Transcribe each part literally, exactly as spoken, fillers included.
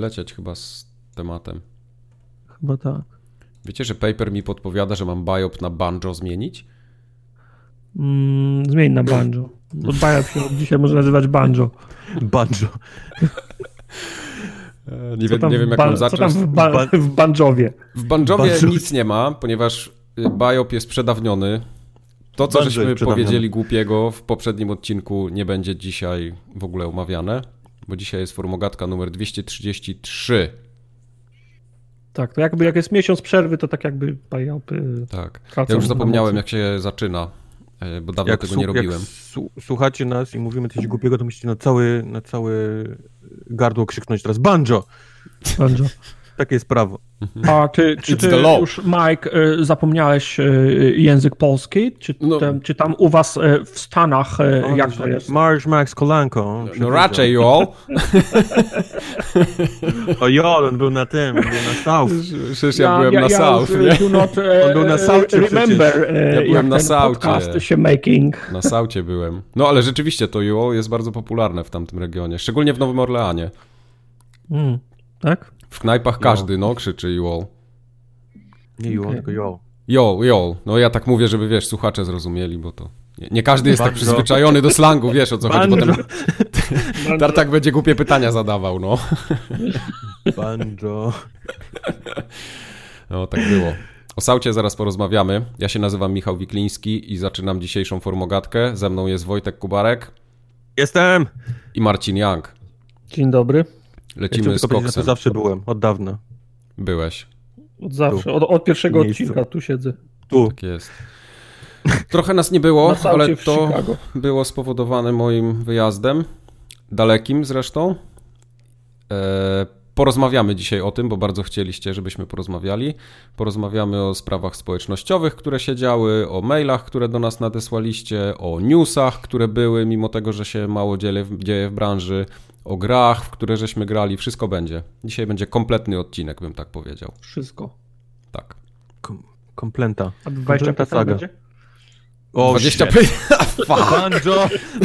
lecieć chyba z tematem. Chyba tak. Wiecie, że Paper mi podpowiada, że mam biop na banjo zmienić? Mm, zmień na banjo. Bo biop się od dzisiaj może nazywać banjo. Banjo. Nie, wie, nie wiem, jak ba- mam zacząć. Co tam w, ba- w banjowie? W banjowie Banjo. nic nie ma, ponieważ biop jest przedawniony. To, co Banjo żeśmy jest przedawnione. powiedzieli głupiego w poprzednim odcinku, nie będzie dzisiaj w ogóle omawiane, bo dzisiaj jest formogatka numer dwieście trzydzieści trzy. Tak, to jakby jak jest miesiąc przerwy, to tak jakby biopy. Tak. Tracą Ja już zapomniałem, na jak się zaczyna, bo dawno tego słu- nie robiłem. Jak su- słuchacie nas i mówimy coś głupiego, to musicie na cały, na całe gardło krzyknąć teraz banjo. banjo. Takie jest prawo. A ty, czy It's ty the law. już, Mike, y, zapomniałeś y, język polski? Czy, No. tam, czy tam u was y, w Stanach, y, O, jak to jest? Marsz Max Kolanko. No raczej, jo. O jo, on był na tym, on był na South. Przecież ja, byłem na South, już, nie? do not, y, On był na Southie remember, y, Ja byłem jak na ten Southie. podcast się making. Na Saucie byłem. No ale rzeczywiście to jo jest bardzo popularne w tamtym regionie, szczególnie w Nowym Orleanie. Mm, tak? W knajpach każdy, no, krzyczy jo. Nie jo, Okej. tylko jo. Jo, jo. No ja tak mówię, żeby, wiesz, słuchacze zrozumieli, bo to... Nie, nie każdy jest tak Banjo. przyzwyczajony do slangu, wiesz, o co chodzi. Banjo. Potem Tartak będzie głupie pytania zadawał, no. Banjo. No, tak było. O Saucie zaraz porozmawiamy. Ja się nazywam Michał Wikliński i zaczynam dzisiejszą formogatkę. Ze mną jest Wojtek Kubarek Jestem! i Marcin Young. Dzień dobry. Ja Lecimy chciałem z tylko powiedzieć, że to koksem. zawsze byłem, od dawna. Byłeś. Od zawsze, od, od pierwszego Miejscu. odcinka tu siedzę. Tu. Tak jest. Trochę nas nie było, Na Saucie ale w to Chicago. było spowodowane moim wyjazdem. Dalekim zresztą. E, porozmawiamy dzisiaj o tym, bo bardzo chcieliście, żebyśmy porozmawiali. Porozmawiamy o sprawach społecznościowych, które się działy, o mailach, które do nas nadesłaliście, o newsach, które były, mimo tego, że się mało dzieje, dzieje w branży, o grach, w które żeśmy grali. Wszystko będzie. Dzisiaj będzie kompletny odcinek, bym tak powiedział. Wszystko. Tak. Kom- komplenta. A dwadzieścia Komplenta pytań saga. będzie? O, dwadzieścia shit. pytań. Banjo!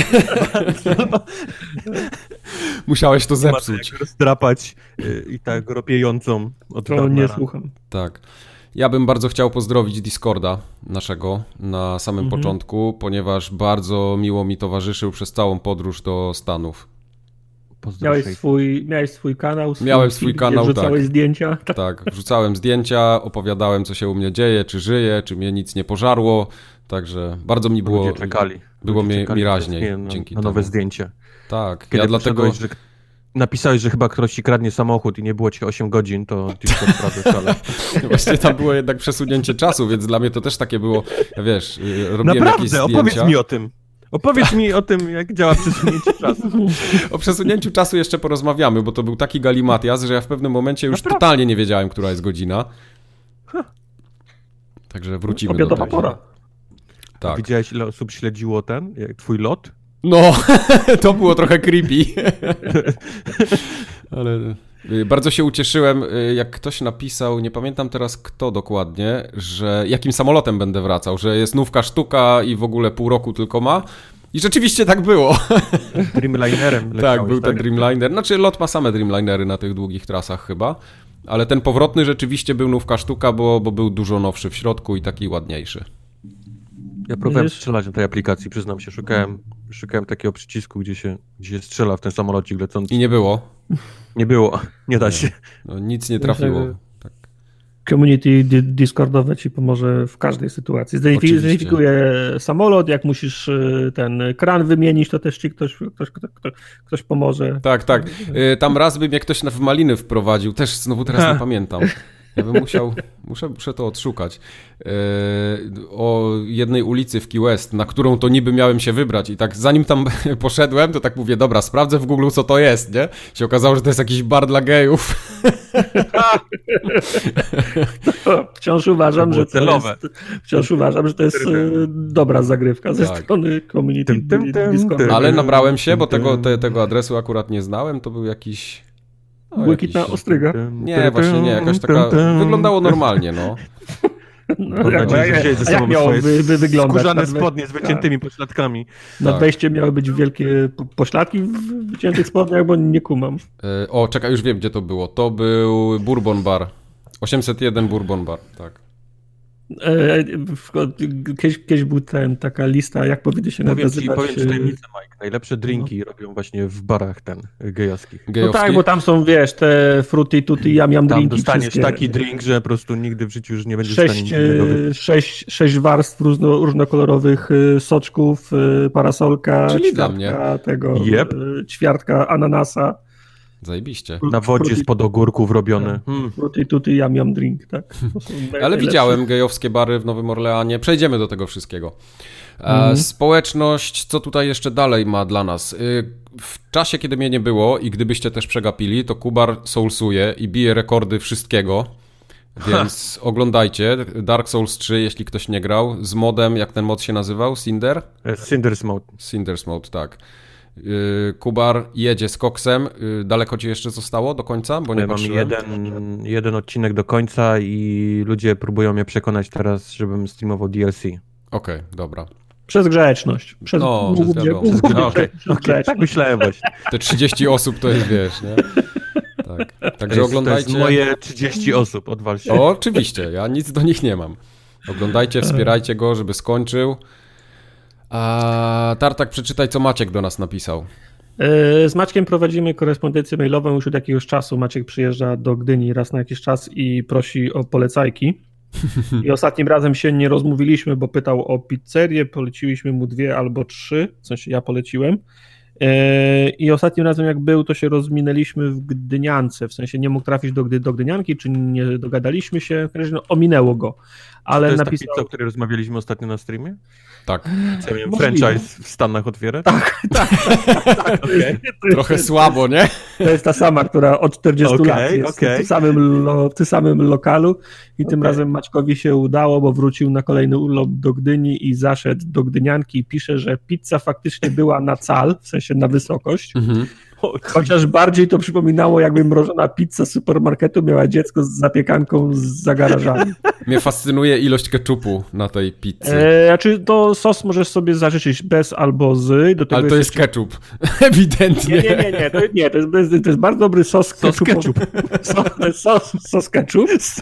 Musiałeś to Nie ma zepsuć. jak rozdrapać y, i tak ropiejącą od To dawna nie rano. słucham. Tak. Ja bym bardzo chciał pozdrowić Discorda naszego na samym Mhm. początku, ponieważ bardzo miło mi towarzyszył przez całą podróż do Stanów. Pozdroszej. Miałeś swój, miałeś swój kanał? Swój Miałem swój feed, kanał, gdzie wrzucałeś tak. zdjęcia? Tak. Tak, wrzucałem zdjęcia, opowiadałem, co się u mnie dzieje, czy żyję, czy mnie nic nie pożarło, także bardzo mi było, Ludzie czekali. było Ludzie mi, czekali mi raźniej na, dzięki na temu. nowe zdjęcie. Tak, Kiedy ja dlatego... poszedłeś, że napisałeś, że chyba ktoś ci kradnie samochód i nie było ci osiem godzin, to Discord sprawdzę wcale. Właśnie tam było jednak przesunięcie czasu, więc dla mnie to też takie było, wiesz, y, robiłem jakieś Naprawdę, zdjęcia. opowiedz mi o tym. Opowiedz mi o tym, jak działa przesunięcie czasu. O przesunięciu czasu jeszcze porozmawiamy, bo to był taki galimatias, że ja w pewnym momencie już Naprawdę? totalnie nie wiedziałem, która jest godzina. Także wrócimy Obiadowa do tego. pora. Tak. Widziałeś, ile osób śledziło ten, jak twój lot? No, to było trochę creepy. Ale y, bardzo się ucieszyłem, y, jak ktoś napisał, nie pamiętam teraz kto dokładnie, że jakim samolotem będę wracał, że jest nówka sztuka i w ogóle pół roku tylko ma. I rzeczywiście tak było. Dreamlinerem leciałeś, Tak, był ten Dreamliner. Znaczy lot ma same Dreamlinery na tych długich trasach chyba. Ale ten powrotny rzeczywiście był nówka sztuka, bo, bo był dużo nowszy w środku i taki ładniejszy. Ja próbowałem Widzisz? strzelać na tej aplikacji, przyznam się, szukałem, szukałem takiego przycisku, gdzie się, gdzie się strzela w ten samolocik lecący. I nie było. Nie było, nie da się. No, nic nie trafiło. Myślę, Tak. Community di- Discordowe ci pomoże w każdej sytuacji. Zidentyfi- Oczywiście. Zidentyfikuje samolot, jak musisz y, ten kran wymienić, to też ci ktoś, ktoś, ktoś, ktoś, ktoś pomoże. Tak, tak. Y, Tam raz by mnie ktoś na- w maliny wprowadził, też znowu teraz nie pamiętam. Ja bym musiał, muszę, muszę to odszukać. Yy, o jednej ulicy w Key West, na którą to niby miałem się wybrać i tak zanim tam poszedłem, to tak mówię, dobra, sprawdzę w Google, co to jest, nie? Się okazało, że to jest jakiś bar dla gejów. Wciąż uważam, To że było to celowe. jest, wciąż uważam, że to jest y, dobra zagrywka ze Tak. strony community Tym, tym, tym, Discorda. tym. Ale nabrałem się, bo tego, te, tego adresu akurat nie znałem, to był jakiś... No, Błękitna jakiś... ostryga. Nie, właśnie nie, jakaś taka... Wyglądało normalnie, no. No, Mam jak, nadzieję, że jak, wzięli ze a jak sobą miało swoje wy, wy wyglądać? skórzane Nad we- spodnie z wyciętymi pośladkami. Nad Tak. wejściem miały być wielkie po- pośladki w wyciętych spodniach, bo nie kumam. E, O, czekaj, już wiem, gdzie to było. To był Bourbon Bar. osiemset jeden Bourbon Bar, tak. E, w- Kiedyś, kiedyś był ten, taka lista, jak powinny się Powiem ci, nazywać. powiem ci tajemnicę, Mike. Najlepsze drinki robią właśnie w barach ten, gejowskich. No Gejowski? tak, bo tam są, wiesz, te fruity, tutti, yam yam Tam drinki dostaniesz wszystkie. taki drink, że po prostu nigdy w życiu już nie będziesz w stanie Sześć, nic innego wypić. e, sześć, sześć warstw różno, różnokolorowych e, soczków, e, parasolka, Czyli dla ćwiartka tego, Yep. e, ćwiartka ananasa. Zajebiście. Na wodzie spod ogórków robione. Hmm. Fruity, tutti, yam yam drink, tak. To są Ale najlepsze. widziałem gejowskie bary w Nowym Orleanie. Przejdziemy do tego wszystkiego. E, Mhm. Społeczność, co tutaj jeszcze dalej ma dla nas? Y, W czasie, kiedy mnie nie było i gdybyście też przegapili, to Kubar soulsuje i bije rekordy wszystkiego. Więc oglądajcie. Dark Souls trzy, jeśli ktoś nie grał, z modem, jak ten mod się nazywał? Cinder? Cinder's Mode. Cinder's Mode, tak. Yy, Kubar jedzie z koksem. Yy, daleko ci jeszcze zostało do końca? Bo nie Mam patrzyłem. jeden, jeden odcinek do końca i ludzie próbują mnie przekonać teraz, żebym streamował D L C. Okej, dobra. Przez grzeczność. Przez, No, głównie, wiadomo. głównie No, Okej, przez okej, grzeczność. tak myślałem właśnie. Te trzydzieści osób to jest, wiesz, nie? Tak. To Także jest, to oglądajcie. jest moje trzydzieści osób, odwal się. O, oczywiście, ja nic do nich nie mam. Oglądajcie, wspierajcie go, żeby skończył. A Tartak, przeczytaj, co Maciek do nas napisał. E, Z Maćkiem prowadzimy korespondencję mailową już od jakiegoś czasu. Maciek przyjeżdża do Gdyni raz na jakiś czas i prosi o polecajki. I ostatnim razem się nie rozmówiliśmy, bo pytał o pizzerię, poleciliśmy mu dwie albo trzy, w sensie ja poleciłem. E, I ostatnim razem jak był, to się rozminęliśmy w Gdyniance, w sensie nie mógł trafić do, Gdy, do Gdynianki, czy nie dogadaliśmy się, no, ominęło go. Ale to jest napisał... ta pizza, o której rozmawialiśmy ostatnio na streamie? Tak. Co ja miałem Możliwe. franchise w Stanach otwierać? Tak, tak, tak, tak. To jest- to jest- Trochę słabo, nie? To jest ta sama, która od czterdziestu Okej, lat jest okej. w, tym samym lo, w tym samym lokalu i tym Okej. razem Maćkowi się udało, bo wrócił na kolejny urlop do Gdyni i zaszedł do Gdynianki i pisze, że pizza faktycznie była na cal, w sensie na wysokość, Mhm. chociaż bardziej to przypominało, jakby mrożona pizza z supermarketu miała dziecko z zapiekanką za garażami. Mnie fascynuje ilość keczupu na tej pizzy. E, znaczy to sos możesz sobie zażyczyć bez albo z. Do tego Ale to jest jeszcze- keczup. Ewidentnie. Nie, nie, nie, nie, to, nie to, jest, to, jest, to jest bardzo dobry sos Sos ketchup. Sos, to jest sos, sos ketchup. Sos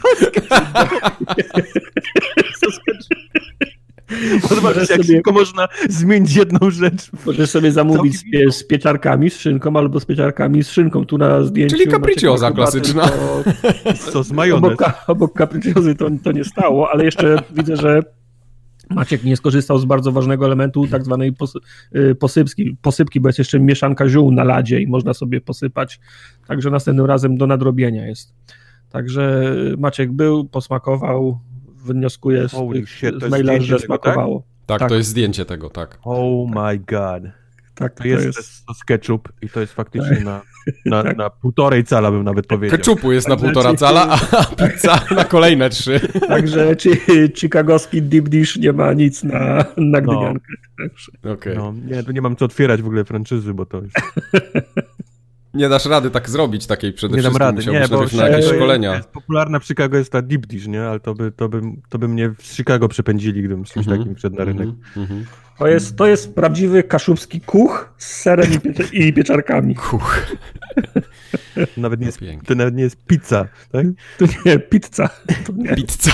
Podoba mi się, jak sobie- szybko można zmienić jedną rzecz. Możesz sobie zamówić z, Całkiem pie, z pieczarkami, z szynką, albo z pieczarkami z szynką. Tu na zdjęciu... Czyli capricciosa Maciek ma chyba klasyczna. tylko- Sos majonez. Obok, obok capricciozy to, to nie stało, ale jeszcze widzę, że Maciek nie skorzystał z bardzo ważnego elementu, tak zwanej pos, y, posypki, posypki, bo jest jeszcze mieszanka ziół na ladzie i można sobie posypać. Także następnym razem do nadrobienia jest. Także Maciek był, posmakował, wnioskuję z, Holy tych, shit, to z jest maila, zdjęcie że tego, tak? smakowało. Tak, Tak. to jest zdjęcie tego, tak. Oh my god. Tak, To jest, sos ketchup i to jest faktycznie na, na, Tak. na półtorej cala bym nawet powiedział. Keczupu jest na Także półtora ci- cala, a pizza na kolejne trzy. Także ci, chicagowski deep dish nie ma nic na, na Gdyniankę. Także. Okej. No, nie, tu nie mam co otwierać w ogóle franczyzy, bo to już Nie dasz rady tak zrobić takiej przede nie dam wszystkim. rady. Musiałbyś Nie, bo najpierw na jakieś Chicago szkolenia. Jest, popularna w Chicago jest ta deep dish, nie? Ale to by, to by, to by mnie z Chicago przepędzili, gdybym z czymś Mhm, takim wszedł na rynek. mhm, mhm. To jest, to jest prawdziwy kaszubski kuch z serem i, piecze, i pieczarkami. Kuch. Nawet nie jest, Pięknie. to nawet nie jest pizza, tak? To nie, pizza. To nie. Pizza.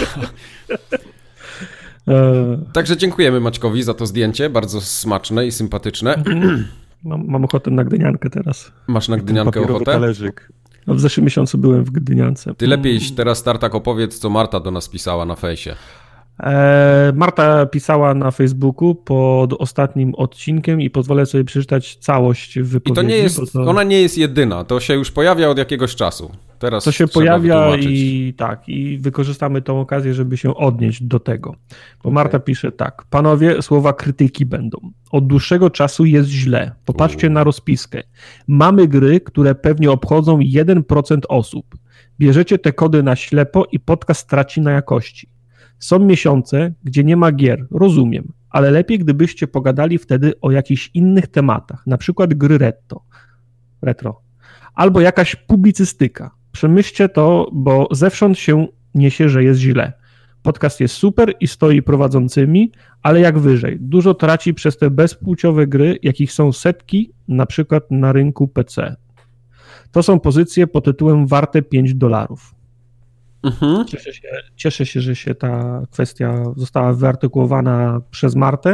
E, Także dziękujemy Maćkowi za to zdjęcie, bardzo smaczne i sympatyczne. mam, mam ochotę na Gdyniankę teraz. Masz na Gdyniankę Papierowy ochotę? talerzyk. No, w zeszłym miesiącu byłem w Gdyniance. Ty lepiej teraz, Tartak, opowiedz, co Marta do nas pisała na fejsie. E, Marta pisała na Facebooku pod ostatnim odcinkiem i pozwolę sobie przeczytać całość I wypowiedzi. to nie jest, bo to, ona nie jest jedyna, to się już pojawia od jakiegoś czasu. Teraz to się trzeba pojawia wytłumaczyć. i tak, i wykorzystamy tą okazję, żeby się odnieść do tego. Bo Marta pisze tak: panowie, słowa krytyki będą. Od dłuższego czasu jest źle. Popatrzcie U. na rozpiskę. Mamy gry, które pewnie obchodzą jeden procent osób. Bierzecie te kody na ślepo i podcast traci na jakości. Są miesiące, gdzie nie ma gier, rozumiem, ale lepiej gdybyście pogadali wtedy o jakichś innych tematach, na przykład gry retro, retro albo jakaś publicystyka. Przemyślcie to, bo zewsząd się niesie, że jest źle. Podcast jest super i stoi prowadzącymi, ale jak wyżej. Dużo traci przez te bezpłciowe gry, jakich są setki, na przykład na rynku P C. To są pozycje pod tytułem warte pięć dolarów. Mhm. Cieszę się, cieszę się, że się ta kwestia została wyartykułowana przez Martę,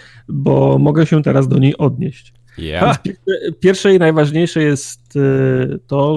bo mogę się teraz do niej odnieść. Yeah. Pierwsze i najważniejsze jest to,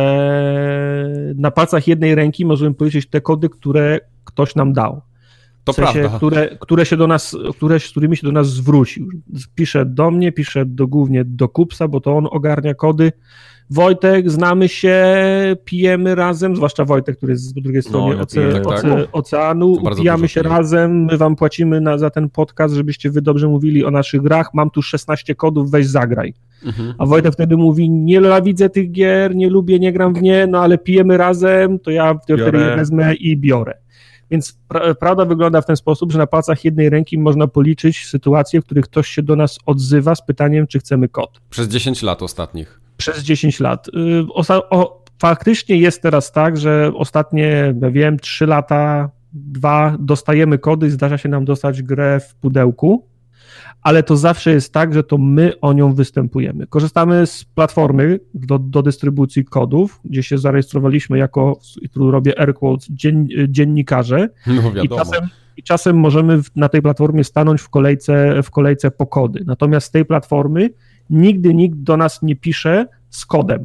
że na palcach jednej ręki możemy policzyć te kody, które ktoś nam dał. To w sensie, prawda. Które, które się do nas, które, z którymi się do nas zwrócił. Pisze do mnie, pisze do, głównie do Kupsa, bo to on ogarnia kody. Wojtek, znamy się, pijemy razem, zwłaszcza Wojtek, który jest z drugiej stronie no, oce, tak, oce, tak. oceanu, upijamy się piję. razem, my wam płacimy na, za ten podcast, żebyście wy dobrze mówili o naszych grach, mam tu szesnaście kodów, weź zagraj. Mhm. A Wojtek wtedy mówi, nie nienawidzę tych gier, nie lubię, nie gram w nie, no ale pijemy razem, to ja wtedy je wezmę i biorę. Więc pra, prawda wygląda w ten sposób, że na palcach jednej ręki można policzyć sytuacje, w których ktoś się do nas odzywa z pytaniem, czy chcemy kod. Przez dziesięć lat ostatnich. Przez dziesięć lat. O, o, faktycznie jest teraz tak, że ostatnie, ja wiem, trzy lata, dwa, dostajemy kody, zdarza się nam dostać grę w pudełku, ale to zawsze jest tak, że to my o nią występujemy. Korzystamy z platformy do, do dystrybucji kodów, gdzie się zarejestrowaliśmy jako, i tu robię air quotes, dzien, dziennikarze no, i czasem, i czasem możemy w, na tej platformie stanąć w kolejce, w kolejce po kody. Natomiast z tej platformy nigdy nikt do nas nie pisze z kodem.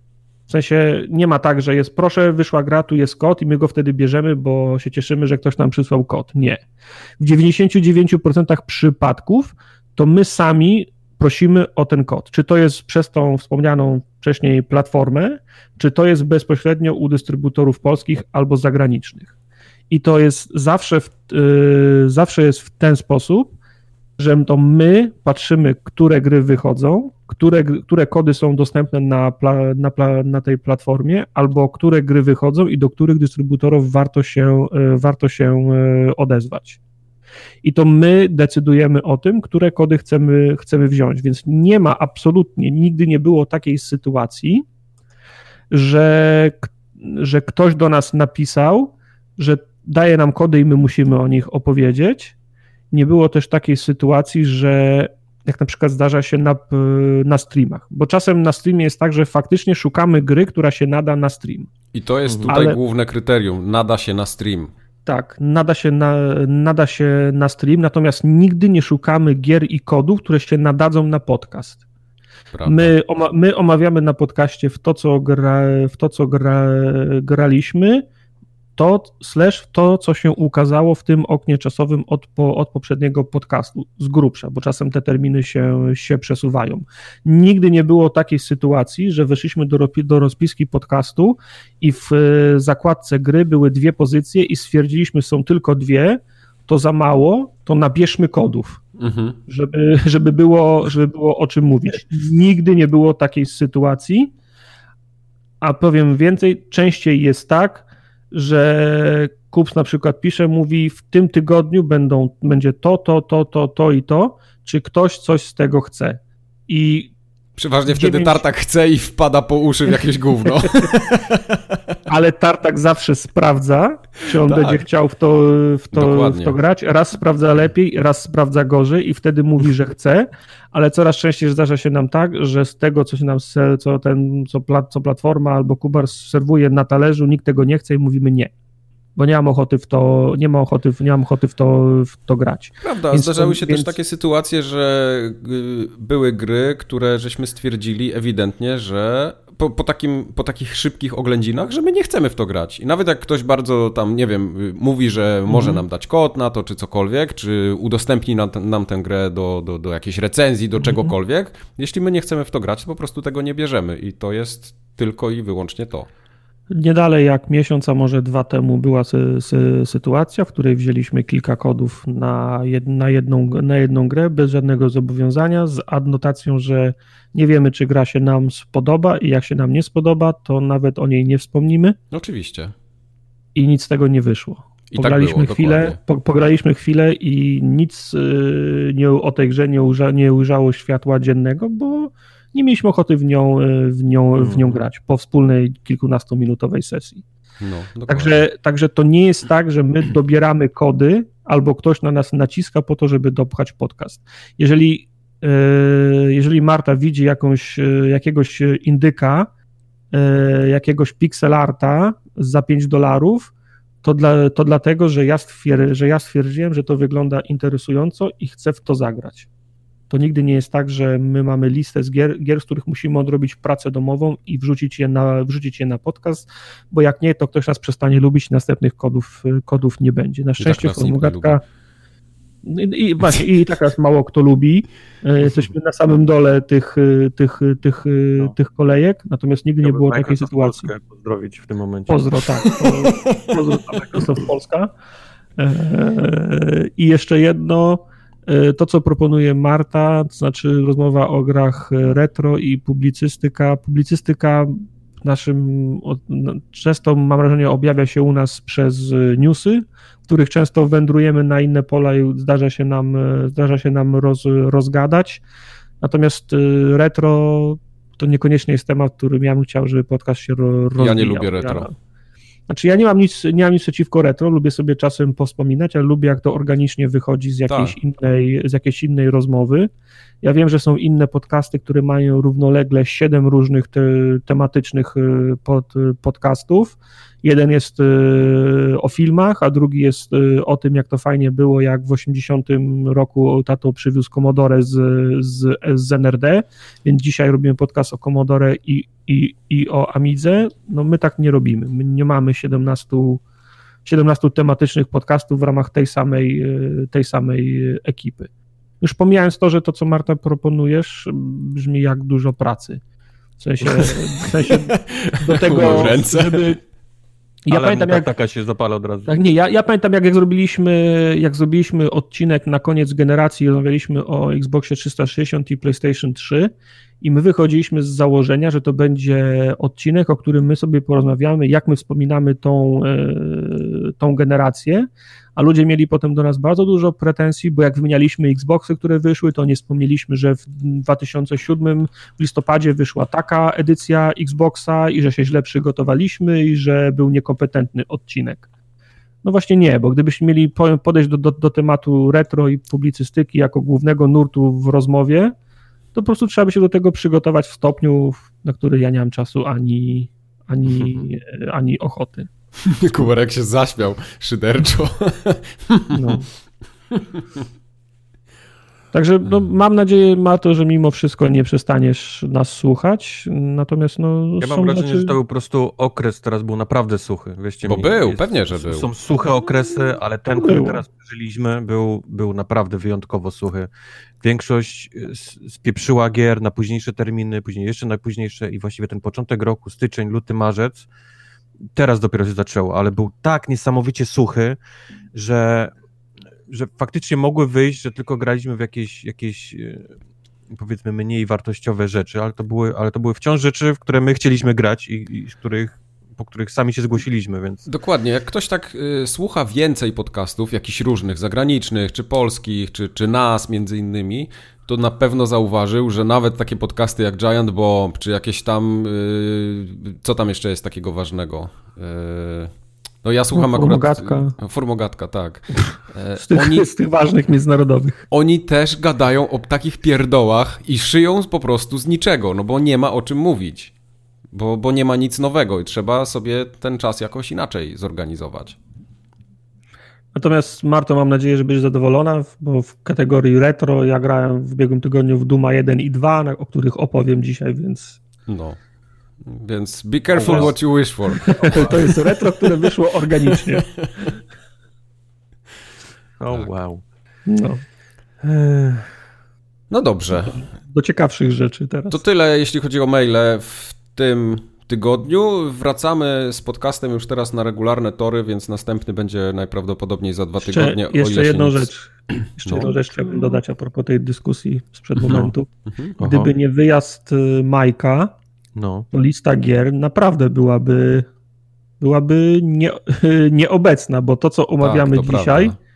W sensie nie ma tak, że jest proszę, wyszła gra, tu jest kod i my go wtedy bierzemy, bo się cieszymy, że ktoś nam przysłał kod. Nie. W dziewięćdziesiąt dziewięć procent przypadków to my sami prosimy o ten kod. Czy to jest przez tą wspomnianą wcześniej platformę, czy to jest bezpośrednio u dystrybutorów polskich albo zagranicznych. I to jest zawsze, w, yy, zawsze jest w ten sposób, że to my patrzymy, które gry wychodzą, które, które kody są dostępne na, na, na tej platformie, albo które gry wychodzą i do których dystrybutorów warto się, warto się odezwać. I to my decydujemy o tym, które kody chcemy, chcemy wziąć, więc nie ma absolutnie, nigdy nie było takiej sytuacji, że, że ktoś do nas napisał, że daje nam kody i my musimy o nich opowiedzieć. Nie było też takiej sytuacji, że jak na przykład zdarza się na, na streamach, bo czasem na streamie jest tak, że faktycznie szukamy gry, która się nada na stream. I to jest tutaj Ale... główne kryterium, nada się na stream. Tak, nada się na, nada się na stream, natomiast nigdy nie szukamy gier i kodów, które się nadadzą na podcast. My, oma, my omawiamy na podcaście w to, co, gra, w to, co gra, graliśmy, to slash to, co się ukazało w tym oknie czasowym od, po, od poprzedniego podcastu, z grubsza, bo czasem te terminy się, się przesuwają. Nigdy nie było takiej sytuacji, że weszliśmy do, do rozpiski podcastu i w zakładce gry były dwie pozycje i stwierdziliśmy, że są tylko dwie, to za mało, to nabierzmy kodów, mhm. żeby, żeby, było, żeby było o czym mówić. Nigdy nie było takiej sytuacji, a powiem więcej, częściej jest tak, że Kups na przykład pisze, mówi w tym tygodniu będą, będzie to, to, to, to, to i to, czy ktoś coś z tego chce. I przeważnie wtedy dziewięć... Tartak chce i wpada po uszy w jakieś gówno. Ale Tartak zawsze sprawdza, czy on tak. będzie chciał w to, w, to, w to grać. Raz sprawdza lepiej, raz sprawdza gorzej i wtedy mówi, że chce, ale coraz częściej zdarza się nam tak, że z tego, co się nam, co ten, co, plat, co platforma albo Kubar serwuje na talerzu, nikt tego nie chce i mówimy nie. Bo nie mam ochoty w to, nie mam ochoty, nie mam ochoty w to, w to grać. Prawda, więc zdarzały się więc... też takie sytuacje, że były gry, które żeśmy stwierdzili ewidentnie, że po, po, takim, po takich szybkich oględzinach, że my nie chcemy w to grać. I nawet jak ktoś bardzo tam, nie wiem, mówi, że może mm. nam dać kod na to, czy cokolwiek, czy udostępni nam, nam tę grę do, do, do jakiejś recenzji, do czegokolwiek, mm. jeśli my nie chcemy w to grać, to po prostu tego nie bierzemy. I to jest tylko i wyłącznie to. Nie dalej jak miesiąc, a może dwa temu była sy- sy- sytuacja, w której wzięliśmy kilka kodów na, jed- na, jedną, na jedną grę bez żadnego zobowiązania, z adnotacją, że nie wiemy, czy gra się nam spodoba i jak się nam nie spodoba, to nawet o niej nie wspomnimy. Oczywiście. I nic z tego nie wyszło. I pograliśmy, tak było, chwilę, po, pograliśmy chwilę i nic yy, nie, o tej grze nie, uża- nie ujrzało światła dziennego, bo nie mieliśmy ochoty w nią, w nią, w nią grać po wspólnej kilkunastominutowej sesji. No, także, także to nie jest tak, że my dobieramy kody albo ktoś na nas naciska po to, żeby dopchać podcast. Jeżeli, jeżeli Marta widzi jakąś, jakiegoś indyka, jakiegoś pixel arta za pięć dolarów, to, dla, to dlatego, że ja, stwier- że ja stwierdziłem, że to wygląda interesująco i chcę w to zagrać. To nigdy nie jest tak, że my mamy listę z gier, gier, z których musimy odrobić pracę domową i wrzucić je na, wrzucić je na podcast, bo jak nie, to ktoś nas przestanie lubić i następnych kodów, kodów nie będzie. Na szczęście tak Formogatka i, i właśnie i tak nas mało kto lubi. Jesteśmy na samym dole tych, tych, tych, no. tych kolejek, natomiast nigdy nie było takiej sytuacji. Polskę pozdrowić w tym momencie. Pozdro, tak. Pozdro dla Microsoft Polska. I jeszcze jedno, to co proponuje Marta, to znaczy rozmowa o grach retro i publicystyka. Publicystyka naszym, często mam wrażenie, objawia się u nas przez newsy, w których często wędrujemy na inne pola i zdarza się nam, zdarza się nam roz, rozgadać. Natomiast retro to niekoniecznie jest temat, którym ja bym chciał, żeby podcast się rozwijał. Ja nie lubię retro. Ja, znaczy ja nie mam nic, nie mam nic przeciwko retro, lubię sobie czasem powspominać, ale lubię jak to organicznie wychodzi z jakiejś, tak. innej, z jakiejś innej rozmowy. Ja wiem, że są inne podcasty, które mają równolegle siedem różnych te, tematycznych pod, podcastów. Jeden jest o filmach, a drugi jest o tym, jak to fajnie było, jak w osiemdziesiątym roku tato przywiózł Commodore z, z, z N R D, więc dzisiaj robimy podcast o Commodore i, i, i o Amidze. No my tak nie robimy. My nie mamy siedemnastu, siedemnastu tematycznych podcastów w ramach tej samej, tej samej ekipy. Już pomijając to, że to, co Marta proponujesz, brzmi jak dużo pracy. W sensie, w sensie do tego, żeby... Ja ale pamiętam, jak taka się zapala od razu. Tak, nie, ja, ja pamiętam, jak, jak, zrobiliśmy, jak zrobiliśmy odcinek na koniec generacji, rozmawialiśmy o Xboxie trzysta sześćdziesiąt i PlayStation trzy i my wychodziliśmy z założenia, że to będzie odcinek, o którym my sobie porozmawiamy, jak my wspominamy tą, yy, tą generację, a ludzie mieli potem do nas bardzo dużo pretensji, bo jak wymienialiśmy Xboxy, które wyszły, to nie wspomnieliśmy, że w dwa tysiące siódmym w listopadzie wyszła taka edycja Xboxa i że się źle przygotowaliśmy i że był niekompetentny odcinek. No właśnie nie, bo gdybyśmy mieli podejść do, do, do tematu retro i publicystyki jako głównego nurtu w rozmowie, to po prostu trzeba by się do tego przygotować w stopniu, na który ja nie mam czasu ani, ani, ani ochoty. Kuberek się zaśmiał szyderczo. No. Także no, mam nadzieję, Marto, że mimo wszystko nie przestaniesz nas słuchać, natomiast no... Ja mam wrażenie, rzeczy... że to był po prostu okres, teraz był naprawdę suchy, wierzcie Bo mi. był, jest, pewnie, że był. Są suche okresy, ale ten, który teraz przeżyliśmy, był, był naprawdę wyjątkowo suchy. Większość spieprzyła gier na późniejsze terminy, później jeszcze na późniejsze i właściwie ten początek roku, styczeń, luty, marzec, teraz dopiero się zaczęło, ale był tak niesamowicie suchy, że, że faktycznie mogły wyjść, że tylko graliśmy w jakieś, jakieś powiedzmy mniej wartościowe rzeczy, ale to były, ale to były wciąż rzeczy, w które my chcieliśmy grać i, i z których, po których sami się zgłosiliśmy, więc... Dokładnie, jak ktoś tak y, słucha więcej podcastów, jakichś różnych, zagranicznych, czy polskich, czy, czy nas między innymi, to na pewno zauważył, że nawet takie podcasty jak Giant Bomb, czy jakieś tam, yy, co tam jeszcze jest takiego ważnego? Yy, no ja słucham no, formogatka. akurat... Formogatka, tak. Yy, z, tych, oni, z tych ważnych międzynarodowych. Oni też gadają o takich pierdołach i szyją po prostu z niczego, no bo nie ma o czym mówić, bo, bo nie ma nic nowego i trzeba sobie ten czas jakoś inaczej zorganizować. Natomiast Marto, mam nadzieję, że będziesz zadowolona, bo w kategorii retro ja grałem w ubiegłym tygodniu w Duma jeden i dwa, o których opowiem dzisiaj, więc... No, więc be careful what you wish for. To jest retro, które wyszło organicznie. O oh, wow. No. No dobrze. Do ciekawszych rzeczy teraz. To tyle, jeśli chodzi o maile w tym tygodniu. Wracamy z podcastem już teraz na regularne tory, więc następny będzie najprawdopodobniej za dwa jeszcze, tygodnie. Jeszcze jedną rzecz. Jeszcze no. jedną rzecz chciałbym dodać a propos tej dyskusji sprzed momentu. No. Gdyby Aha. nie wyjazd Majka, no. to lista gier naprawdę byłaby byłaby nie, nieobecna, bo to, co omawiamy tak, to dzisiaj, prawda.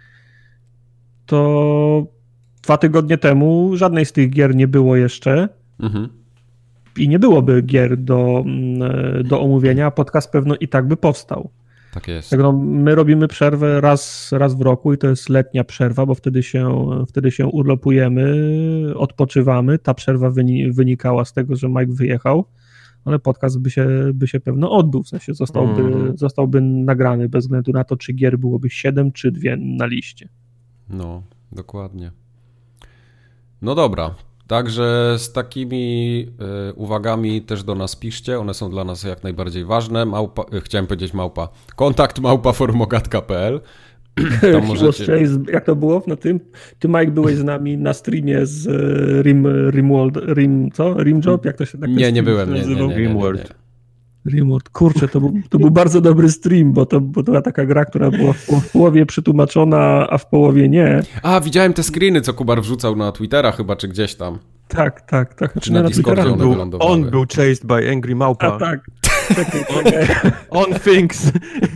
to dwa tygodnie temu żadnej z tych gier nie było jeszcze. Mhm. i nie byłoby gier do, do omówienia, podcast pewno i tak by powstał. Tak jest. Tak no, my robimy przerwę raz, raz w roku i to jest letnia przerwa, bo wtedy się, wtedy się urlopujemy, odpoczywamy. Ta przerwa wynikała z tego, że Mike wyjechał, ale podcast by się, by się pewno odbył, w sensie zostałby, mm. zostałby nagrany bez względu na to, czy gier byłoby siedem, czy dwie na liście. No, dokładnie. No dobra, także z takimi y, uwagami też do nas piszcie, one są dla nas jak najbardziej ważne. Małpa, y, chciałem powiedzieć małpa, kontakt małpa formogat kropka p l. Tam możecie... Jak to było na tym? Ty, Mike, byłeś z nami na streamie z Rim, Rimworld, Rim, co? Rimjob? Jak to się tak Nie, nie byłem, nie, nie, nie, nie, Rimworld. Rimworld, kurczę, to był, to był bardzo dobry stream, bo to, bo to była taka gra, która była w, w połowie przetłumaczona, a w połowie nie. A, widziałem te screeny, co Kubar wrzucał na Twittera chyba, czy gdzieś tam. Tak, tak, tak. Czy na, na Discordzie one był, wylądowały. On był chased by Angry Małpa. A tak. Czekaj, on, on thinks.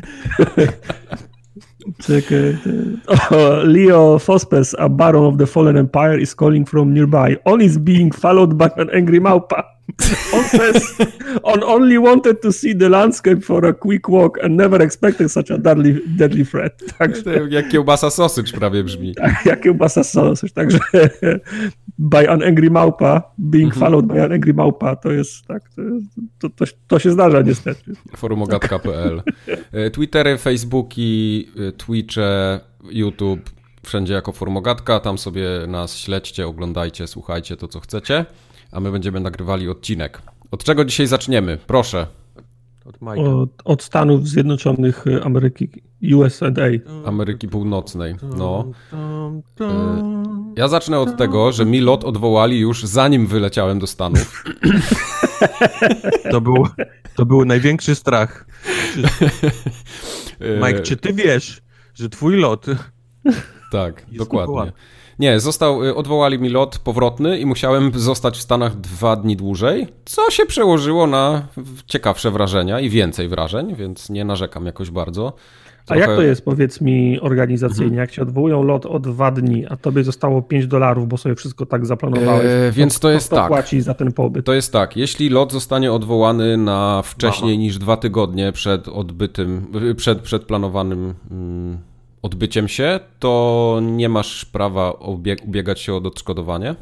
Czekaj. Oh, Leo Fospes, a Baron of the Fallen Empire, is calling from nearby. On is being followed by an angry małpa. On says on only wanted to see the landscape for a quick walk and never expected such a deadly, deadly threat. Także, jak kiełbasa sausage prawie brzmi. Tak, jak kiełbasa sausage. Także by an angry małpa, being followed by an angry małpa, to jest tak, to, jest, to, to, to się zdarza niestety. forumogat kropka p l. Twittery, Facebooki, Twitche, YouTube, wszędzie jako Formogatka, tam sobie nas śledźcie, oglądajcie, słuchajcie to co chcecie. A my będziemy nagrywali odcinek. Od czego dzisiaj zaczniemy? Proszę. Od, od, od Stanów Zjednoczonych Ameryki, U S A. Ameryki Północnej. No. Ja zacznę od tego, że mi lot odwołali już zanim wyleciałem do Stanów. To był, to był największy strach. Mike, czy ty wiesz, że twój lot... Tak, dokładnie. Odwołany. Nie, został, odwołali mi lot powrotny i musiałem zostać w Stanach dwa dni dłużej, co się przełożyło na ciekawsze wrażenia i więcej wrażeń, więc nie narzekam jakoś bardzo. Trochę... A jak to jest, powiedz mi, organizacyjnie, mhm. jak ci odwołują lot o dwa dni, a tobie zostało pięć dolarów, bo sobie wszystko tak zaplanowałeś, eee, więc to, to jest to tak. płaci za ten pobyt? To jest tak, jeśli lot zostanie odwołany na wcześniej Mama. niż dwa tygodnie przed odbytym, przed, przed planowanym... Mm, odbyciem się, to nie masz prawa ubieg- ubiegać się o odszkodowanie,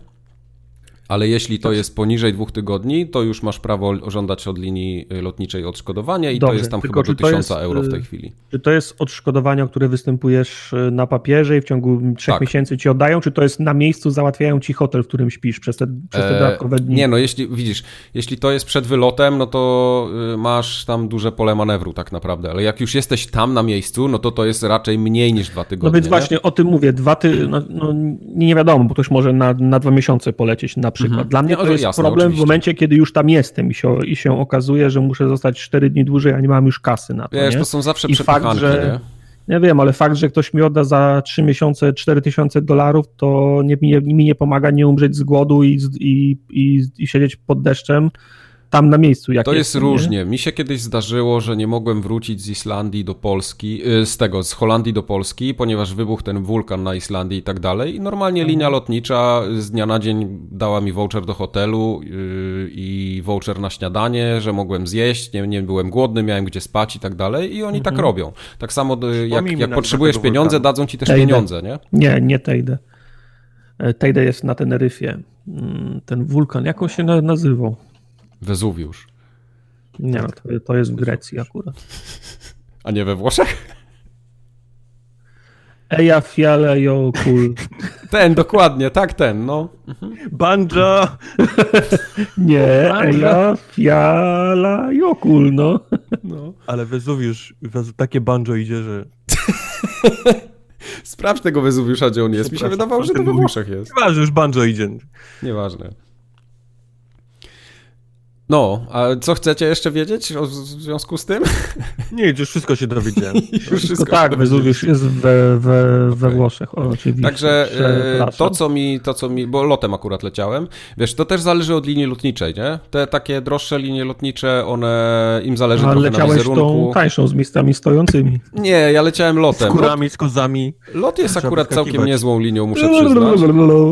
ale jeśli to jest poniżej dwóch tygodni, to już masz prawo żądać od linii lotniczej odszkodowania i Dobrze, to jest tam chyba do tysiąca euro w tej chwili. Czy to jest odszkodowanie, o które występujesz na papierze i w ciągu trzech tak. miesięcy ci oddają, czy to jest na miejscu, załatwiają ci hotel, w którym śpisz przez te, przez te dodatkowe dni? Nie, no jeśli widzisz, jeśli to jest przed wylotem, no to masz tam duże pole manewru tak naprawdę, ale jak już jesteś tam na miejscu, no to to jest raczej mniej niż dwa tygodnie. No więc nie? właśnie o tym mówię, dwa ty... no, no, nie wiadomo, bo ktoś może na, na dwa miesiące polecieć na przykład. Mhm. Dla mnie to jest jasne, problem oczywiście. W momencie, kiedy już tam jestem i się, i się okazuje, że muszę zostać cztery dni dłużej, a nie mam już kasy na to. Wiesz, nie? to są zawsze przepychanki, fakt, że, nie? Ja wiem, ale fakt, że ktoś mi odda za trzy miesiące cztery tysiące dolarów, to nie, mi, mi nie pomaga nie umrzeć z głodu i, i, i, i siedzieć pod deszczem tam na miejscu. Jak to jest jestem, różnie. Nie? Mi się kiedyś zdarzyło, że nie mogłem wrócić z Islandii do Polski, z tego, z Holandii do Polski, ponieważ wybuchł ten wulkan na Islandii i tak dalej. I normalnie linia lotnicza z dnia na dzień dała mi voucher do hotelu i voucher na śniadanie, że mogłem zjeść, nie, nie byłem głodny, miałem gdzie spać i tak dalej. I oni mhm. tak robią. Tak samo jak, jak potrzebujesz pieniądze, wulkanu. Dadzą ci też Tejde. pieniądze, nie? Nie, nie Tejde. Tejde jest na Teneryfie. Ten wulkan, jak on się nazywał? Wezuwiusz. Nie, no to, to jest w Grecji akurat. A nie we Włoszech? Eja fiale jo kul. Ten, dokładnie, tak ten, no. Banjo! Nie, eja fiala jo kul, no. no. Ale Wezuwiusz, takie banjo idzie, że... Sprawdź tego Wezuwiusza, gdzie on jest. Mi się wydawało, że to we Włoszech jest. Nieważne, już banjo idzie. Nieważne. No, a co chcecie jeszcze wiedzieć o, w związku z tym? Nie, już wszystko się dowiedziałem. już wszystko tak, Wezuwiusz jest we, we, we okay. Włoszech, oczywiście. Także e, to, co mi, to, co mi, bo lotem akurat leciałem, wiesz, to też zależy od linii lotniczej, nie? Te takie droższe linie lotnicze, one, im zależy a trochę na wizerunku. Ale leciałeś tą tańszą z miejscami stojącymi. Nie, ja leciałem lotem. Z kurami, z kozami. Lot jest akurat całkiem niezłą linią, muszę przyznać.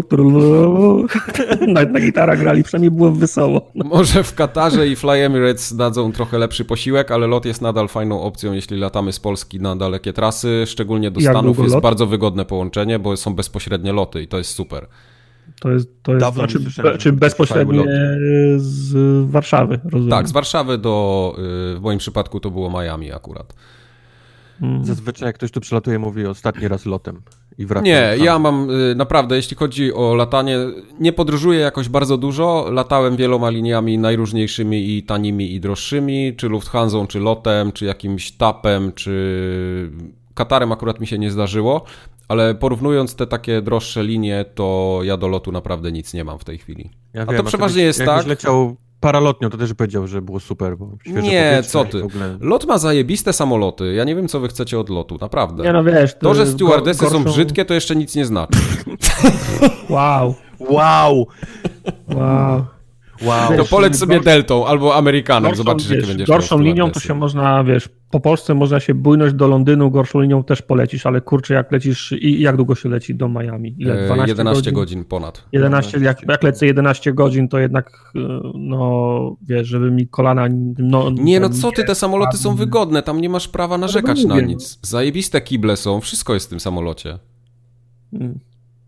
Nawet na gitarach grali, przynajmniej było wesoło. Może w Katarze i Fly Emirates dadzą trochę lepszy posiłek, ale lot jest nadal fajną opcją, jeśli latamy z Polski na dalekie trasy, szczególnie do Stanów jest lot? bardzo wygodne połączenie, bo są bezpośrednie loty i to jest super. To jest, to jest znaczy, be, czy bezpośrednie z Warszawy, rozumiem? Tak, z Warszawy do, w moim przypadku to było Miami akurat. Hmm. Zazwyczaj jak ktoś tu przylatuje, mówi ostatni raz lotem i wraca. Nie, ja mam naprawdę, jeśli chodzi o latanie, nie podróżuję jakoś bardzo dużo, latałem wieloma liniami najróżniejszymi i tanimi i droższymi, czy Lufthansą, czy lotem, czy jakimś tapem, czy Katarem akurat mi się nie zdarzyło, ale porównując te takie droższe linie, to ja do lotu naprawdę nic nie mam w tej chwili. Ja a wiem, to przeważnie jest jak tak... leciał paralotnią, to też powiedział, że było super, bo nie, co ty. Ogóle... Lot ma zajebiste samoloty. Ja nie wiem, co wy chcecie od lotu, naprawdę. Nie no wiesz... To, to że stewardesy gorszą... są brzydkie, to jeszcze nic nie znaczy. Wow. Wow. Wow. Wow. To poleć sobie gorsz... Deltą albo Amerykanem, zobaczysz, jakie będziesz gorszą linią to się można, wiesz, po Polsce można się bujnąć do Londynu, gorszą linią też polecisz, ale kurczę, jak lecisz i jak długo się leci do Miami? Ile? dwanaście jedenaście godzin? godzin ponad. jedenaście, jak, jak lecę jedenaście godzin, to jednak, no wiesz, żeby mi kolana... No, nie, no co ty, te samoloty są wygodne, tam nie masz prawa narzekać na nic. Zajebiste kible są, wszystko jest w tym samolocie. Hmm.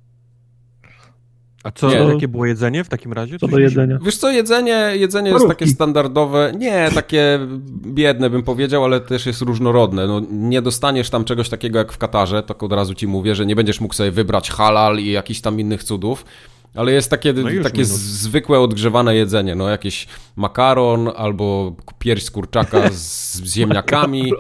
A co, nie. jakie było jedzenie w takim razie? Co do jedzenia? Wiesz co, jedzenie, jedzenie jest takie standardowe, nie, takie biedne bym powiedział, ale też jest różnorodne. No, nie dostaniesz tam czegoś takiego jak w Katarze, to od razu ci mówię, że nie będziesz mógł sobie wybrać halal i jakichś tam innych cudów, ale jest takie, no takie zwykłe odgrzewane jedzenie, no jakieś makaron albo pierś z kurczaka z, z ziemniakami.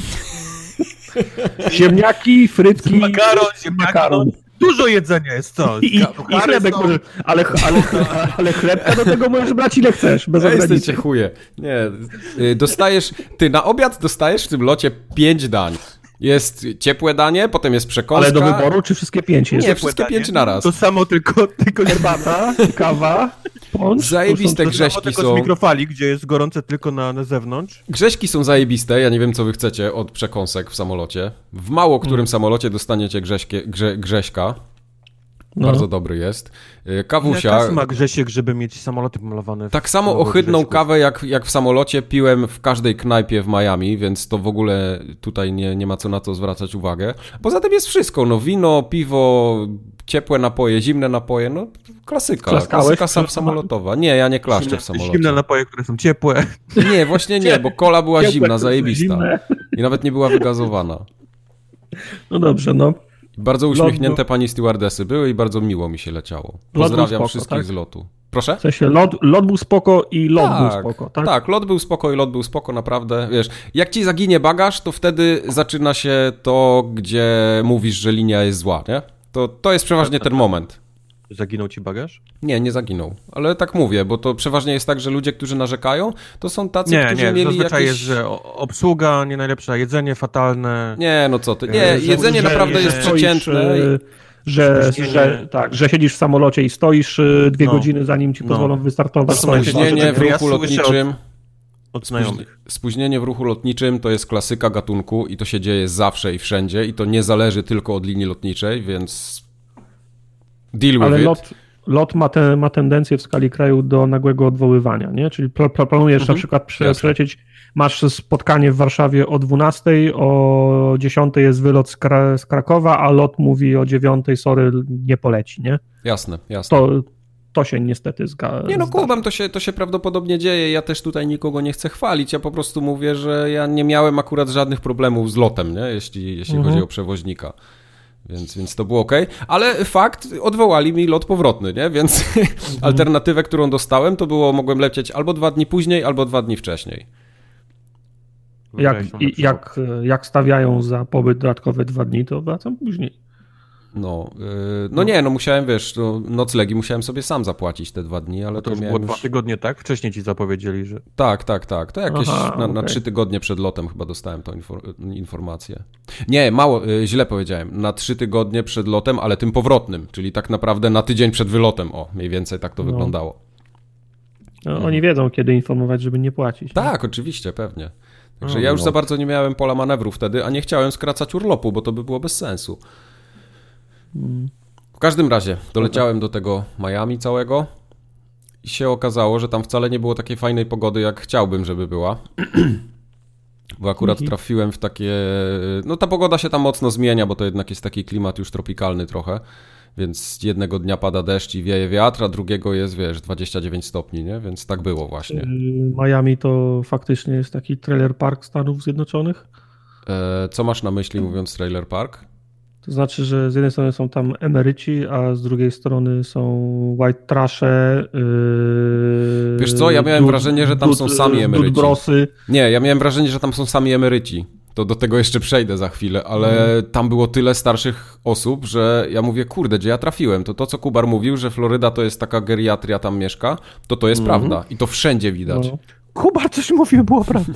Ziemniaki, frytki, makaron, makaron. Dużo jedzenia jest to. I, i chlebek są... możesz, ale, ale, ale chlebka do tego możesz brać ile chcesz, bez ograniczeń. Jesteście chuje. Nie, dostajesz, ty na obiad dostajesz w tym locie pięć dań. Jest ciepłe danie, potem jest przekąska. Ale do wyboru, czy wszystkie pięć jest? Nie, wszystkie danie? pięć naraz. To samo, tylko, tylko herbata, kawa, pącz. Zajebiste grzeszki tylko są. z mikrofali, gdzie jest gorące tylko na, na zewnątrz. Grześki są zajebiste, ja nie wiem, co wy chcecie od przekąsek w samolocie. W mało którym hmm. samolocie dostaniecie grześkie, grze, grześka. No. Bardzo dobry jest. Kawusia. Jak ma Grzesiek, żeby mieć samoloty pomalowane? Tak samo ohydną Grześków. kawę jak, jak w samolocie piłem w każdej knajpie w Miami, więc to w ogóle tutaj nie, nie ma co na to zwracać uwagę. Poza tym jest wszystko, no wino, piwo, ciepłe napoje, zimne napoje, no klasyka. Klaskałeś? Klasyka samolotowa. Nie, ja nie klaszczę w samolocie. Zimne napoje, które są ciepłe. Nie, właśnie nie, bo kola była ciepłe, zimna, zajebista. Zimne. I nawet nie była wygazowana. No dobrze, no. Bardzo uśmiechnięte pani stewardesy były i bardzo miło mi się leciało. Pozdrawiam spoko, wszystkich tak? z lotu. Proszę? W sensie lot, lot był spoko i lot tak, był spoko, tak? Tak, lot był spoko i lot był spoko, naprawdę. Wiesz, jak ci zaginie bagaż, to wtedy zaczyna się to, gdzie mówisz, że linia jest zła, nie? To, to jest przeważnie ten moment. Zaginął ci bagaż? Nie, nie zaginął. Ale tak mówię, bo to przeważnie jest tak, że ludzie, którzy narzekają, to są tacy, nie, którzy nie, mieli zazwyczaj jakieś... jest, że obsługa nie najlepsza, jedzenie fatalne. Nie, no co ty. Nie, jedzenie że, naprawdę że jest stoisz, przeciętne. Że, że, tak, że siedzisz w samolocie i stoisz dwie no. godziny, zanim ci pozwolą no. wystartować. Spóźnienie w ruchu ja lotniczym... Od znajomych. Spóźnienie w ruchu lotniczym to jest klasyka gatunku i to się dzieje zawsze i wszędzie i to nie zależy tylko od linii lotniczej, więc deal with Ale it. Lot, lot ma, te, ma tendencję w skali kraju do nagłego odwoływania, nie? Czyli planujesz mhm. na przykład prze, przelecieć, masz spotkanie w Warszawie o dwunastej, o dziesiątej jest wylot z, Kra- z Krakowa, a lot mówi o dziewiątej, sorry, nie poleci, nie? Jasne, jasne. To, to się niestety zgadza. Nie no, Kubem, to się, to się prawdopodobnie dzieje. Ja też tutaj nikogo nie chcę chwalić. Ja po prostu mówię, że ja nie miałem akurat żadnych problemów z lotem, nie? Jeśli, jeśli mhm. chodzi o przewoźnika. Więc, więc to było okej. Ale fakt, odwołali mi lot powrotny, nie? Więc mhm. alternatywę, którą dostałem, to było, mogłem lecieć albo dwa dni później, albo dwa dni wcześniej. Jak, i, jak, jak stawiają za pobyt dodatkowe dwa dni, to wracam później. No, yy, no, no nie, no musiałem, wiesz, no, noclegi musiałem sobie sam zapłacić te dwa dni, ale to, to już miałem było dwa tygodnie, tak? Wcześniej ci zapowiedzieli, że... Tak, tak, tak. To jakieś Aha, na, okay. na trzy tygodnie przed lotem chyba dostałem tą infor- informację. Nie, mało, yy, źle powiedziałem. Na trzy tygodnie przed lotem, ale tym powrotnym, czyli tak naprawdę na tydzień przed wylotem. O, mniej więcej tak to no. wyglądało. No, hmm. Oni wiedzą, kiedy informować, żeby nie płacić. Tak, nie? Oczywiście, pewnie. Także no, ja już no. za bardzo nie miałem pola manewru wtedy, a nie chciałem skracać urlopu, bo to by było bez sensu. Hmm. W każdym razie doleciałem do tego Miami całego i się okazało, że tam wcale nie było takiej fajnej pogody, jak chciałbym, żeby była. Bo akurat trafiłem w takie... No ta pogoda się tam mocno zmienia, bo to jednak jest taki klimat już tropikalny trochę, więc jednego dnia pada deszcz i wieje wiatr, a drugiego jest, wiesz, dwadzieścia dziewięć stopni, nie? Więc tak było właśnie. Miami to faktycznie jest taki trailer park Stanów Zjednoczonych? E, co masz na myśli mówiąc trailer park? To znaczy, że z jednej strony są tam emeryci, a z drugiej strony są white trashe. Yy, Wiesz co, ja miałem dud, wrażenie, że tam dud, są sami emeryci. Brosy. Nie, ja miałem wrażenie, że tam są sami emeryci. To do tego jeszcze przejdę za chwilę, ale mhm. tam było tyle starszych osób, że ja mówię, kurde, gdzie ja trafiłem? To to, co Kubar mówił, że Floryda to jest taka geriatria, tam mieszka, to to jest mhm. prawda. I to wszędzie widać. No. Kubar, coś mówił, było prawda.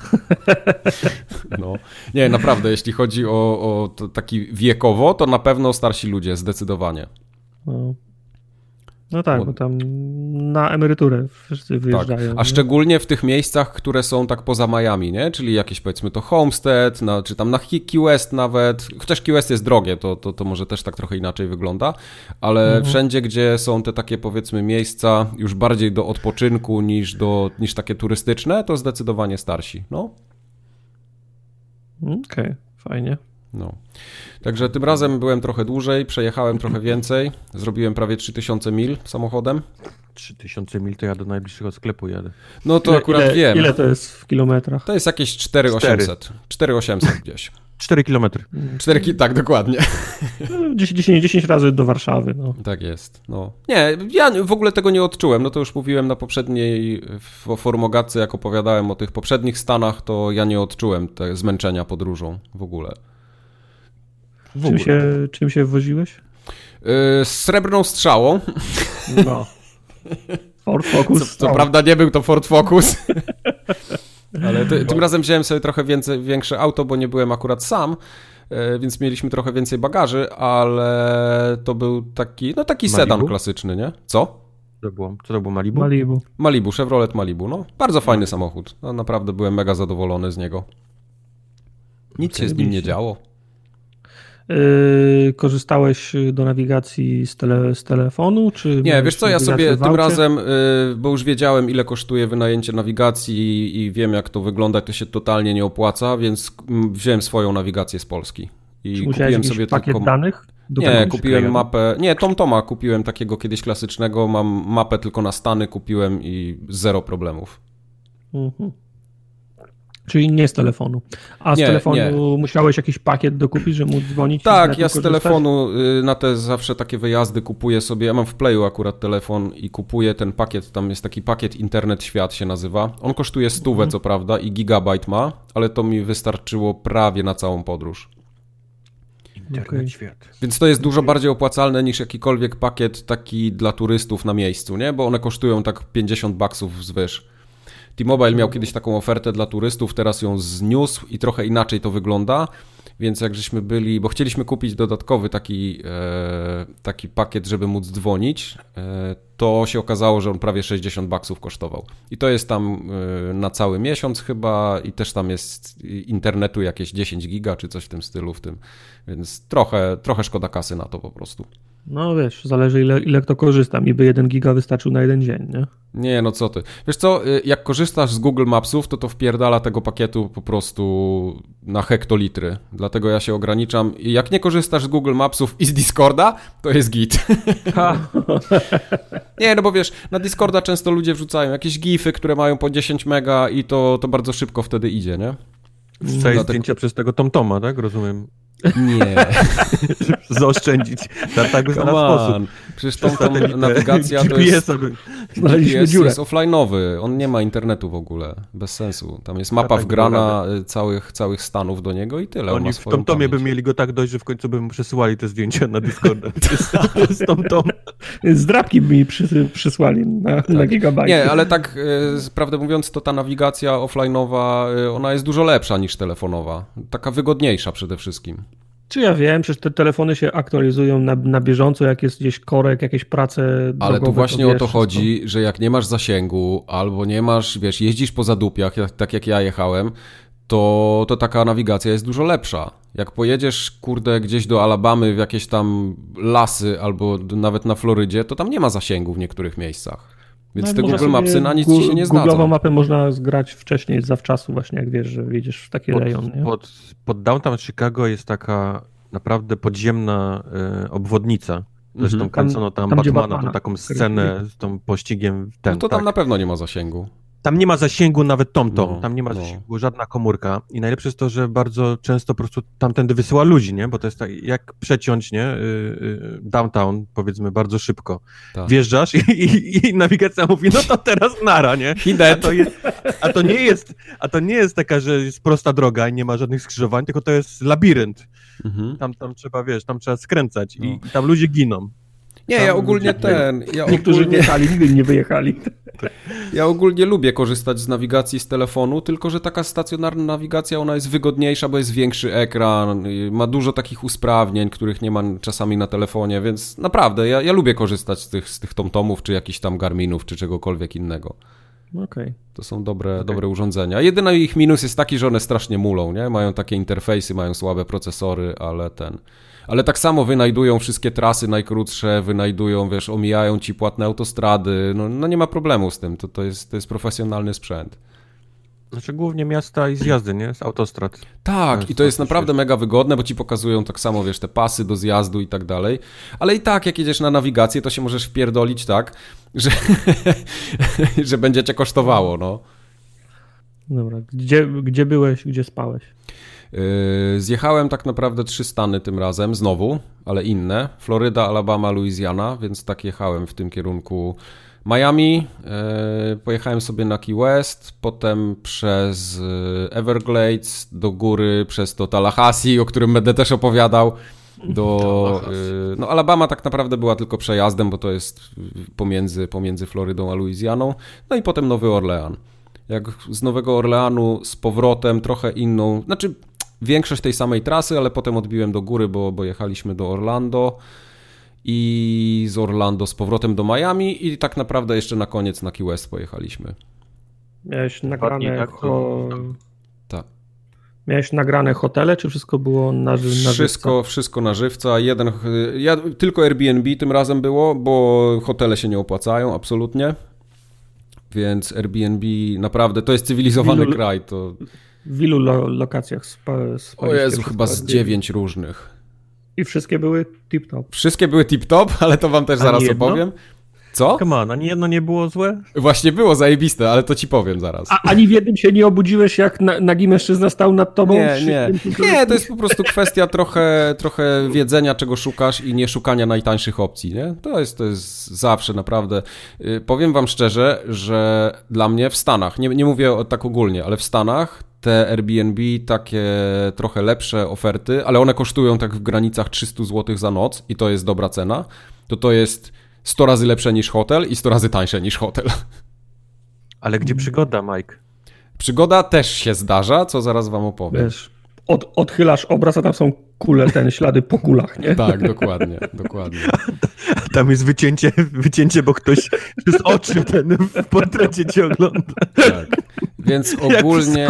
No. Nie, naprawdę, jeśli chodzi o, o to taki wiekowo, to na pewno starsi ludzie, zdecydowanie. No, no tak, bo... bo tam na emeryturę wszyscy wyjeżdżają. Tak. A nie? Szczególnie w tych miejscach, które są tak poza Miami, nie? Czyli jakieś powiedzmy to Homestead, na, czy tam na Key West nawet, chociaż Key West jest drogie, to, to, to może też tak trochę inaczej wygląda, ale mhm. wszędzie, gdzie są te takie powiedzmy miejsca już bardziej do odpoczynku niż, do, niż takie turystyczne, to zdecydowanie starsi, no. Okej, okay, fajnie. No. Także tym razem byłem trochę dłużej, przejechałem trochę więcej, zrobiłem prawie trzy tysiące mil samochodem. trzy tysiące mil to ja do najbliższego sklepu jadę. No to ile, akurat ile, wiem. Ile to jest w kilometrach? To jest jakieś cztery tysiące osiemset. cztery tysiące osiemset gdzieś. cztery kilometry. cztery, tak, dokładnie. dziesięć, dziesięć razy do Warszawy. No. Tak jest. No. Nie, ja w ogóle tego nie odczułem. No to już mówiłem na poprzedniej formogatce, jak opowiadałem o tych poprzednich stanach, to ja nie odczułem te zmęczenia podróżą w ogóle. W czym, ogóle. Się, czym się woziłeś? Yy, srebrną strzałą. No. Ford Focus. Co, co prawda nie był to Ford Focus. Ale ty, tym razem wziąłem sobie trochę więcej, większe auto, bo nie byłem akurat sam, więc mieliśmy trochę więcej bagaży, ale to był taki, no taki Malibu? Sedan klasyczny, nie? Co? Co to było? Co to było, Malibu? Malibu. Malibu, Chevrolet Malibu, no. Bardzo fajny samochód. No, naprawdę byłem mega zadowolony z niego. Nic się z nim nie działo. Yy, korzystałeś do nawigacji z, tele, z telefonu? Czy nie, wiesz co, ja sobie tym razem, yy, bo już wiedziałem, ile kosztuje wynajęcie nawigacji i, i wiem, jak to wygląda, to się totalnie nie opłaca, więc wziąłem swoją nawigację z Polski. I czy kupiłem sobie pakiet tylko... danych? Nie, kupiłem klejony? mapę, nie, TomToma kupiłem takiego kiedyś klasycznego, mam mapę tylko na Stany kupiłem i zero problemów. Mhm. Czyli nie z telefonu. A z nie, telefonu nie. musiałeś jakiś pakiet dokupić, że móc dzwonić? Tak, ja z korzystać? telefonu na te zawsze takie wyjazdy kupuję sobie. Ja mam w Playu akurat telefon i kupuję ten pakiet. Tam jest taki pakiet Internet Świat się nazywa. On kosztuje stówę mhm. co prawda i gigabajt ma, ale to mi wystarczyło prawie na całą podróż. Internet okay. Świat. Więc to jest dużo bardziej opłacalne niż jakikolwiek pakiet taki dla turystów na miejscu, nie? Bo one kosztują tak pięćdziesiąt baksów zwyż. T-Mobile miał kiedyś taką ofertę dla turystów, teraz ją zniósł i trochę inaczej to wygląda, więc jak żeśmy byli, bo chcieliśmy kupić dodatkowy taki, e, taki pakiet, żeby móc dzwonić, e, to się okazało, że on prawie sześćdziesiąt baksów kosztował. I to jest tam e, na cały miesiąc chyba i też tam jest internetu jakieś dziesięć giga czy coś w tym stylu, w tym, więc trochę, trochę szkoda kasy na to po prostu. No wiesz, zależy ile, ile kto korzysta. Mi by jeden giga wystarczył na jeden dzień, nie? Nie, no co ty. Wiesz co, jak korzystasz z Google Mapsów, to to wpierdala tego pakietu po prostu na hektolitry. Dlatego ja się ograniczam. I jak nie korzystasz z Google Mapsów i z Discorda, to jest git. Nie, no bo wiesz, na Discorda często ludzie wrzucają jakieś gify, które mają po dziesięć mega i to, to bardzo szybko wtedy idzie, nie? Wrzucaj Dlatego... zdjęcia przez tego TomToma, tak? Rozumiem. Nie. Zaoszczędzić na tak znany sposób. Przecież tą, tą nawigacja to jest, G P S jest offline'owy, on nie ma internetu w ogóle, bez sensu. Tam jest mapa wgrana całych, całych stanów do niego i tyle. Oni w TomTomie by mieli go tak dojść, że w końcu by mu przesyłali te zdjęcia na Discorda. Z TomTom. Zdrabki by mi przys- przysłali na, tak. na gigabajty. Nie, ale tak e, prawdę mówiąc, to ta nawigacja offline'owa, e, ona jest dużo lepsza niż telefonowa. Taka wygodniejsza przede wszystkim. Czy ja wiem, przecież te telefony się aktualizują na, na bieżąco, jak jest gdzieś korek, jakieś prace drogowe. Ale tu właśnie to o to chodzi, że jak nie masz zasięgu, albo nie masz, wiesz, jeździsz po zadupiach, jak, tak jak ja jechałem, to, to taka nawigacja jest dużo lepsza. Jak pojedziesz, kurde, gdzieś do Alabamy w jakieś tam lasy, albo nawet na Florydzie, to tam nie ma zasięgu w niektórych miejscach. Więc no, te Google Mapsy na nic ci się nie zdadzą. Google'ową mapę można zgrać wcześniej, zawczasu właśnie, jak wiesz, że wjedziesz w taki pod, rejon. Nie? Pod, pod downtown Chicago jest taka naprawdę podziemna y, obwodnica. Zresztą mhm. kręcono tam, tam Batmana, Batmana, tą taką scenę z tą pościgiem. Ten, no to tam tak. na pewno nie ma zasięgu. Tam nie ma zasięgu nawet TomTom, no, tam nie ma no. zasięgu żadna komórka i najlepsze jest to, że bardzo często po prostu tamtędy wysyła ludzi, nie? Bo to jest tak, jak przeciąć, nie? Downtown, powiedzmy, bardzo szybko. Tak. Wjeżdżasz i, i, i nawigacja mówi, no to teraz nara, nie? A to, jest, a to nie jest, a to nie jest taka, że jest prosta droga i nie ma żadnych skrzyżowań, tylko to jest labirynt. Mhm. Tam, tam trzeba, wiesz, tam trzeba skręcać i, no. i tam ludzie giną. Nie, ja ogólnie ten... Ja Niektórzy ogólnie... wjechali, nigdy nie wyjechali. Ja ogólnie lubię korzystać z nawigacji z telefonu, tylko że taka stacjonarna nawigacja, ona jest wygodniejsza, bo jest większy ekran, ma dużo takich usprawnień, których nie ma czasami na telefonie, więc naprawdę, ja, ja lubię korzystać z tych, z tych TomTomów, czy jakichś tam Garminów, czy czegokolwiek innego. Okay. To są dobre, okay. dobre urządzenia. Jedyny ich minus jest taki, że one strasznie mulą, nie? Mają takie interfejsy, mają słabe procesory, ale ten... Ale tak samo wynajdują wszystkie trasy najkrótsze, wynajdują, wiesz, omijają ci płatne autostrady, no, no nie ma problemu z tym, to, to, jest, to jest profesjonalny sprzęt. Znaczy głównie miasta i zjazdy, nie? Z autostrad. Tak, to i to jest naprawdę mega wygodne, bo ci pokazują tak samo, wiesz, te pasy do zjazdu i tak dalej, ale i tak, jak jedziesz na nawigację, to się możesz wpierdolić tak, że, że będzie cię kosztowało, no. Dobra, gdzie, gdzie byłeś, gdzie spałeś? Yy, zjechałem tak naprawdę trzy stany tym razem, znowu, ale inne. Floryda, Alabama, Louisiana, więc tak jechałem w tym kierunku. Miami, yy, pojechałem sobie na Key West, potem przez Everglades, do góry, przez to Tallahassee, o którym będę też opowiadał. Do, yy, no Alabama tak naprawdę była tylko przejazdem, bo to jest pomiędzy, pomiędzy Florydą a Louisianą. No i potem Nowy Orlean. Jak z Nowego Orleanu z powrotem trochę inną, znaczy większość tej samej trasy, ale potem odbiłem do góry, bo, bo jechaliśmy do Orlando i z Orlando z powrotem do Miami i tak naprawdę jeszcze na koniec na Key West pojechaliśmy. Miałeś nagrane, tak, ho... tak. Miałeś nagrane hotele, czy wszystko było na, na wszystko, żywca? Wszystko na żywca. Jeden, ja, tylko Airbnb tym razem było, bo hotele się nie opłacają, absolutnie. Więc Airbnb naprawdę, to jest cywilizowany ilu, kraj. To... W ilu lo, lokacjach spaliście? O Jezu, chyba z dziewięć różnych. I wszystkie były tip-top? Wszystkie były tip-top, ale to wam też zaraz opowiem. Co? Come on, ani jedno nie było złe? Właśnie było zajebiste, ale to ci powiem zaraz. A ani w jednym się nie obudziłeś, jak na, nagi mężczyzna stał nad tobą? Nie, nie. Nie, to jest po prostu kwestia trochę, trochę wiedzenia, czego szukasz i nie szukania najtańszych opcji, nie? To jest, to jest zawsze naprawdę. Powiem wam szczerze, że dla mnie w Stanach, nie, nie mówię tak ogólnie, ale w Stanach te Airbnb, takie trochę lepsze oferty, ale one kosztują tak w granicach trzysta złotych za noc i to jest dobra cena, to to jest sto razy lepsze niż hotel i sto razy tańsze niż hotel. Ale gdzie przygoda, Mike? Przygoda też się zdarza, co zaraz wam opowiem. Wiesz, od, odchylasz obraz, a tam są kule, ten ślady po kulach, nie? Tak, dokładnie, dokładnie. Tam jest wycięcie, wycięcie, bo ktoś przez oczy ten w portrecie cię ogląda. Tak, więc ogólnie...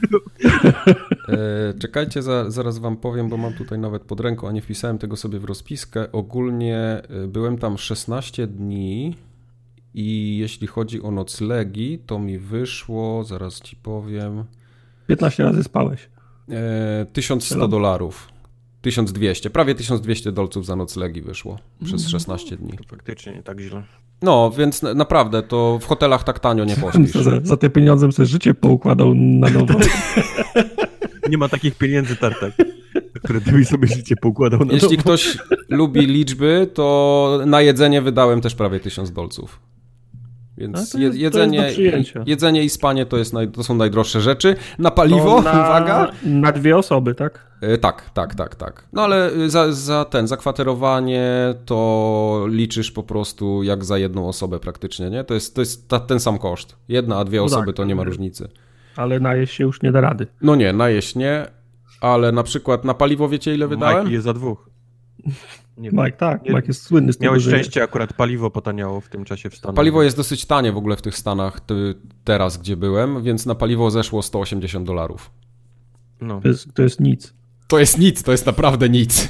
e, czekajcie, za, zaraz wam powiem, bo mam tutaj nawet pod ręką, a nie wpisałem tego sobie w rozpiskę. Ogólnie byłem tam szesnaście dni i jeśli chodzi o noclegi, to mi wyszło, zaraz ci powiem... piętnaście razy spałeś. E, tysiąc sto dolarów. tysiąc dwieście, prawie tysiąc dwieście dolców za noclegi wyszło przez szesnaście dni. To faktycznie nie tak źle. No, więc naprawdę to w hotelach tak tanio nie pośpisz. Za, za te pieniądze sobie życie poukładał na nowo. Nie ma takich pieniędzy, Tartak. Freddy mi sobie życie poukładał na Jeśli nowo. ktoś lubi liczby, to na jedzenie wydałem też prawie tysiąc dolców. Więc to jest, jedzenie, to jest jedzenie i spanie to, jest naj, to są najdroższe rzeczy. Na paliwo, na, uwaga. Na dwie osoby, tak? E, tak, tak, tak, tak. No ale za, za ten, zakwaterowanie to liczysz po prostu jak za jedną osobę praktycznie, nie? To jest, to jest ta, ten sam koszt. Jedna, a dwie No osoby tak, to nie ma różnicy. Ale najeść się już nie da rady. No nie, najeść nie, ale na przykład na paliwo wiecie ile wydałem? Mike jest za dwóch. Nie Mike, tak, nie, Mike jest słynny z tego, miałeś że... szczęście, akurat paliwo potaniało w tym czasie w Stanach. Paliwo jest dosyć tanie w ogóle w tych Stanach ty, teraz, gdzie byłem, więc na paliwo zeszło sto osiemdziesiąt dolarów. No. To jest, to jest nic. To jest nic, to jest naprawdę nic.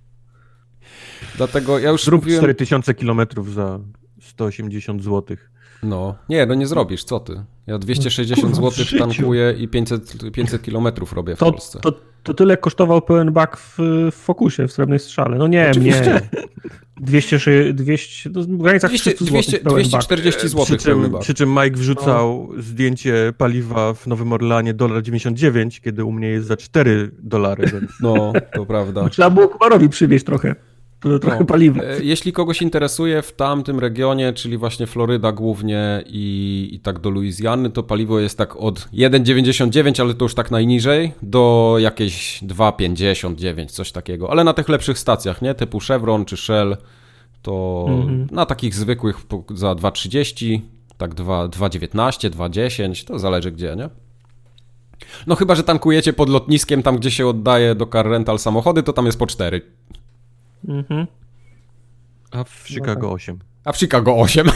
Dlatego ja już Zrób mówiłem... cztery tysiące kilometrów za sto osiemdziesiąt złotych. No, nie, no nie zrobisz, co ty? Ja dwieście sześćdziesiąt złotych tankuję i pięćset, pięćset kilometrów robię w to, Polsce. To, to tyle kosztował pełen bak w, w Focusie, w Srebrnej Strzale. No nie, nie. dwieście, dwieście, to w granicach dwieście, trzysta dwieście, złotych pełen dwieście czterdzieści bak. złotych Przy czym, pełny bak. przy czym Mike wrzucał no. zdjęcie paliwa w Nowym Orleanie dolar dziewięćdziesiąt dziewięć, kiedy u mnie jest za cztery dolary. Więc... No, to prawda. Trzeba było Kubarowi przywieźć trochę. Trochę no. paliwa. Jeśli kogoś interesuje w tamtym regionie, czyli właśnie Floryda głównie i, i tak do Luizjany, to paliwo jest tak od jeden dziewięćdziesiąt dziewięć, ale to już tak najniżej, do jakieś dwa pięćdziesiąt dziewięć, coś takiego. Ale na tych lepszych stacjach, nie? Typu Chevron czy Shell, to mm-hmm. na takich zwykłych za dwa trzydzieści, tak dwa dziewiętnaście, dwa dziesięć, to zależy gdzie, nie? No chyba, że tankujecie pod lotniskiem, tam gdzie się oddaje do car rental samochody, to tam jest po cztery. Mhm. A w Chicago osiem. A w Chicago osiem.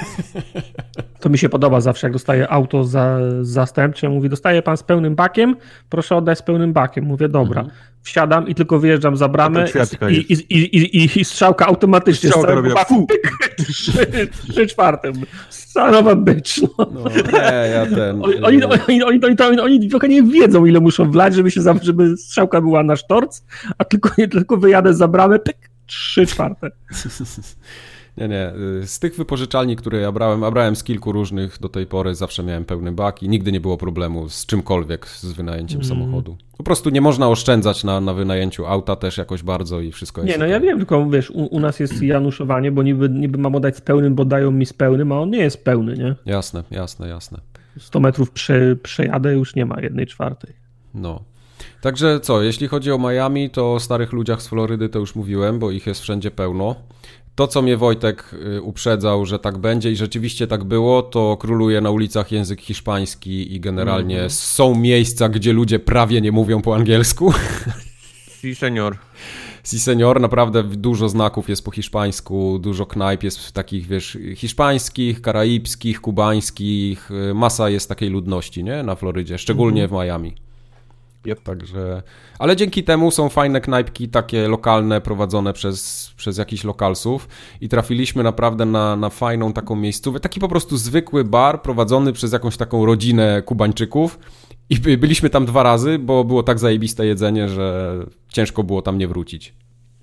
To mi się podoba zawsze, jak dostaję auto za, zastępcze, mówi, dostaje pan z pełnym bakiem, proszę oddać z pełnym bakiem. Mówię, dobra. Mhm. Wsiadam i tylko wyjeżdżam za bramę i, i, i, i, i, i strzałka automatycznie. Strzałka robię, baku, trzy, trzy czwarte. Stanowa bycz. No. No, nie, ja ten... Oni, oni, oni, oni, oni, oni, oni trochę nie wiedzą, ile muszą wlać, żeby, się, żeby strzałka była na sztorc, a tylko, tylko wyjadę za bramę, pyk, trzy czwarte. Nie, nie. Z tych wypożyczalni, które ja brałem, a brałem z kilku różnych do tej pory, zawsze miałem pełny bak i nigdy nie było problemu z czymkolwiek, z wynajęciem mm. samochodu. Po prostu nie można oszczędzać na, na wynajęciu auta też jakoś bardzo i wszystko jest... Nie, no okay. ja wiem, tylko wiesz, u, u nas jest januszowanie, bo niby, niby mam oddać z pełnym, bo dają mi z pełnym, a on nie jest pełny, nie? Jasne, jasne, jasne. sto metrów prze, przejadę, już nie ma jednej czwartej. No. Także co, jeśli chodzi o Miami, to o starych ludziach z Florydy to już mówiłem, bo ich jest wszędzie pełno. To, co mnie Wojtek uprzedzał, że tak będzie i rzeczywiście tak było, to króluje na ulicach język hiszpański i generalnie mm. są miejsca, gdzie ludzie prawie nie mówią po angielsku. Si, senior. Si, senior. Naprawdę dużo znaków jest po hiszpańsku, dużo knajp jest takich, wiesz, hiszpańskich, karaibskich, kubańskich. Masa jest takiej ludności, nie? Na Florydzie, szczególnie mm. w Miami. Yep. Także, ale dzięki temu są fajne knajpki takie lokalne, prowadzone przez, przez jakichś lokalsów i trafiliśmy naprawdę na, na fajną taką miejscówkę, taki po prostu zwykły bar prowadzony przez jakąś taką rodzinę Kubańczyków i by, byliśmy tam dwa razy, bo było tak zajebiste jedzenie, że ciężko było tam nie wrócić.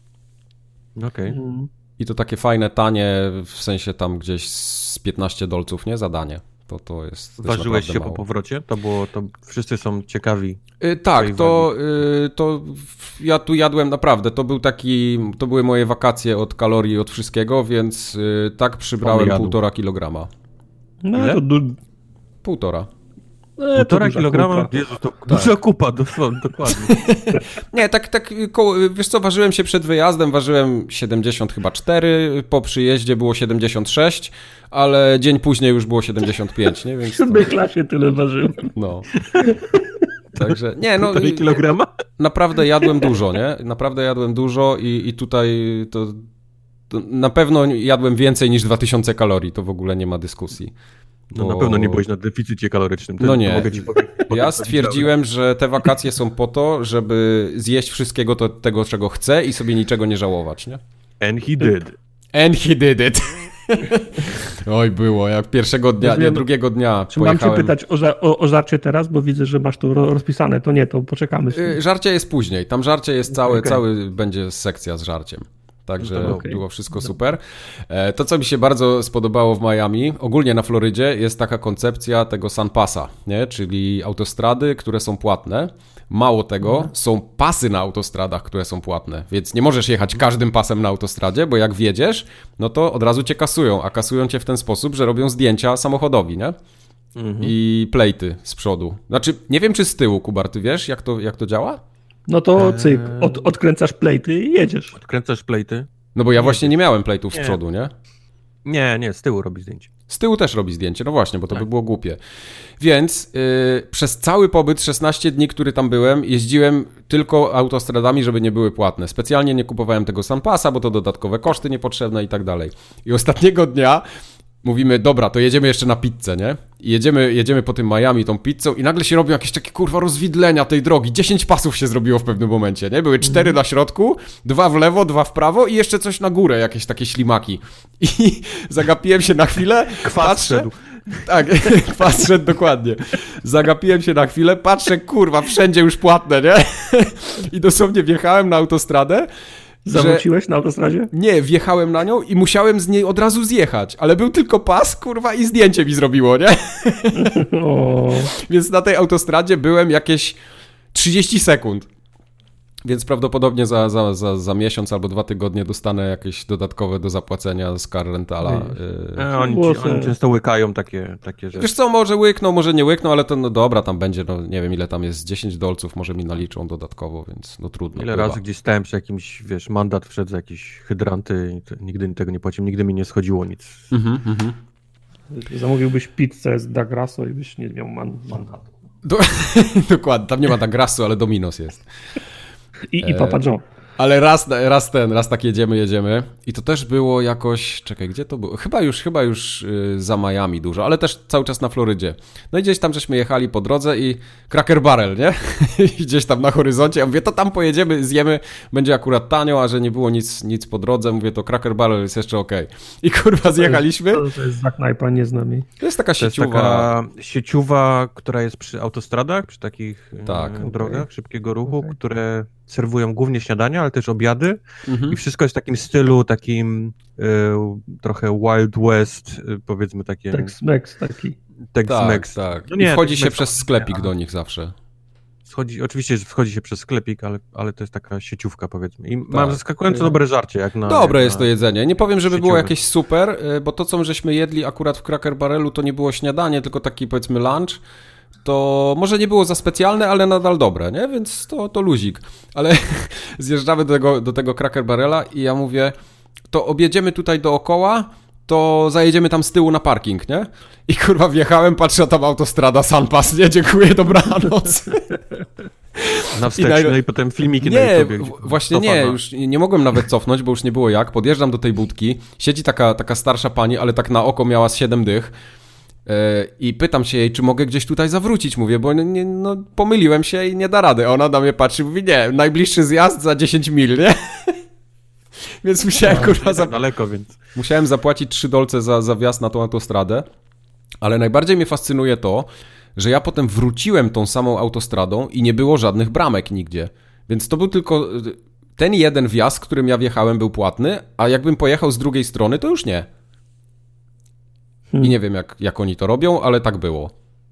Okej. Okay. I to takie fajne, tanie, w sensie tam gdzieś z piętnaście dolców, nie? Za danie. To, to jest, to Ważyłeś jest się mało. Po powrocie? To było, to wszyscy są ciekawi. Yy, tak, to, yy, to ja tu jadłem naprawdę, to był taki, to były moje wakacje od kalorii, od wszystkiego, więc yy, tak przybrałem półtora kilograma. No Ile? to du- Półtora. E, Półtora kilograma? Jezu, to tak. Duża kupa, dosłownie, dokładnie. Nie, tak, tak, koło, wiesz co, ważyłem się przed wyjazdem, ważyłem siedemdziesiąt chyba cztery, po przyjeździe było siedemdziesiąt sześć, ale dzień później już było siedemdziesiąt pięć, nie? Więc w siódmej to... klasie tyle ważyłem. No. Także, nie, no... Półtorej kilograma? Naprawdę jadłem dużo, nie? Naprawdę jadłem dużo i, i tutaj to, to na pewno jadłem więcej niż dwa tysiące kalorii, to w ogóle nie ma dyskusji. No bo... na pewno nie byłeś na deficycie kalorycznym. To, no nie. To mogę ci powiedzieć. Ja stwierdziłem, że te wakacje są po to, żeby zjeść wszystkiego to, tego, czego chcę i sobie niczego nie żałować, nie? And he did. And he did it. Oj, było, jak pierwszego dnia, nie, drugiego dnia Czy pojechałem... mam cię pytać o, ża- o, o żarcie teraz, bo widzę, że masz to rozpisane, to nie, to poczekamy. Yy, żarcie jest później, tam żarcie jest całe, okay. cały będzie sekcja z żarciem. Także no okay. było wszystko super. To, co mi się bardzo spodobało w Miami, ogólnie na Florydzie, jest taka koncepcja tego Sun Passa, nie? Czyli autostrady, które są płatne, Mało tego, są pasy na autostradach, które są płatne, więc nie możesz jechać każdym pasem na autostradzie, bo jak wjedziesz, no to od razu cię kasują, a kasują cię w ten sposób, że robią zdjęcia samochodowi, nie? Mhm. I plejty z przodu. Znaczy, nie wiem czy z tyłu, Kubar, ty wiesz jak to, jak to działa? No to cyk, od, odkręcasz plejty i jedziesz. Odkręcasz plejty? No bo ja nie właśnie nie miałem plejtów z przodu, nie? Nie, nie, z tyłu robi zdjęcie. Z tyłu też robi zdjęcie, no właśnie, bo to tak by było głupie. Więc yy, przez cały pobyt, szesnaście dni, który tam byłem, jeździłem tylko autostradami, żeby nie były płatne. Specjalnie nie kupowałem tego SunPassa, bo to dodatkowe koszty niepotrzebne i tak dalej. I ostatniego dnia mówimy, dobra, to jedziemy jeszcze na pizzę, nie? I jedziemy, jedziemy po tym Miami tą pizzą i nagle się robią jakieś takie, kurwa, rozwidlenia tej drogi. dziesięć pasów się zrobiło w pewnym momencie, nie? Były cztery mm. na środku, dwa w lewo, dwa w prawo i jeszcze coś na górę, jakieś takie ślimaki. I zagapiłem się na chwilę, Kwas patrzę... szedł. Tak, kwas szedł dokładnie. Zagapiłem się na chwilę, patrzę, kurwa, wszędzie już płatne, nie? I dosłownie wjechałem na autostradę. Zawróciłeś na autostradzie? Nie, wjechałem na nią i musiałem z niej od razu zjechać, ale był tylko pas, kurwa, i zdjęcie mi zrobiło, nie? O. Więc na tej autostradzie byłem jakieś trzydzieści sekund. Więc prawdopodobnie za, za, za, za miesiąc albo dwa tygodnie dostanę jakieś dodatkowe do zapłacenia z car rentala. Yy. Oni, ci, oni często łykają takie, takie rzeczy. Wiesz co, może łykną, może nie łykną, ale to no dobra, tam będzie, no nie wiem ile tam jest, dziesięć dolców może mi naliczą dodatkowo, więc no trudno. Ile bywa. Razy gdzieś stałem przy jakimś, wiesz, mandat wszedł za jakieś hydranty i to, nigdy tego nie płaciłem, nigdy mi nie schodziło nic. Mhm, mhm. Zamówiłbyś pizzę z Da Grasso i byś nie miał man, mandatu. Do, dokładnie, tam nie ma Da Grasso, ale Domino's jest. I, i Papa John. Ale raz, raz ten, raz tak jedziemy, jedziemy i to też było jakoś, czekaj, gdzie to było? Chyba już, chyba już yy, za Miami dużo, ale też cały czas na Florydzie. No i gdzieś tam żeśmy jechali po drodze i Cracker Barrel, nie? I gdzieś tam na horyzoncie, ja mówię, to tam pojedziemy, zjemy, będzie akurat tanio, a że nie było nic, nic po drodze, mówię, to Cracker Barrel jest jeszcze okej. Okay. I kurwa zjechaliśmy. To jest, to jest za knajpa, nie z nami. To jest taka to sieciowa. Jest taka sieciowa, która jest przy autostradach, przy takich tak, drogach okay. szybkiego ruchu, okay. które serwują głównie śniadania, ale też obiady mhm. i wszystko jest w takim stylu, takim y, trochę Wild West, y, powiedzmy takie... Tex-Mex taki. Tex-Mex. Tak, tak. No nie, I wchodzi się przez sklepik nie, do nich zawsze. Schodzi, oczywiście wchodzi się przez sklepik, ale, ale to jest taka sieciówka, powiedzmy. I tak. Mam zaskakująco dobre żarcie. Jak na, Dobre jak jest na to jedzenie. Nie powiem, żeby sieciowy. było jakieś super, bo to, co żeśmy jedli akurat w Cracker Barrelu, to nie było śniadanie, tylko taki, powiedzmy, lunch. To może nie było za specjalne, ale nadal dobre, nie? Więc to, to luzik. Ale zjeżdżamy do tego, do tego Cracker Barrela i ja mówię, to objedziemy tutaj dookoła, to zajedziemy tam z tyłu na parking, nie? I kurwa wjechałem, patrzę, tam autostrada, SunPass, nie? Dziękuję, dobranoc. Na wsteczny i, naj... i potem filmiki nie, na YouTubie. Właśnie nie, już nie mogłem nawet cofnąć, bo już nie było jak. Podjeżdżam do tej budki, siedzi taka, taka starsza pani, ale tak na oko miała z siedem dych. I pytam się jej, czy mogę gdzieś tutaj zawrócić, mówię, bo nie, no, pomyliłem się i nie da rady. Ona na mnie patrzy, mówi, nie, najbliższy zjazd za dziesięć mil, nie? Więc musiałem, no, kurwa, za... daleko, więc... musiałem zapłacić trzy dolce za, za wjazd na tą autostradę, ale najbardziej mnie fascynuje to, że ja potem wróciłem tą samą autostradą i nie było żadnych bramek nigdzie. Więc to był tylko ten jeden wjazd, którym ja wjechałem, był płatny, a jakbym pojechał z drugiej strony, to już nie. Hmm. I nie wiem, jak, jak oni to robią, ale tak było.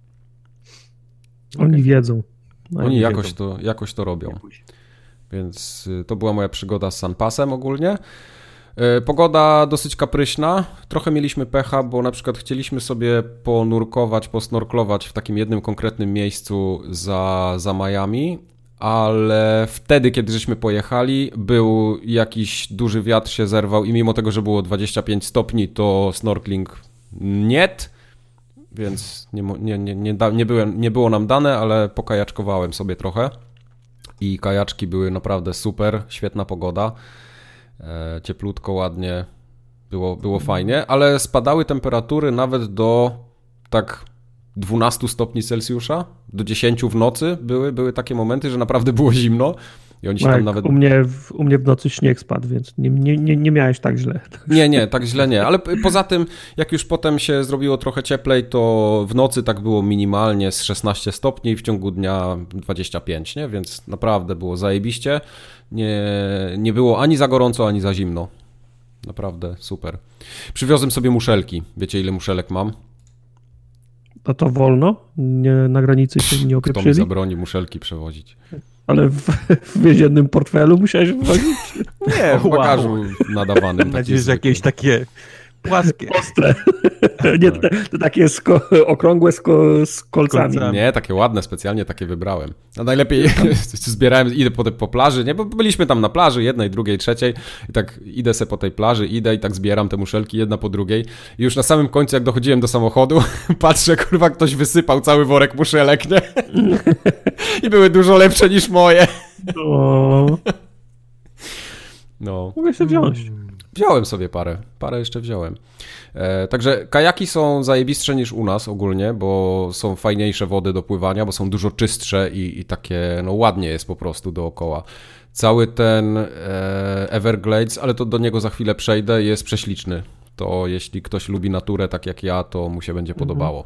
Oni okay. wiedzą. Oni, oni jakoś, wiedzą. To, jakoś to robią. Jakoś. Więc to była moja przygoda z SunPassem ogólnie. Pogoda dosyć kapryśna. Trochę mieliśmy pecha, bo na przykład chcieliśmy sobie ponurkować, posnorklować w takim jednym konkretnym miejscu za, za Miami, ale wtedy, kiedy żeśmy pojechali, był jakiś duży wiatr, się zerwał i mimo tego, że było dwadzieścia pięć stopni, to snorkling nie, więc nie, nie, nie, nie, nie, byłem, nie było nam dane, ale pokajaczkowałem sobie trochę i kajaczki były naprawdę super, świetna pogoda, e, cieplutko, ładnie, było, było fajnie, ale spadały temperatury nawet do tak dwanaście stopni Celsjusza, do dziesięć w nocy były, były takie momenty, że naprawdę było zimno. I oni się Marek, tam nawet... u, mnie w, u mnie w nocy śnieg spadł, więc nie, nie, nie, nie miałeś tak źle. Nie, nie, tak źle nie, ale poza tym, jak już potem się zrobiło trochę cieplej, to w nocy tak było minimalnie z szesnaście stopni, w ciągu dnia dwadzieścia pięć, nie? Więc naprawdę było zajebiście. Nie, nie było ani za gorąco, ani za zimno. Naprawdę super. Przywiozłem sobie muszelki. Wiecie, ile muszelek mam? A to wolno? Nie, na granicy się nie opieprzyli? Kto mi zabroni muszelki przewozić? Ale w, w więziennym portfelu musiałeś wozić? Nie, w bagażu wow. nadawanym. Mam nadzieję, że jakieś takie płaskie. Ostre. Nie, te, te takie sko- okrągłe z, ko- z kolcami. kolcami. Nie, takie ładne, specjalnie takie wybrałem. No najlepiej zbierałem, idę po, po plaży, nie, bo byliśmy tam na plaży, jednej, drugiej, trzeciej i tak idę se po tej plaży, idę i tak zbieram te muszelki jedna po drugiej i już na samym końcu, jak dochodziłem do samochodu, patrzę, kurwa, ktoś wysypał cały worek muszelek, nie? I były dużo lepsze niż moje. O. No. Mogę się wziąć. Wziąłem sobie parę, parę jeszcze wziąłem. E, także kajaki są zajebistsze niż u nas ogólnie, bo są fajniejsze wody do pływania, bo są dużo czystsze i, i takie, no ładnie jest po prostu dookoła. Cały ten e, Everglades, ale to do niego za chwilę przejdę, jest prześliczny. To jeśli ktoś lubi naturę tak jak ja, to mu się będzie mhm. podobało.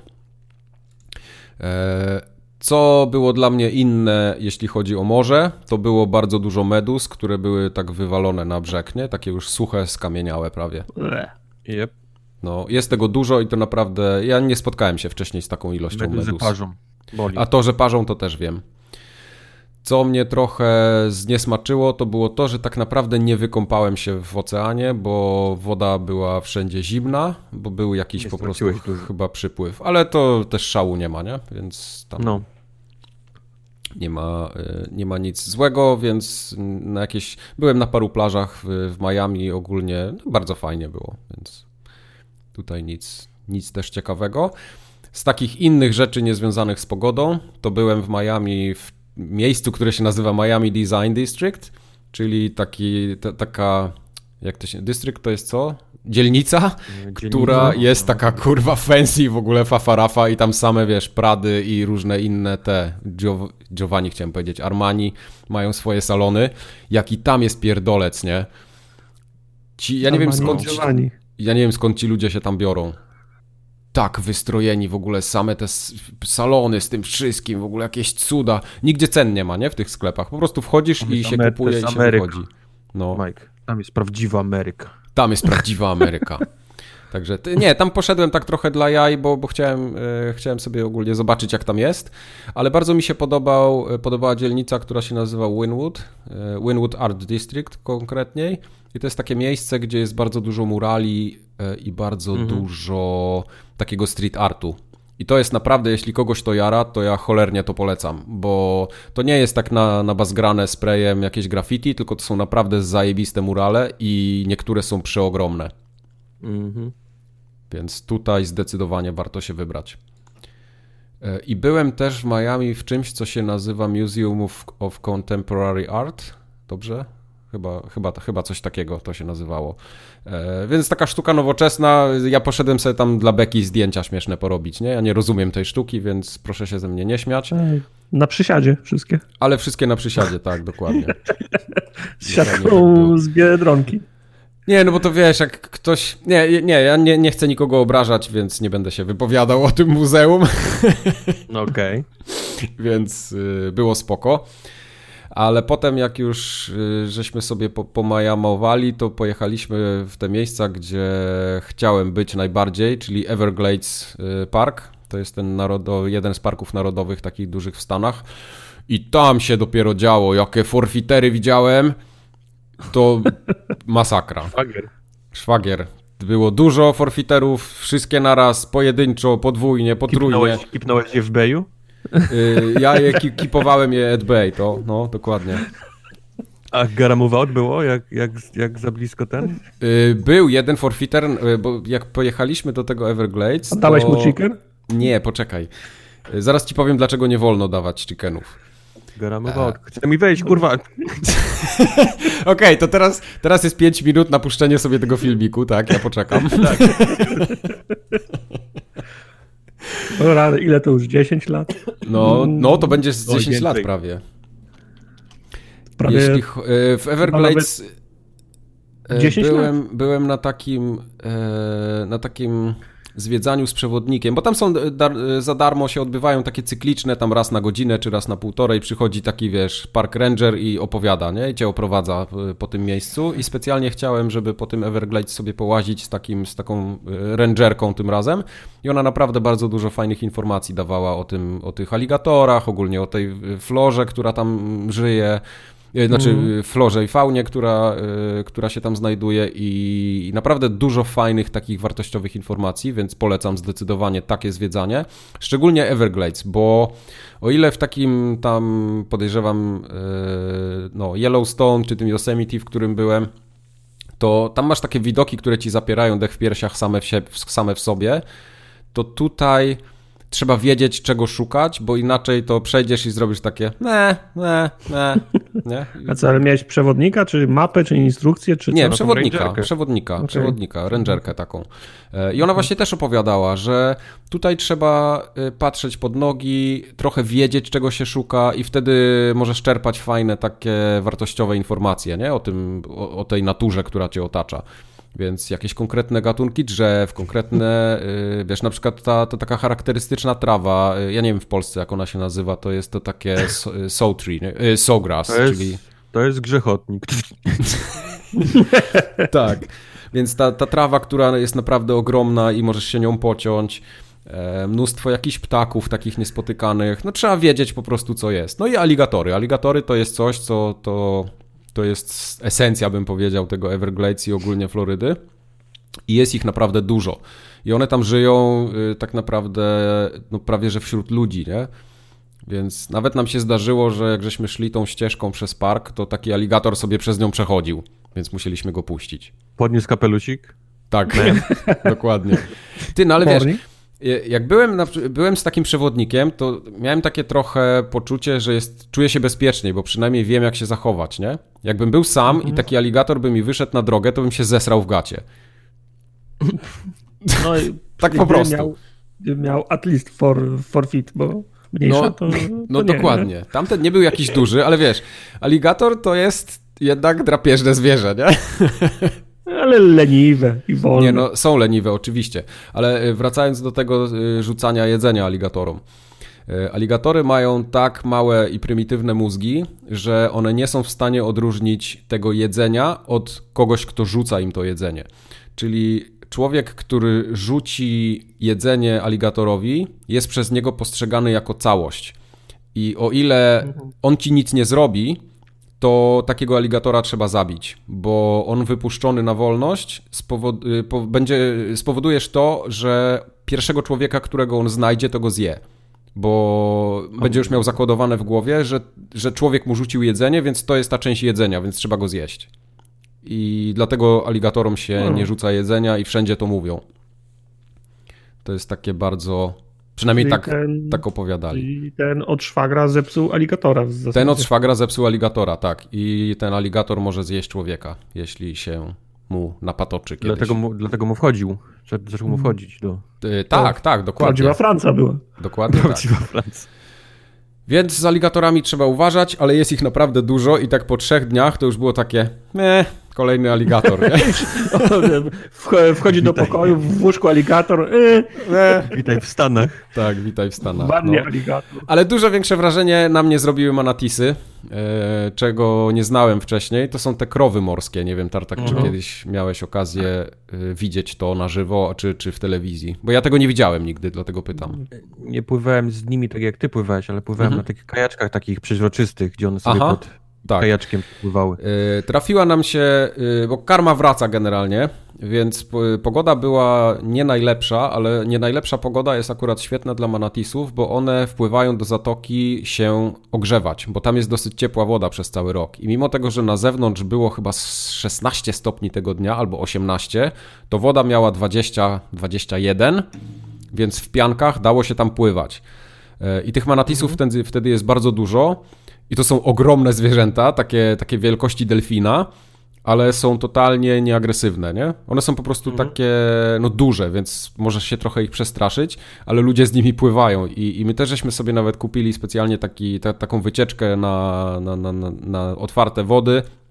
E, Co było dla mnie inne, jeśli chodzi o morze, to było bardzo dużo meduz, które były tak wywalone na brzeg, nie? Takie już suche, skamieniałe prawie. Yep. No, jest tego dużo i to naprawdę... Ja nie spotkałem się wcześniej z taką ilością Meduzy meduz. parzą. Boli. A to, że parzą, to też wiem. Co mnie trochę zniesmaczyło, to było to, że tak naprawdę nie wykąpałem się w oceanie, bo woda była wszędzie zimna, bo był jakiś nie po prostu dużo. chyba przypływ. Ale to też szału nie ma, nie? Więc tam... No. Nie ma, nie ma nic złego, więc na jakieś... Byłem na paru plażach w, w Miami ogólnie, no bardzo fajnie było, więc tutaj nic, nic też ciekawego. Z takich innych rzeczy niezwiązanych z pogodą, to byłem w Miami w miejscu, które się nazywa Miami Design District, czyli taki, ta, taka... Jak to się... District to jest co? Dzielnica, Dzielnica, która jest taka kurwa fancy w ogóle fafarafa i tam same, wiesz, Prady i różne inne te, Gio, Giovanni chciałem powiedzieć, Armani mają swoje salony. Jaki tam jest pierdolec, nie? Ci, ja nie Armani, wiem skąd ci, ja nie wiem skąd ci ludzie się tam biorą. Tak wystrojeni w ogóle, same te salony z tym wszystkim, w ogóle jakieś cuda. Nigdzie cen nie ma, nie? W tych sklepach. Po prostu wchodzisz tam i się Amery- kupuje i się Ameryka. wychodzi. No. Mike, tam jest prawdziwa Ameryka. Tam jest prawdziwa Ameryka. Także nie, tam poszedłem tak trochę dla jaj, bo, bo chciałem, e, chciałem sobie ogólnie zobaczyć, jak tam jest, ale bardzo mi się podobał, podobała dzielnica, która się nazywa Wynwood, e, Wynwood Art District konkretniej i to jest takie miejsce, gdzie jest bardzo dużo murali e, i bardzo mhm. dużo takiego street artu. I to jest naprawdę, jeśli kogoś to jara, to ja cholernie to polecam, bo to nie jest tak na, na bazgrane sprayem jakieś graffiti, tylko to są naprawdę zajebiste murale i niektóre są przeogromne. Mhm. Więc tutaj zdecydowanie warto się wybrać. I byłem też w Miami w czymś, co się nazywa Museum of, of Contemporary Art. Dobrze? Chyba, chyba, chyba coś takiego to się nazywało. E, więc taka sztuka nowoczesna, ja poszedłem sobie tam dla beki zdjęcia śmieszne porobić, nie? Ja nie rozumiem tej sztuki, więc proszę się ze mnie nie śmiać. Na przysiadzie wszystkie. Ale wszystkie na przysiadzie, tak, dokładnie. Z siatką z Biedronki. Nie, no bo to wiesz, jak ktoś... Nie, nie, ja nie, nie chcę nikogo obrażać, więc nie będę się wypowiadał o tym muzeum. Okej. Okay. Więc y, było spoko. Ale potem jak już y, żeśmy sobie po, pomajamowali, to pojechaliśmy w te miejsca, gdzie chciałem być najbardziej, czyli Everglades y, Park. To jest ten narodowy, jeden z parków narodowych takich dużych w Stanach. I tam się dopiero działo. Jakie forfitery widziałem, to masakra. Szwagier. Szwagier. Było dużo forfiterów, wszystkie naraz, pojedynczo, podwójnie, potrójnie. Kipnąłeś, kipnąłeś je w Bayu? Ja je kipowałem je at Bay, to no, dokładnie. A Garamowa było? Jak, jak, jak za blisko ten? Był jeden forfiter, bo jak pojechaliśmy do tego Everglades... A dałeś to... mu chicken? Nie, poczekaj. Zaraz ci powiem, dlaczego nie wolno dawać chickenów. Garamowa, e... chce mi wejść, kurwa. Okej, okay, to teraz, teraz jest pięć minut na puszczenie sobie tego filmiku, tak? Ja poczekam. Tak. Dobra, ile to już? dziesięć lat? No, no to będzie z dziesięć lat prawie. prawie. Jeśli w Everglades dziesięć byłem, lat? byłem na takim na takim zwiedzaniu z przewodnikiem, bo tam są dar- za darmo się odbywają takie cykliczne, tam raz na godzinę czy raz na półtorej przychodzi taki, wiesz, park ranger i opowiada, nie? I cię oprowadza po tym miejscu i specjalnie chciałem, żeby po tym Everglades sobie połazić z takim, z taką rangerką tym razem i ona naprawdę bardzo dużo fajnych informacji dawała o tym, o tych aligatorach, ogólnie o tej florze, która tam żyje, znaczy mm. florze i faunie, która, która się tam znajduje i naprawdę dużo fajnych takich wartościowych informacji, więc polecam zdecydowanie takie zwiedzanie, szczególnie Everglades, bo o ile w takim tam podejrzewam no Yellowstone czy tym Yosemite, w którym byłem, to tam masz takie widoki, które ci zapierają dech w piersiach same w, sie- same w sobie, to tutaj trzeba wiedzieć, czego szukać, bo inaczej to przejdziesz i zrobisz takie ne, ne, ne, nie? A co, ale miałeś przewodnika, czy mapę, czy instrukcję, czy Nie, co? przewodnika, przewodnika, okay. przewodnika, rangerkę taką. I ona właśnie też opowiadała, że tutaj trzeba patrzeć pod nogi, trochę wiedzieć, czego się szuka i wtedy możesz czerpać fajne takie wartościowe informacje, nie? O tym, o, o tej naturze, która cię otacza. Więc jakieś konkretne gatunki drzew, konkretne, wiesz, na przykład ta, ta taka charakterystyczna trawa, ja nie wiem w Polsce jak ona się nazywa, to jest to takie sow tree, sawgrass, to jest, czyli... To jest grzechotnik. Tak, więc ta, ta trawa, która jest naprawdę ogromna i możesz się nią pociąć, mnóstwo jakichś ptaków takich niespotykanych, no trzeba wiedzieć po prostu co jest. No i aligatory, aligatory to jest coś, co to... To jest esencja, bym powiedział, tego Everglades i ogólnie Florydy. I jest ich naprawdę dużo. I one tam żyją y, tak naprawdę no, prawie że wśród ludzi, nie? Więc nawet nam się zdarzyło, że jak żeśmy szli tą ścieżką przez park, to taki aligator sobie przez nią przechodził, więc musieliśmy go puścić. Podniósł kapelusik? Tak, dokładnie. Ty, no ale wiesz... Jak byłem, na, byłem z takim przewodnikiem, to miałem takie trochę poczucie, że jest, czuję się bezpieczniej, bo przynajmniej wiem, jak się zachować, nie? Jakbym był sam mhm. i taki aligator by mi wyszedł na drogę, to bym się zesrał w gacie. No i tak po prostu. Miał, miał at least four, four feet, bo mniejsza no, to, to No nie, dokładnie. Nie? Tamten nie był jakiś duży, ale wiesz, aligator to jest jednak drapieżne zwierzę, nie? Ale leniwe i wolne. Nie, no są leniwe oczywiście, ale wracając do tego rzucania jedzenia aligatorom. Aligatory mają tak małe i prymitywne mózgi, że one nie są w stanie odróżnić tego jedzenia od kogoś, kto rzuca im to jedzenie. Czyli człowiek, który rzuci jedzenie aligatorowi, jest przez niego postrzegany jako całość. I o ile on ci nic nie zrobi, to takiego aligatora trzeba zabić, bo on wypuszczony na wolność spowod- po- będzie, spowodujesz to, że pierwszego człowieka, którego on znajdzie, to go zje. Bo będzie już miał zakodowane w głowie, że, że człowiek mu rzucił jedzenie, więc to jest ta część jedzenia, więc trzeba go zjeść. I dlatego aligatorom się nie rzuca jedzenia i wszędzie to mówią. To jest takie bardzo... Przynajmniej tak, ten, tak opowiadali. I ten od szwagra zepsuł aligatora. Ten od szwagra zepsuł aligatora, tak. I ten aligator może zjeść człowieka, jeśli się mu napatoczy kiedyś. Dlatego mu, dlatego mu wchodził. Zaczął mu wchodzić do... Yy, tak, tak, dokładnie. Prawdziwa Franca była. Dokładnie Prawdziwa tak. Franca. Więc z aligatorami trzeba uważać, ale jest ich naprawdę dużo i tak po trzech dniach to już było takie... Meh, kolejny aligator, nie? Wchodzi do pokoju, w łóżku aligator. Yy. Witaj w Stanach. Tak, witaj w Stanach. Ładnie no. aligator. Ale dużo większe wrażenie na mnie zrobiły manatisy, e, czego nie znałem wcześniej. To są te krowy morskie. Nie wiem, Tartak, mhm. czy kiedyś miałeś okazję e, widzieć to na żywo, czy, czy w telewizji? Bo ja tego nie widziałem nigdy, dlatego pytam. Nie pływałem z nimi tak jak ty pływałeś, ale pływałem mhm. na takich kajaczkach takich przeźroczystych, gdzie one sobie Aha. pod... Tak. Kajaczkiem pływały. Trafiła nam się, bo karma wraca generalnie, więc pogoda była nie najlepsza, ale nie najlepsza pogoda jest akurat świetna dla manatisów, bo one wpływają do zatoki się ogrzewać, bo tam jest dosyć ciepła woda przez cały rok. I mimo tego, że na zewnątrz było chyba szesnaście stopni tego dnia albo osiemnaście, to woda miała dwadzieścia dwadzieścia jeden, więc w piankach dało się tam pływać. I tych manatisów mhm. wtedy, wtedy jest bardzo dużo. I to są ogromne zwierzęta, takie, takie wielkości delfina, ale są totalnie nieagresywne, nie? One są po prostu mhm. takie, no duże, więc możesz się trochę ich przestraszyć, ale ludzie z nimi pływają i, i my też żeśmy sobie nawet kupili specjalnie taki, ta, taką wycieczkę na, na, na, na otwarte wody,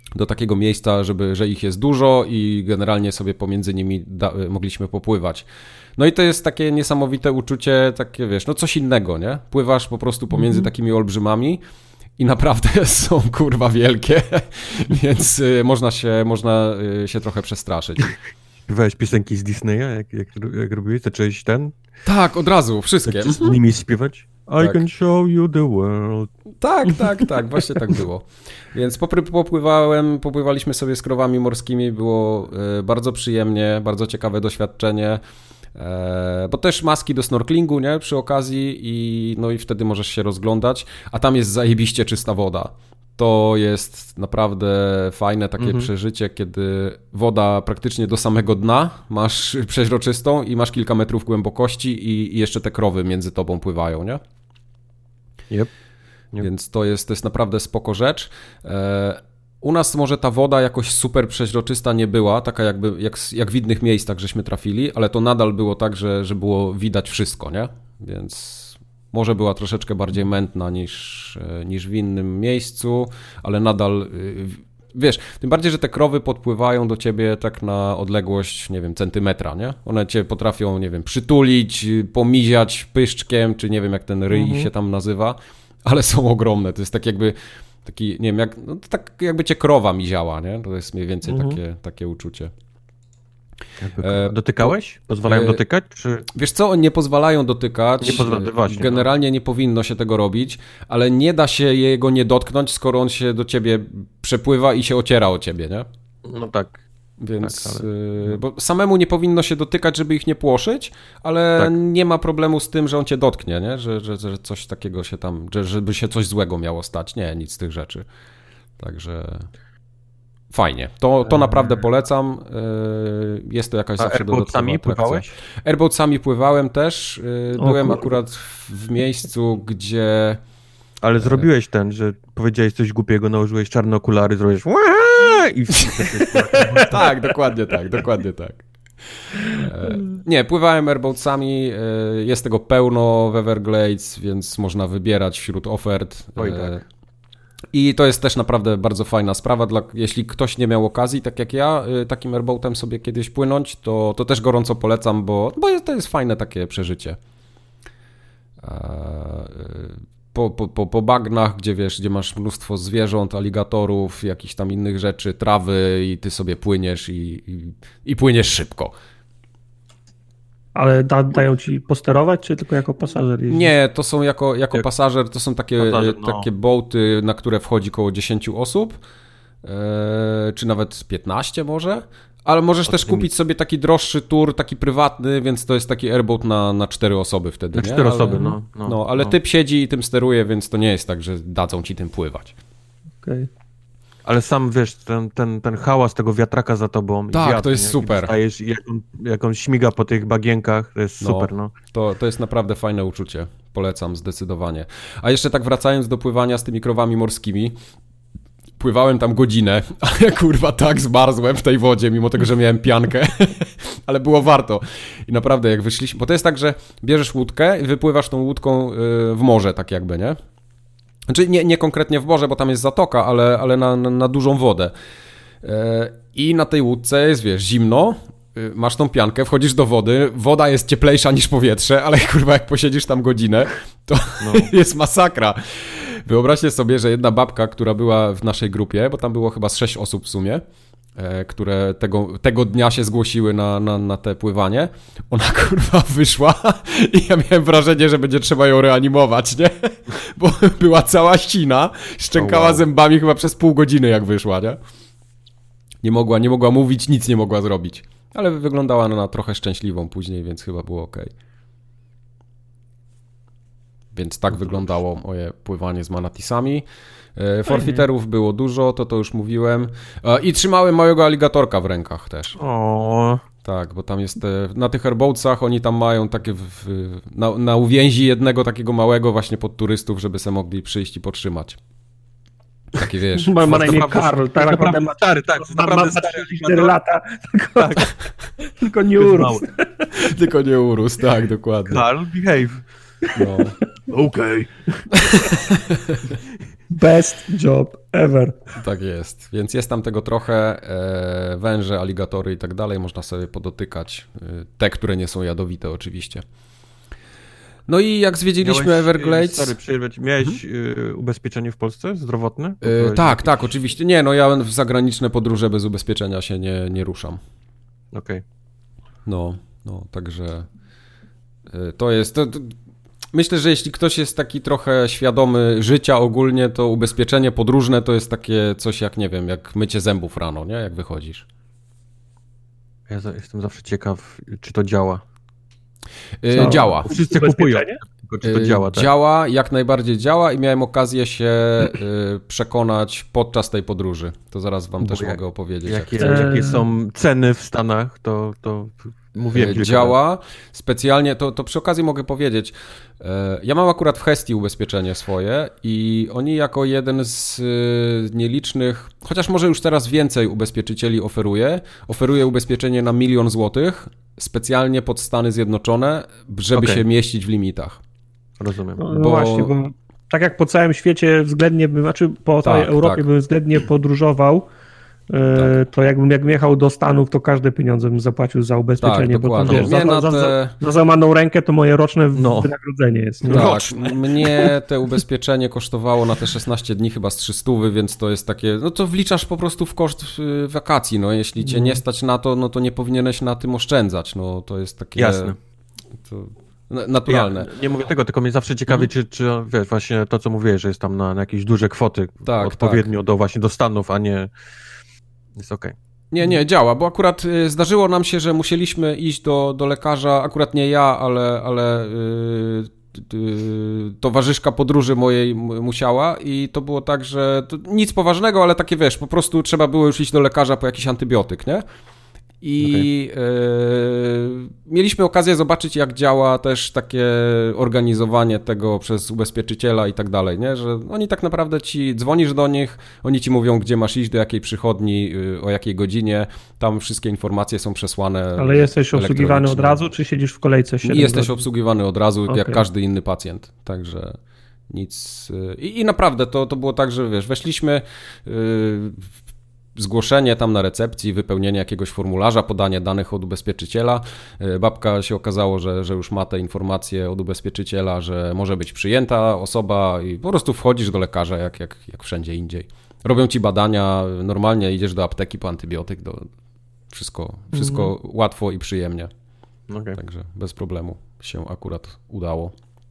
do takiego miejsca, żeby, że ich jest dużo i generalnie sobie pomiędzy nimi da, mogliśmy popływać. No i to jest takie niesamowite uczucie, takie wiesz, no coś innego, nie? Pływasz po prostu pomiędzy mm-hmm. takimi olbrzymami i naprawdę są kurwa wielkie, więc y, można się, można y, się trochę przestraszyć. Śpiewałeś piosenki z Disneya, jak, jak, jak robiłeś? Zacząłeś ten? Tak, od razu, wszystkie. Z nimi śpiewać? I tak. can show you the world. Tak, tak, tak, właśnie tak było. Więc popływałem, popływaliśmy sobie z krowami morskimi, było y, bardzo przyjemnie, bardzo ciekawe doświadczenie. Bo też maski do snorklingu, nie, przy okazji i no i wtedy możesz się rozglądać, a tam jest zajebiście czysta woda. To jest naprawdę fajne takie mhm. przeżycie, kiedy woda praktycznie do samego dna masz przeźroczystą i masz kilka metrów głębokości i, i jeszcze te krowy między tobą pływają, nie? Yep. Yep. Więc to jest, to jest naprawdę spoko rzecz. U nas może ta woda jakoś super przeźroczysta nie była, taka jakby jak, jak w innych miejscach żeśmy trafili, ale to nadal było tak, że, że było widać wszystko, nie? Więc może była troszeczkę bardziej mętna niż, niż w innym miejscu, ale nadal, wiesz, tym bardziej, że te krowy podpływają do ciebie tak na odległość, nie wiem, centymetra, nie? One cię potrafią, nie wiem, przytulić, pomiziać pyszczkiem, czy nie wiem jak ten ryj mhm. się tam nazywa, ale są ogromne, to jest tak jakby taki, nie wiem, jak, no, tak jakby cię krowa miziała, nie? To jest mniej więcej mhm. takie, takie uczucie. E, Dotykałeś? Pozwalają e, dotykać? Czy... Wiesz co, oni nie pozwalają dotykać. Nie pozwala, właśnie, Generalnie no. nie powinno się tego robić, ale nie da się jego nie dotknąć, skoro on się do ciebie przepływa i się ociera o ciebie, nie? No tak. Więc, tak, ale... y, bo samemu nie powinno się dotykać, żeby ich nie płoszyć, ale tak. nie ma problemu z tym, że on cię dotknie, nie? Że, że, że coś takiego się tam, że, żeby się coś złego miało stać. Nie, nic z tych rzeczy. Także fajnie. To, to naprawdę polecam. Y, jest to jakaś A zawsze dodatkowa atrakcja. Pływałeś? Airboatami pływałem też. Y, byłem akurat w, w miejscu, gdzie... Ale zrobiłeś ten, że powiedziałeś coś głupiego, nałożyłeś czarne okulary, zrobiłeś i tak, dokładnie tak, dokładnie tak. Nie, pływałem airboatsami, jest tego pełno w Everglades, więc można wybierać wśród ofert. Oj, tak. I to jest też naprawdę bardzo fajna sprawa, dla, jeśli ktoś nie miał okazji, tak jak ja, takim airboatem sobie kiedyś płynąć, to, to też gorąco polecam, bo, bo to jest fajne takie przeżycie. Po, po, po, po bagnach, gdzie wiesz, gdzie masz mnóstwo zwierząt, aligatorów, jakichś tam innych rzeczy, trawy i ty sobie płyniesz i, i, i płyniesz szybko. Ale da, dają ci posterować, czy tylko jako pasażer jeździsz? Nie, to są jako, jako Jak... pasażer, to są takie, pasażer, no. takie boaty, na które wchodzi około dziesięć osób, e, czy nawet piętnaście może. Ale możesz też kupić sobie taki droższy tour, taki prywatny, więc to jest taki airboat na, na cztery osoby wtedy, na nie? cztery ale, osoby, no. No, no ale no. typ siedzi i tym steruje, więc to nie jest tak, że dadzą ci tym pływać. Okej. Okay. Ale sam wiesz, ten, ten, ten hałas tego wiatraka za tobą. Tak, wiatr, to jest nie? super. Dostajesz, jak, on, jak on śmiga po tych bagienkach, to jest no, super, no. To, to jest naprawdę fajne uczucie. Polecam zdecydowanie. A jeszcze tak wracając do pływania z tymi krowami morskimi, pływałem tam godzinę, ale kurwa tak zmarzłem w tej wodzie, mimo tego, że miałem piankę, ale było warto. I naprawdę jak wyszliśmy, bo to jest tak, że bierzesz łódkę i wypływasz tą łódką w morze, tak jakby, nie? Znaczy nie, nie konkretnie w morze, bo tam jest zatoka, ale, ale na, na, na dużą wodę. I na tej łódce jest, wiesz, zimno, masz tą piankę, wchodzisz do wody, woda jest cieplejsza niż powietrze, ale kurwa jak posiedzisz tam godzinę, to no. jest masakra. Wyobraźcie sobie, że jedna babka, która była w naszej grupie, bo tam było chyba z sześć osób w sumie, e, które tego, tego dnia się zgłosiły na, na, na te pływanie, ona kurwa wyszła i ja miałem wrażenie, że będzie trzeba ją reanimować, nie? Bo była cała ścina, szczękała oh, wow. zębami chyba przez pół godziny jak wyszła, nie? Nie mogła, nie mogła mówić, nic nie mogła zrobić. Ale wyglądała na trochę szczęśliwą później, więc chyba było okej. Więc tak wyglądało moje pływanie z manatisami. Forfiterów było dużo, to to już mówiłem. I trzymałem małego aligatorka w rękach też. O. Tak, bo tam jest, na tych airboatsach oni tam mają takie, w, na, na uwięzi jednego takiego małego właśnie pod turystów, żeby se mogli przyjść i potrzymać. Takie wiesz. Ma, ma na imię Karl, tak naprawdę ma stary, tak, ma, ma trzydzieści cztery lata, tylko, tak. tylko nie urósł. Tylko nie urósł, tak, dokładnie. Karl, behave. No. Okej. Okay. Best job ever. Tak jest, więc jest tam tego trochę, e, węże, aligatory i tak dalej, można sobie podotykać, e, te, które nie są jadowite oczywiście. No i jak zwiedziliśmy miałeś, Everglades... Stary, przerwać, miałeś hmm? ubezpieczenie w Polsce zdrowotne? E, tak, tak, oczywiście. Nie, no ja w zagraniczne podróże bez ubezpieczenia się nie, nie ruszam. Okej. Okay. No, no, także e, to jest... To, to, myślę, że jeśli ktoś jest taki trochę świadomy życia ogólnie, to ubezpieczenie podróżne to jest takie coś jak, nie wiem, jak mycie zębów rano, nie? Jak wychodzisz. Ja jestem zawsze ciekaw, czy to działa. Yy, działa. Wszyscy kupują. Tylko czy to działa, tak? Działa, jak najbardziej działa i miałem okazję się yy, przekonać podczas tej podróży. To zaraz wam Bo też jak, mogę opowiedzieć. Jakie, jak jakie są ceny w Stanach, to... to... Mówiłem, działa. Specjalnie, to, to przy okazji mogę powiedzieć, ja mam akurat w Hestii ubezpieczenie swoje i oni jako jeden z nielicznych, chociaż może już teraz więcej ubezpieczycieli oferuje, oferuje ubezpieczenie na milion złotych specjalnie pod Stany Zjednoczone, żeby okay. się mieścić w limitach. Rozumiem. No, no bo... właśnie, bo tak jak po całym świecie względnie, znaczy po całej tak, Europie tak. bym względnie podróżował, Tak. to jakbym, jakbym jechał do Stanów, to każde pieniądze bym zapłacił za ubezpieczenie, tak, bo to, wiesz, za, za, te... za, za załamaną rękę to moje roczne no. wynagrodzenie jest. Nie? Tak, roczne. Mnie te ubezpieczenie kosztowało na te szesnaście dni chyba z trzysta, więc to jest takie, no to wliczasz po prostu w koszt wakacji, no jeśli cię no. nie stać na to, no to nie powinieneś na tym oszczędzać, no to jest takie... Jasne. To... naturalne. Ja nie mówię tego, tylko mnie zawsze ciekawi, mm. czy, czy wiesz, właśnie to, co mówiłeś, że jest tam na, na jakieś duże kwoty tak, odpowiednio tak. do właśnie do Stanów, a nie... Jest okej. Okay. Nie, nie, działa, bo akurat y, zdarzyło nam się, że musieliśmy iść do, do lekarza, akurat nie ja, ale, ale y, y, towarzyszka podróży mojej m- musiała i to było tak, że to nic poważnego, ale takie wiesz, po prostu trzeba było już iść do lekarza po jakiś antybiotyk, nie? I okay. y, mieliśmy okazję zobaczyć, jak działa też takie organizowanie tego przez ubezpieczyciela i tak dalej, nie? Że oni tak naprawdę ci, dzwonisz do nich, oni ci mówią, gdzie masz iść, do jakiej przychodni, y, o jakiej godzinie, tam wszystkie informacje są przesłane. Ale jesteś obsługiwany od razu, czy siedzisz w kolejce siedem Jesteś godzin? obsługiwany od razu, okay. jak każdy inny pacjent, także nic. Y, I naprawdę to, to było tak, że wiesz, weszliśmy y, zgłoszenie tam na recepcji, wypełnienie jakiegoś formularza, podanie danych od ubezpieczyciela. Babka się okazało, że, że już ma te informacje od ubezpieczyciela, że może być przyjęta osoba i po prostu wchodzisz do lekarza jak, jak, jak wszędzie indziej. Robią ci badania, normalnie idziesz do apteki po antybiotyk, do... wszystko, wszystko mhm. łatwo i przyjemnie. Okay. Także bez problemu się akurat udało.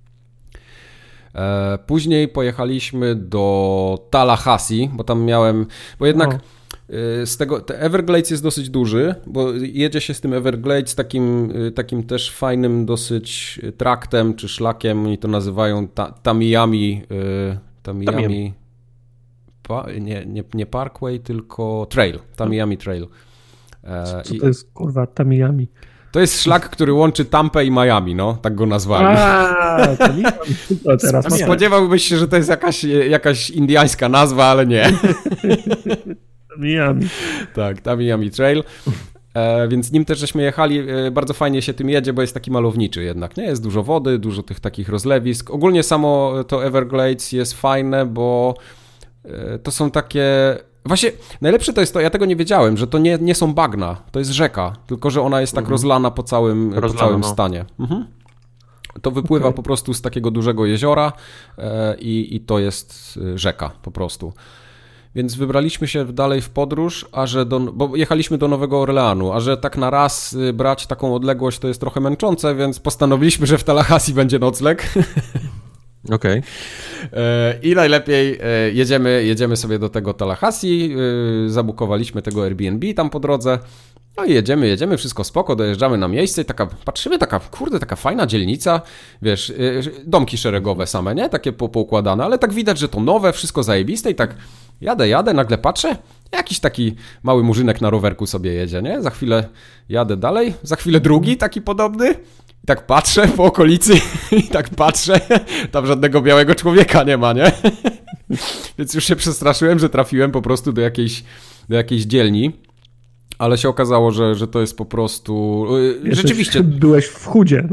Później pojechaliśmy do Tallahassee, bo tam miałem, bo jednak no. z tego, Everglades jest dosyć duży, bo jedzie się z tym Everglades takim, takim też fajnym dosyć traktem czy szlakiem, oni to nazywają ta, Tamiyami, Tamiyami, pa, nie, nie, nie Parkway, tylko Trail, Tamiyami Trail. Co, co to jest, kurwa, Tamiyami? To jest szlak, który łączy Tampę i Miami, no, tak go nazwali. A, to nie to teraz. Spodziewałbyś się, że to jest jakaś, jakaś indyjska nazwa, ale nie. Miami. Tak, Tamiyami Trail. E, więc nim też żeśmy jechali, e, bardzo fajnie się tym jedzie, bo jest taki malowniczy jednak, nie? Jest dużo wody, dużo tych takich rozlewisk. Ogólnie samo to Everglades jest fajne, bo e, to są takie... Właśnie najlepsze to jest to, ja tego nie wiedziałem, że to nie, nie są bagna, to jest rzeka, tylko że ona jest tak mhm. rozlana po całym, rozlana, po całym no. stanie. Mhm. To wypływa okay. po prostu z takiego dużego jeziora e, i, i to jest rzeka po prostu. Więc wybraliśmy się dalej w podróż, a że do, bo jechaliśmy do Nowego Orleanu, a że tak na raz brać taką odległość to jest trochę męczące, więc postanowiliśmy, że w Tallahassee będzie nocleg. Okej. Okay. I najlepiej jedziemy, jedziemy sobie do tego Tallahassee, zabukowaliśmy tego Airbnb tam po drodze, no i jedziemy, jedziemy, wszystko spoko, dojeżdżamy na miejsce i taka, patrzymy, taka, kurde, taka fajna dzielnica, wiesz, domki szeregowe same, nie? Takie po, poukładane, ale tak widać, że to nowe, wszystko zajebiste i tak jadę, jadę, nagle patrzę, jakiś taki mały murzynek na rowerku sobie jedzie, nie? Za chwilę jadę dalej, za chwilę drugi taki podobny. I tak patrzę po okolicy i tak patrzę, tam żadnego białego człowieka nie ma, nie? Więc już się przestraszyłem, że trafiłem po prostu do jakiejś, do jakiejś dzielni, ale się okazało, że, że to jest po prostu... Jesteś, Rzeczywiście... Byłeś w chudzie, no.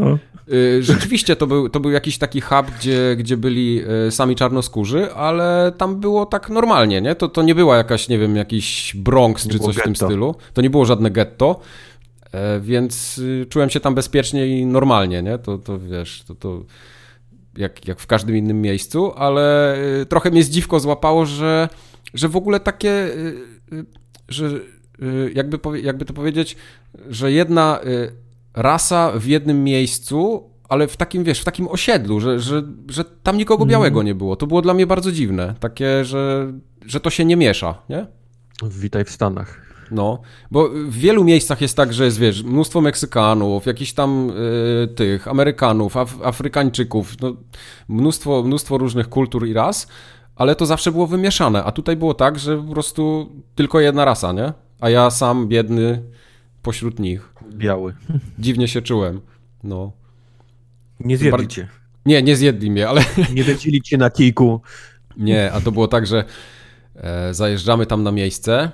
Rzeczywiście to był, to był jakiś taki hub, gdzie, gdzie byli sami czarnoskórzy, ale tam było tak normalnie, nie? To, to nie była jakaś, nie wiem, jakiś Bronx czy coś w tym stylu. To nie było żadne getto, więc czułem się tam bezpiecznie i normalnie, nie? To, to wiesz, to, to jak, jak w każdym innym miejscu, ale trochę mnie zdziwko złapało, że, że w ogóle takie, że jakby, jakby to powiedzieć, że jedna rasa w jednym miejscu, ale w takim, wiesz, w takim osiedlu, że, że, że tam nikogo białego nie było. To było dla mnie bardzo dziwne. Takie, że, że to się nie miesza, nie? Witaj w Stanach. No, bo w wielu miejscach jest tak, że jest, wiesz, mnóstwo Meksykanów, jakichś tam y, tych Amerykanów, Af- Afrykańczyków, no, mnóstwo, mnóstwo różnych kultur i ras, ale to zawsze było wymieszane. A tutaj było tak, że po prostu tylko jedna rasa, nie? A ja sam biedny pośród nich. Biały. Dziwnie się czułem, no. Nie zjedli cię. Nie, nie zjedli mnie, ale... Nie wędzili cię na kijku. Nie, a to było tak, że e, zajeżdżamy tam na miejsce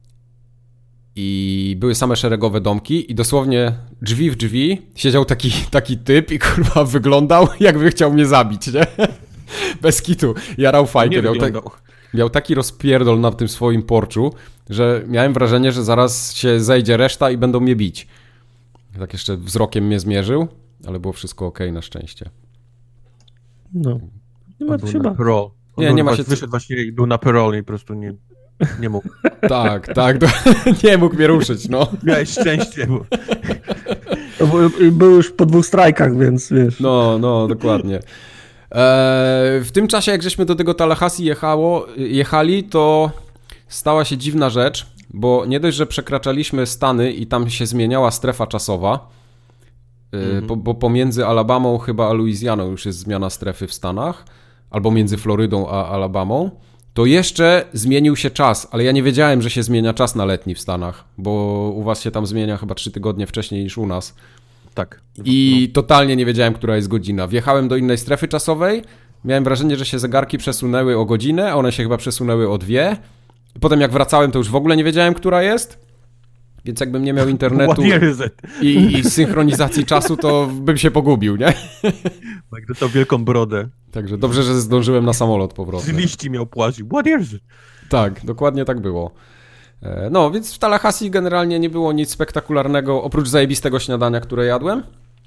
i były same szeregowe domki i dosłownie drzwi w drzwi siedział taki, taki typ i kurwa wyglądał, jakby chciał mnie zabić, nie? Bez kitu. Jarał fajkę. Miał, ta, miał taki rozpierdol na tym swoim porczu, że miałem wrażenie, że zaraz się zejdzie reszta i będą mnie bić. Tak jeszcze wzrokiem mnie zmierzył, ale było wszystko okej, na szczęście. No. Nie ma się na pro. Nie, nie ma się... Wyszedł właśnie i był na parol i po prostu nie, nie mógł. Tak, tak. Do... nie mógł mnie ruszyć, no. Miałeś szczęście. Bo... To był, był już po dwóch strajkach, więc wiesz. No, no, dokładnie. W tym czasie, jak żeśmy do tego Tallahassee jechało, jechali, to stała się dziwna rzecz, bo nie dość, że przekraczaliśmy Stany i tam się zmieniała strefa czasowa, mm-hmm. bo, bo pomiędzy Alabamą chyba a Luizjaną już jest zmiana strefy w Stanach, albo między Florydą a Alabamą, to jeszcze zmienił się czas, ale ja nie wiedziałem, że się zmienia czas na letni w Stanach, bo u was się tam zmienia chyba trzy tygodnie wcześniej niż u nas. Tak. I totalnie nie wiedziałem, która jest godzina. Wjechałem do innej strefy czasowej, miałem wrażenie, że się zegarki przesunęły o godzinę, a one się chyba przesunęły o dwie. Potem jak wracałem, to już w ogóle nie wiedziałem, która jest. Więc jakbym nie miał internetu i, i synchronizacji czasu, to bym się pogubił, nie? Jak dostał wielką brodę. Także dobrze, że zdążyłem na samolot powrotny. Z liści miał płacić. What is it? Tak, dokładnie tak było. No, więc w Tallahassee generalnie nie było nic spektakularnego, oprócz zajebistego śniadania, które jadłem.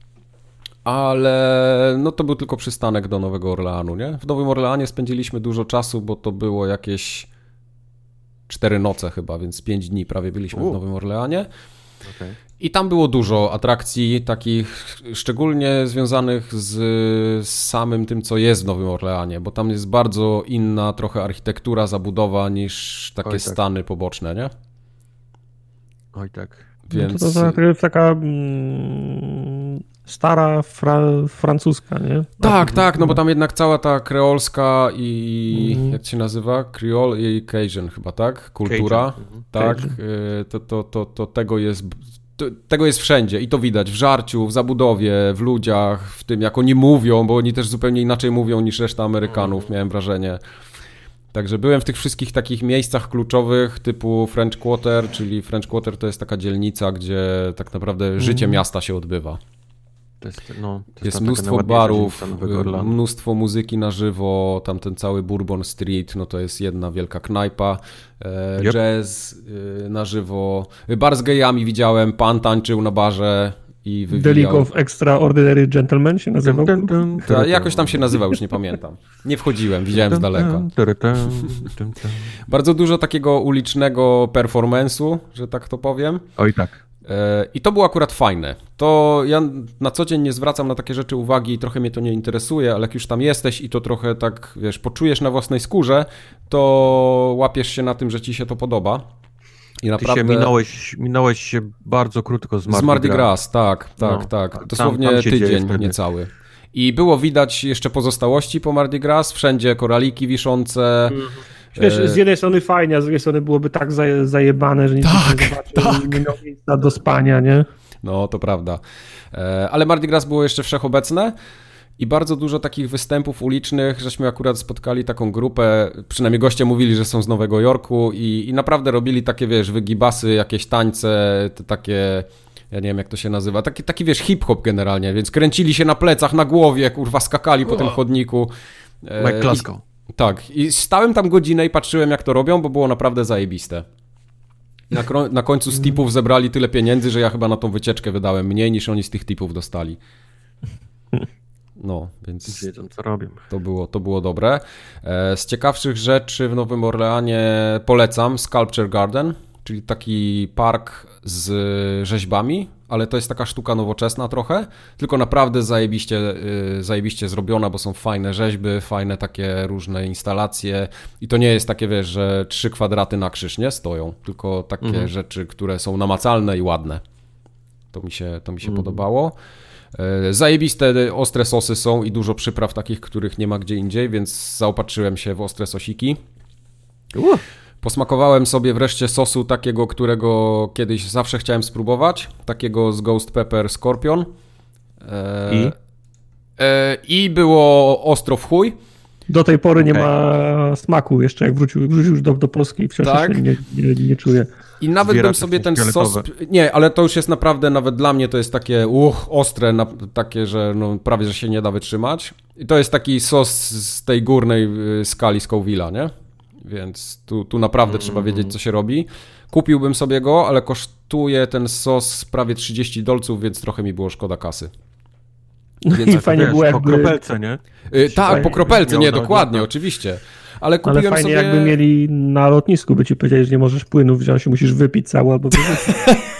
Ale no to był tylko przystanek do Nowego Orleanu, nie? W Nowym Orleanie spędziliśmy dużo czasu, bo to było jakieś cztery noce chyba, więc pięć dni prawie byliśmy U. w Nowym Orleanie. Okay. I tam było dużo atrakcji takich szczególnie związanych z, z samym tym, co jest w Nowym Orleanie, bo tam jest bardzo inna trochę architektura, zabudowa niż takie Oj, tak. Stany poboczne, nie? Oj tak. Więc... No to, to jest taka mm, stara fra- francuska, nie? Tak, tak, no bo tam jednak cała ta kreolska i mm. jak się nazywa? Creole i Cajun chyba, tak? Kultura, Cajun. tak? Cajun. To, to, to, to tego jest... Tego jest wszędzie i to widać w żarciu, w zabudowie, w ludziach, w tym jak oni mówią, bo oni też zupełnie inaczej mówią niż reszta Amerykanów, mm. miałem wrażenie. Także byłem w tych wszystkich takich miejscach kluczowych typu French Quarter, czyli French Quarter to jest taka dzielnica, gdzie tak naprawdę mm. życie miasta się odbywa. To jest, no, to jest, jest mnóstwo barów, mnóstwo muzyki na żywo, tam ten cały Bourbon Street, no to jest jedna wielka knajpa, e, yep. jazz e, na żywo, bar z gejami widziałem, pan tańczył na barze i wywijał. The League of Extraordinary Gentlemen się nazywał? Dun, dun, dun, Ta, jakoś tam się nazywał, już nie pamiętam. Nie wchodziłem, widziałem z daleka. Bardzo dużo takiego ulicznego performance'u, że tak to powiem. Oj tak. I to było akurat fajne. To ja na co dzień nie zwracam na takie rzeczy uwagi i trochę mnie to nie interesuje, ale jak już tam jesteś i to trochę tak, wiesz, poczujesz na własnej skórze, to łapiesz się na tym, że ci się to podoba. I naprawdę... Ty się minąłeś, minąłeś się bardzo krótko z Mardi, z Mardi Gras. Tak, tak, no, tak. Dosłownie tam, tam tydzień niecały. I było widać jeszcze pozostałości po Mardi Gras, wszędzie koraliki wiszące. Mm. Wiesz, z jednej strony fajnie, a z drugiej strony byłoby tak zajebane, że nic tak, nie zobaczył, tak. nie miał miejsca do spania, nie? No, to prawda. Ale Mardi Gras było jeszcze wszechobecne i bardzo dużo takich występów ulicznych, żeśmy akurat spotkali taką grupę, przynajmniej goście mówili, że są z Nowego Jorku i, i naprawdę robili takie, wiesz, wygibasy, jakieś tańce, te takie Ja nie wiem, jak to się nazywa. Taki, taki wiesz, hip-hop generalnie, więc kręcili się na plecach, na głowie, kurwa, skakali po tym chodniku. Mike Klasko. Tak, i stałem tam godzinę i patrzyłem, jak to robią, bo było naprawdę zajebiste. Na, na końcu z tipów zebrali tyle pieniędzy, że ja chyba na tą wycieczkę wydałem mniej, niż oni z tych tipów dostali. No, więc wiedzą, co robią. To było, to było dobre. Z ciekawszych rzeczy w Nowym Orleanie polecam Sculpture Garden, czyli taki park z rzeźbami, ale to jest taka sztuka nowoczesna trochę, tylko naprawdę zajebiście, zajebiście zrobiona, bo są fajne rzeźby, fajne takie różne instalacje i to nie jest takie, wiesz, że trzy kwadraty na krzyż, nie stoją, tylko takie mhm. rzeczy, które są namacalne i ładne. To mi się, to mi się mhm. podobało. Zajebiste ostre sosy są i dużo przypraw takich, których nie ma gdzie indziej, więc zaopatrzyłem się w ostre sosiki. Uh. Posmakowałem sobie wreszcie sosu takiego, którego kiedyś zawsze chciałem spróbować, takiego z Ghost Pepper Scorpion. E, I? E, I było ostro w chuj. Do tej pory okay. nie ma smaku jeszcze, jak wrócił, wrócił już do, do Polski i wciąż tak? się nie, nie, nie czuję. I nawet Zbieracze bym sobie ten sos... Nie, ale to już jest naprawdę, nawet dla mnie to jest takie uch, ostre, na, takie, że no, prawie, że się nie da wytrzymać. I to jest taki sos z tej górnej skali Scoville'a, nie? Więc tu, tu naprawdę mm. trzeba wiedzieć, co się robi. Kupiłbym sobie go, ale kosztuje ten sos prawie trzydzieści dolców, więc trochę mi było szkoda kasy. Więc i fajnie wiesz, było jakby... po kropelce, nie? Yy, tak, po kropelce, nie, dokładnie, oczywiście. Ale kupiłem Ale fajnie sobie... jakby mieli na lotnisku, by ci powiedzieli, że nie możesz płynów wziąć i musisz wypić cały albo wyrzucić.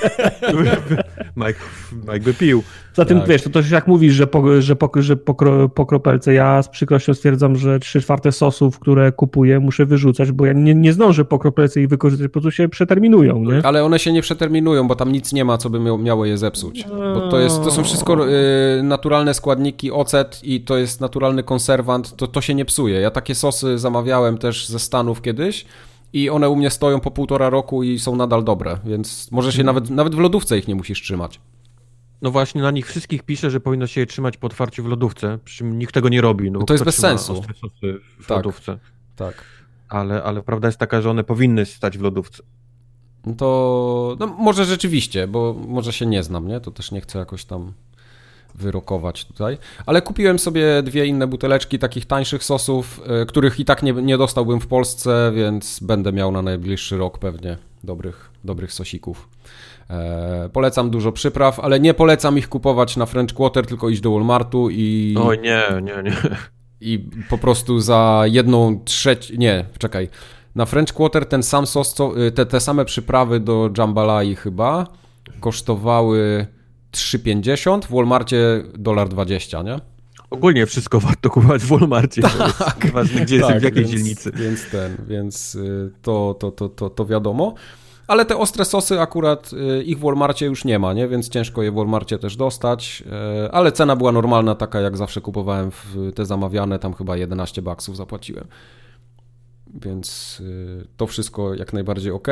Mike, Mike by pił. Zatem tak. wiesz, to też jak mówisz, że po, że po, że po, po kropelce, ja z przykrością stwierdzam, że trzy czwarte sosów, które kupuję, muszę wyrzucać, bo ja nie, nie zdążę po kropelce ich wykorzystać, po prostu się przeterminują, nie? Ale one się nie przeterminują, bo tam nic nie ma, co by miało je zepsuć. Bo to, jest, to są wszystko y, naturalne składniki, ocet i to jest naturalny konserwant, to, to się nie psuje. Ja takie sosy zamawiałem też ze Stanów kiedyś i one u mnie stoją po półtora roku i są nadal dobre, więc może się nawet, nawet w lodówce ich nie musisz trzymać. No właśnie, na nich wszystkich pisze, że powinno się je trzymać po otwarciu w lodówce, przy czym nikt tego nie robi. No, to jest bez sensu. W tak, lodówce. Tak. Ale, ale prawda jest taka, że one powinny stać w lodówce. No to no może rzeczywiście, bo może się nie znam, nie? To też nie chcę jakoś tam wyrokować tutaj. Ale kupiłem sobie dwie inne buteleczki takich tańszych sosów, których i tak nie, nie dostałbym w Polsce, więc będę miał na najbliższy rok pewnie dobrych, dobrych sosików. E, polecam dużo przypraw, ale nie polecam ich kupować na French Quarter, tylko iść do Walmartu i... O nie, nie, nie. I po prostu za jedną trzecią... Nie, czekaj. Na French Quarter ten sam sos, co, te, te same przyprawy do jambalai chyba kosztowały trzy pięćdziesiąt, w Walmarcie jeden dwadzieścia, nie? Ogólnie wszystko warto kupować w Walmarcie. Tak, nieważne gdzie tak, jest, w jakiej więc, dzielnicy. Więc ten, więc to, to, to, to, to wiadomo. Ale te ostre sosy akurat ich w Walmarcie już nie ma, nie? Więc ciężko je w Walmarcie też dostać, ale cena była normalna, taka jak zawsze kupowałem w te zamawiane, tam chyba jedenaście baksów zapłaciłem. Więc to wszystko jak najbardziej ok.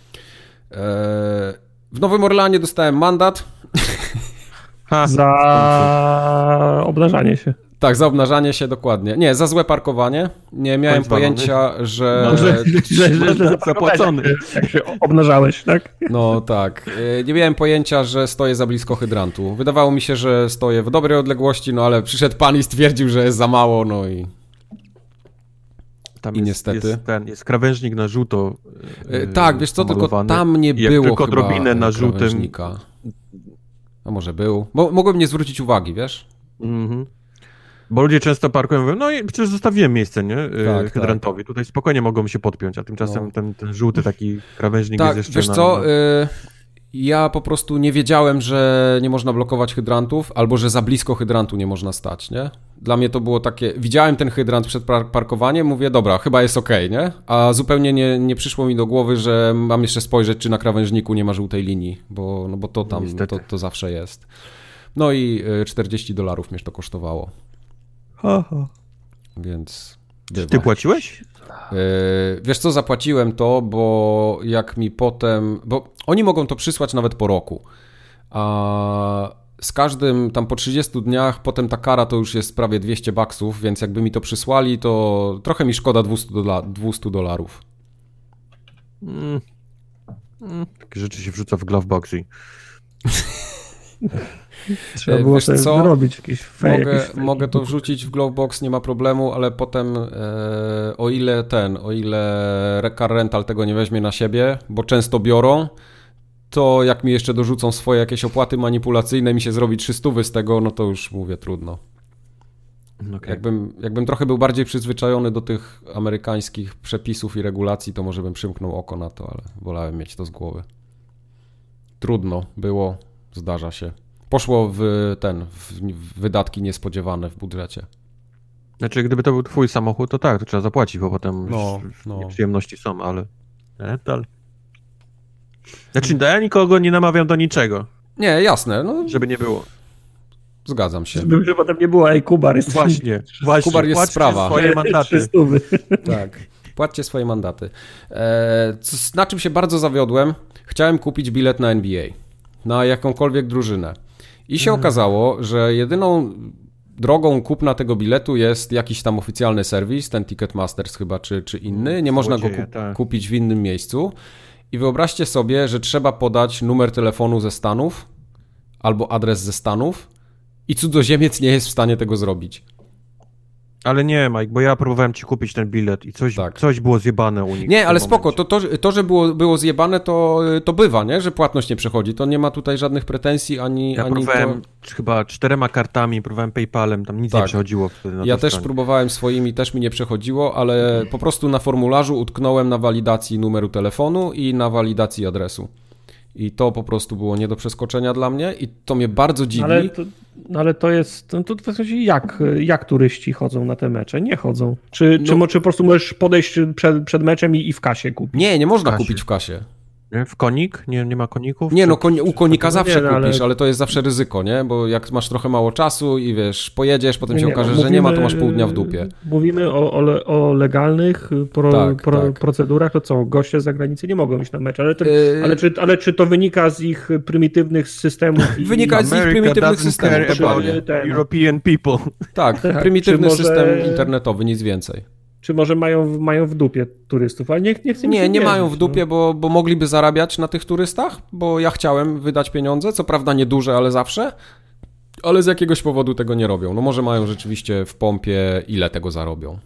W Nowym Orleanie dostałem mandat. Ha, za obnażanie się. Tak, za obnażanie się, dokładnie. Nie, za złe parkowanie. Nie miałem Końc pojęcia, walony. że... No, że, że, że, że zapłacony. Jak się obnażałeś, tak? No tak. Nie miałem pojęcia, że stoję za blisko hydrantu. Wydawało mi się, że stoję w dobrej odległości, no ale przyszedł pan i stwierdził, że jest za mało, no i... Tam I jest, niestety. Jest, ten, jest krawężnik na żółto. Yy, tak, wiesz co, tylko tam nie jak było tylko chyba odrobinę na żółtym. Krawężnika. A może był. Bo mogłem nie zwrócić uwagi, wiesz? Mhm. Bo ludzie często parkują i mówią, no i przecież zostawiłem miejsce, nie? Tak, hydrantowi. Tak. Tutaj spokojnie mogą się podpiąć, a tymczasem no. ten, ten żółty taki krawężnik tak, jest jeszcze wiesz na... co, na... Y- ja po prostu nie wiedziałem, że nie można blokować hydrantów, albo że za blisko hydrantu nie można stać, nie? Dla mnie to było takie, widziałem ten hydrant przed parkowaniem, mówię, dobra, chyba jest okej, nie? A zupełnie nie, nie przyszło mi do głowy, że mam jeszcze spojrzeć, czy na krawężniku nie ma żółtej linii, bo, no bo to tam, to, to zawsze jest. No i czterdzieści dolarów mnie to kosztowało. Aha. Więc... Czy ty płaciłeś? Yy, wiesz co, zapłaciłem to, bo jak mi potem... Bo oni mogą to przysłać nawet po roku. A z każdym tam po trzydziestu dniach potem ta kara to już jest prawie dwieście baksów, więc jakby mi to przysłali, to trochę mi szkoda dwieście dolarów. Mm. Mm. Takie rzeczy się wrzuca w gloveboxy. Trzeba było Wiesz sobie co? zrobić jakieś fake. Mogę, jakieś fake. mogę to wrzucić w Glovebox, nie ma problemu, ale potem e, o ile ten, o ile Car Rental tego nie weźmie na siebie, bo często biorą, to jak mi jeszcze dorzucą swoje jakieś opłaty manipulacyjne, mi się zrobi trzysta z tego, no to już mówię trudno. Okay. Jakbym, jakbym trochę był bardziej przyzwyczajony do tych amerykańskich przepisów i regulacji, to może bym przymknął oko na to, ale wolałem mieć to z głowy. Trudno było, zdarza się. Poszło w ten, w wydatki niespodziewane w budżecie. Znaczy, gdyby to był twój samochód, to tak, to trzeba zapłacić, bo potem no, no. nieprzyjemności są, ale... Rental. Znaczy, ja nikogo nie namawiam do niczego. Nie, jasne. No. Żeby nie było. Zgadzam się. Żeby, żeby potem nie było, ej, Kubar jest... Właśnie, właśnie. Kubar jest sprawa. Swoje mandaty. Tak, płaccie swoje mandaty. E, co, na czym się bardzo zawiodłem, chciałem kupić bilet na N B A, na jakąkolwiek drużynę. I się hmm. okazało, że jedyną drogą kupna tego biletu jest jakiś tam oficjalny serwis, ten Ticketmasters chyba, czy, czy inny. Nie można go kup- tak. kupić w innym miejscu. I wyobraźcie sobie, że trzeba podać numer telefonu ze Stanów albo adres ze Stanów i cudzoziemiec nie jest w stanie tego zrobić. Ale nie, Mike, bo ja próbowałem ci kupić ten bilet i coś, tak. coś było zjebane u nich. Nie, ale spoko, to, to, to że było, było zjebane, to, to bywa, nie? Że płatność nie przechodzi. To nie ma tutaj żadnych pretensji ani... Ja ani próbowałem to... chyba czterema kartami, próbowałem PayPalem, tam nic tak. nie przechodziło wtedy na Ja też stronie. Próbowałem swoimi, też mi nie przechodziło, ale mhm. po prostu na formularzu utknąłem na walidacji numeru telefonu i na walidacji adresu. I to po prostu było nie do przeskoczenia dla mnie i to mnie bardzo dziwi. Ale to, ale to jest, no to w zasadzie jak, jak turyści chodzą na te mecze? Nie chodzą. Czy, no, czy, czy po prostu możesz podejść przed, przed meczem i, i w kasie kupić? Nie, nie można kupić w kasie. Nie? W konik? Nie, nie ma koników? Nie, czy, no koni- u konika zawsze nie, kupisz, ale... ale to jest zawsze ryzyko, nie? Bo jak masz trochę mało czasu i wiesz, pojedziesz, potem nie, się nie, okaże, mówimy, że nie ma, to masz pół dnia w dupie. Mówimy o, o, o legalnych pro, tak, pro, tak. procedurach, to co, goście z zagranicy nie mogą iść na mecz, ale, to, yy... ale, czy, ale czy to wynika z ich prymitywnych systemów? I... Wynika z ich prymitywnych systemów, dokładnie. Ten... European people. Tak, tak prymitywny może... system internetowy, nic więcej. Czy może mają, mają w dupie turystów, ale nie, nie chcę mi Nie, się nie wierzyć, mają w dupie, no. bo, bo mogliby zarabiać na tych turystach, bo ja chciałem wydać pieniądze, co prawda nie duże, ale zawsze, ale z jakiegoś powodu tego nie robią. No może mają rzeczywiście w pompie, ile tego zarobią.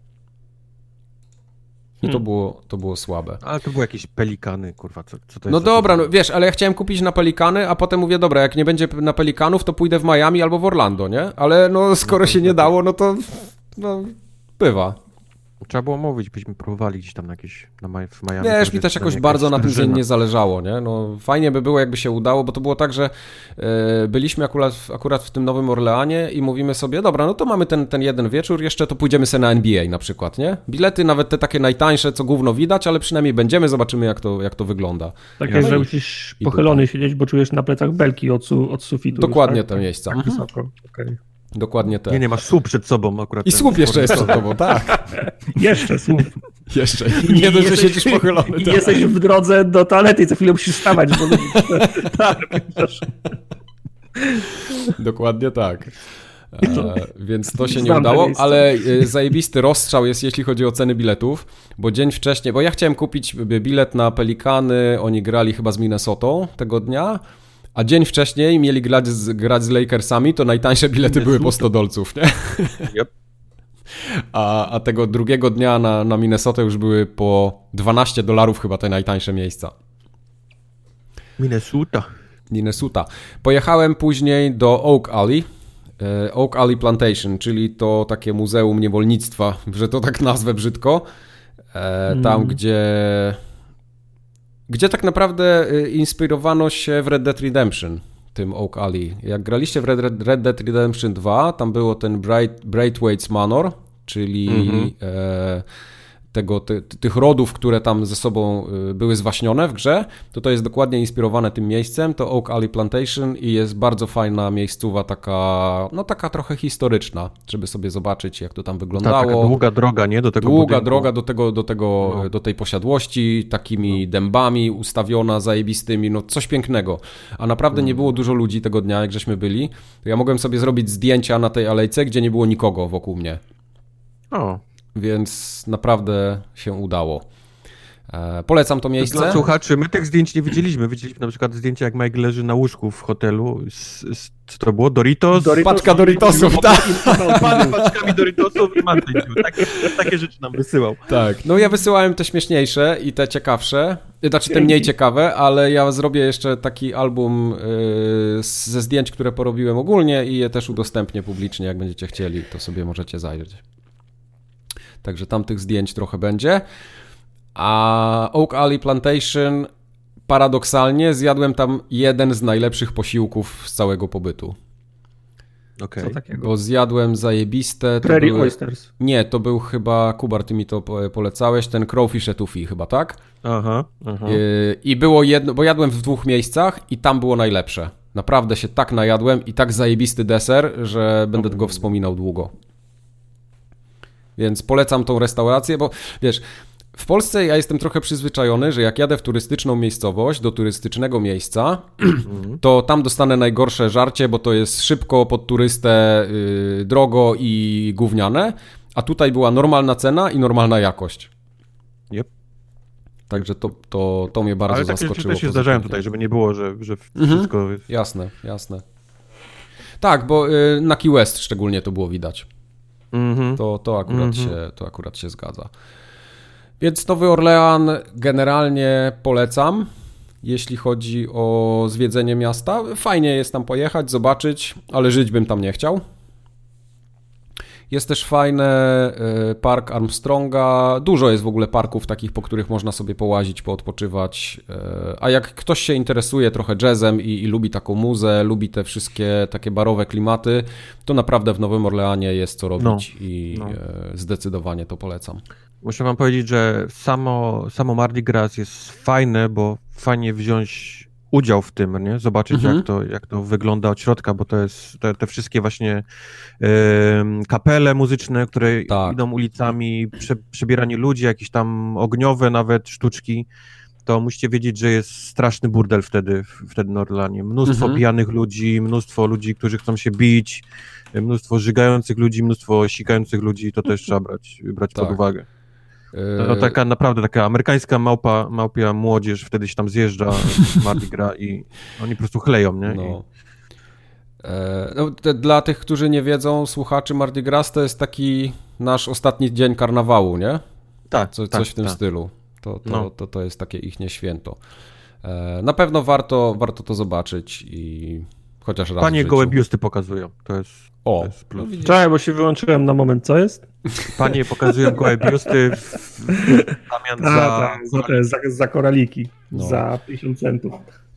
I hmm. to, było, to było słabe. Ale to były jakieś pelikany, kurwa, co, co to jest? No dobra, no, wiesz, ale ja chciałem kupić na pelikany, a potem mówię, dobra, jak nie będzie na pelikanów, to pójdę w Miami albo w Orlando, nie? Ale no skoro się nie dało, no to no, bywa. Trzeba było mówić, byśmy próbowali gdzieś tam na jakieś, na Maj- w Miami. Wiesz, mi też jakoś bardzo na tym dzień nie zależało, nie? No fajnie by było, jakby się udało, bo to było tak, że yy, byliśmy akurat w, akurat w tym Nowym Orleanie i mówimy sobie, dobra, no to mamy ten, ten jeden wieczór, jeszcze to pójdziemy sobie na N B A na przykład, nie? Bilety nawet te takie najtańsze, co gówno widać, ale przynajmniej będziemy, zobaczymy jak to, jak to wygląda. Tak jak, że musisz pochylony siedzieć, bo czujesz na plecach belki od, su, od sufitu. Dokładnie już, tak? te miejsca. Tak wysoko, okej. Okay. Dokładnie te. Nie, nie, masz słup przed sobą akurat. I słup jeszcze jest przed tobą, tak. Jeszcze słup. Jeszcze. I nie dość, że siedzisz pochylony. I tak. Jesteś w drodze do toalety i co chwilę musisz wstawać, bo tak, dokładnie tak. E, więc to się nie udało, ale zajebisty rozstrzał jest, jeśli chodzi o ceny biletów, bo dzień wcześniej, bo ja chciałem kupić bilet na Pelikany, oni grali chyba z Minnesotą tego dnia, a dzień wcześniej mieli grać z, grać z Lakersami, to najtańsze bilety Minnesota. Były po sto dolców, nie? Yep. A, a tego drugiego dnia na, na Minnesotę już były po dwanaście dolarów chyba te najtańsze miejsca. Minnesota. Minnesota. Pojechałem później do Oak Alley, Oak Alley Plantation, czyli to takie muzeum niewolnictwa, że to tak nazwę brzydko, tam mm. gdzie... Gdzie tak naprawdę inspirowano się w Red Dead Redemption, tym Oak Alley. Jak graliście w Red, Red Dead Redemption dwa, tam było ten Bright, Braithwaite's Manor, czyli mm-hmm. e, tego, ty, tych rodów, które tam ze sobą były zwaśnione w grze, to to jest dokładnie inspirowane tym miejscem, to Oak Alley Plantation i jest bardzo fajna miejscowa, taka, no taka trochę historyczna, żeby sobie zobaczyć, jak to tam wyglądało. Ta, taka długa droga, nie? Do tego Długa budynku. droga do tego, do tego, no. do tej posiadłości, takimi no. dębami ustawiona, zajebistymi, no coś pięknego. A naprawdę nie było dużo ludzi tego dnia, jak żeśmy byli. Ja mogłem sobie zrobić zdjęcia na tej alejce, gdzie nie było nikogo wokół mnie. O. Więc naprawdę się udało. E, polecam to miejsce. Dla słuchaczy, my tych zdjęć nie widzieliśmy. Widzieliśmy na przykład zdjęcia, jak Mike leży na łóżku w hotelu. Z, z, co to było? Doritos? Doritos Paczka Doritosów, tak. Pan paczkami Doritosów i Mountain Dew. Takie, takie rzeczy nam wysyłał. Tak, no ja wysyłałem te śmieszniejsze i te ciekawsze, znaczy te mniej ciekawe, ale ja zrobię jeszcze taki album yy, ze zdjęć, które porobiłem ogólnie i je też udostępnię publicznie, jak będziecie chcieli, to sobie możecie zajrzeć. Także tam tych zdjęć trochę będzie. A Oak Alley Plantation, paradoksalnie zjadłem tam jeden z najlepszych posiłków z całego pobytu. Okay. Co takiego? Bo zjadłem zajebiste... Prairie były... Oysters. Nie, to był chyba, Kubar, ty mi to polecałeś, ten Crawfish Etouffee chyba, tak? Aha, aha. I, I było jedno, bo jadłem w dwóch miejscach i tam było najlepsze. Naprawdę się tak najadłem i tak zajebisty deser, że będę go wspominał długo. Więc polecam tą restaurację, bo wiesz... W Polsce ja jestem trochę przyzwyczajony, że jak jadę w turystyczną miejscowość, do turystycznego miejsca, to tam dostanę najgorsze żarcie, bo to jest szybko, pod turystę, yy, drogo i gówniane, a tutaj była normalna cena i normalna jakość. Yep. Także to, to, to mnie bardzo Ale zaskoczyło. Ale takie rzeczy się zdarzają tutaj, żeby nie było, że, że wszystko... Mhm. Jasne, jasne. Tak, bo yy, na Key West szczególnie to było widać. Mhm. To, to, akurat mhm. się, to akurat się zgadza. Więc Nowy Orlean generalnie polecam, jeśli chodzi o zwiedzenie miasta. Fajnie jest tam pojechać, zobaczyć, ale żyć bym tam nie chciał. Jest też fajny park Armstronga. Dużo jest w ogóle parków takich, po których można sobie połazić, poodpoczywać. A jak ktoś się interesuje trochę jazzem i, i lubi taką muzę, lubi te wszystkie takie barowe klimaty, to naprawdę w Nowym Orleanie jest co robić no, i no. zdecydowanie to polecam. Muszę wam powiedzieć, że samo, samo Mardi Gras jest fajne, bo fajnie wziąć udział w tym, nie? Zobaczyć mhm. jak, to, jak to wygląda od środka, bo to jest te, te wszystkie właśnie yy, kapele muzyczne, które tak. idą ulicami, prze, przebieranie ludzi, jakieś tam ogniowe nawet sztuczki, to musicie wiedzieć, że jest straszny burdel wtedy, wtedy na Orleanie. Mnóstwo mhm. pijanych ludzi, mnóstwo ludzi, którzy chcą się bić, mnóstwo żygających ludzi, mnóstwo sikających ludzi, to też trzeba brać, brać tak. pod uwagę. To taka naprawdę taka amerykańska małpa, małpia młodzież wtedy się tam zjeżdża w Mardi Gras i oni po prostu chleją, nie? No. I... E, no, te, dla tych, którzy nie wiedzą, słuchaczy, Mardi Gras to jest taki nasz ostatni dzień karnawału, nie? Tak, Co, tak coś w tym tak. stylu. To, to, no. to, to jest takie ichnie święto. E, na pewno warto, warto to zobaczyć i chociaż raz Panie gołe biusty pokazują, to jest, o, to jest plus. No, Czekaj, bo się wyłączyłem na moment, co jest? Panie pokazują gołe biusty w, w zamian A, za... Tak, za, te, za, za koraliki, no. za pięćdziesiąt centów.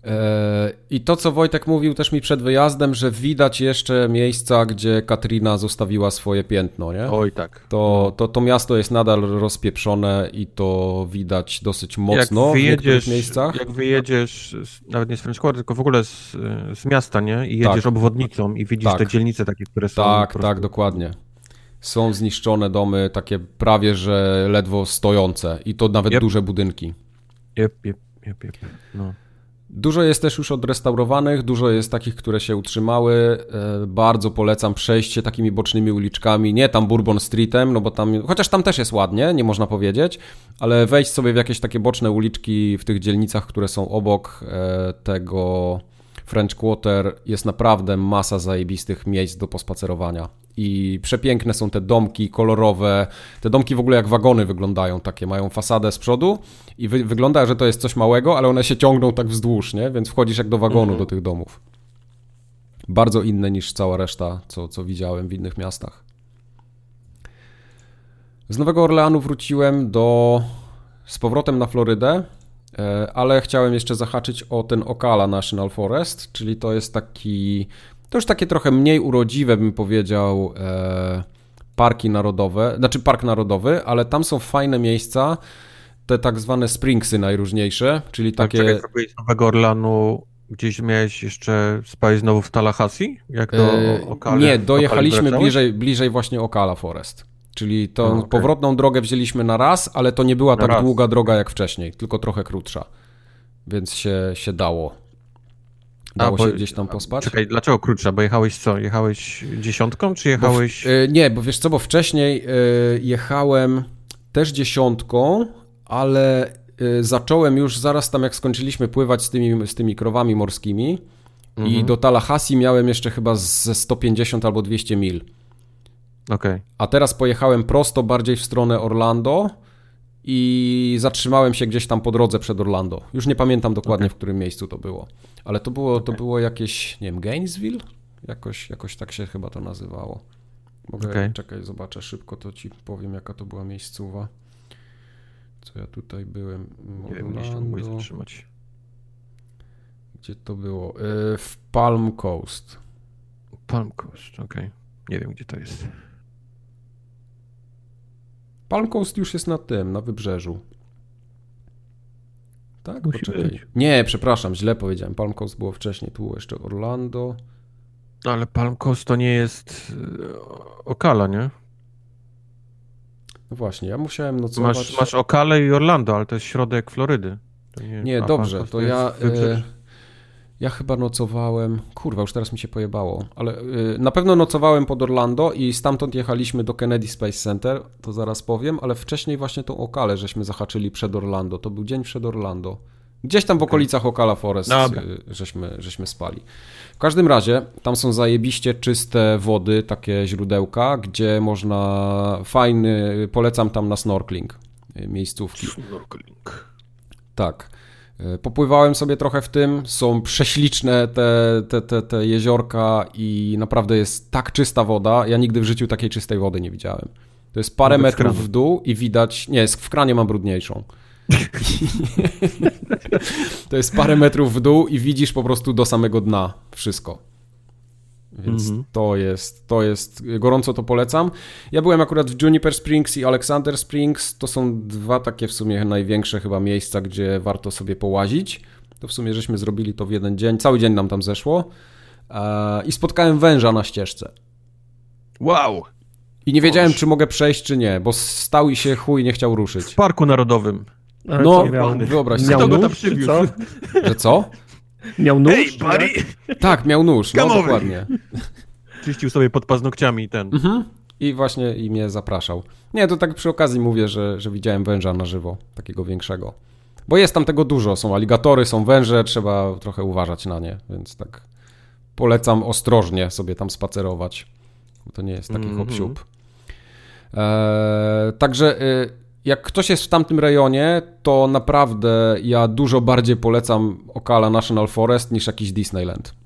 I to, co Wojtek mówił też mi przed wyjazdem, że widać jeszcze miejsca, gdzie Katrina zostawiła swoje piętno, nie? Oj, tak. To, to, to miasto jest nadal rozpieprzone i to widać dosyć mocno w niektórych miejscach. Jak wyjedziesz, nawet nie z French Quarter, tylko w ogóle z, z miasta, nie? I jedziesz tak. obwodnicą i widzisz tak. te dzielnice takie, które są... Tak, prostu... tak, dokładnie. Są zniszczone domy, takie prawie, że ledwo stojące i to nawet yep. duże budynki. Jep, jep, jep, jep. No. Dużo jest też już odrestaurowanych, dużo jest takich, które się utrzymały. Bardzo polecam przejście takimi bocznymi uliczkami, nie tam Bourbon Streetem, no bo tam, chociaż tam też jest ładnie, nie można powiedzieć, ale wejść sobie w jakieś takie boczne uliczki w tych dzielnicach, które są obok tego French Quarter, jest naprawdę masa zajebistych miejsc do pospacerowania. I przepiękne są te domki kolorowe, te domki w ogóle jak wagony wyglądają, takie mają fasadę z przodu i wy, wygląda, że to jest coś małego, ale one się ciągną tak wzdłuż, nie? Więc wchodzisz jak do wagonu mhm. do tych domów. Bardzo inne niż cała reszta, co, co widziałem w innych miastach. Z Nowego Orleanu wróciłem do, z powrotem na Florydę, ale chciałem jeszcze zahaczyć o ten Ocala National Forest, czyli to jest taki... To już takie trochę mniej urodziwe, bym powiedział, e, parki narodowe, znaczy park narodowy, ale tam są fajne miejsca, te tak zwane springsy najróżniejsze, czyli takie... Tak, czekaj, byłeś z Nowego Orleanu, gdzieś miałeś jeszcze spać znowu w Tallahassee? Jak do e, Ocala? Nie, dojechaliśmy bliżej, bliżej właśnie Ocala Forest, czyli tą okay. powrotną drogę wzięliśmy na raz, ale to nie była na tak raz. długa droga jak wcześniej, tylko trochę krótsza, więc się, się dało. Dało A, bo, się gdzieś tam pospać? Czekaj, dlaczego krótsza? Bo jechałeś co? Jechałeś dziesiątką, czy jechałeś... Bo w, nie, bo wiesz co, bo wcześniej y, jechałem też dziesiątką, ale zacząłem już zaraz tam, jak skończyliśmy pływać z tymi, z tymi krowami morskimi mhm. i do Tallahassee miałem jeszcze chyba ze sto pięćdziesiąt albo dwieście mil. Okay. A teraz pojechałem prosto bardziej w stronę Orlando i zatrzymałem się gdzieś tam po drodze przed Orlando. Już nie pamiętam dokładnie, okay. w którym miejscu to było. Ale to było, okay. to było jakieś, nie wiem, Gainesville? Jakoś, jakoś tak się chyba to nazywało. Mogę, okay. czekaj, zobaczę szybko, to ci powiem, jaka to była miejscowa. Co ja tutaj byłem? Nie wiem, gdzieś tam mógł zatrzymać. Gdzie to było? Yy, w Palm Coast. Palm Coast, okej. Okay. Nie wiem, gdzie to jest. Palm Coast już jest na tym, na wybrzeżu. Tak? Musi Poczekaj. być. Nie, przepraszam, źle powiedziałem. Palm Coast było wcześniej, tu było jeszcze Orlando. Ale Palm Coast to nie jest Ocala, nie? No właśnie, ja musiałem nocować... Masz, masz Ocalę i Orlando, ale to jest środek Florydy. To nie, nie dobrze, to ja... Y, ja chyba nocowałem... Kurwa, już teraz mi się pojebało. Ale y, na pewno nocowałem pod Orlando i stamtąd jechaliśmy do Kennedy Space Center, to zaraz powiem, ale wcześniej właśnie tą Ocalę żeśmy zahaczyli przed Orlando. To był dzień przed Orlando. Gdzieś tam w okolicach Ocala Forest Dobra. żeśmy, żeśmy spali. W każdym razie tam są zajebiście czyste wody, takie źródełka, gdzie można fajny, polecam tam na snorkeling miejscówki. Snorkeling. Tak. Popływałem sobie trochę w tym, są prześliczne te, te, te, te jeziorka i naprawdę jest tak czysta woda, ja nigdy w życiu takiej czystej wody nie widziałem. To jest parę Nawet metrów w dół i widać, nie, w kranie mam brudniejszą. To jest parę metrów w dół i widzisz po prostu do samego dna wszystko. Więc mm-hmm. to jest, to jest, gorąco to polecam. Ja byłem akurat w Juniper Springs i Alexander Springs, to są dwa takie w sumie największe chyba miejsca, gdzie warto sobie połazić. To w sumie żeśmy zrobili to w jeden dzień, cały dzień nam tam zeszło i spotkałem węża na ścieżce. Wow! I nie wiedziałem, Boż. czy mogę przejść, czy nie, bo stał i się chuj nie chciał ruszyć. W Parku Narodowym. Ale no, wyobraź sobie. Miał nóż, czy co? Że co? Miał nóż? Hey, buddy! Tak, miał nóż, no dokładnie. Czyścił sobie pod paznokciami ten. Mhm. I właśnie i mnie zapraszał. Nie, to tak przy okazji mówię, że, że widziałem węża na żywo, takiego większego. Bo jest tam tego dużo, są aligatory, są węże, trzeba trochę uważać na nie, więc tak polecam ostrożnie sobie tam spacerować. Bo to nie jest taki mm-hmm. hop-siup. Eee, także... Y- Jak ktoś jest w tamtym rejonie, to naprawdę ja dużo bardziej polecam Ocala National Forest niż jakiś Disneyland.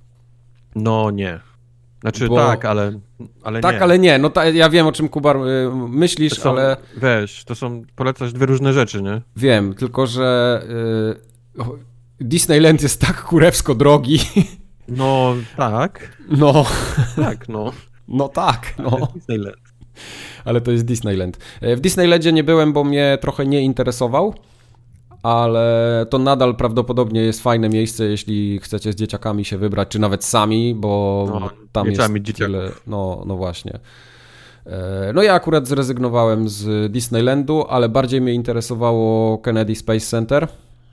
No nie. Znaczy Bo... tak, ale, ale tak, nie. ale nie. No ta, ja wiem, o czym, Kubar, y, myślisz, są, ale... Weź, to są, polecasz dwie różne rzeczy, nie? Wiem, tylko że y, Disneyland jest tak kurewsko drogi. No tak. No. Tak, no. No tak, no. Disneyland. Ale to jest Disneyland. W Disneylandzie nie byłem, bo mnie trochę nie interesował, ale to nadal prawdopodobnie jest fajne miejsce, jeśli chcecie z dzieciakami się wybrać, czy nawet sami, bo no, tam jest tyle... No, no właśnie. No ja akurat zrezygnowałem z Disneylandu, ale bardziej mnie interesowało Kennedy Space Center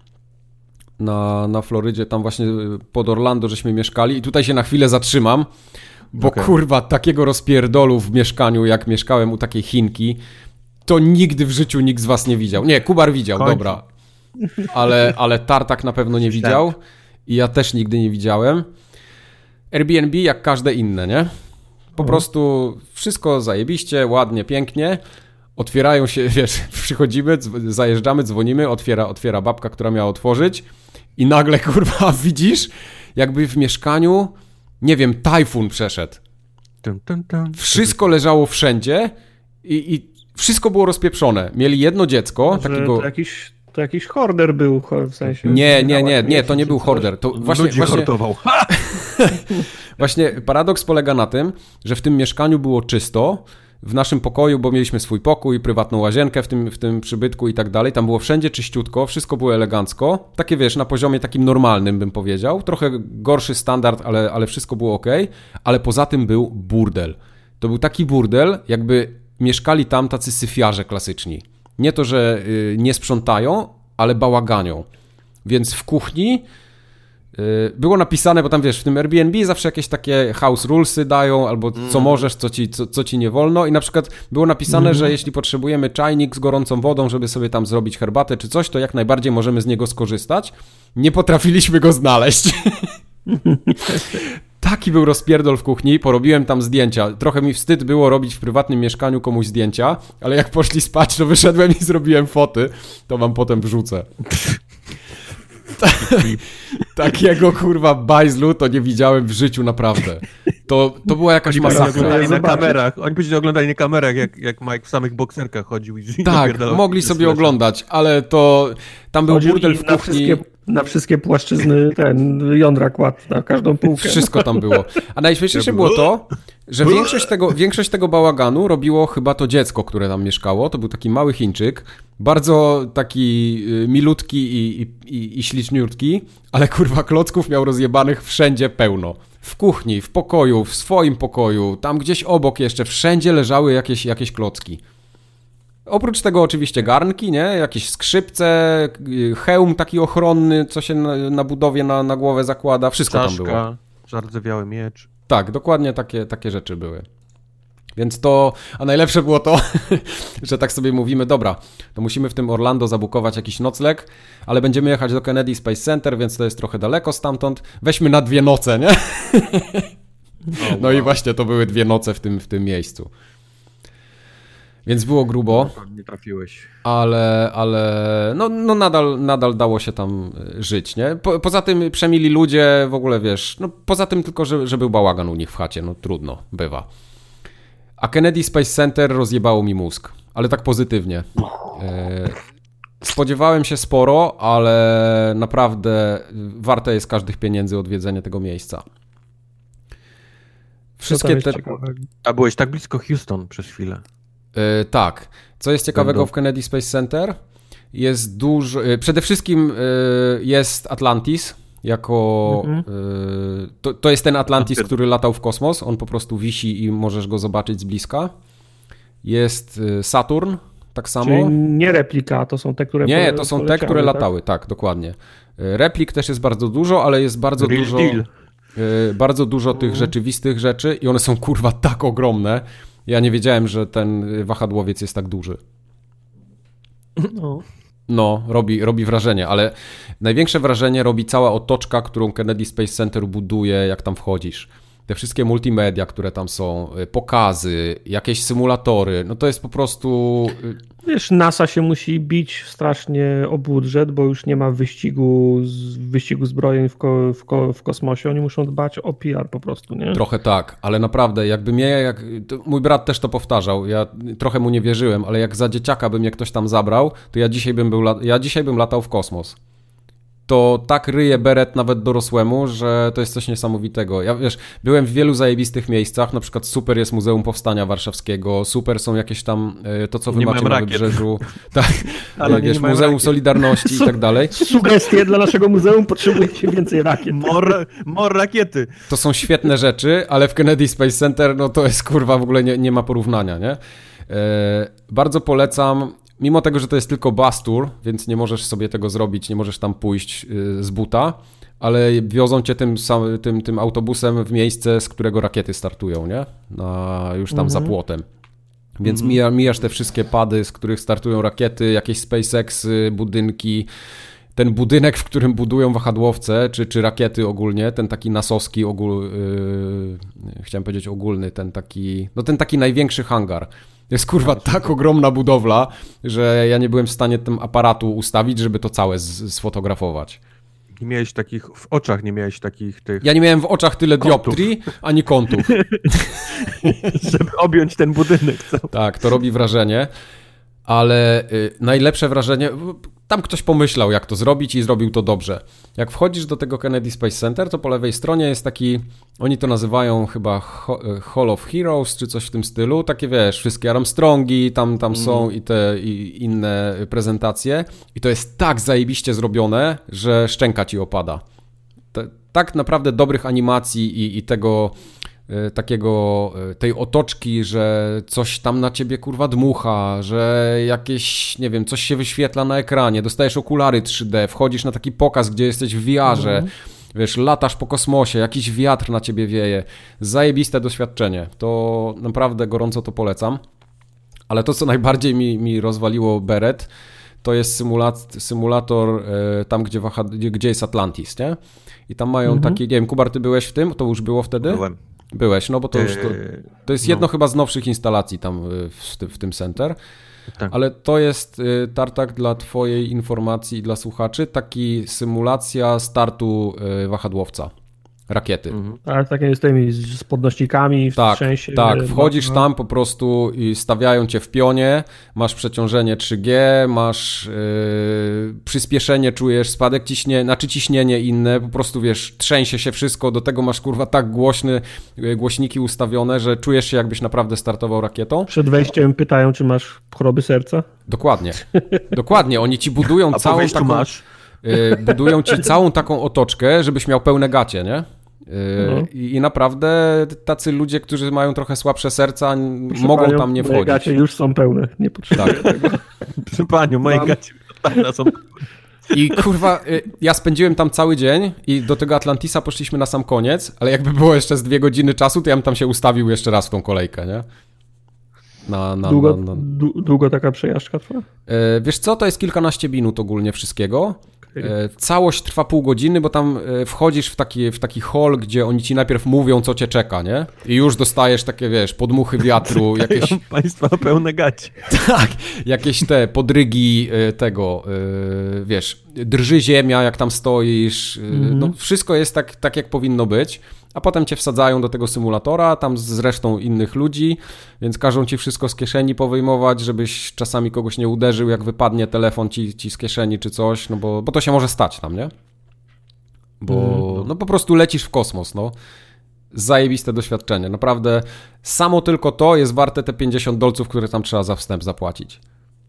na, na Florydzie, tam właśnie pod Orlando żeśmy mieszkali i tutaj się na chwilę zatrzymam, bo okay. kurwa, takiego rozpierdolu w mieszkaniu, jak mieszkałem u takiej Chinki, to nigdy w życiu nikt z was nie widział. Nie, Kubar widział, Kończy. dobra. Ale, ale Tartak na pewno nie widział i ja też nigdy nie widziałem. Airbnb jak każde inne, nie? Po mhm. prostu wszystko zajebiście, ładnie, pięknie. Otwierają się, wiesz, przychodzimy, zajeżdżamy, dzwonimy, otwiera, otwiera babka, która miała otworzyć i nagle, kurwa, widzisz, jakby w mieszkaniu, nie wiem, tajfun przeszedł. Tum, tum, tum. Wszystko leżało wszędzie i, i wszystko było rozpieprzone. Mieli jedno dziecko, Może takiego... To jakiś, to jakiś horder był, w sensie... Nie, nie, nie, nie, to nie był horder. To właśnie, Ludzi właśnie, hortował. Właśnie paradoks polega na tym, że w tym mieszkaniu było czysto, w naszym pokoju, bo mieliśmy swój pokój, prywatną łazienkę w tym, w tym przybytku i tak dalej, tam było wszędzie czyściutko, wszystko było elegancko, takie wiesz, na poziomie takim normalnym bym powiedział, trochę gorszy standard, ale, ale wszystko było ok, ale poza tym był burdel. To był taki burdel, jakby mieszkali tam tacy syfiarze klasyczni. Nie to, że y, nie sprzątają, ale bałaganią. Więc w kuchni Było napisane, bo tam wiesz, w tym Airbnb zawsze jakieś takie house rulesy dają, albo co mm. możesz, co ci, co, co ci nie wolno i na przykład było napisane, mm. że jeśli potrzebujemy czajnik z gorącą wodą, żeby sobie tam zrobić herbatę czy coś, to jak najbardziej możemy z niego skorzystać. Nie potrafiliśmy go znaleźć. Taki był rozpierdol w kuchni, porobiłem tam zdjęcia. Trochę mi wstyd było robić w prywatnym mieszkaniu komuś zdjęcia, ale jak poszli spać, to wyszedłem i zrobiłem foty. To wam potem wrzucę. Takiego kurwa bajzlu to nie widziałem w życiu naprawdę. To, to była jakaś Oni masakra. oglądali na kamerach. Oni później oglądali na kamerach, jak, jak Mike w samych bokserkach chodził. I tak, mogli sobie flesza. oglądać, ale to tam był Chodził burdel w na kuchni. Wszystkie, na wszystkie płaszczyzny ten jądra kładł, na każdą półkę. Wszystko tam było. A najśmieszniejsze było to, że większość tego, większość tego bałaganu robiło chyba to dziecko, które tam mieszkało. To był taki mały Chińczyk, bardzo taki milutki i, i, i, i śliczniutki, ale kurwa klocków miał rozjebanych wszędzie pełno. W kuchni, w pokoju, w swoim pokoju, tam gdzieś obok jeszcze, wszędzie leżały jakieś, jakieś klocki. Oprócz tego oczywiście garnki, nie? Jakieś skrzypce, hełm taki ochronny, co się na, na budowie na, na głowę zakłada, wszystko Czaszka, tam było. zardzewiały miecz. Tak, dokładnie takie, takie rzeczy były. Więc to, a najlepsze było to, że tak sobie mówimy, dobra, to musimy w tym Orlando zabukować jakiś nocleg, ale będziemy jechać do Kennedy Space Center, więc to jest trochę daleko stamtąd. Weźmy na dwie noce, nie? Oh, no wow. I właśnie to były dwie noce w tym, w tym miejscu. Więc było grubo. Nie trafiłeś. Ale, ale no, no nadal, nadal dało się tam żyć, nie? Po, poza tym przemili ludzie, w ogóle wiesz, no poza tym tylko, że, że był bałagan u nich w chacie, no trudno, bywa. A Kennedy Space Center rozjebało mi mózg, ale tak pozytywnie. Spodziewałem się sporo, ale naprawdę warte jest każdych pieniędzy odwiedzenie tego miejsca. Wszystkie te... A byłeś tak blisko Houston przez chwilę. Yy, tak. Co jest ciekawego w Kennedy Space Center? Jest dużo... Yy, przede wszystkim yy, jest Atlantis. Jako... Mhm. Yy, to, to jest ten Atlantis, który latał w kosmos. On po prostu wisi i możesz go zobaczyć z bliska. Jest Saturn, tak samo. Czyli nie replika, to są te, które Nie, to są te, które tak? latały, tak, dokładnie. Replik też jest bardzo dużo, ale jest bardzo Real dużo... Deal. Yy, bardzo dużo tych rzeczywistych rzeczy i one są kurwa tak ogromne. Ja nie wiedziałem, że ten wahadłowiec jest tak duży. No. No, robi, robi wrażenie, ale największe wrażenie robi cała otoczka, którą Kennedy Space Center buduje, jak tam wchodzisz. Te wszystkie multimedia, które tam są, pokazy, jakieś symulatory, no to jest po prostu... Wiesz, NASA się musi bić strasznie o budżet, bo już nie ma wyścigu, wyścigu zbrojeń w, ko, w, ko, w kosmosie, oni muszą dbać o P R po prostu, nie? Trochę tak, ale naprawdę, jakby mnie, jak, mój brat też to powtarzał, ja trochę mu nie wierzyłem, ale jak za dzieciaka by mnie ktoś tam zabrał, to ja dzisiaj bym, był, ja dzisiaj bym latał w kosmos. To tak ryje beret nawet dorosłemu, że to jest coś niesamowitego. Ja wiesz, byłem w wielu zajebistych miejscach, na przykład super jest Muzeum Powstania Warszawskiego, super są jakieś tam, to co wy nie macie na Wybrzeżu, tak, ale wiesz, Muzeum rakiet. Solidarności i tak dalej. Sugestie dla naszego muzeum, potrzebujecie więcej rakiet. Mor, mor rakiety. To są świetne rzeczy, ale w Kennedy Space Center, no to jest kurwa w ogóle nie, nie ma porównania, nie? E, bardzo polecam. Mimo tego, że to jest tylko bus tour, więc nie możesz sobie tego zrobić, nie możesz tam pójść z buta, ale wiozą cię tym, tym, tym autobusem w miejsce, z którego rakiety startują, nie? Na, już tam mhm. za płotem. Więc mhm. mija, mijasz te wszystkie pady, z których startują rakiety, jakieś SpaceXy, budynki. Ten budynek, w którym budują wahadłowce, czy, czy rakiety ogólnie, ten taki nasowski, ogól, yy, chciałem powiedzieć ogólny, ten taki, no ten taki największy hangar. Jest kurwa tak ogromna budowla, że ja nie byłem w stanie tym aparatu ustawić, żeby to całe z, sfotografować. Nie miałeś takich, w oczach nie miałeś takich tych... Ja nie miałem w oczach tyle kątów. Dioptrii, ani kątów. Żeby objąć ten budynek. Co? Tak, to robi wrażenie, ale y, najlepsze wrażenie... Tam ktoś pomyślał, jak to zrobić i zrobił to dobrze. Jak wchodzisz do tego Kennedy Space Center, to po lewej stronie jest taki, oni to nazywają chyba Hall of Heroes, czy coś w tym stylu. Takie wiesz, wszystkie Armstrongi tam, tam mm. są i te i inne prezentacje. I to jest tak zajebiście zrobione, że szczęka ci opada. Te, tak naprawdę dobrych animacji i, i tego... takiego, tej otoczki, że coś tam na ciebie kurwa dmucha, że jakieś, nie wiem, coś się wyświetla na ekranie, dostajesz okulary trzy D, wchodzisz na taki pokaz, gdzie jesteś w V R-ze, mm. wiesz, latasz po kosmosie, jakiś wiatr na ciebie wieje, zajebiste doświadczenie, to naprawdę gorąco to polecam, ale to, co najbardziej mi, mi rozwaliło beret, to jest symulat, symulator e, tam, gdzie, waha, gdzie jest Atlantis, nie? I tam mają mhm. taki, nie wiem, Kubar, ty byłeś w tym? To już było wtedy? Byłem. Byłeś, no bo to już, to, to jest jedno no. chyba z nowszych instalacji tam w, w tym center. Tak. Ale to jest, Tartak, dla twojej informacji i dla słuchaczy, taki symulacja startu wahadłowca, rakiety. Mhm. Ale takie jest tymi z podnośnikami w tak, trzęsie. Tak, wchodzisz no. tam po prostu i stawiają cię w pionie, masz przeciążenie trzy G, masz yy, przyspieszenie, czujesz spadek ciśnienia, znaczy ciśnienie inne, po prostu wiesz, trzęsie się wszystko, do tego masz kurwa tak głośny, yy, głośniki ustawione, że czujesz się jakbyś naprawdę startował rakietą. Przed wejściem pytają, czy masz choroby serca? Dokładnie, dokładnie, oni ci budują A całą taką... masz? Yy, budują ci całą taką otoczkę, żebyś miał pełne gacie, nie? Mhm. I, I naprawdę tacy ludzie, którzy mają trochę słabsze serca, Proszę mogą panią, tam nie wchodzić. Moje gacie już są pełne, nie potrzebuję tak. tego. Proszę panią, moje Mam... gacie są pełne. I kurwa, ja spędziłem tam cały dzień i do tego Atlantisa poszliśmy na sam koniec, ale jakby było jeszcze z dwie godziny czasu, to ja bym tam się ustawił jeszcze raz w tą kolejkę, nie? Na, na, długo, na, na... długo taka przejażdżka trwa? E, wiesz co, to jest kilkanaście minut ogólnie wszystkiego. Całość trwa pół godziny, bo tam wchodzisz w taki, w taki hall, gdzie oni ci najpierw mówią, co cię czeka, nie? I już dostajesz takie, wiesz, podmuchy wiatru, jakieś... Państwa pełne gacie. Tak, jakieś te podrygi tego, wiesz, drży ziemia, jak tam stoisz, mm-hmm. no wszystko jest tak, tak, jak powinno być. A potem cię wsadzają do tego symulatora, tam z resztą innych ludzi, więc każą ci wszystko z kieszeni powyjmować, żebyś czasami kogoś nie uderzył, jak wypadnie telefon ci, ci z kieszeni czy coś, no bo, bo to się może stać tam, nie? Bo mm. no po prostu lecisz w kosmos, no. Zajebiste doświadczenie. Naprawdę samo tylko to jest warte te pięćdziesiąt dolców, które tam trzeba za wstęp zapłacić.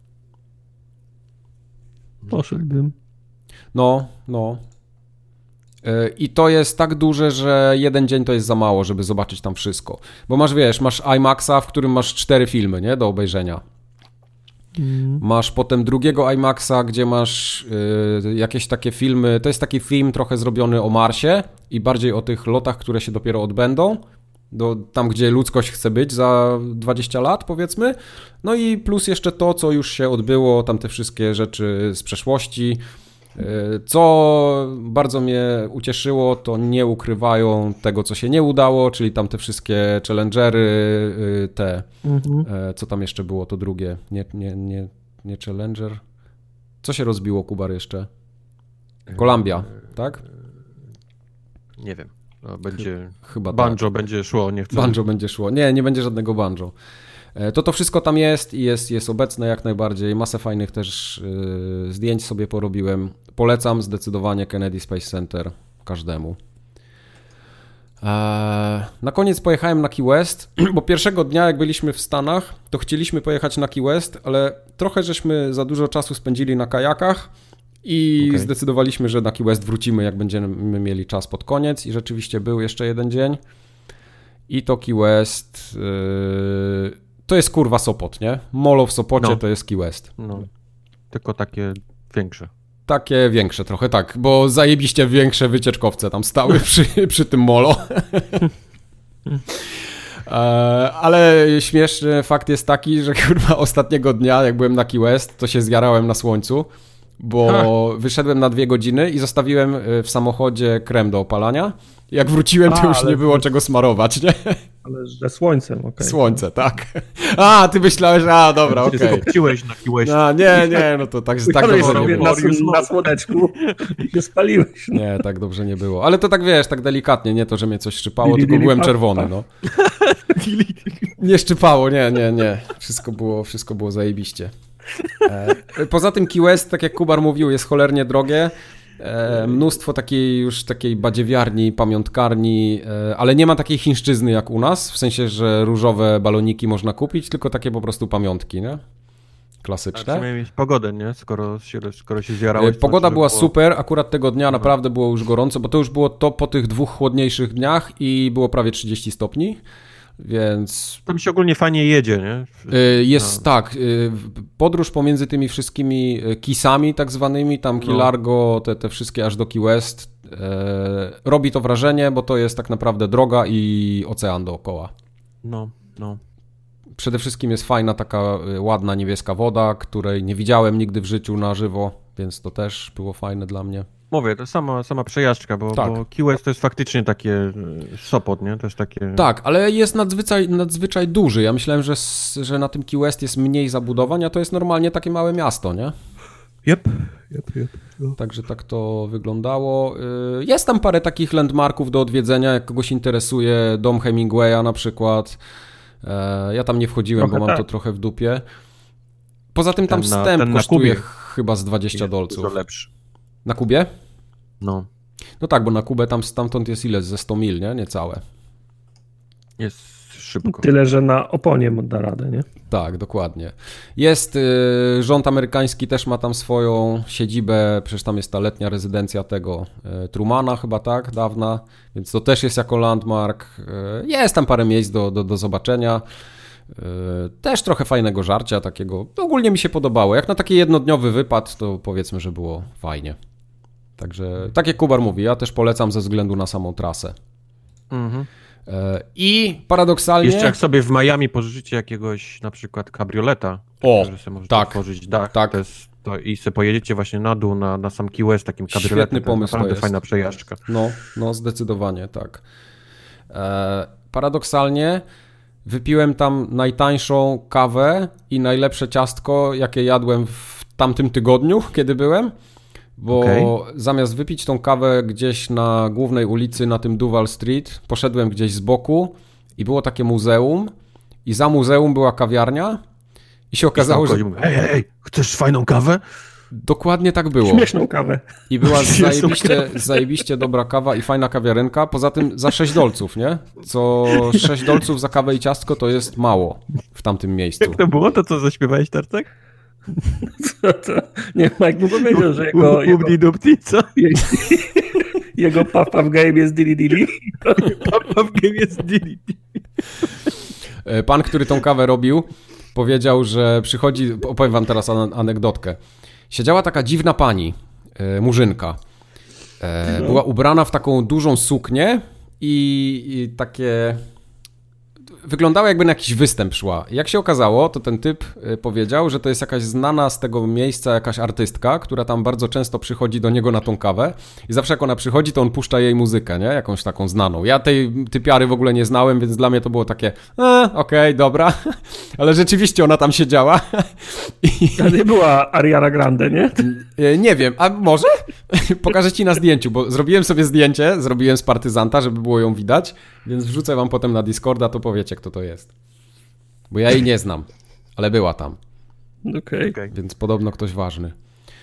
Poszedłbym. No, no. I to jest tak duże, że jeden dzień to jest za mało, żeby zobaczyć tam wszystko. Bo masz, wiesz, masz IMAXa, w którym masz cztery filmy, nie? Do obejrzenia. Mm. Masz potem drugiego IMAXa, gdzie masz y, jakieś takie filmy, to jest taki film trochę zrobiony o Marsie i bardziej o tych lotach, które się dopiero odbędą. Do, tam, gdzie ludzkość chce być za dwadzieścia lat, powiedzmy. No i plus jeszcze to, co już się odbyło, tam te wszystkie rzeczy z przeszłości. Co bardzo mnie ucieszyło, to nie ukrywają tego, co się nie udało, czyli tam te wszystkie challengery, te, mhm. co tam jeszcze było, to drugie, nie, nie, nie, nie challenger. Co się rozbiło, Kubar, jeszcze? Columbia, tak? Nie wiem. No, będzie Chyba banjo tak. będzie szło, nie chcę. Banjo będzie szło. Nie, nie będzie żadnego banjo. To to wszystko tam jest i jest, jest obecne jak najbardziej. Masę fajnych też yy, zdjęć sobie porobiłem. Polecam zdecydowanie Kennedy Space Center każdemu. Eee, na koniec pojechałem na Key West, bo pierwszego dnia jak byliśmy w Stanach, to chcieliśmy pojechać na Key West, ale trochę żeśmy za dużo czasu spędzili na kajakach i okay. zdecydowaliśmy, że na Key West wrócimy, jak będziemy mieli czas pod koniec i rzeczywiście był jeszcze jeden dzień. I to Key West... Yy, to jest kurwa Sopot, nie? Molo w Sopocie no. to jest Key West. No. Tylko takie większe. Takie większe trochę, tak, bo zajebiście większe wycieczkowce tam stały przy, przy tym molo. Ale śmieszny fakt jest taki, że kurwa ostatniego dnia, jak byłem na Key West, to się zjarałem na słońcu, bo ha. wyszedłem na dwie godziny i zostawiłem w samochodzie krem do opalania. Jak wróciłem, to A, już nie było to... czego smarować, nie? Ale że słońcem, okej. Okay. Słońce, tak. A, ty myślałeś, a dobra, okej. Okay. Skopciłeś na Key West. A, nie, nie, no to tak, tak dobrze nie było. Na, na słoneczku i się spaliłeś. No. Nie, tak dobrze nie było. Ale to tak, wiesz, tak delikatnie, nie to, że mnie coś szczypało, tylko byłem czerwony, no. Nie szczypało, nie, nie, nie. Wszystko było, wszystko było zajebiście. Poza tym Key West, tak jak Kubar mówił, jest cholernie drogie. E, mnóstwo takiej już takiej badziewiarni, pamiątkarni, e, ale nie ma takiej chińszczyzny jak u nas, w sensie, że różowe baloniki można kupić, tylko takie po prostu pamiątki, nie? Klasyczne. A trzeba mieć pogodę, nie? Skoro się, skoro się zjarałeś. E, pogoda była było... super, akurat tego dnia Aha. naprawdę było już gorąco, bo to już było to po tych dwóch chłodniejszych dniach i było prawie trzydzieści stopni. Więc... Tam się ogólnie fajnie jedzie, nie? Jest no. tak, podróż pomiędzy tymi wszystkimi kisami tak zwanymi, tam Key Largo, te, te wszystkie aż do Key West, robi to wrażenie, bo to jest tak naprawdę droga i ocean dookoła. No, no. Przede wszystkim jest fajna taka ładna niebieska woda, której nie widziałem nigdy w życiu na żywo, więc to też było fajne dla mnie. Mówię, to sama, sama przejażdżka, bo, tak. bo Key West to jest faktycznie takie Sopot, nie? To jest takie... Tak, ale jest nadzwyczaj, nadzwyczaj duży. Ja myślałem, że, że na tym Key West jest mniej zabudowań, a to jest normalnie takie małe miasto, nie? Yep, yep, yep. No. Także tak to wyglądało. Jest tam parę takich landmarków do odwiedzenia, jak kogoś interesuje, dom Hemingwaya na przykład. Ja tam nie wchodziłem, trochę bo mam tak. to trochę w dupie. Poza tym tam ten wstęp na, kosztuje na chyba z dwadzieścia dolców. Dużo lepszy. Na Kubie? No. No tak, bo na Kubę tam stamtąd jest ile? Ze sto mil, nie? Niecałe. Jest szybko. Tyle, że na oponie da radę, nie? Tak, dokładnie. Jest, y, rząd amerykański też ma tam swoją siedzibę, przecież tam jest ta letnia rezydencja tego y, Trumana chyba, tak? Dawna, więc to też jest jako landmark. Y, jest tam parę miejsc do, do, do zobaczenia. Też trochę fajnego żarcia takiego. Ogólnie mi się podobało. Jak na taki jednodniowy wypad, to powiedzmy, że było fajnie. Także tak jak Kubar mówi, ja też polecam ze względu na samą trasę. Mhm. I paradoksalnie... Jeszcze jak sobie w Miami pożyczycie jakiegoś na przykład kabrioleta, o, że sobie możecie tak, otworzyć dach tak. To jest, to i sobie pojedziecie właśnie na dół, na, na sam Key West takim kabrioletem. Świetny pomysł, to naprawdę jest. Fajna przejażdżka. No, no zdecydowanie, tak. E, paradoksalnie wypiłem tam najtańszą kawę i najlepsze ciastko, jakie jadłem w tamtym tygodniu, kiedy byłem, bo okay. zamiast wypić tą kawę gdzieś na głównej ulicy, na tym Duval Street, poszedłem gdzieś z boku i było takie muzeum i za muzeum była kawiarnia i się okazało, I że... Mówi, hej, hej, chcesz fajną kawę? Dokładnie tak było. Śmieszną kawę. I była zajebiście, zajebiście dobra kawa i fajna kawiarenka. Poza tym za sześć dolców, nie? Co sześć dolców za kawę i ciastko to jest mało w tamtym miejscu. Jak to było? To co zaśpiewałeś, Tarcek? Co to? Nie, Mike mu powiedział, że jego... Ubdi dupti, co? Jego papa w game jest dili dili. Papa w game jest dili dili. Pan, który tą kawę robił, powiedział, że przychodzi... Opowiem wam teraz anegdotkę. Siedziała taka dziwna pani, e, murzynka. E, no. Była ubrana w taką dużą suknię i, i takie... Wyglądała jakby na jakiś występ szła. Jak się okazało, to ten typ powiedział, że to jest jakaś znana z tego miejsca jakaś artystka, która tam bardzo często przychodzi do niego na tą kawę i zawsze jak ona przychodzi, to on puszcza jej muzykę, nie? Jakąś taką znaną. Ja tej typiary w ogóle nie znałem, więc dla mnie to było takie e, okej, okay, dobra. Ale rzeczywiście ona tam siedziała. I... To nie była Ariana Grande, nie? Nie wiem, a może? Pokażę ci na zdjęciu, bo zrobiłem sobie zdjęcie, zrobiłem z partyzanta, żeby było ją widać, więc wrzucę wam potem na Discorda, to powiecie, kto to jest. Bo ja jej nie znam, ale była tam. Okej. Okay. Więc podobno ktoś ważny.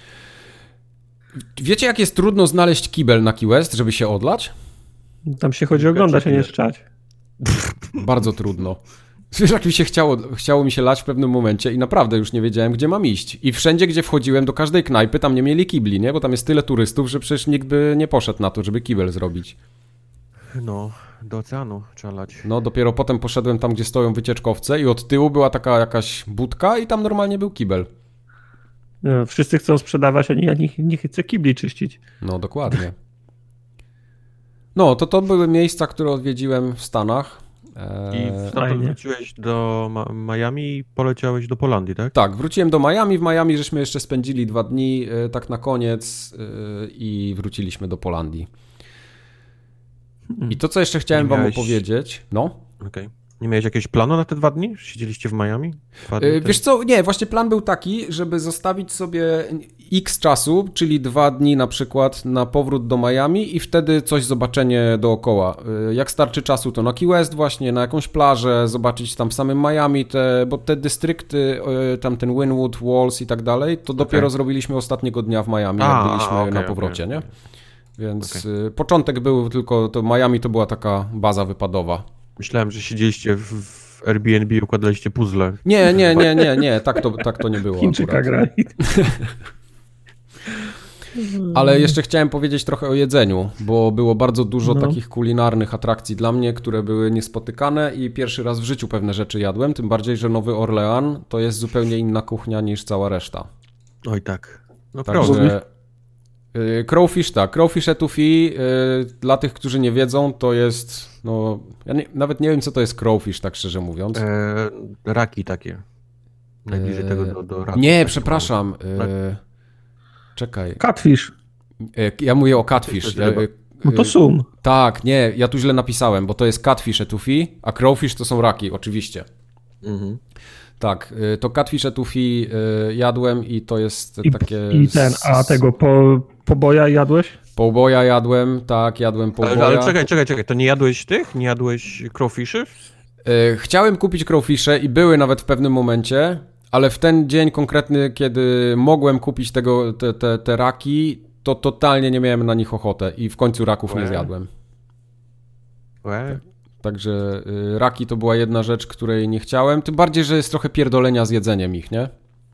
Wiecie, jak jest trudno znaleźć kibel na Key West, żeby się odlać? Tam się chodzi oglądać, a nie szczać. Bardzo trudno. Wiesz, jak mi się chciało, chciało mi się lać w pewnym momencie i naprawdę już nie wiedziałem, gdzie mam iść. I wszędzie, gdzie wchodziłem, do każdej knajpy, tam nie mieli kibli, nie? Bo tam jest tyle turystów, że przecież nikt by nie poszedł na to, żeby kibel zrobić. No, do oceanu trzeba lać. No, dopiero potem poszedłem tam, gdzie stoją wycieczkowce i od tyłu była taka jakaś budka i tam normalnie był kibel. No, wszyscy chcą sprzedawać, a nikt nie chce kibli czyścić. No, dokładnie. No, to to były miejsca, które odwiedziłem w Stanach. I stamtąd wróciłeś do Miami i poleciałeś do Polandii, tak? Tak, wróciłem do Miami. W Miami żeśmy jeszcze spędzili dwa dni, tak na koniec i wróciliśmy do Polandii. I to, co jeszcze chciałem miałeś... wam opowiedzieć, no. Okej. Okay. Nie miałeś jakiegoś planu na te dwa dni? Siedzieliście w Miami? Yy, wiesz co, nie, właśnie plan był taki, żeby zostawić sobie x czasu, czyli dwa dni na przykład na powrót do Miami i wtedy coś zobaczenie dookoła. Yy, jak starczy czasu, to na Key West właśnie, na jakąś plażę, zobaczyć tam w samym Miami, te, bo te dystrykty, yy, tam ten Wynwood, Walls i tak dalej, to dopiero okay. zrobiliśmy ostatniego dnia w Miami, jak a, byliśmy okay, na powrocie, okay. nie? Więc okay. yy, początek był tylko, to Miami to była taka baza wypadowa. Myślałem, że siedzieliście w, w Airbnb i układaliście puzzle. Nie, nie, nie, nie, nie, tak to, tak to nie było. Chińczyka grali. Ale jeszcze chciałem powiedzieć trochę o jedzeniu, bo było bardzo dużo no. takich kulinarnych atrakcji dla mnie, które były niespotykane i pierwszy raz w życiu pewne rzeczy jadłem, tym bardziej, że Nowy Orlean to jest zupełnie inna kuchnia niż cała reszta. Oj tak. No Także y, crowfish tak, crowfish etouffee, y, dla tych, którzy nie wiedzą, to jest, no, ja nie, nawet nie wiem, co to jest crowfish, tak szczerze mówiąc. E, raki takie. Najbliżej e, tego do, do raku. Nie, przepraszam. Y, czekaj. Catfish. Y, ja mówię o catfish. Ja, y, no to sum. Tak, nie, ja tu źle napisałem, bo to jest catfish etouffee, a crowfish to są raki, oczywiście. Mhm. Tak, to catfish etouffee jadłem i to jest I, takie... I ten, a tego po, poboja jadłeś? Poboja jadłem, tak, jadłem poboja. Ale, ale czekaj, czekaj, czekaj, to nie jadłeś tych? Nie jadłeś crowfiszy? Chciałem kupić crowfisze i były nawet w pewnym momencie, ale w ten dzień konkretny, kiedy mogłem kupić tego, te, te, te raki, to totalnie nie miałem na nich ochotę i w końcu raków Łe. nie zjadłem. Łe. Także y, raki to była jedna rzecz, której nie chciałem, tym bardziej, że jest trochę pierdolenia z jedzeniem ich, nie?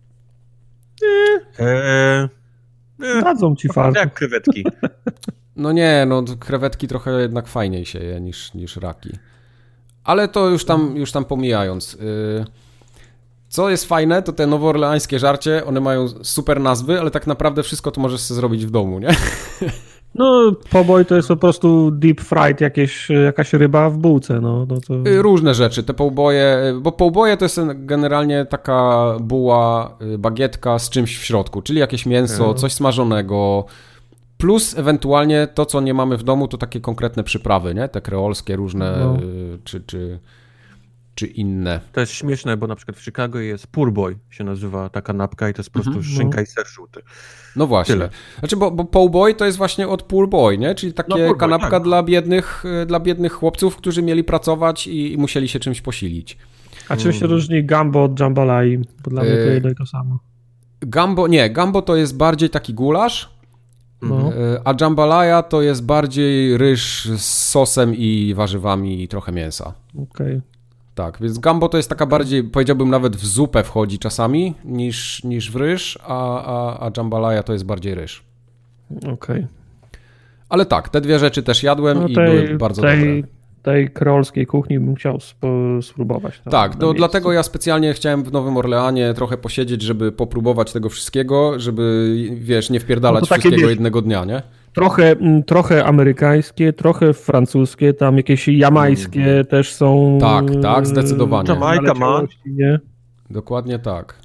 Eee, Dadzą ci farto. Jak krewetki. No nie, no krewetki trochę jednak fajniej się je niż, niż raki. Ale to już tam, już tam pomijając. Y, co jest fajne, to te nowoorleańskie żarcie, one mają super nazwy, ale tak naprawdę wszystko to możesz sobie zrobić w domu, nie? No, poboj to jest po prostu deep fried, jakieś, jakaś ryba w bułce, no. no to... Różne rzeczy, te połboje, bo połboje to jest generalnie taka buła, bagietka z czymś w środku, czyli jakieś mięso, no. coś smażonego, plus ewentualnie to, co nie mamy w domu, to takie konkretne przyprawy, nie? Te kreolskie różne, no. czy, czy, czy inne. To jest śmieszne, bo na przykład w Chicago jest poolboy, się nazywa ta kanapka i to jest po prostu mhm, szynka no. i ser żółty. No właśnie. Tyle. Znaczy, bo, bo poolboy to jest właśnie od poolboy, nie? Czyli takie no, kanapka tak. dla biednych, dla biednych chłopców, którzy mieli pracować i, i musieli się czymś posilić. A czym się hmm. różni gumbo od jambalaya? Bo dla mnie to jedno i to samo. Gumbo, nie, gumbo to jest bardziej taki gulasz, no. a jambalaya to jest bardziej ryż z sosem i warzywami i trochę mięsa. Okej. Okay. Tak, więc gumbo to jest taka bardziej, powiedziałbym nawet w zupę wchodzi czasami niż, niż w ryż, a, a, a jambalaya to jest bardziej ryż. Okej. Okay. Ale tak, te dwie rzeczy też jadłem no tej, i były bardzo tej, dobre. Tej kreolskiej kuchni bym chciał sp- spróbować. Tam, tak, to dlatego ja specjalnie chciałem w Nowym Orleanie trochę posiedzieć, żeby popróbować tego wszystkiego, żeby, wiesz, nie wpierdalać no wszystkiego wiesz, jednego dnia, nie? Trochę, trochę amerykańskie, trochę francuskie, tam jakieś jamańskie mm. też są. Tak, tak, zdecydowanie. Jamajka ma. Dokładnie tak.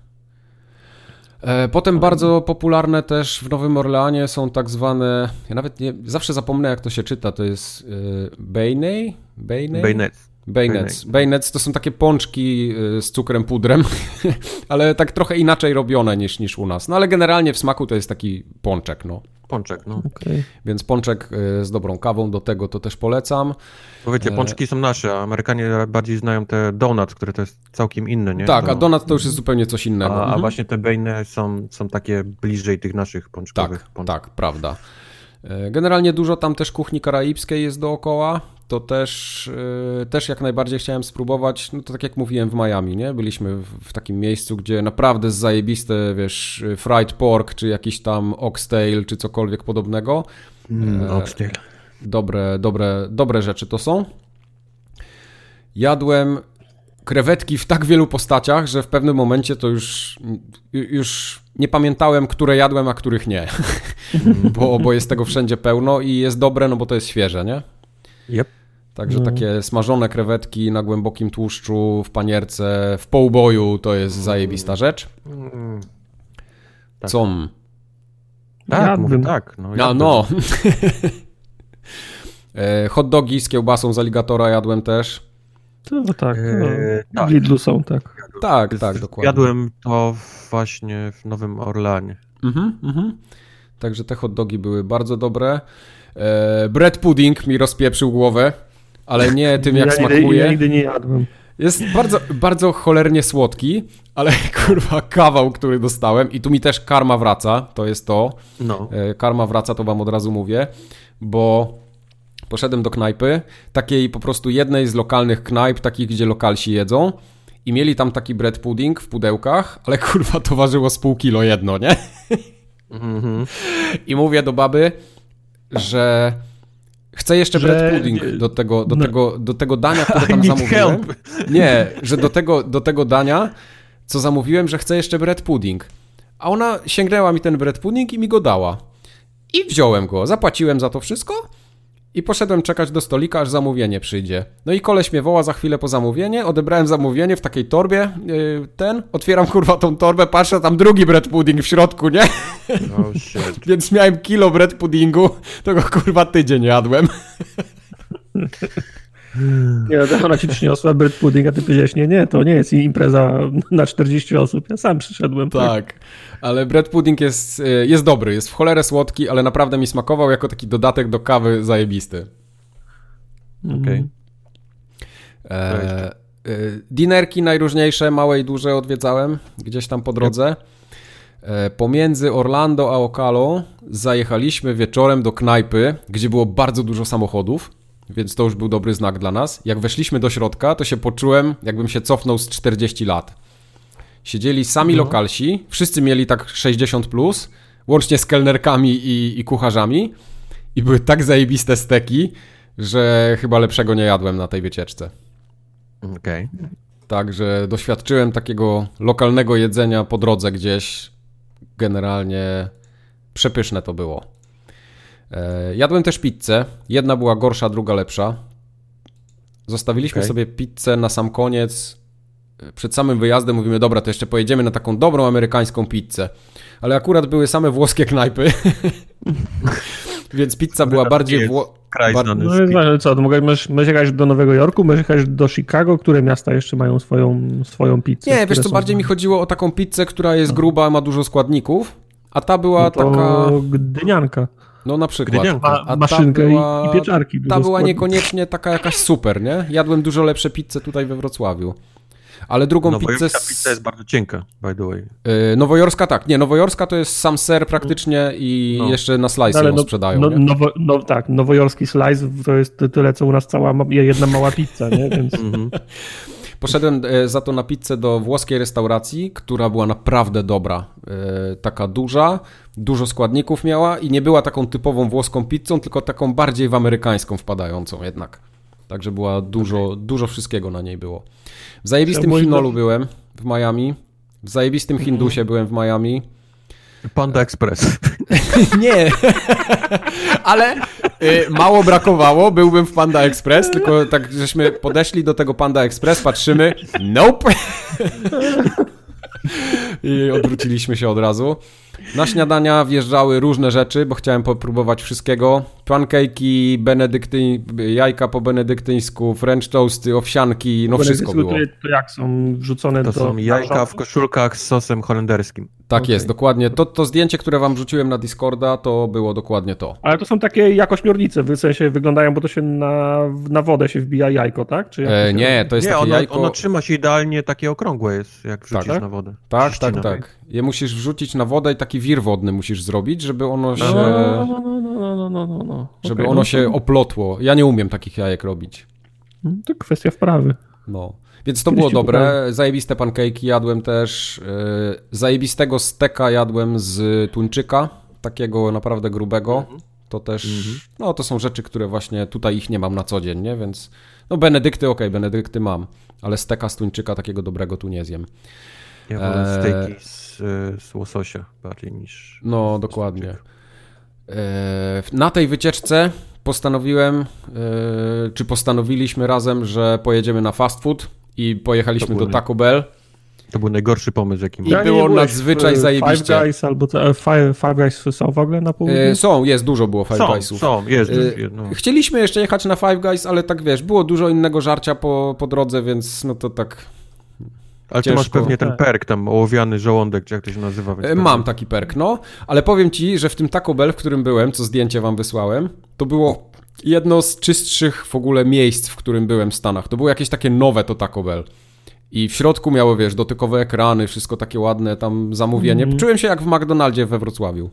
Potem bardzo popularne też w Nowym Orleanie są tak zwane, ja nawet nie, zawsze zapomnę jak to się czyta, to jest beignets? Beignets. Beignets. Beignets to są takie pączki z cukrem, pudrem, ale tak trochę inaczej robione niż, niż u nas. No ale generalnie w smaku to jest taki pączek, no. Pączek, no. Okay. Więc pączek z dobrą kawą, do tego to też polecam. Bo wiecie, pączki są nasze, a Amerykanie bardziej znają te donuts, które to jest całkiem inne, nie? Tak, a donut to już jest zupełnie coś innego. A, mhm. a właśnie te beignets są, są takie bliżej tych naszych pączkowych. Tak, pączków. tak, prawda. Generalnie dużo tam też kuchni karaibskiej jest dookoła, to też, też jak najbardziej chciałem spróbować, no to tak jak mówiłem w Miami, nie? Byliśmy w, w takim miejscu, gdzie naprawdę zajebiste, wiesz, fried pork, czy jakiś tam oxtail, czy cokolwiek podobnego. Mm, oxtail. Dobre, dobre, dobre rzeczy to są. Jadłem krewetki w tak wielu postaciach, że w pewnym momencie to już, już nie pamiętałem, które jadłem, a których nie. bo, bo jest tego wszędzie pełno i jest dobre, no bo to jest świeże, nie? Yep. Także takie smażone krewetki na głębokim tłuszczu, w panierce, w połboju, to jest zajebista rzecz. Tak. Co? Tak, mówię tak. No, A, no. Hot dogi z kiełbasą z aligatora jadłem też. To tak, no, eee, tak. W Lidlu są, tak. Tak, tak, dokładnie. Jadłem to właśnie w Nowym Orleanie. Mhm, mhm. Także te hot dogi były bardzo dobre. E, bread pudding mi rozpieprzył głowę, ale nie tym jak ja smakuje. Nigdy, ja nigdy nie jadłem. Jest bardzo, bardzo cholernie słodki, ale kurwa kawał, który dostałem i tu mi też karma wraca, to jest to. No. E, karma wraca, to wam od razu mówię, bo poszedłem do knajpy, takiej po prostu jednej z lokalnych knajp, takich gdzie lokalsi jedzą i mieli tam taki bread pudding w pudełkach, ale kurwa to ważyło z pół kilo jedno, nie? Mm-hmm. I mówię do baby, że chcę jeszcze że... bread pudding do tego, do, no. tego, do tego dania, które tam zamówiłem. Help. Nie, że do tego, do tego dania, co zamówiłem, że chcę jeszcze bread pudding. A ona sięgnęła mi ten bread pudding i mi go dała. I wziąłem go, zapłaciłem za to wszystko i poszedłem czekać do stolika, aż zamówienie przyjdzie. No i koleś mnie woła za chwilę po zamówienie, odebrałem zamówienie w takiej torbie, yy, ten, otwieram kurwa tą torbę, patrzę, tam drugi bread pudding w środku, nie? Oh shit. Więc miałem kilo bread puddingu, to go kurwa tydzień jadłem. Nie, ona ci przyniosła bread pudding, a ty powiedziałeś, nie, nie, to nie jest impreza na czterdzieści osób, ja sam przyszedłem. Tak, tak. Ale bread pudding jest, jest dobry, jest w cholerę słodki, ale naprawdę mi smakował jako taki dodatek do kawy zajebisty. Okej. Okay. E, e, dinerki najróżniejsze, małe i duże odwiedzałem gdzieś tam po drodze. E, pomiędzy Orlando a Ocala zajechaliśmy wieczorem do knajpy, gdzie było bardzo dużo samochodów. Więc to już był dobry znak dla nas. Jak weszliśmy do środka, to się poczułem, jakbym się cofnął z czterdzieści lat. Siedzieli sami no. lokalsi, wszyscy mieli tak sześćdziesiąt plus, łącznie z kelnerkami i, i kucharzami. I były tak zajebiste steki, że chyba lepszego nie jadłem na tej wycieczce. Okej. Okay. Także doświadczyłem takiego lokalnego jedzenia po drodze gdzieś. Generalnie przepyszne to było. Jadłem też pizzę. Jedna była gorsza, druga lepsza. Zostawiliśmy okay. sobie pizzę na sam koniec. Przed samym wyjazdem mówimy, dobra, to jeszcze pojedziemy na taką dobrą amerykańską pizzę. Ale akurat były same włoskie knajpy. Więc pizza była bardziej... Wło... Kraj bar... znany. No i co, możesz, możesz jechać do Nowego Jorku, możesz jechać do Chicago, które miasta jeszcze mają swoją, swoją pizzę? Nie, wiesz co, bardziej mi chodziło o taką pizzę, która jest gruba, ma dużo składników, a ta była no to taka... gdynianka. No na przykład. Ma, a maszynkę była, i pieczarki. Ta była niekoniecznie taka jakaś super, nie? Jadłem dużo lepsze pizze tutaj we Wrocławiu. Ale drugą Nowojorska pizzę... Z... pizza jest bardzo cienka, by the way. Yy, nowojorska tak. Nie, nowojorska to jest sam ser praktycznie i no. jeszcze na slice ją no, sprzedają, no, nie? Nowo, no tak, nowojorski slice to jest tyle, co u nas cała jedna mała pizza, nie? Więc... Poszedłem za to na pizzę do włoskiej restauracji, która była naprawdę dobra. Yy, taka duża, dużo składników miała i nie była taką typową włoską pizzą, tylko taką bardziej w amerykańską wpadającą jednak. Także była dużo, okay. dużo wszystkiego na niej było. W zajebistym Chinolu byłem w Miami. W zajebistym mm. Hindusie byłem w Miami. Panda Express. Nie, ale y, mało brakowało, byłbym w Panda Express, tylko tak żeśmy podeszli do tego Panda Express, patrzymy, nope. I odwróciliśmy się od razu. Na śniadania wjeżdżały różne rzeczy, bo chciałem popróbować wszystkiego. Pancake'i, benedykty... jajka po benedyktyńsku, french toasty, owsianki, no wszystko było. To jak są wrzucone to do... To są jajka w koszulkach z sosem holenderskim. Tak okay. jest, dokładnie. To, to zdjęcie, które wam rzuciłem na Discorda, to było dokładnie to. Ale to są takie jak ośmiornice, w sensie wyglądają, bo to się na, na wodę się wbija jajko, tak? Czy e, nie, to jest nie, takie ono, jajko... ono trzyma się idealnie, takie okrągłe jest, jak wrzucisz tak? na wodę. Tak, tak, tak, tak. Je musisz wrzucić na wodę i taki wir wodny musisz zrobić, żeby ono się... No, no, no, no, no, no, no, no. Żeby okay, ono no, się to... oplotło. Ja nie umiem takich jajek robić. To kwestia wprawy. No. Więc to było dobre. Zajebiste pancake'i jadłem też. Yy, zajebistego steka jadłem z tuńczyka, takiego naprawdę grubego. To też, mm-hmm. no to są rzeczy, które właśnie tutaj ich nie mam na co dzień, nie? Więc no benedykty, okej, okay, benedykty mam, ale steka z tuńczyka takiego dobrego tu nie zjem. Ja wolę e... steki z, z łososia bardziej niż... No, z dokładnie. E... Na tej wycieczce postanowiłem, e... czy postanowiliśmy razem, że pojedziemy na fast food i pojechaliśmy do Taco Bell. To był najgorszy pomysł, jaki I było nadzwyczaj w, zajebiście. Five Guys albo co, Five, Five Guys są w ogóle na południu? E, są, jest, dużo było Five są, Guysów. Są, jest. E, no. Chcieliśmy jeszcze jechać na Five Guys, ale tak wiesz, było dużo innego żarcia po, po drodze, więc no to tak... Ale ciężko. Ty masz pewnie ten perk, tam ołowiany żołądek, czy jak to się nazywa. E, mam taki perk, no. Ale powiem ci, że w tym Taco Bell, w którym byłem, co zdjęcie wam wysłałem, to było jedno z czystszych w ogóle miejsc, w którym byłem w Stanach. To było jakieś takie nowe to Taco Bell. I w środku miało, wiesz, dotykowe ekrany, wszystko takie ładne, tam zamówienie. Mm. Czułem się jak w McDonaldzie we Wrocławiu.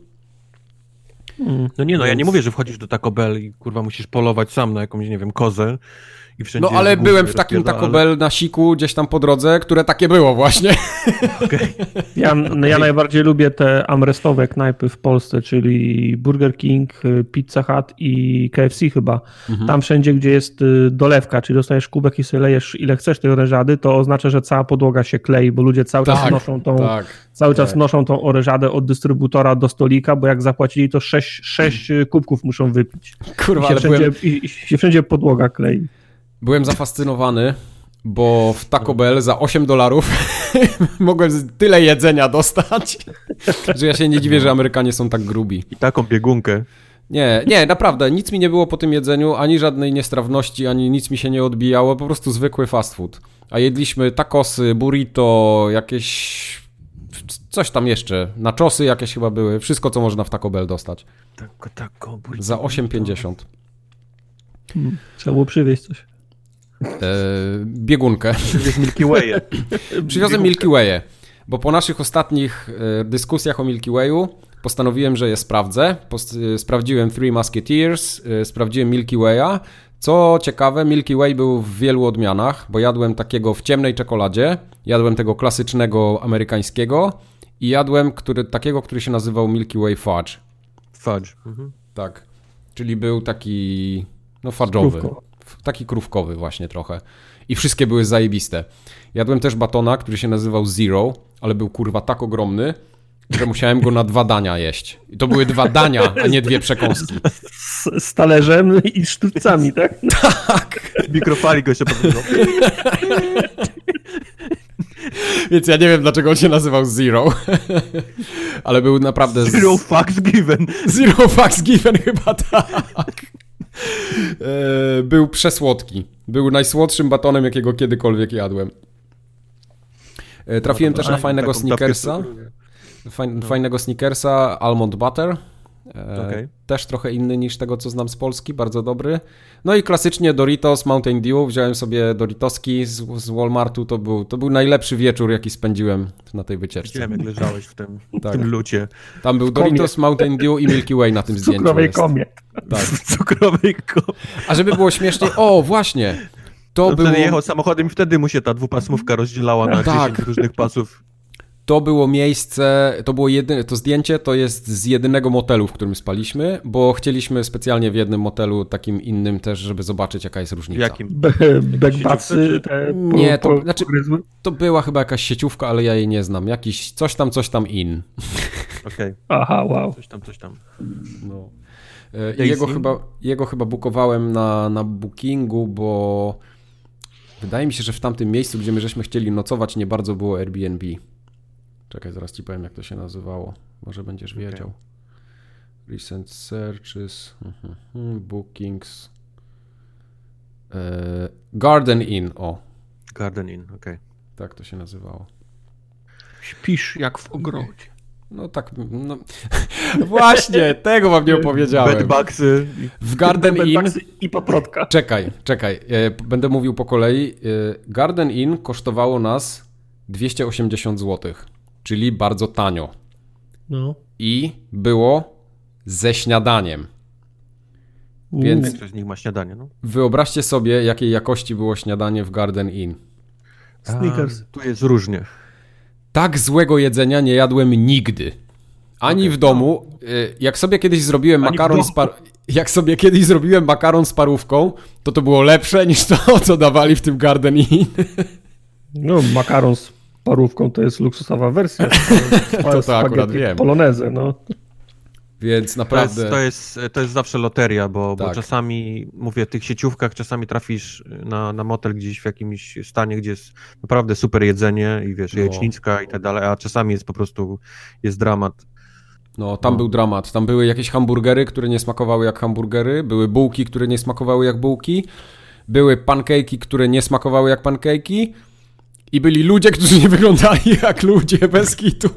Mm. No nie no, ja nie mówię, że wchodzisz do Taco Bell i kurwa musisz polować sam na jakąś, nie wiem, kozę i wszędzie No ale byłem w takim Taco Bell na siku gdzieś tam po drodze, które takie było właśnie. Okay. Ja, no, ja najbardziej lubię te amrestowe knajpy w Polsce, czyli Burger King, Pizza Hut i K F C chyba. Mhm. Tam wszędzie, gdzie jest dolewka, czyli dostajesz kubek i sobie lejesz ile chcesz tej orężady, to oznacza, że cała podłoga się klei, bo ludzie cały tak, czas noszą tą tak, cały czas tak. noszą tą orężadę od dystrybutora do stolika, bo jak zapłacili, to sześć, sześć kubków muszą wypić. Kurwa, I się, ale wszędzie, byłem... i, i się wszędzie podłoga klei. Byłem zafascynowany, bo w Taco Bell za osiem dolarów mogłem tyle jedzenia dostać, że ja się nie dziwię, że Amerykanie są tak grubi. I taką biegunkę. Nie, nie, naprawdę, nic mi nie było po tym jedzeniu, ani żadnej niestrawności, ani nic mi się nie odbijało, po prostu zwykły fast food. A jedliśmy tacosy, burrito, jakieś... coś tam jeszcze, nachosy jakieś chyba były, wszystko co można w Taco Bell dostać. Taco, taco, burrito. Za osiem pięćdziesiąt. Hmm, trzeba było przywieźć coś. E, biegunkę. Przywieźć Milky Way. Przywiozłem Milky Way, bo po naszych ostatnich e, dyskusjach o Milky Wayu postanowiłem, że je sprawdzę. Post, e, sprawdziłem Three Musketeers, e, sprawdziłem Milky Way'a. Co ciekawe, Milky Way był w wielu odmianach, bo jadłem takiego w ciemnej czekoladzie, jadłem tego klasycznego amerykańskiego i jadłem który, takiego, który się nazywał Milky Way Fudge. Fudge. Mhm. Tak, czyli był taki no fudge'owy. Krówko. Taki krówkowy właśnie trochę. I wszystkie były zajebiste. Jadłem też batona, który się nazywał Zero, ale był kurwa tak ogromny, że musiałem go na dwa dania jeść. I to były dwa dania, a nie dwie przekąski. Z, z talerzem i sztućcami, tak? Tak. W mikrofali go się powiedział. Więc ja nie wiem, dlaczego on się nazywał Zero. Ale był naprawdę... Z... Zero fucks given. Zero fucks given chyba tak. E, był przesłodki. Był najsłodszym batonem, jakiego kiedykolwiek jadłem. E, trafiłem no, też na fajnego Snickersa. Fajn, no. Fajnego Snickersa, Almond Butter. E, okay. Też trochę inny niż tego, co znam z Polski. Bardzo dobry. No i klasycznie Doritos, Mountain Dew. Wziąłem sobie Doritoski z, z Walmartu. To był, to był najlepszy wieczór, jaki spędziłem na tej wycieczce. Widziałem, jak leżałeś w tym, tak. w tym lucie. Tam był Doritos, Mountain Dew i Milky Way na tym zdjęciu. W cukrowej komie. Tak. W cukrowej komie. A żeby było śmiesznie, o właśnie, to no, było... Wtedy jechał samochodem i wtedy mu się ta dwupasmówka rozdzielała na tak. dziesięć różnych pasów. To było miejsce, to było jedyne, to zdjęcie to jest z jedynego motelu, w którym spaliśmy, bo chcieliśmy specjalnie w jednym motelu, takim innym też, żeby zobaczyć, jaka jest różnica. Jakim? Backpatsy te Nie, to, znaczy, to była chyba jakaś sieciówka, ale ja jej nie znam. Jakiś coś tam, coś tam in. Okej. Okay. Aha, wow. Coś tam, coś tam. No. I jego chyba, jego chyba bookowałem na, na bookingu, bo wydaje mi się, że w tamtym miejscu, gdzie my żeśmy chcieli nocować, nie bardzo było Airbnb. Czekaj, zaraz ci powiem, jak to się nazywało. Może będziesz okay. wiedział. Recent searches, bookings, e, Garden Inn, o. Garden Inn, okej. Okay. Tak to się nazywało. Śpisz jak w ogrodzie. No tak, no. Właśnie, tego wam nie opowiedziałem. Bedbugsy. W Garden Inn... i paprotka. Czekaj, czekaj, będę mówił po kolei. Garden Inn kosztowało nas dwieście osiemdziesiąt złotych, czyli bardzo tanio. No. I było ze śniadaniem. Więc większość z nich ma śniadanie, no. Wyobraźcie sobie, jakiej jakości było śniadanie w Garden Inn. Snickers. A, tu jest różnie. Tak złego jedzenia nie jadłem nigdy. Ani okay. w domu. Jak sobie kiedyś zrobiłem Ani makaron z par... Jak sobie kiedyś zrobiłem makaron z parówką, to to było lepsze niż to, co dawali w tym Garden Inn. No, makaron z parówką to jest luksusowa wersja. To to akurat wiem. Polonezę, no. Więc naprawdę... To jest, to jest, to jest zawsze loteria, bo, tak. bo czasami, mówię, w tych sieciówkach czasami trafisz na, na motel gdzieś w jakimś stanie, gdzie jest naprawdę super jedzenie i wiesz, no. jajecznicka i tak dalej, a czasami jest po prostu, jest dramat. No, tam no. był dramat. Tam były jakieś hamburgery, które nie smakowały jak hamburgery, były bułki, które nie smakowały jak bułki, były pancake'i, które nie smakowały jak pancake'i i byli ludzie, którzy nie wyglądali jak ludzie, bez kitu.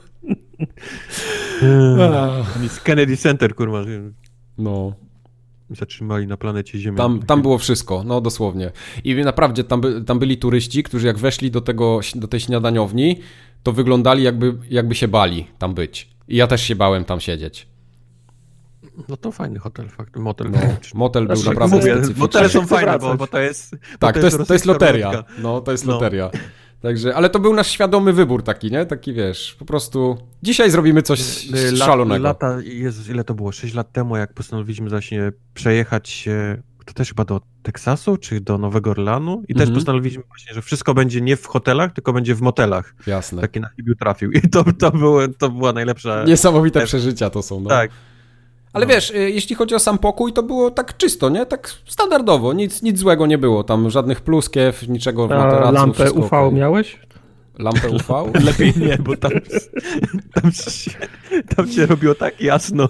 Oni z Kennedy Center, kurwa. No. Zatrzymali na planecie Ziemia. Tam, tam było wszystko, no dosłownie. I naprawdę tam, by, tam byli turyści, którzy jak weszli do, tego, do tej śniadaniowni, to wyglądali jakby, jakby się bali tam być. I ja też się bałem tam siedzieć. No to fajny hotel, fakt. Motel. No, motel był Znaczy, naprawdę mówię, specyficzny. Motele są Chcę fajne, bo, wracać. bo to jest... Tak, bo to jest, to jest rosyjska loteria. ruletka. No, to jest No. loteria. Także, ale to był nasz świadomy wybór taki, nie? Taki, wiesz, po prostu dzisiaj zrobimy coś La- szalonego. Lata, Jezus, ile to było? sześć lat temu, jak postanowiliśmy właśnie przejechać się, to też chyba do Teksasu, czy do Nowego Orleanu i też Mhm. postanowiliśmy właśnie, że wszystko będzie nie w hotelach, tylko będzie w motelach. Jasne. Taki na chybił trafił i to, to, było, to była najlepsza... Niesamowite Też- przeżycia to są, no. Tak. Ale No. wiesz, y, jeśli chodzi o sam pokój, to było tak czysto, nie? Tak standardowo, nic, nic złego nie było. Tam żadnych pluskiew, niczego w A materacu. lampę wszystko U V okej. miałeś? Lampę U V? Lepiej nie, bo tam, tam, się, tam się robiło tak jasno.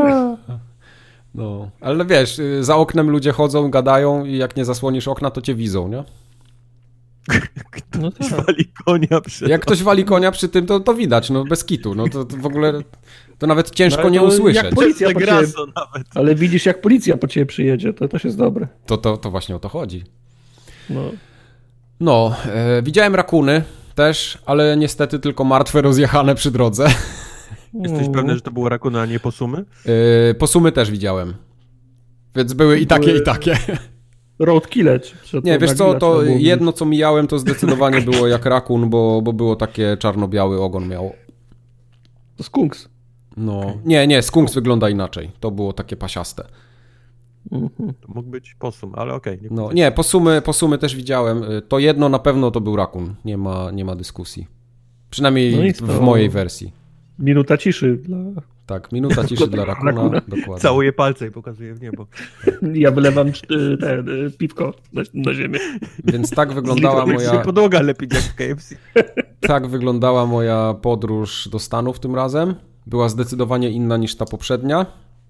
No, ale wiesz, y, za oknem ludzie chodzą, gadają i jak nie zasłonisz okna, to cię widzą, nie? No Ktoś tak. wali konia przy... Jak ktoś wali konia przy tym, to, to widać, no bez kitu. No to, to w ogóle, to nawet ciężko No, nie to usłyszeć. jak policja po ciebie, Graso nawet. ale widzisz, jak policja po ciebie przyjedzie, to też jest dobre. To, to, to właśnie o to chodzi. No. No, e, widziałem rakuny też, ale niestety tylko martwe, rozjechane przy drodze. Jesteś pewny, że to było rakuny, a nie posumy? E, posumy też widziałem. Więc były i takie, Były- i takie. Roadkille. Czy, czy Nie, wiesz na co, grilla to trzeba było jedno co mijałem, to zdecydowanie było jak rakun, bo, bo było takie czarno-biały ogon miał. mówić. To skunks. No, nie, nie, skunks wygląda inaczej. To było takie pasiaste. Mhm. To mógł być posum, ale okej. nie No, powiem. nie, posumy, posumy też widziałem. Y, To jedno na pewno to był rakun. Nie ma, nie ma dyskusji. Przynajmniej No i w to- mojej wersji. Minuta ciszy. Dla... Tak, minuta ciszy dla rakuna. Rakuna. Dokładnie. Całuje palce i pokazuje w niebo. Ja wylewam y, te, y, piwko na, na ziemię. Więc tak wyglądała Zlitowałeś się moja, podłoga lepiej jak w K F C. tak wyglądała moja podróż do Stanów tym razem. Była zdecydowanie inna niż ta poprzednia.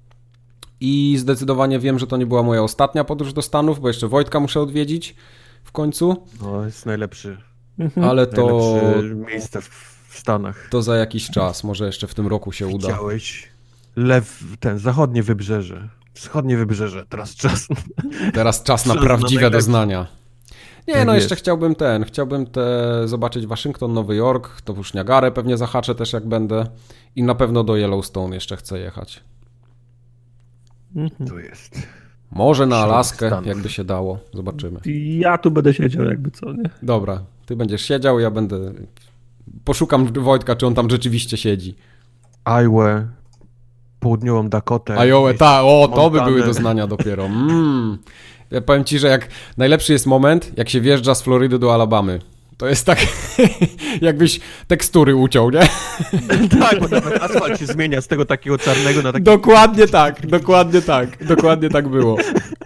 I zdecydowanie wiem, że to nie była moja ostatnia podróż do Stanów, bo jeszcze Wojtka muszę odwiedzić w końcu, No, jest najlepszy, Mhm. ale to, najlepsze miejsce w w Stanach. to za jakiś czas, może jeszcze w tym roku się uda. Chciałeś lew, ten zachodnie wybrzeże, wschodnie wybrzeże, teraz czas. Teraz czas na Czas na prawdziwe najlepsze. doznania. Nie, Tak no jest. jeszcze chciałbym ten, chciałbym te zobaczyć Waszyngton, Nowy Jork, to już Niagarę pewnie zahaczę też jak będę i na pewno do Yellowstone jeszcze chcę jechać. Mhm. To jest. Może na Środek Alaskę, Stanów. jakby się dało, zobaczymy. Ja tu będę siedział jakby co, nie? Dobra, ty będziesz siedział, ja będę... Poszukam Wojtka, czy on tam rzeczywiście siedzi. Iowa, południową Dakotę. Iowa, ta, o, to by Montanę. były doznania dopiero. Mm. Ja powiem ci, że jak najlepszy jest moment, jak się wjeżdża z Florydy do Alabamy. To jest tak, jakbyś tekstury uciął, nie? Tak, bo nawet asfalt się zmienia z tego takiego czarnego na taki... Dokładnie tak, dokładnie tak, dokładnie tak było.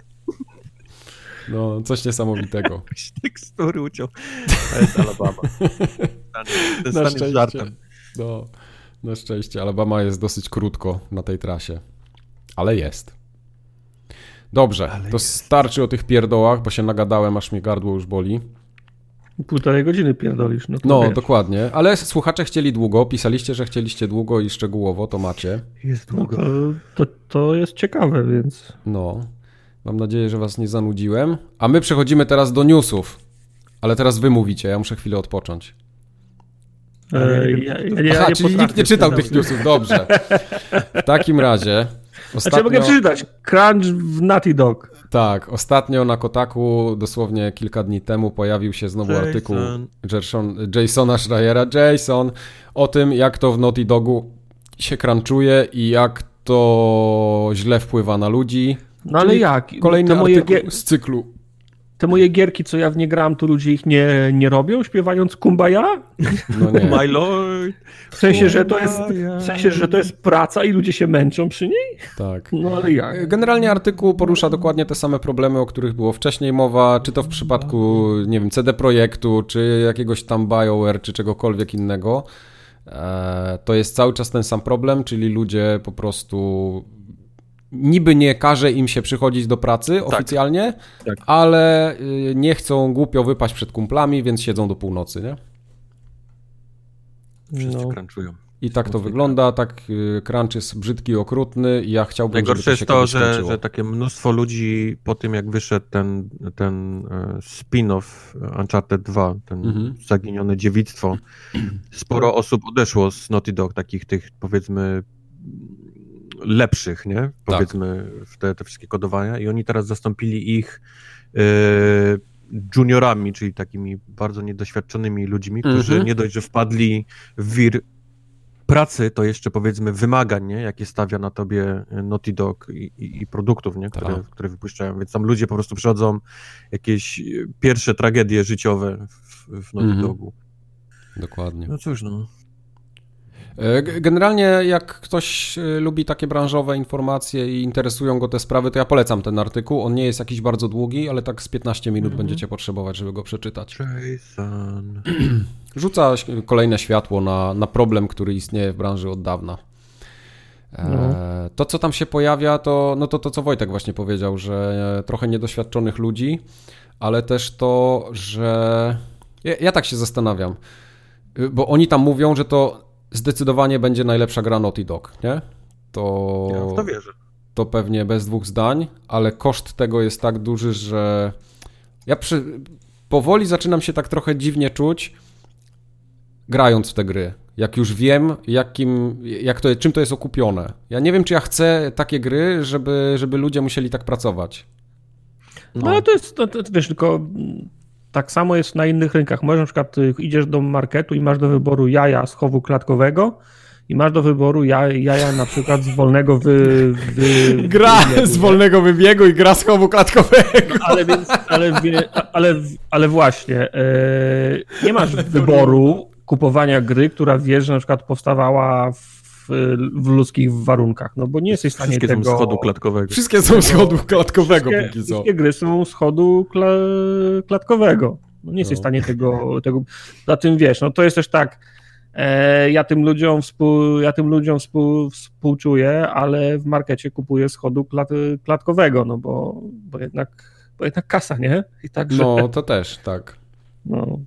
No, coś niesamowitego. tekstury uciął. To jest Alabama. Ten Na stan jest szczęście. żartem. No, na szczęście. Alabama jest dosyć krótko na tej trasie. Ale jest. Dobrze, Ale to jest. starczy o tych pierdołach, bo się nagadałem, aż mnie gardło już boli. Półtorej godziny pierdolisz. No, to No, wiesz. dokładnie. Ale słuchacze chcieli długo, pisaliście, że chcieliście długo i szczegółowo, to macie. Jest No długo. to, to, to jest ciekawe, więc... No, mam nadzieję, że was nie zanudziłem. A my przechodzimy teraz do newsów. Ale teraz wy mówicie, ja muszę chwilę odpocząć. E, ja, ja, ja Aha, nie czyli nikt potrafię nie czytał tych czytać. newsów, dobrze. W takim razie... Znaczy ja mogę przeczytać. Crunch w Naughty Dog. Tak, ostatnio na Kotaku, dosłownie kilka dni temu, pojawił się znowu Jason. artykuł Jason, Jasona Schreiera, Jason, o tym, jak to w Naughty Dogu się crunchuje i jak to źle wpływa na ludzi. No ale Czyli jak? Kolejny te moje, artykuł gier, z cyklu. te moje gierki, co ja w nie gram, to ludzie ich nie, nie robią, śpiewając Kumbaya? No nie. My lord. W sensie, że to jest, w sensie, że to jest praca i ludzie się męczą przy niej? Tak. No ale jak? Generalnie artykuł porusza dokładnie te same problemy, o których było wcześniej mowa, czy to w przypadku, nie wiem, C D Projektu, czy jakiegoś tam BioWare, czy czegokolwiek innego. E, To jest cały czas ten sam problem, czyli ludzie po prostu niby nie każe im się przychodzić do pracy oficjalnie, Tak. ale y, nie chcą głupio wypaść przed kumplami, więc siedzą do północy, nie? Wszyscy No. crunchują. I tak to Smutny wygląda, tak y, crunch jest brzydki i okrutny i ja chciałbym, Najgorsze żeby to się jest to, kiedyś że, skończyło. że takie mnóstwo ludzi po tym, jak wyszedł ten, ten e, spin-off Uncharted dwa, ten Mhm. zaginione dziewictwo, sporo osób odeszło z Naughty Dog, takich tych, powiedzmy, lepszych, nie? Powiedzmy, tak. w te, te wszystkie kodowania i oni teraz zastąpili ich yy, juniorami, czyli takimi bardzo niedoświadczonymi ludźmi, którzy mm-hmm. nie dość, że wpadli w wir pracy, to jeszcze powiedzmy wymagań, nie? Jakie stawia na tobie Naughty Dog i, i, i produktów, nie? Które, tak. które wypuszczają, więc tam ludzie po prostu przychodzą jakieś pierwsze tragedie życiowe w, w Naughty mm-hmm. Dogu. Dokładnie. No cóż, no. Generalnie jak ktoś lubi takie branżowe informacje i interesują go te sprawy, to ja polecam ten artykuł. On nie jest jakiś bardzo długi, ale tak z piętnaście minut mm-hmm. będziecie potrzebować, żeby go przeczytać. Jason. Rzuca kolejne światło na, na problem, który istnieje w branży od dawna. No. To, co tam się pojawia, to, no to to, co Wojtek właśnie powiedział, że trochę niedoświadczonych ludzi, ale też to, że... Ja, ja tak się zastanawiam, bo oni tam mówią, że to zdecydowanie będzie najlepsza gra Naughty Dog, nie? To, ja w to wierzę. To pewnie bez dwóch zdań, ale koszt tego jest tak duży, że ja przy... powoli zaczynam się tak trochę dziwnie czuć, grając w te gry. Jak już wiem, jakim, jak to, czym to jest okupione. Ja nie wiem, czy ja chcę takie gry, żeby, żeby ludzie musieli tak pracować. No, no ale to jest, to, to, wiesz, tylko tak samo jest na innych rynkach. Może na przykład idziesz do marketu i masz do wyboru jaja z chowu klatkowego i masz do wyboru jaja, jaja na przykład z wolnego wy, wy, gra wybiegu, z wolnego wybiegu i gra z chowu klatkowego. Ale więc, ale, ale, ale właśnie, e, nie masz wyboru kupowania gry, która wiesz, że na przykład powstawała w, w ludzkich warunkach, no bo nie jesteś w stanie Wszystkie tego... są z chodu klatkowego. Wszystkie są z chodu klatkowego wszystkie, póki co. Wszystkie gry są z chodu kla, klatkowego. No nie jesteś no. w stanie tego, tego... Za tym wiesz, no to jest też tak, e, ja tym ludziom, współ, ja tym ludziom współ, współczuję, ale w markecie kupuję z chodu klat, klatkowego, no bo, bo, jednak, bo jednak kasa, nie? I tak, że... No to też, tak. No.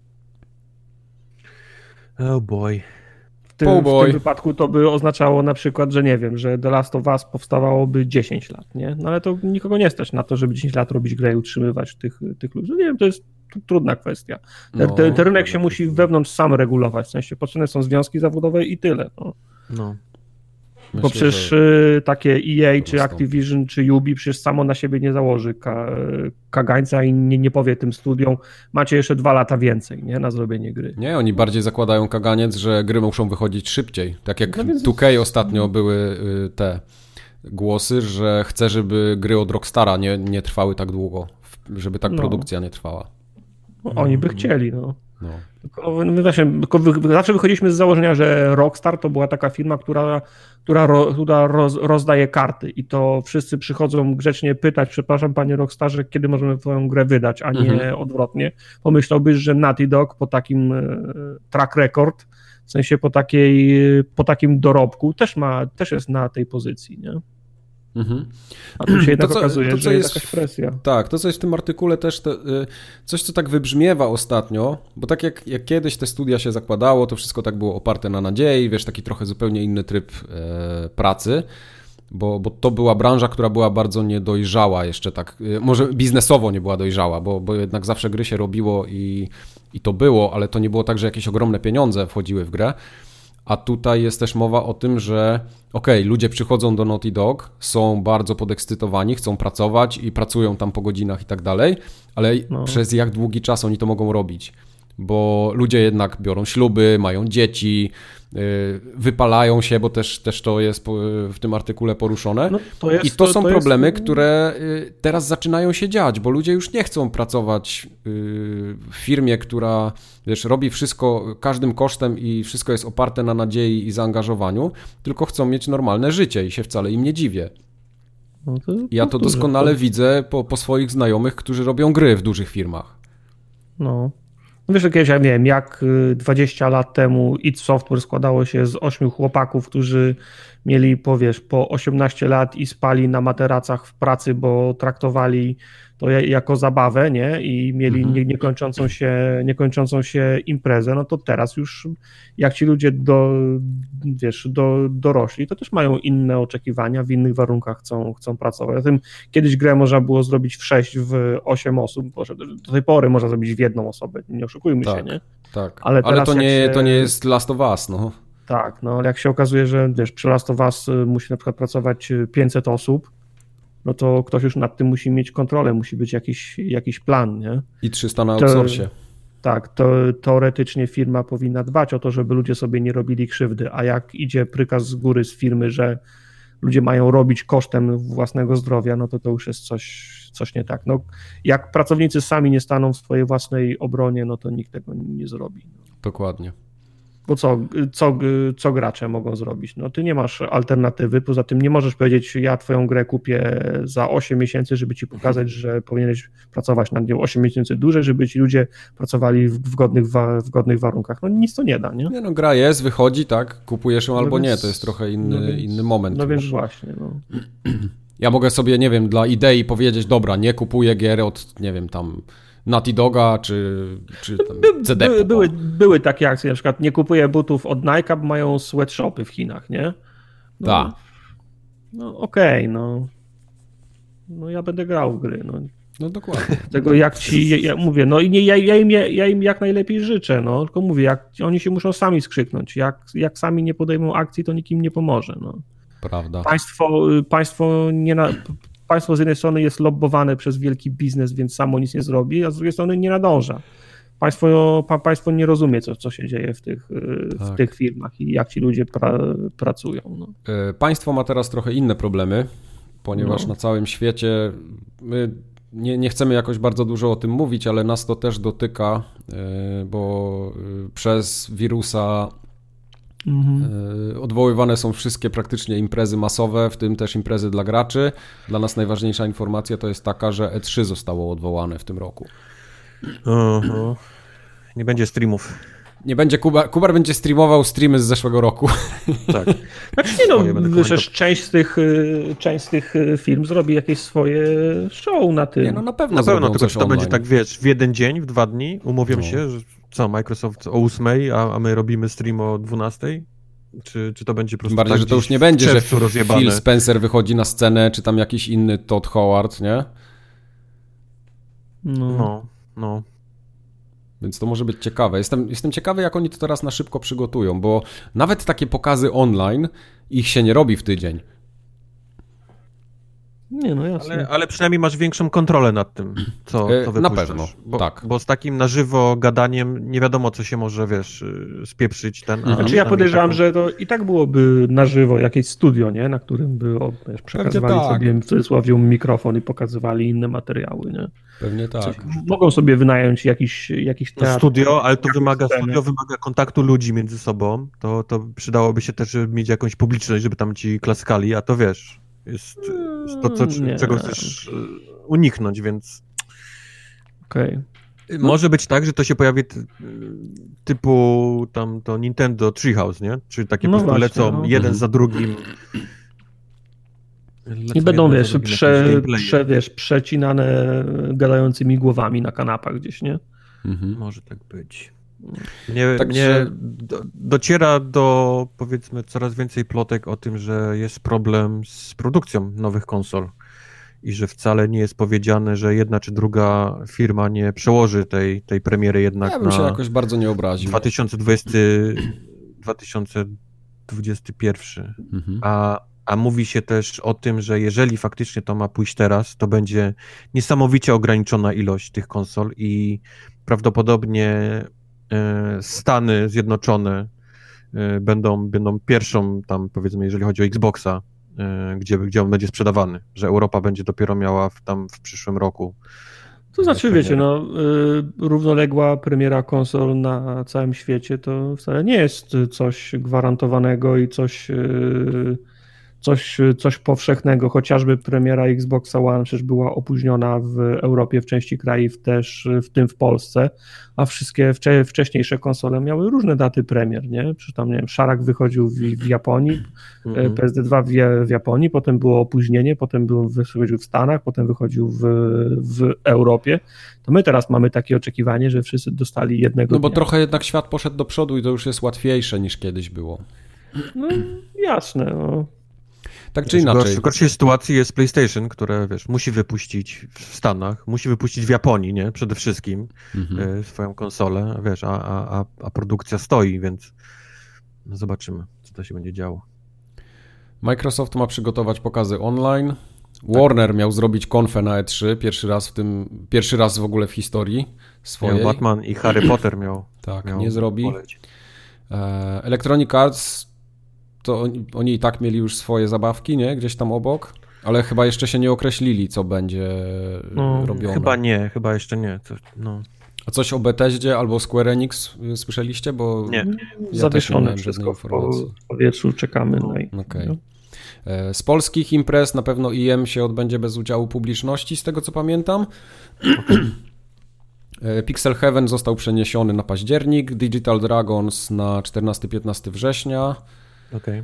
Oh boy. W tym, oh boy. w tym wypadku to by oznaczało na przykład, że nie wiem, że The Last of Us powstawałoby dziesięć lat, nie? No ale to nikogo nie stać na to, żeby dziesięć lat robić grę i utrzymywać tych, tych ludzi. No nie wiem, to jest trudna kwestia. Ten no, te, te rynek się musi wewnątrz sam regulować, w sensie potrzebne są związki zawodowe i tyle. No. no. Myślę, bo przecież że... takie E A, czy Activision, czy Ubi przecież samo na siebie nie założy ka- kagańca i nie, nie powie tym studiom, macie jeszcze dwa lata więcej, nie, na zrobienie gry. Nie, oni bardziej zakładają kaganiec, że gry muszą wychodzić szybciej. Tak jak no więc... dwa K ostatnio były te głosy, że chce, żeby gry od Rockstara nie, nie trwały tak długo, żeby tak no. produkcja nie trwała. No, oni by chcieli, no. No. Tylko, my właśnie, zawsze wychodziliśmy z założenia, że Rockstar to była taka firma, która, która, ro, która roz, rozdaje karty i to wszyscy przychodzą grzecznie pytać, przepraszam panie Rockstarze, kiedy możemy twoją grę wydać, a nie mhm. odwrotnie. Pomyślałbyś, że Naughty Dog po takim track record, w sensie po, takiej, po takim dorobku też ma, też jest na tej pozycji, nie? Mhm. A tu się jednak to, co, okazuje, to, że jest jakaś presja. Tak, to co jest w tym artykule też, to, coś co tak wybrzmiewa ostatnio, bo tak jak, jak kiedyś te studia się zakładało, to wszystko tak było oparte na nadziei, wiesz, taki trochę zupełnie inny tryb e, pracy, bo, bo to była branża, która była bardzo niedojrzała jeszcze tak, może biznesowo nie była dojrzała, bo, bo jednak zawsze gry się robiło i, i to było, ale to nie było tak, że jakieś ogromne pieniądze wchodziły w grę. A tutaj jest też mowa o tym, że okej, okay, ludzie przychodzą do Naughty Dog, są bardzo podekscytowani, chcą pracować i pracują tam po godzinach i tak dalej, ale no. przez jak długi czas oni to mogą robić? Bo ludzie jednak biorą śluby, mają dzieci, wypalają się, bo też, też to jest w tym artykule poruszone. No, to jest, I to, to są to problemy, jest... które teraz zaczynają się dziać, bo ludzie już nie chcą pracować w firmie, która wiesz, robi wszystko każdym kosztem i wszystko jest oparte na nadziei i zaangażowaniu, tylko chcą mieć normalne życie i się wcale im nie dziwię. No to, ja to doskonale to... widzę po, po swoich znajomych, którzy robią gry w dużych firmach. No. Wiesz, jakieś, ja nie wiem, jak dwadzieścia lat temu id Software składało się z ośmiu chłopaków, którzy mieli, powiesz, po osiemnaście lat i spali na materacach w pracy, bo traktowali to jako zabawę, nie? I mieli mhm. niekończącą się, niekończącą się imprezę, no to teraz już jak ci ludzie do, wiesz, do, dorośli, to też mają inne oczekiwania, w innych warunkach chcą, chcą pracować. Zatem kiedyś grę można było zrobić w sześć, w osiem osób, Boże, do tej pory można zrobić w jedną osobę, nie oszukujmy tak, się, nie? Tak, ale, ale to, nie, się... to nie jest Last of Us, no. Tak, no jak się okazuje, że wiesz, przy Last of Us musi na przykład pracować pięćset osób, no to ktoś już nad tym musi mieć kontrolę, musi być jakiś, jakiś plan, nie? I trzysta na outsourcie. Tak, to teoretycznie firma powinna dbać o to, żeby ludzie sobie nie robili krzywdy, a jak idzie prykaz z góry z firmy, że ludzie mają robić kosztem własnego zdrowia, no to to już jest coś, coś nie tak. No, jak pracownicy sami nie staną w swojej własnej obronie, no to nikt tego nie zrobi. Dokładnie. Bo co, co, co gracze mogą zrobić? No ty nie masz alternatywy, poza tym nie możesz powiedzieć, ja twoją grę kupię za osiem miesięcy, żeby ci pokazać, że powinieneś pracować nad nią osiem miesięcy dłużej, żeby ci ludzie pracowali w, w, godnych, w godnych warunkach. No nic to nie da, nie? Nie no, gra jest, wychodzi, tak, kupujesz ją no albo więc, nie, to jest trochę inny, no więc, inny moment. No już. więc właśnie, no. Ja mogę sobie, nie wiem, dla idei powiedzieć, dobra, nie kupuję gier od, nie wiem, tam Naughty Doga, czy, czy tam C D. Były, były, były takie akcje, na przykład nie kupuję butów od Nike, bo mają sweatshopy w Chinach, nie? No, tak. No okej, okay, no. No ja będę grał w gry, no. No dokładnie. Tego jak ci, ja mówię, no i nie, ja, ja, im, ja im jak najlepiej życzę, no. Tylko mówię, jak oni się muszą sami skrzyknąć. Jak, jak sami nie podejmą akcji, to nikim nie pomoże, no. Prawda. Państwo, państwo nie na... Państwo z jednej strony jest lobbowane przez wielki biznes, więc samo nic nie zrobi, a z drugiej strony nie nadąża. Państwo, pa, państwo nie rozumie, co, co się dzieje w tych, tak. w tych firmach i jak ci ludzie pra, pracują. No. Państwo ma teraz trochę inne problemy, ponieważ no. na całym świecie my nie, nie chcemy jakoś bardzo dużo o tym mówić, ale nas to też dotyka, bo przez wirusa Mhm. odwoływane są wszystkie praktycznie imprezy masowe, w tym też imprezy dla graczy. Dla nas najważniejsza informacja to jest taka, że E trzy zostało odwołane w tym roku. Uh-huh. Nie będzie streamów. Nie będzie, Kubar, Kubar będzie streamował streamy z zeszłego roku. Tak. Znaczy nie no, przecież część z tych, część z tych firm zrobi jakieś swoje show na tym. Nie, no na pewno Na pewno, tylko czy to online. będzie tak, wiesz, w jeden dzień, w dwa dni, umówią no. się, że co, Microsoft o ósmej, a, a my robimy stream o dwunastej? Czy, czy to będzie po prostu bardziej, tak że to już nie będzie, że rozjebane. Phil Spencer wychodzi na scenę, czy tam jakiś inny Todd Howard, nie? No, no. no. Więc to może być ciekawe. Jestem, jestem ciekawy, jak oni to teraz na szybko przygotują, bo nawet takie pokazy online, ich się nie robi w tydzień. Nie, no jasne. Ale, ale przynajmniej masz większą kontrolę nad tym, co, co wypuszczasz. Na pewno, bo, tak. Bo z takim na żywo gadaniem nie wiadomo, co się może, wiesz, spieprzyć. Ten, a, znaczy ja podejrzewam, taką... że to i tak byłoby na żywo jakieś studio, nie? Na którym by wiesz, przekazywali tak. sobie w cudzysłowie mikrofon i pokazywali inne materiały, nie? Pewnie tak. Coś, mogą sobie wynająć jakiś, jakiś teatr. No studio, ale to wymaga, studio wymaga kontaktu ludzi między sobą. To, to przydałoby się też mieć jakąś publiczność, żeby tam ci klaskali, a to wiesz... Jest, jest to, co, czego chcesz uniknąć, więc okej. Okay. Może być tak, że to się pojawi ty, typu tam to Nintendo Treehouse, nie? Czyli takie no po prostu lecą no. jeden za drugim. I będą, wiesz, prze, prze, wiesz, przecinane gadającymi głowami na kanapach gdzieś, nie? Mhm. Może tak być. Mnie, tak, mnie że... do, dociera do, powiedzmy, coraz więcej plotek o tym, że jest problem z produkcją nowych konsol i że wcale nie jest powiedziane, że jedna czy druga firma nie przełoży tej, tej premiery jednak ja bym na się jakoś bardzo nie obraził. dwa tysiące dwudziesty, dwa tysiące dwudziesty pierwszy. Mhm. A, a mówi się też o tym, że jeżeli faktycznie to ma pójść teraz, to będzie niesamowicie ograniczona ilość tych konsol i prawdopodobnie Stany Zjednoczone będą, będą pierwszą tam, powiedzmy, jeżeli chodzi o Xboxa, gdzie, gdzie on będzie sprzedawany, że Europa będzie dopiero miała w, tam w przyszłym roku. To znaczy, premierę. Wiecie, no równoległa premiera konsol na całym świecie to wcale nie jest coś gwarantowanego i coś Coś, coś powszechnego, chociażby premiera Xboxa One przecież była opóźniona w Europie, w części krajów też, w tym w Polsce, a wszystkie wcze, wcześniejsze konsole miały różne daty premier, nie? Przecież tam, nie wiem, Szarak wychodził w, w Japonii, mm-hmm. P S D dwa w, w Japonii, potem było opóźnienie, potem był, wychodził w Stanach, potem wychodził w, w Europie. To my teraz mamy takie oczekiwanie, że wszyscy dostali jednego No bo dnia. trochę jednak świat poszedł do przodu i to już jest łatwiejsze niż kiedyś było. No jasne, no. Tak czy inaczej. W gorszej sytuacji jest PlayStation, które, wiesz, musi wypuścić w Stanach, musi wypuścić w Japonii, nie? Przede wszystkim mhm. swoją konsolę, wiesz, a, a, a produkcja stoi, więc No zobaczymy, co to się będzie działo. Microsoft ma przygotować pokazy online. Warner tak. miał zrobić konfę na E trzy, pierwszy raz w tym, pierwszy raz w ogóle w historii swojej. Miał Batman i Harry Potter miał. Tak, miał nie zrobi. Poleć. Electronic Arts, to oni, oni i tak mieli już swoje zabawki, nie? Gdzieś tam obok, ale chyba jeszcze się nie określili, co będzie no, robione. Chyba nie, chyba jeszcze nie. To, no. A coś o Bethesdzie albo Square Enix słyszeliście? Bo nie. Ja zawieszone wszystko w powietrzu, czekamy. No, na okay. no. Z polskich imprez na pewno I M się odbędzie bez udziału publiczności, z tego co pamiętam. Pixel Heaven został przeniesiony na październik, Digital Dragons na czternastego piętnastego września. Okay.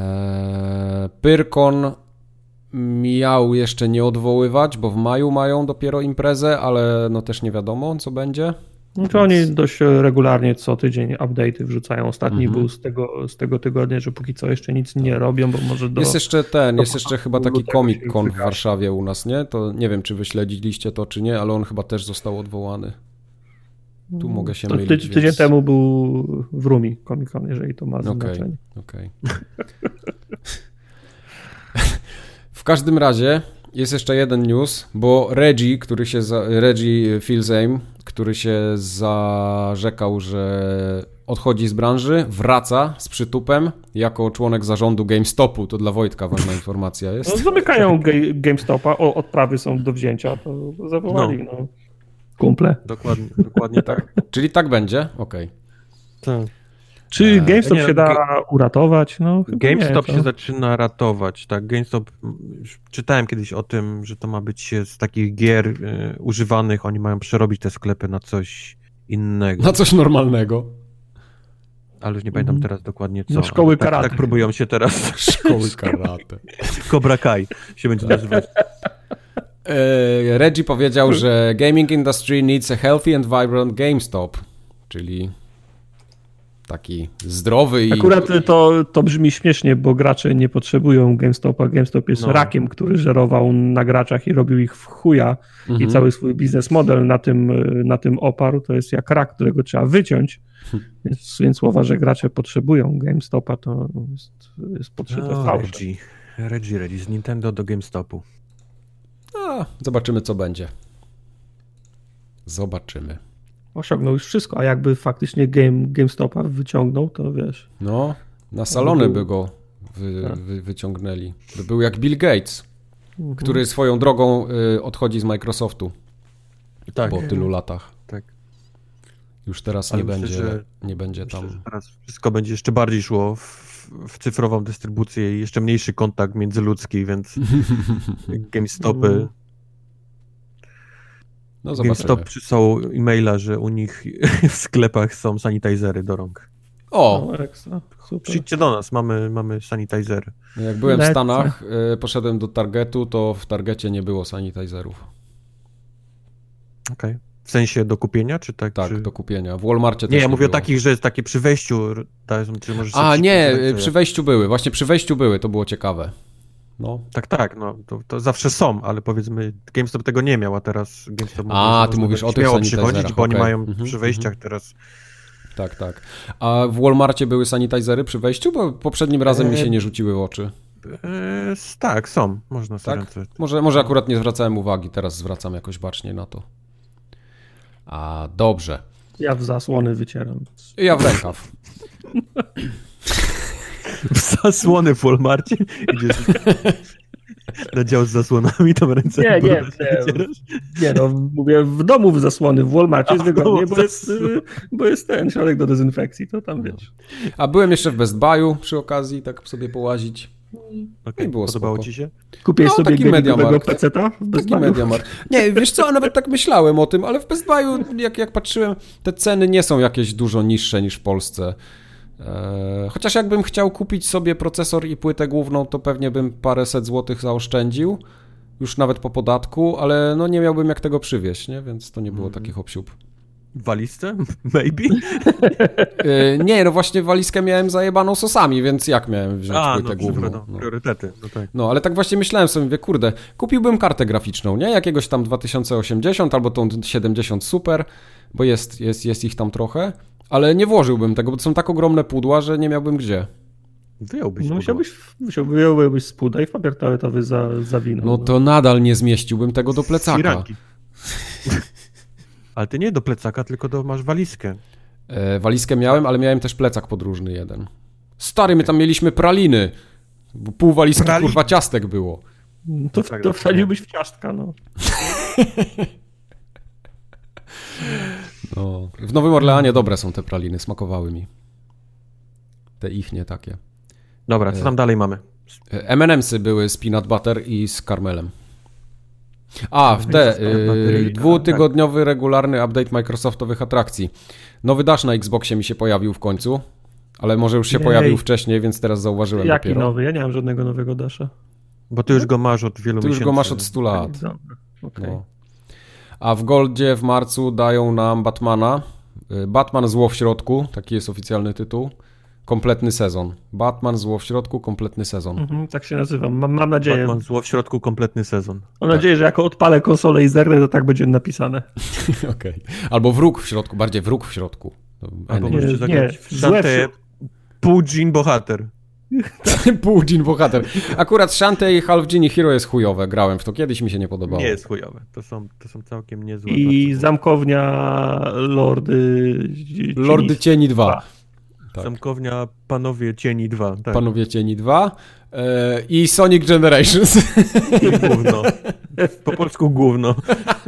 Pyrkon miał jeszcze nie odwoływać, bo w maju mają dopiero imprezę, ale no też nie wiadomo, co będzie. No to Więc... oni dość regularnie co tydzień update'y wrzucają. Ostatni mhm. był z tego, z tego tygodnia, że póki co jeszcze nic nie robią, bo może do... Jest jeszcze ten, jest jeszcze chyba taki Comic Con w Warszawie u nas, nie? To nie wiem, czy wy śledziliście to, czy nie, ale on chyba też został odwołany. Tu mogę się to mylić. Ty, tydzień więc... temu był w Rumi Comic Con, jeżeli to ma okay, znaczenie. Okej, okay. W każdym razie jest jeszcze jeden news, bo Reggie, który się za... Reggie Fils-Aime, który się zarzekał, że odchodzi z branży, wraca z przytupem jako członek zarządu GameStopu. To dla Wojtka ważna informacja jest. No, zamykają ge- GameStopa, o, odprawy są do wzięcia, to zawołali, no. no. Kumple. Dokładnie, dokładnie tak. Czyli tak będzie? Okej. Okay. Tak. Czy GameStop się da uratować? No, GameStop nie, się zaczyna ratować, tak. GameStop, czytałem kiedyś o tym, że to ma być z takich gier y, używanych, oni mają przerobić te sklepy na coś innego. Na coś normalnego. Ale już nie pamiętam teraz dokładnie co. No, szkoły karate. Tak, tak próbują się teraz... Szkoły karate. Cobra Kai się będzie nazywać. Reggie powiedział, że gaming industry needs a healthy and vibrant GameStop, czyli taki zdrowy i... Akurat to, to brzmi śmiesznie, bo gracze nie potrzebują GameStopa. GameStop jest no. rakiem, który żerował na graczach i robił ich w chuja mhm. i cały swój biznes model na tym, na tym oparł. To jest jak rak, którego trzeba wyciąć. Więc, więc słowa, że gracze potrzebują GameStopa, to jest, jest podszyte no, fałszem. Reggie, Reggie, Reggie, z Nintendo do GameStopu. A, zobaczymy, co będzie. Zobaczymy. Osiągnął już wszystko, a jakby faktycznie game, GameStopa wyciągnął, to wiesz... No, na salony by go wy, wy, wyciągnęli. By był jak Bill Gates, mhm. który swoją drogą y, odchodzi z Microsoftu tak. po tylu latach. Tak. Już teraz nie będzie, że, nie będzie tam... Myślę, że teraz wszystko będzie jeszcze bardziej szło w, w cyfrową dystrybucję i jeszcze mniejszy kontakt międzyludzki, więc GameStopy... No GameStop przysłał e-maila, że u nich w sklepach są sanitizery do rąk. O! No, ekstra. Super. Przyjdźcie do nas, mamy, mamy sanitizery. Jak byłem w Stanach, y, poszedłem do Targetu, to w Targecie nie było sanitizerów. Okej. Okay. W sensie do kupienia, czy tak? Tak, czy... do kupienia. W Walmarcie nie, też ja nie mówię było. o takich, że jest takie przy wejściu, czy możesz A, nie, przy wejściu były. Właśnie przy wejściu były, to było ciekawe. No. Tak, tak, no to, to zawsze są, ale powiedzmy GameStop tego nie miał, a teraz GameStop A, mówi, ty mówisz o tych sanitizerach. przychodzić, bo okay. oni mają mm-hmm, przy wejściach mm-hmm. teraz. Tak, tak. A w Walmarcie były sanitizery przy wejściu? Bo poprzednim razem mi się nie rzuciły w oczy. Eee, tak, są. Można sobie tak? ręce... Może, może akurat nie zwracałem uwagi, teraz zwracam jakoś bacznie na to. A, dobrze. Ja w zasłony wycieram. Ja w rękaw. W zasłony w Walmarcie? Idziesz na dział z zasłonami, tam ręce... Nie, nie, nie, nie, no mówię, w domu w zasłony, w Walmarcie jest wygodnie, bo jest, bo jest ten środek do dezynfekcji, to tam wiesz. A byłem jeszcze w Best Buy'u przy okazji, tak sobie połazić. Okay. Było Podobało spoko. Ci się? Kupiłeś no, sobie gamingowego peceta w Best Buy'u? Nie, wiesz co, nawet tak myślałem o tym, ale w Best Buy'u, jak, jak patrzyłem, te ceny nie są jakieś dużo niższe niż w Polsce. Eee, chociaż jakbym chciał kupić sobie procesor i płytę główną, to pewnie bym paręset złotych zaoszczędził, już nawet po podatku, ale no nie miałbym jak tego przywieźć, nie? Więc to nie było mm. takich hop-siup. W walizce? Maybe? Yy, nie, no właśnie walizkę miałem zajebaną sosami, więc jak miałem wziąć A, płytę no, główną? No, no. Priorytety. No, tak. no, ale tak właśnie myślałem sobie, mówię, kurde, kupiłbym kartę graficzną, nie? Jakiegoś tam dwa tysiące osiemdziesiąt albo tą siedemdziesiąt Super, bo jest, jest, jest ich tam trochę, Ale nie włożyłbym tego, bo to są tak ogromne pudła, że nie miałbym gdzie. Wyjąłbyś No musiałbyś, musiał, wyjąłbyś z puda i w papier toaletowy za, zawinął. No to nadal nie zmieściłbym tego do plecaka. Ale ty nie do plecaka, tylko do, masz walizkę. E, walizkę miałem, ale miałem też plecak podróżny jeden. Stary, my tam mieliśmy praliny. Bo pół walizki, Pralin. kurwa, ciastek było. To, to, to wsadziłbyś w ciastka, no. no. W Nowym Orleanie dobre są te praliny, smakowały mi. Te ich nie takie. Dobra, co tam e, dalej mamy? em and emsy były z peanut butter i z karmelem. A, w te y, dwutygodniowy regularny update Microsoftowych atrakcji. Nowy dash na Xboxie mi się pojawił w końcu, ale może już się Jej. pojawił wcześniej, więc teraz zauważyłem Jaki dopiero. nowy? Ja nie mam żadnego nowego dasha. Bo ty już go masz od wielu ty miesięcy. Ty już go masz od stu lat. Okay. No. A w Goldzie w marcu dają nam Batmana. Batman Zło w środku, taki jest oficjalny tytuł. Kompletny sezon. Batman Zło w środku, kompletny sezon. Mhm, tak się nazywa. Mam, mam nadzieję. Batman Zło w środku, kompletny sezon. Mam tak. nadzieję, że jako odpalę konsolę i zerknę, to tak będzie napisane. Okej. Okay. Albo wróg w środku, bardziej wróg w środku. Albo możecie zagrać Shantae, pół Jean bohater. Pół Jean bohater. Akurat Shantae i Half Genie Hero jest chujowe. Grałem w to kiedyś, mi się nie podobało. Nie jest chujowe. To są, to są całkiem niezłe. I zamkownia Lordy Cieni. Lordy Cieni dwa. Tak. Zamkownia Panowie Cieni dwa. Tak. Panowie Cieni dwa yy, i Sonic Generations. I gówno. Po polsku gówno.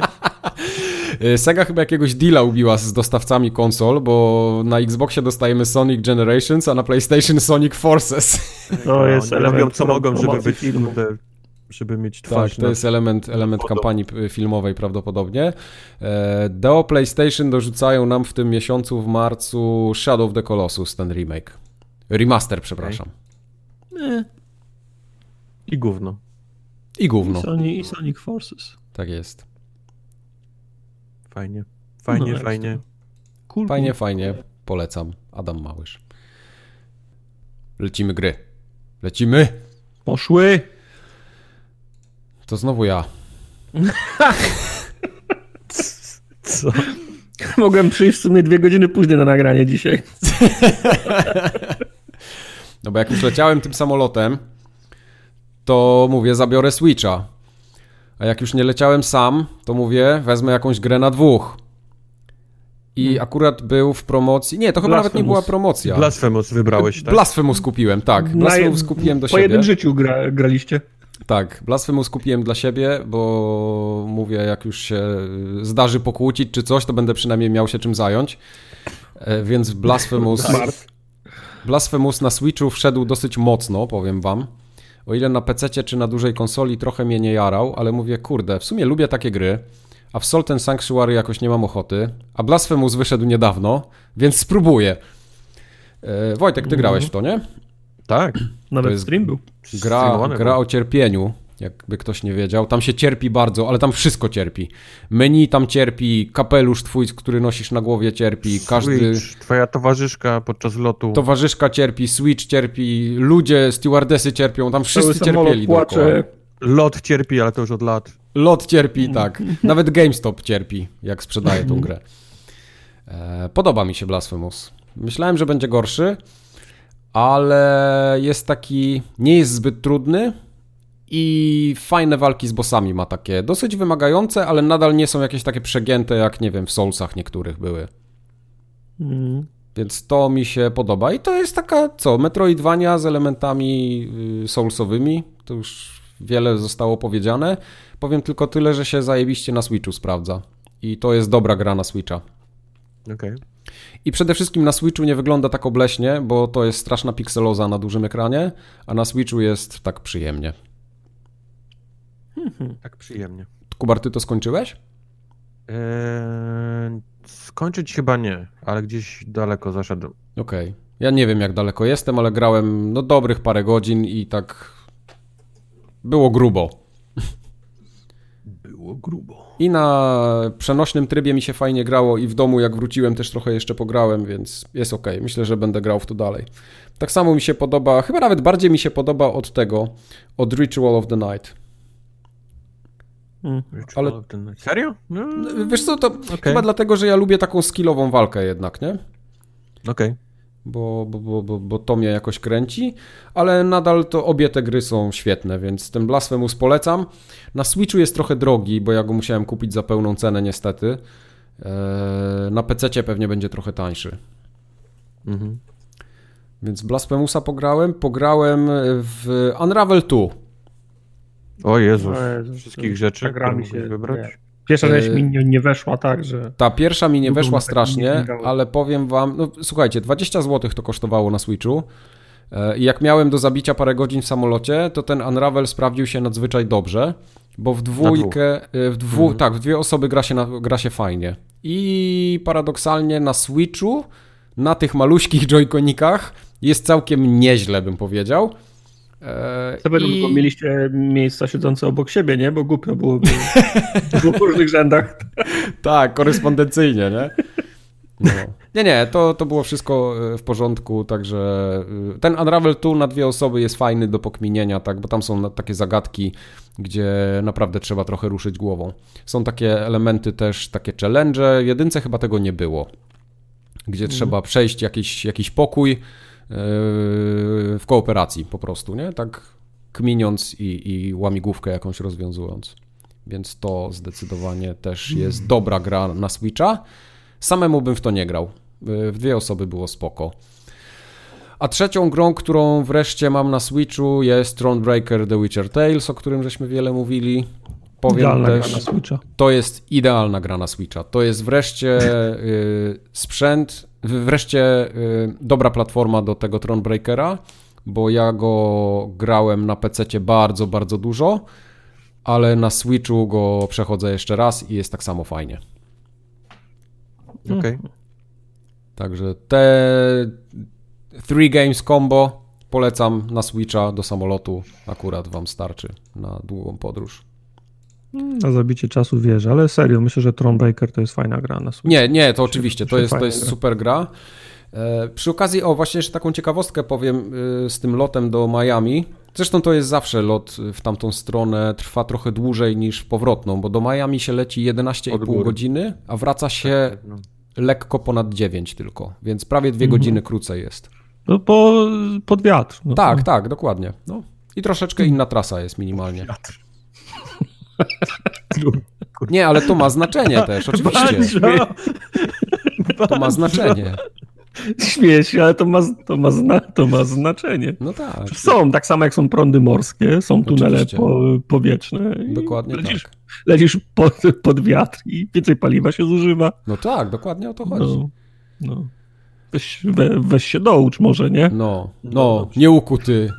Sega chyba jakiegoś deala ubiła z dostawcami konsol, bo na Xboxie dostajemy Sonic Generations, a na PlayStation Sonic Forces. To jest no, element co mogą, żeby być filmu. Żeby mieć twarz. Tak, to jest element, element kampanii filmowej prawdopodobnie. Do PlayStation dorzucają nam w tym miesiącu, w marcu, Shadow of the Colossus, ten remake. Remaster, przepraszam. Okay. I gówno. I gówno. I Sonic, i Sonic Forces. Tak jest. Fajnie. Fajnie, no, fajnie. Cool, fajnie, cool. fajnie. Polecam. Adam Małysz. Lecimy gry. Lecimy. Poszły. To znowu ja. Co? Mogłem przyjść w sumie dwie godziny później na nagranie dzisiaj. No bo jak już leciałem tym samolotem, to mówię, zabiorę Switcha. A jak już nie leciałem sam, to mówię, wezmę jakąś grę na dwóch. I hmm. akurat był w promocji... Nie, to chyba Blasphemous. Nawet nie była promocja. Blasphemous wybrałeś, tak? Blasphemous kupiłem, tak. Blasphemous kupiłem do po siebie. Po jednym życiu gra, graliście. Tak, Blasphemous kupiłem dla siebie, bo mówię, jak już się zdarzy pokłócić czy coś, to będę przynajmniej miał się czym zająć. Więc Blasphemous... Blasphemous na Switchu wszedł dosyć mocno, powiem wam. O ile na pececie czy na dużej konsoli trochę mnie nie jarał, ale mówię, kurde, w sumie lubię takie gry, a w Salt and Sanctuary jakoś nie mam ochoty, a Blasphemous wyszedł niedawno, więc spróbuję. E, Wojtek, ty mm. grałeś w to, nie? Tak. Nawet jest stream był. Gra, gra o cierpieniu, jakby ktoś nie wiedział. Tam się cierpi bardzo, ale tam wszystko cierpi. Menu tam cierpi, kapelusz twój, który nosisz na głowie cierpi, każdy... Switch, twoja towarzyszka podczas lotu. Towarzyszka cierpi, Switch cierpi, ludzie, stewardesy cierpią, tam wszyscy cierpieli dookoła. Lot cierpi, ale to już od lat. Lot cierpi, tak. Nawet GameStop cierpi, jak sprzedaje tą grę. E, podoba mi się Blasphemous. Myślałem, że będzie gorszy, ale jest taki, nie jest zbyt trudny i fajne walki z bossami ma takie, dosyć wymagające, ale nadal nie są jakieś takie przegięte, jak nie wiem, w Soulsach niektórych były. Mm. Więc to mi się podoba i to jest taka, co, Metroidvania z elementami soulsowymi, to już wiele zostało powiedziane. Powiem tylko tyle, że się zajebiście na Switchu sprawdza i to jest dobra gra na Switcha. Okej. Okay. I przede wszystkim na Switchu nie wygląda tak obleśnie, bo to jest straszna pikseloza na dużym ekranie, a na Switchu jest tak przyjemnie. Hmm, tak przyjemnie. Kubar, ty to skończyłeś? Eee, skończyć chyba nie, ale gdzieś daleko zaszedłem. Okej. Okay. Ja nie wiem, jak daleko jestem, ale grałem no dobrych parę godzin i tak było grubo. Było grubo. I na przenośnym trybie mi się fajnie grało i w domu jak wróciłem też trochę jeszcze pograłem, więc jest okej. Okay. Myślę, że będę grał w to dalej. Tak samo mi się podoba, chyba nawet bardziej mi się podoba od tego, od Ritual of the Night. Hmm. Ale... of the Night. Serio? No. Wiesz co, to okay. Chyba dlatego, że ja lubię taką skillową walkę jednak, nie? Okej. Okay. Bo, bo, bo, bo, bo to mnie jakoś kręci, ale nadal to obie te gry są świetne, więc ten Blasphemous polecam. Na Switchu jest trochę drogi, bo ja go musiałem kupić za pełną cenę niestety. Na pececie pewnie będzie trochę tańszy. Mhm. Więc Blasphemousa pograłem. Pograłem w Unravel dwa. O Jezus, o Jezus wszystkich rzeczy, które mógłbyś wybrać. Nie. Pierwsza rzecz mi nie, nie weszła tak, że... Ta pierwsza mi nie weszła strasznie, ale powiem wam, no słuchajcie, dwadzieścia złotych to kosztowało na Switchu i jak miałem do zabicia parę godzin w samolocie, to ten Unravel sprawdził się nadzwyczaj dobrze, bo w dwójkę, w dwu, mhm. tak, w dwie osoby gra się, na, gra się fajnie. I paradoksalnie na Switchu, na tych maluśkich joyconikach jest całkiem nieźle, bym powiedział. Sobie I... tylko mieliście miejsca siedzące obok siebie, nie? Bo głupio byłoby w dwóch różnych rzędach. Tak, korespondencyjnie, nie? No. Nie, nie, to, to było wszystko w porządku, także ten Unravel dwa na dwie osoby jest fajny do pokminienia, tak, bo tam są takie zagadki, gdzie naprawdę trzeba trochę ruszyć głową. Są takie elementy też, takie challenge, w jedynce chyba tego nie było, gdzie mm. trzeba przejść jakiś, jakiś pokój w kooperacji po prostu, nie? Tak kminiąc i, i łamigłówkę jakąś rozwiązując. Więc to zdecydowanie też jest dobra gra na Switcha. Samemu bym w to nie grał. W dwie osoby było spoko. A trzecią grą, którą wreszcie mam na Switchu jest Thronebreaker The Witcher Tales, o którym żeśmy wiele mówili. Powiem idealna też, gra na Switcha. To jest idealna gra na Switcha. To jest wreszcie y, sprzęt, wreszcie y, dobra platforma do tego Thronebreakera, bo ja go grałem na pececie bardzo, bardzo dużo, ale na Switchu go przechodzę jeszcze raz i jest tak samo fajnie. Okej. Okay. Także te three games combo polecam na Switcha do samolotu. Akurat wam starczy na długą podróż. Na zabicie czasu wierzę, ale serio, myślę, że Thronebreaker to jest fajna gra na Switchu. Nie, nie, to oczywiście, to jest, to jest gra. super gra. E, przy okazji, o właśnie jeszcze taką ciekawostkę powiem y, z tym lotem do Miami. Zresztą to jest zawsze lot w tamtą stronę, trwa trochę dłużej niż w powrotną, bo do Miami się leci jedenaście i pół godziny, a wraca się tak, no. lekko ponad dziewięć tylko, więc prawie dwie mhm. godziny krócej jest. No po, pod wiatr. No. Tak, tak, dokładnie. No. I troszeczkę inna trasa jest minimalnie. Wiatr. Nie, ale to ma znaczenie też, oczywiście. To ma znaczenie. Śmieję się, ale to ma, to, ma zna, to ma znaczenie. No tak. Są, tak samo jak są prądy morskie, są tunele po, powietrzne. Dokładnie lecisz, tak. Lecisz pod, pod wiatr i więcej paliwa się zużywa. No tak, dokładnie o to chodzi. No, no. Weź, we, weź się doucz może, nie? No, no, no nie ukuty.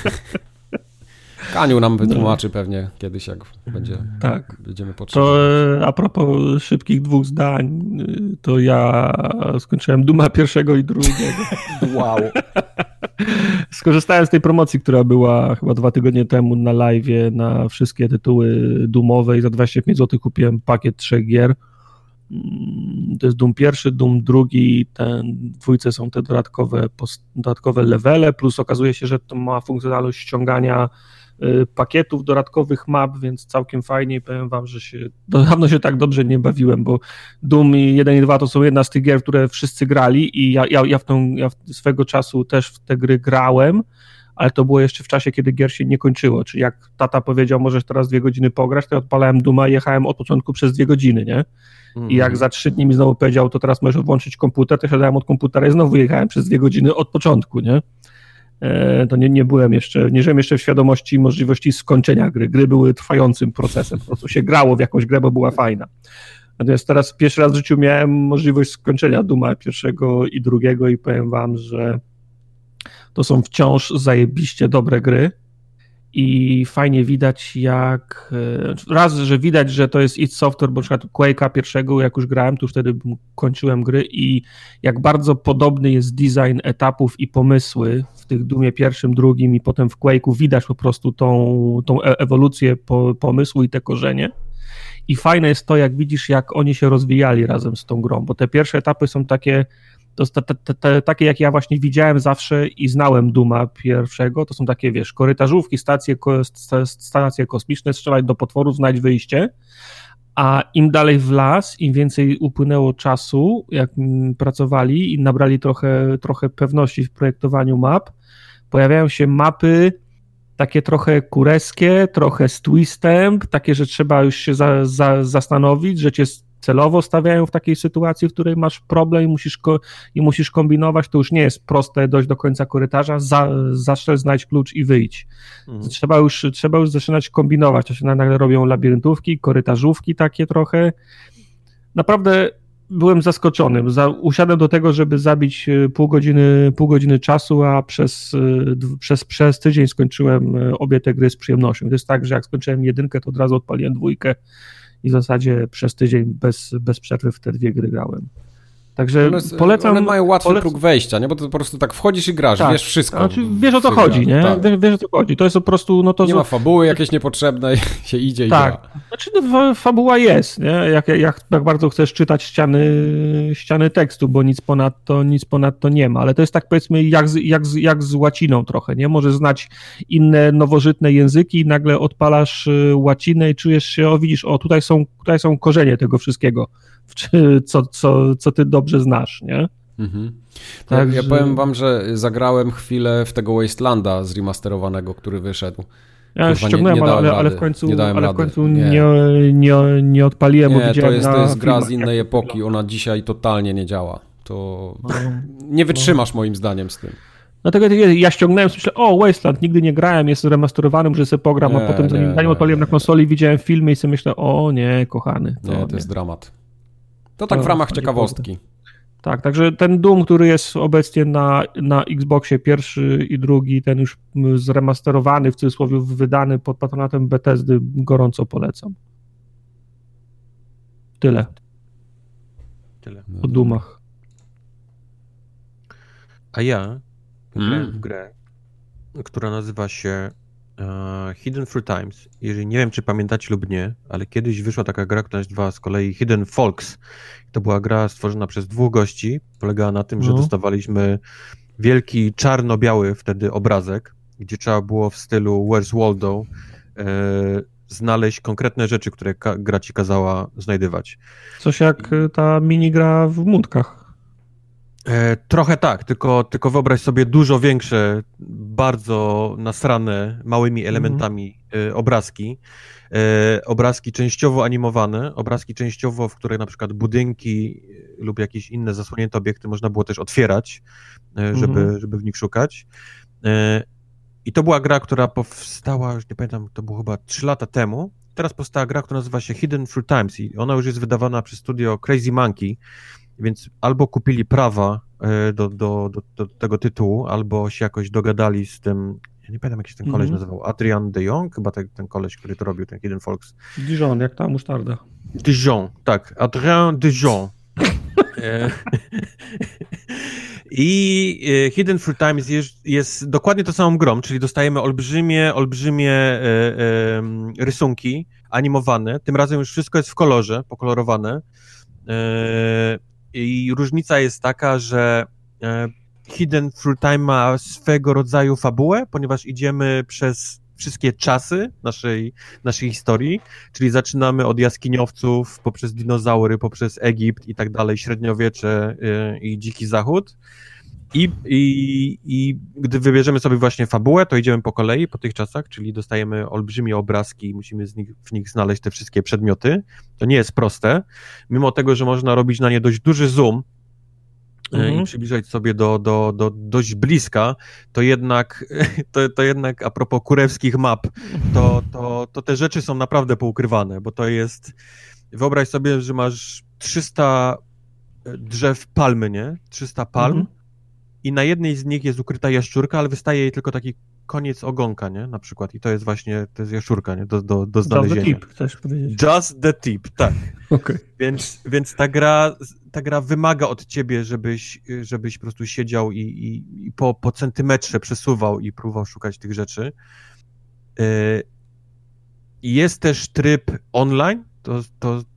Kaniu nam wytłumaczy no. pewnie kiedyś, jak będzie, tak. będziemy potrzebować. To a propos szybkich dwóch zdań, to ja skończyłem Duma pierwszego i drugiego. Wow. Skorzystałem z tej promocji, która była chyba dwa tygodnie temu na live'ie na wszystkie tytuły Doomowe i za dwadzieścia pięć złotych kupiłem pakiet trzech gier. To jest Doom pierwszy, Doom drugi, ten dwójce są te dodatkowe, dodatkowe levele, plus okazuje się, że to ma funkcjonalność ściągania pakietów dodatkowych map, więc całkiem fajnie i powiem wam, że się dawno się tak dobrze nie bawiłem, bo Doom jeden i dwa to są jedna z tych gier, które wszyscy grali i ja, ja, ja, w tą, ja swego czasu też w te gry grałem, ale to było jeszcze w czasie, kiedy gier się nie kończyło, czyli jak tata powiedział, możesz teraz dwie godziny pograć, to ja odpalałem Dooma i jechałem od początku przez dwie godziny, nie? Mm. I jak za trzy dni mi znowu powiedział, to teraz możesz włączyć komputer, to siadałem od komputera i znowu jechałem przez dwie godziny od początku, nie? To nie, nie byłem jeszcze, nie żyłem jeszcze w świadomości możliwości skończenia gry. Gry były trwającym procesem, po prostu się grało w jakąś grę, bo była fajna. Natomiast teraz pierwszy raz w życiu miałem możliwość skończenia Dooma pierwszego i drugiego i powiem wam, że to są wciąż zajebiście dobre gry i fajnie widać jak, raz, że widać, że to jest id Software, bo na przykład Quake'a pierwszego, jak już grałem, to już wtedy kończyłem gry i jak bardzo podobny jest design etapów i pomysły w tych Doomie pierwszym, drugim i potem w Quake'u widać po prostu tą, tą ewolucję po, pomysłu i te korzenie. I fajne jest to, jak widzisz, jak oni się rozwijali razem z tą grą, bo te pierwsze etapy są takie To te, te, te, takie, jak ja właśnie widziałem zawsze i znałem Dooma pierwszego, to są takie, wiesz, korytarzówki, stacje, stacje kosmiczne, strzelać do potworów, znajdź wyjście, a im dalej w las, im więcej upłynęło czasu, jak pracowali i nabrali trochę, trochę pewności w projektowaniu map, pojawiają się mapy takie trochę kureskie, trochę z twistem, takie, że trzeba już się za, za, zastanowić, że cię celowo stawiają w takiej sytuacji, w której masz problem i musisz, ko- i musisz kombinować, to już nie jest proste dojść do końca korytarza, za, zastrzel, znajdź klucz i wyjdź. Mhm. Trzeba już, trzeba już zaczynać kombinować, to się nagle robią labiryntówki, korytarzówki takie trochę. Naprawdę byłem zaskoczony. Za, usiadłem do tego, żeby zabić pół godziny, pół godziny czasu, a przez, przez, przez tydzień skończyłem obie te gry z przyjemnością. To jest tak, że jak skończyłem jedynkę, to od razu odpaliłem dwójkę i w zasadzie przez tydzień bez, bez przerwy w te dwie gry grałem. Także one, polecam... One mają łatwy polec... próg wejścia, nie? Bo to po prostu tak wchodzisz i grasz, tak, wiesz wszystko. Znaczy, wiesz o co chodzi, nie? Tak. Wiesz, wiesz o co chodzi. To jest po prostu... No to nie z... ma fabuły jakieś niepotrzebnej, się idzie i tak. gra. Znaczy no, fabuła jest, nie? Jak, jak, jak bardzo chcesz czytać ściany, ściany tekstu, bo nic ponadto, nic ponadto nie ma. Ale to jest tak powiedzmy jak z, jak, z, jak z łaciną trochę, nie? Możesz znać inne nowożytne języki i nagle odpalasz łacinę i czujesz się, o widzisz, o tutaj są, tutaj są korzenie tego wszystkiego. Co, co, co ty dobrze znasz, nie? Mhm. Tak, ja, ja powiem wam, że zagrałem chwilę w tego Wastelanda zremasterowanego, który wyszedł. Ja już ściągnąłem, ale, ale, ale w końcu, ale w końcu nie, nie, nie, nie odpaliłem, nie, bo widziałem to jest, na to jest gra filmach, z innej epoki, ona dzisiaj totalnie nie działa. To no, nie wytrzymasz no. moim zdaniem z tym. Dlatego ja ściągnąłem, myślę, o Wasteland, nigdy nie grałem, jest remasterowany, może sobie pogram, nie, a potem zanim, nie, zanim odpaliłem nie, na konsoli, widziałem filmy i sobie myślę, o nie, kochany. To nie, to nie. jest dramat. To tak to w ramach ciekawostki. Tak, także ten Doom, który jest obecnie na, na Xboxie pierwszy i drugi, ten już zremasterowany, w cudzysłowie wydany pod patronatem Bethesdy, gorąco polecam. Tyle. Tyle. O Doomach. A ja grałem mm. w grę, która nazywa się uh, Hidden Through Times. Jeżeli nie wiem, czy pamiętacie lub nie, ale kiedyś wyszła taka gra, która nazywała z kolei Hidden Folks. To była gra stworzona przez dwóch gości. Polegała na tym, no. że dostawaliśmy wielki czarno-biały wtedy obrazek, gdzie trzeba było w stylu Where's Waldo e, znaleźć konkretne rzeczy, które ka- gra ci kazała znajdywać. Coś jak ta minigra w Mundkach. E, trochę tak, tylko, tylko wyobraź sobie dużo większe, bardzo nasrane małymi elementami mm. e, obrazki. E, obrazki częściowo animowane, obrazki częściowo, w których na przykład budynki lub jakieś inne zasłonięte obiekty można było też otwierać, e, żeby, mm. żeby w nich szukać. E, I to była gra, która powstała, już nie pamiętam, to było chyba trzy lata temu. Teraz powstała gra, która nazywa się Hidden Through Times i ona już jest wydawana przez studio Crazy Monkey. Więc albo kupili prawa do, do, do, do tego tytułu, albo się jakoś dogadali z tym, ja nie pamiętam jak się ten koleś mm-hmm. nazywał, Adrian de Jong, chyba ten, ten koleś, który to robił, ten Hidden Folks. Dijon, jak ta musztarda. Dijon, tak, Adrian de Jong. I Hidden Through Times jest, jest dokładnie to samą grą, czyli dostajemy olbrzymie, olbrzymie e, e, rysunki animowane, tym razem już wszystko jest w kolorze, pokolorowane. E, I różnica jest taka, że Hidden Through Time ma swego rodzaju fabułę, ponieważ idziemy przez wszystkie czasy naszej, naszej historii, czyli zaczynamy od jaskiniowców, poprzez dinozaury, poprzez Egipt i tak dalej, średniowiecze i dziki zachód. I, i, I gdy wybierzemy sobie właśnie fabułę, to idziemy po kolei, po tych czasach, czyli dostajemy olbrzymie obrazki i musimy z nich, w nich znaleźć te wszystkie przedmioty. To nie jest proste, mimo tego, że można robić na nie dość duży zoom mhm. i przybliżać sobie do, do, do dość bliska, to jednak, to, to jednak a propos kurewskich map, to, to, to te rzeczy są naprawdę poukrywane, bo to jest, wyobraź sobie, że masz trzysta drzew palmy, nie? trzysta palm, mhm. i na jednej z nich jest ukryta jaszczurka, ale wystaje jej tylko taki koniec ogonka, nie? Na przykład. I to jest właśnie, to jest jaszczurka, nie? Do, do, do znalezienia. Just the tip, chcesz powiedzieć. Just the tip, tak. Okay. Więc, więc ta gra, ta gra wymaga od ciebie, żebyś, żebyś po prostu siedział i, i, i po, po centymetrze przesuwał i próbował szukać tych rzeczy. Jest też tryb online, to, to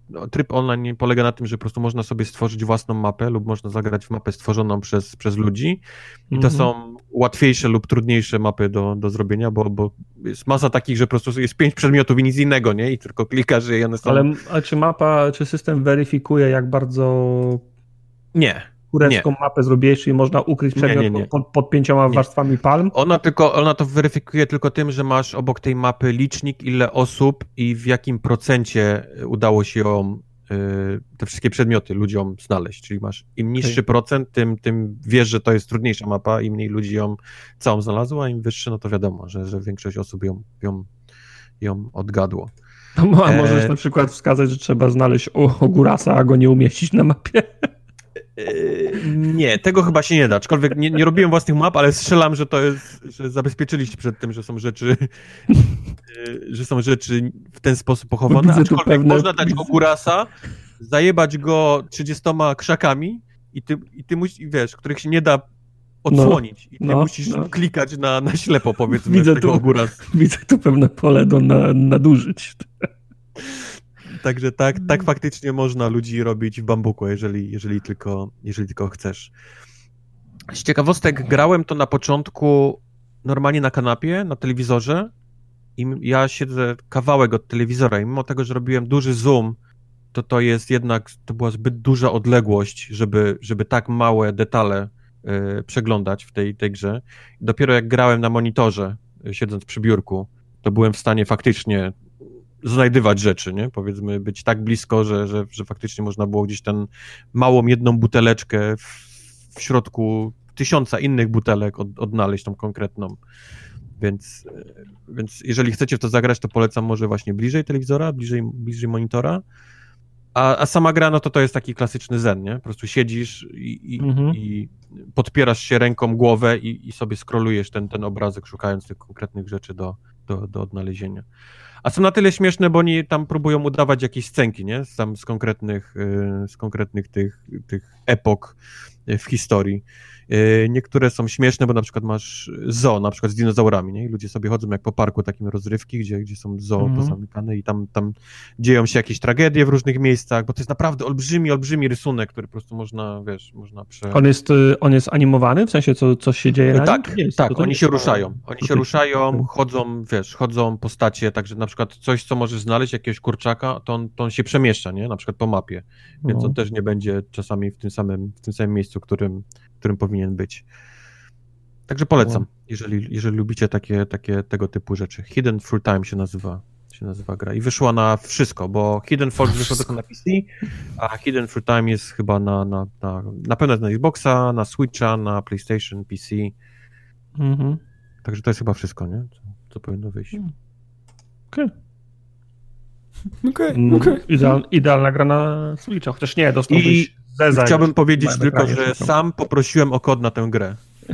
no, tryb online polega na tym, że po prostu można sobie stworzyć własną mapę lub można zagrać w mapę stworzoną przez, przez ludzi i to mm-hmm. są łatwiejsze lub trudniejsze mapy do, do zrobienia, bo, bo jest masa takich, że po prostu jest pięć przedmiotów i nic innego, nie? I tylko klikasz i one są... Ale a czy mapa, czy system weryfikuje, jak bardzo... Nie. Kurecką mapę zrobiłeś, czyli można ukryć przedmiot nie, nie, nie. Pod, pod pięcioma nie. warstwami palm? Ona tylko, ona to weryfikuje tylko tym, że masz obok tej mapy licznik, ile osób i w jakim procencie udało się ją, y, te wszystkie przedmioty ludziom znaleźć. Czyli masz im niższy okay. procent, tym, tym wiesz, że to jest trudniejsza mapa, im mniej ludzi ją całą znalazło, a im wyższy, no to wiadomo, że, że większość osób ją, ją, ją odgadło. No, a możesz e... na przykład wskazać, że trzeba znaleźć Ogurasa, a go nie umieścić na mapie? Nie, tego chyba się nie da, aczkolwiek nie, nie robiłem własnych map, ale strzelam, że to jest, że zabezpieczyliście przed tym, że są rzeczy, że są rzeczy w ten sposób pochowane, aczkolwiek pewne... można dać Ogurasa, zajebać go trzydziestoma krzakami i ty, i ty musisz, wiesz, których się nie da odsłonić no, i ty no, musisz no. klikać na, na ślepo, powiedzmy, widzę tego tu, Ogurasa. Widzę tu pewne pole do na, nadużyć. Także tak, tak faktycznie można ludzi robić w bambuku, jeżeli, jeżeli, tylko, jeżeli tylko chcesz. Z ciekawostek grałem to na początku normalnie na kanapie, na telewizorze i ja siedzę kawałek od telewizora i mimo tego, że robiłem duży zoom, to to jest jednak, to była zbyt duża odległość, żeby, żeby tak małe detale y, przeglądać w tej, tej grze. I dopiero jak grałem na monitorze, y, siedząc przy biurku, to byłem w stanie faktycznie znajdywać rzeczy, nie? Powiedzmy, być tak blisko, że, że, że faktycznie można było gdzieś tę małą jedną buteleczkę w, w środku tysiąca innych butelek od, odnaleźć, tą konkretną. Więc, więc jeżeli chcecie w to zagrać, to polecam może właśnie bliżej telewizora, bliżej, bliżej monitora, a, a sama gra, no to to jest taki klasyczny zen, nie? Po prostu siedzisz i, i, mhm. i podpierasz się ręką głowę i, i sobie scrollujesz ten, ten obrazek, szukając tych konkretnych rzeczy do, do, do odnalezienia. A są na tyle śmieszne, bo oni tam próbują udawać jakieś scenki, nie? Tam z konkretnych, z konkretnych tych, tych epok w historii. Niektóre są śmieszne, bo na przykład masz zoo, na przykład z dinozaurami, nie? I ludzie sobie chodzą jak po parku takim rozrywki, gdzie, gdzie są zoo mm. pozamykane i tam, tam dzieją się jakieś tragedie w różnych miejscach, bo to jest naprawdę olbrzymi, olbrzymi rysunek, który po prostu można, wiesz, można prze... On jest, on jest animowany? W sensie, co, coś się dzieje na Tak, nim? tak, to oni się ruszają. Oni się ruszają, chodzą, wiesz, chodzą postacie, także na przykład coś, co możesz znaleźć, jakiegoś kurczaka, to on, to on się przemieszcza, nie? Na przykład po mapie, więc no. on też nie będzie czasami w tym samym, w tym samym miejscu, którym którym powinien być. Także polecam, wow. jeżeli, jeżeli lubicie takie, takie tego typu rzeczy. Hidden Through Time się nazywa, się nazywa gra i wyszła na wszystko, bo Hidden Force wyszła tylko na P C, a Hidden Through Time jest chyba na, na, na, na pewno na Xboxa, na Switcha, na PlayStation, P C. Mhm. Także to jest chyba wszystko, nie? Co, co powinno wyjść. Okej. Okay. Okay, okay. Ideal, idealna gra na Switcha, chociaż nie, dostałbyś I zezań. Chciałbym powiedzieć tylko, że sam poprosiłem o kod na tę grę.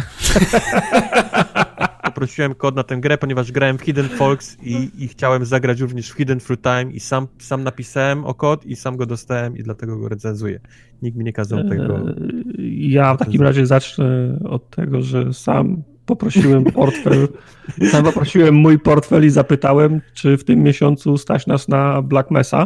Poprosiłem kod na tę grę, ponieważ grałem w Hidden Folks i, i chciałem zagrać również w Hidden Through Time i sam, sam napisałem o kod i sam go dostałem i dlatego go recenzuję. Nikt mi nie kazał tego. Ja w takim razie zacznę od tego, że sam poprosiłem portfel, sam poprosiłem mój portfel i zapytałem, czy w tym miesiącu stać nas na Black Mesa.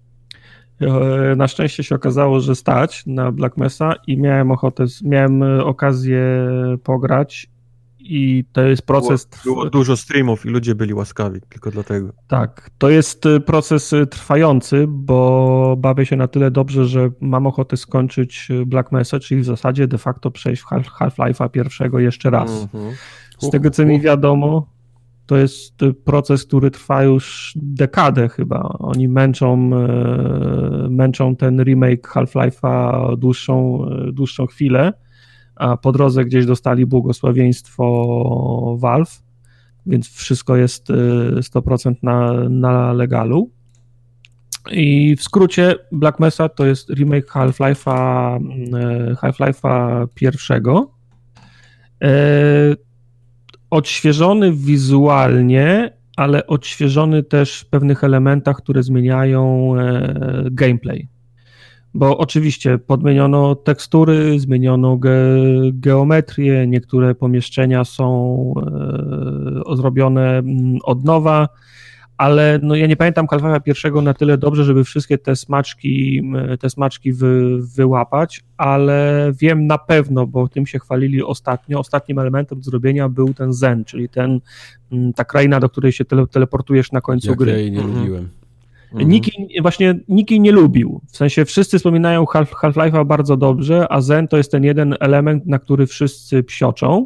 Na szczęście się okazało, że stać na Black Mesa i miałem ochotę, miałem okazję pograć i to jest proces... Było, było dużo streamów i ludzie byli łaskawi, tylko dlatego. Tak, to jest proces trwający, bo bawię się na tyle dobrze, że mam ochotę skończyć Black Mesa, czyli w zasadzie de facto przejść w Half-Life'a pierwszego jeszcze raz. Mm-hmm. Z tego co mi wiadomo, to jest proces, który trwa już dekadę chyba. Oni męczą, męczą ten remake Half-Life'a dłuższą, dłuższą chwilę, a po drodze gdzieś dostali błogosławieństwo Valve, więc wszystko jest sto procent na, na legalu. I w skrócie Black Mesa to jest remake Half-Life'a, Half-Life'a pierwszego. Odświeżony wizualnie, ale odświeżony też w pewnych elementach, które zmieniają e, gameplay. Bo oczywiście podmieniono tekstury, zmieniono ge- geometrię, niektóre pomieszczenia są e, zrobione od nowa, ale no ja nie pamiętam Half-Life'a pierwszego na tyle dobrze, żeby wszystkie te smaczki, te smaczki wy, wyłapać, ale wiem na pewno, bo tym się chwalili ostatnio, ostatnim elementem do zrobienia był ten Zen, czyli ten, ta kraina, do której się tele, teleportujesz na końcu Jak gry. Ja jej nie mhm. lubiłem. Mhm. Niki, właśnie nikt jej nie lubił, w sensie wszyscy wspominają Half, Half-Life'a bardzo dobrze, a Zen to jest ten jeden element, na który wszyscy psioczą.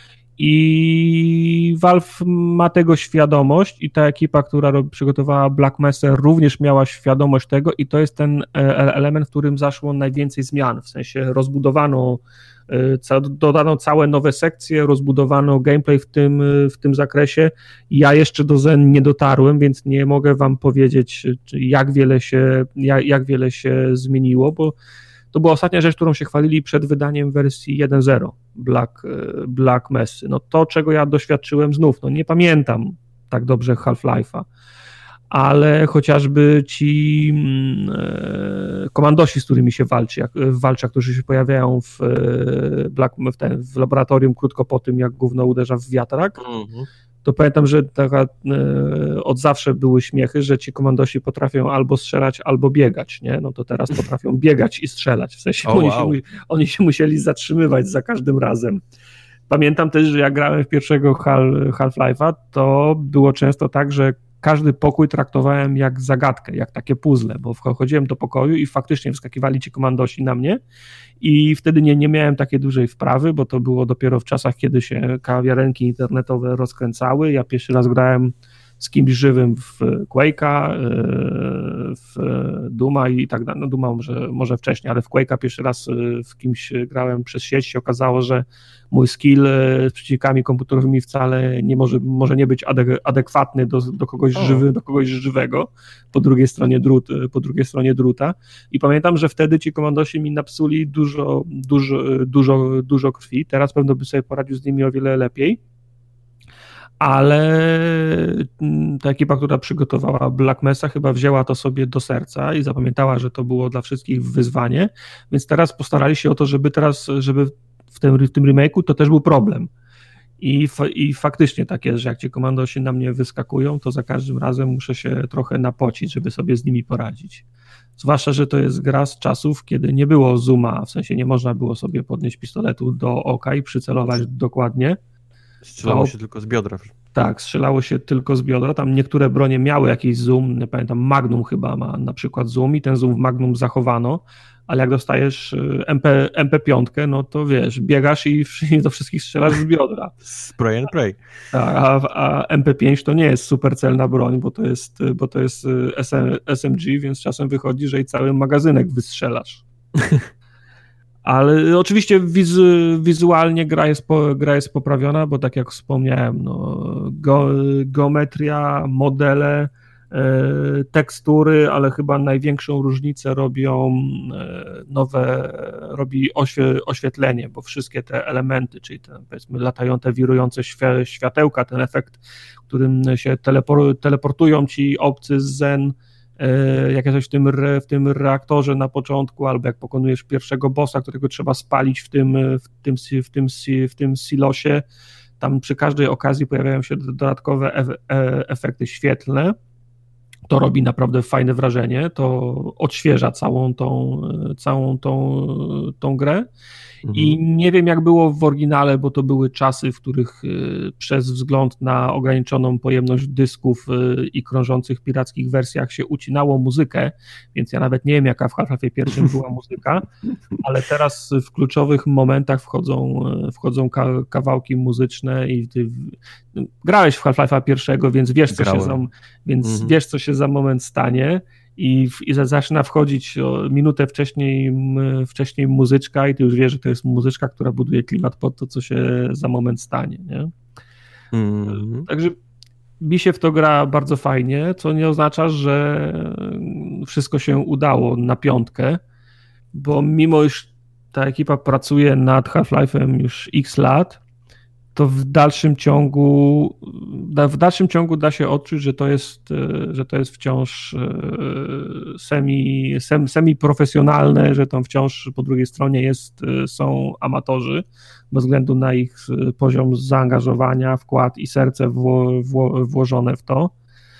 I Valve ma tego świadomość i ta ekipa, która przygotowała Black Mesa, również miała świadomość tego i to jest ten element, w którym zaszło najwięcej zmian, w sensie rozbudowano, dodano całe nowe sekcje, rozbudowano gameplay w tym, w tym zakresie. Ja jeszcze do Zen nie dotarłem, więc nie mogę wam powiedzieć, jak wiele się, jak, jak wiele się zmieniło, bo to była ostatnia rzecz, którą się chwalili przed wydaniem wersji jeden zero Black, Black Messy. No to, czego ja doświadczyłem znów, no nie pamiętam tak dobrze Half-Life'a, ale chociażby ci e, komandosi, z którymi się walczy, jak, walcza, którzy się pojawiają w, Black, w, ten, w laboratorium krótko po tym, jak gówno uderza w wiatrak, mm-hmm. to pamiętam, że taka, e, od zawsze były śmiechy, że ci komandosi potrafią albo strzelać, albo biegać, nie? No to teraz potrafią biegać i strzelać, w sensie oh, oni, wow. się, oni się musieli zatrzymywać za każdym razem. Pamiętam też, że jak grałem w pierwszego Half-Life'a, to było często tak, że każdy pokój traktowałem jak zagadkę, jak takie puzzle, bo wchodziłem do pokoju i faktycznie wskakiwali ci komandosi na mnie i wtedy nie, nie miałem takiej dużej wprawy, bo to było dopiero w czasach, kiedy się kawiarenki internetowe rozkręcały. Ja pierwszy raz grałem z kimś żywym w Quake'a, w Duma i tak dalej. No Duma może, może wcześniej, ale w Quake'a pierwszy raz w kimś grałem przez sieć. Się okazało, że mój skill z przeciwnikami komputerowymi wcale nie może, może nie być adek- adekwatny do, do, kogoś żywy, do kogoś żywego po drugiej stronie drut, po drugiej stronie druta. I pamiętam, że wtedy ci komandosi mi napsuli dużo, dużo, dużo, dużo krwi. Teraz pewno by sobie poradził z nimi o wiele lepiej. Ale ta ekipa, która przygotowała Black Mesa, chyba wzięła to sobie do serca i zapamiętała, że to było dla wszystkich wyzwanie, więc teraz postarali się o to, żeby teraz, żeby w tym, w tym remake'u to też był problem. I, fa- I faktycznie tak jest, że jak ci komandosi na mnie wyskakują, to za każdym razem muszę się trochę napocić, żeby sobie z nimi poradzić. Zwłaszcza, że to jest gra z czasów, kiedy nie było zooma, w sensie nie można było sobie podnieść pistoletu do oka i przycelować dokładnie. Strzelało się tylko z biodra. Tak, strzelało się tylko z biodra. Tam niektóre bronie miały jakiś zoom, nie pamiętam, Magnum chyba ma na przykład zoom i ten zoom w Magnum zachowano, ale jak dostajesz M P, M P pięć, no to wiesz, biegasz i do wszystkich strzelasz z biodra. Spray and pray. Tak, a, a M P pięć to nie jest super celna broń, bo to jest, bo to jest S M G, więc czasem wychodzi, że i cały magazynek wystrzelasz. Ale oczywiście wizu, wizualnie gra jest, po, gra jest poprawiona, bo tak jak wspomniałem, no, go, geometria, modele, e, tekstury, ale chyba największą różnicę robią e, nowe, robi oświe, oświetlenie, bo wszystkie te elementy, czyli te, powiedzmy latające, wirujące świe, światełka, ten efekt, którym się telepor, teleportują ci obcy z Zen, jak jesteś w tym, w tym reaktorze na początku, albo jak pokonujesz pierwszego bossa, którego trzeba spalić w tym, w tym, w tym, w tym silosie, tam przy każdej okazji pojawiają się dodatkowe e- e- efekty świetlne. To robi naprawdę fajne wrażenie, to odświeża całą tą, całą tą, tą grę. I nie wiem, jak było w oryginale, bo to były czasy, w których przez wzgląd na ograniczoną pojemność dysków i krążących pirackich wersjach się ucinało muzykę, więc ja nawet nie wiem, jaka w Half-Life'ie pierwszym była muzyka, ale teraz w kluczowych momentach wchodzą, wchodzą ka- kawałki muzyczne i ty grałeś w Half-Life'a pierwszego, więc wiesz, co się za, więc mhm. wiesz, co się za moment stanie. I, i zaczyna wchodzić o minutę wcześniej, m, wcześniej muzyczka i ty już wiesz, że to jest muzyczka, która buduje klimat pod to, co się za moment stanie, nie? Mm-hmm. Także mi się w to gra bardzo fajnie, co nie oznacza, że wszystko się udało na piątkę, bo mimo iż ta ekipa pracuje nad Half-Life'em już x lat, to w dalszym ciągu w dalszym ciągu da się odczuć, że to jest, że to jest wciąż semi, sem, semi-profesjonalne, że tam wciąż po drugiej stronie jest, są amatorzy, bez względu na ich poziom zaangażowania, wkład i serce wło, wło, włożone w to.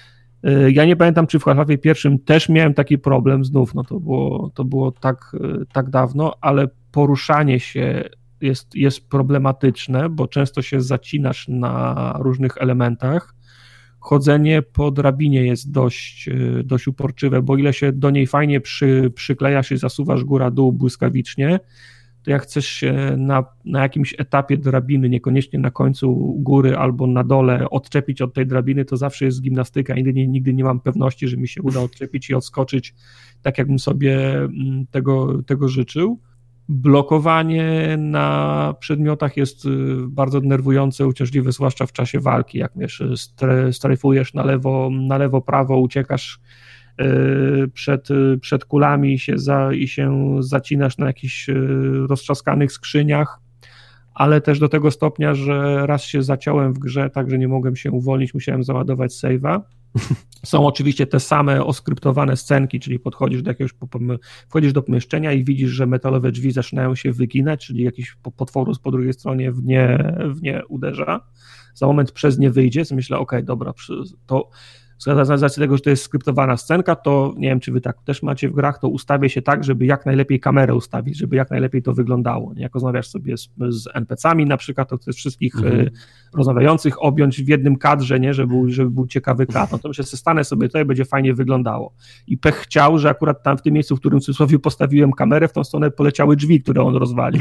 Ja nie pamiętam, czy w Half-Life'ie pierwszym też miałem taki problem, znów, no to było, to było tak, tak dawno, ale poruszanie się jest, jest problematyczne, bo często się zacinasz na różnych elementach. Chodzenie po drabinie jest dość, dość uporczywe, bo ile się do niej fajnie przy, przyklejasz i zasuwasz góra-dół błyskawicznie, to jak chcesz się na, na jakimś etapie drabiny, niekoniecznie na końcu góry albo na dole odczepić od tej drabiny, to zawsze jest gimnastyka. Nigdy nie, nigdy nie mam pewności, że mi się uda odczepić i odskoczyć tak, jakbym sobie tego, tego życzył. Blokowanie na przedmiotach jest bardzo denerwujące, uciążliwe, zwłaszcza w czasie walki, jak wiesz, strajfujesz na lewo, na lewo, prawo, uciekasz przed, przed kulami się za, i się zacinasz na jakichś roztrzaskanych skrzyniach, ale też do tego stopnia, że raz się zaciąłem w grze, tak że nie mogłem się uwolnić, musiałem załadować save'a. Są oczywiście te same oskryptowane scenki, czyli podchodzisz do jakiegoś, wchodzisz do pomieszczenia i widzisz, że metalowe drzwi zaczynają się wyginać, czyli jakiś potworus po drugiej stronie w nie, w nie uderza. Za moment przez nie wyjdzie, myślę, okej, okay, dobra, to z racji tego, że to jest skryptowana scenka, to nie wiem, czy wy tak też macie w grach, to ustawię się tak, żeby jak najlepiej kamerę ustawić, żeby jak najlepiej to wyglądało. Jak rozmawiasz sobie z, z en pe ce ami na przykład, to chcesz wszystkich mhm. y, rozmawiających objąć w jednym kadrze, nie, żeby, był, żeby był ciekawy kadr. No to myślę, że stanę sobie tutaj, będzie fajnie wyglądało. I pech chciał, że akurat tam w tym miejscu, w którym w cudzysłowie postawiłem kamerę, w tą stronę poleciały drzwi, które on rozwalił.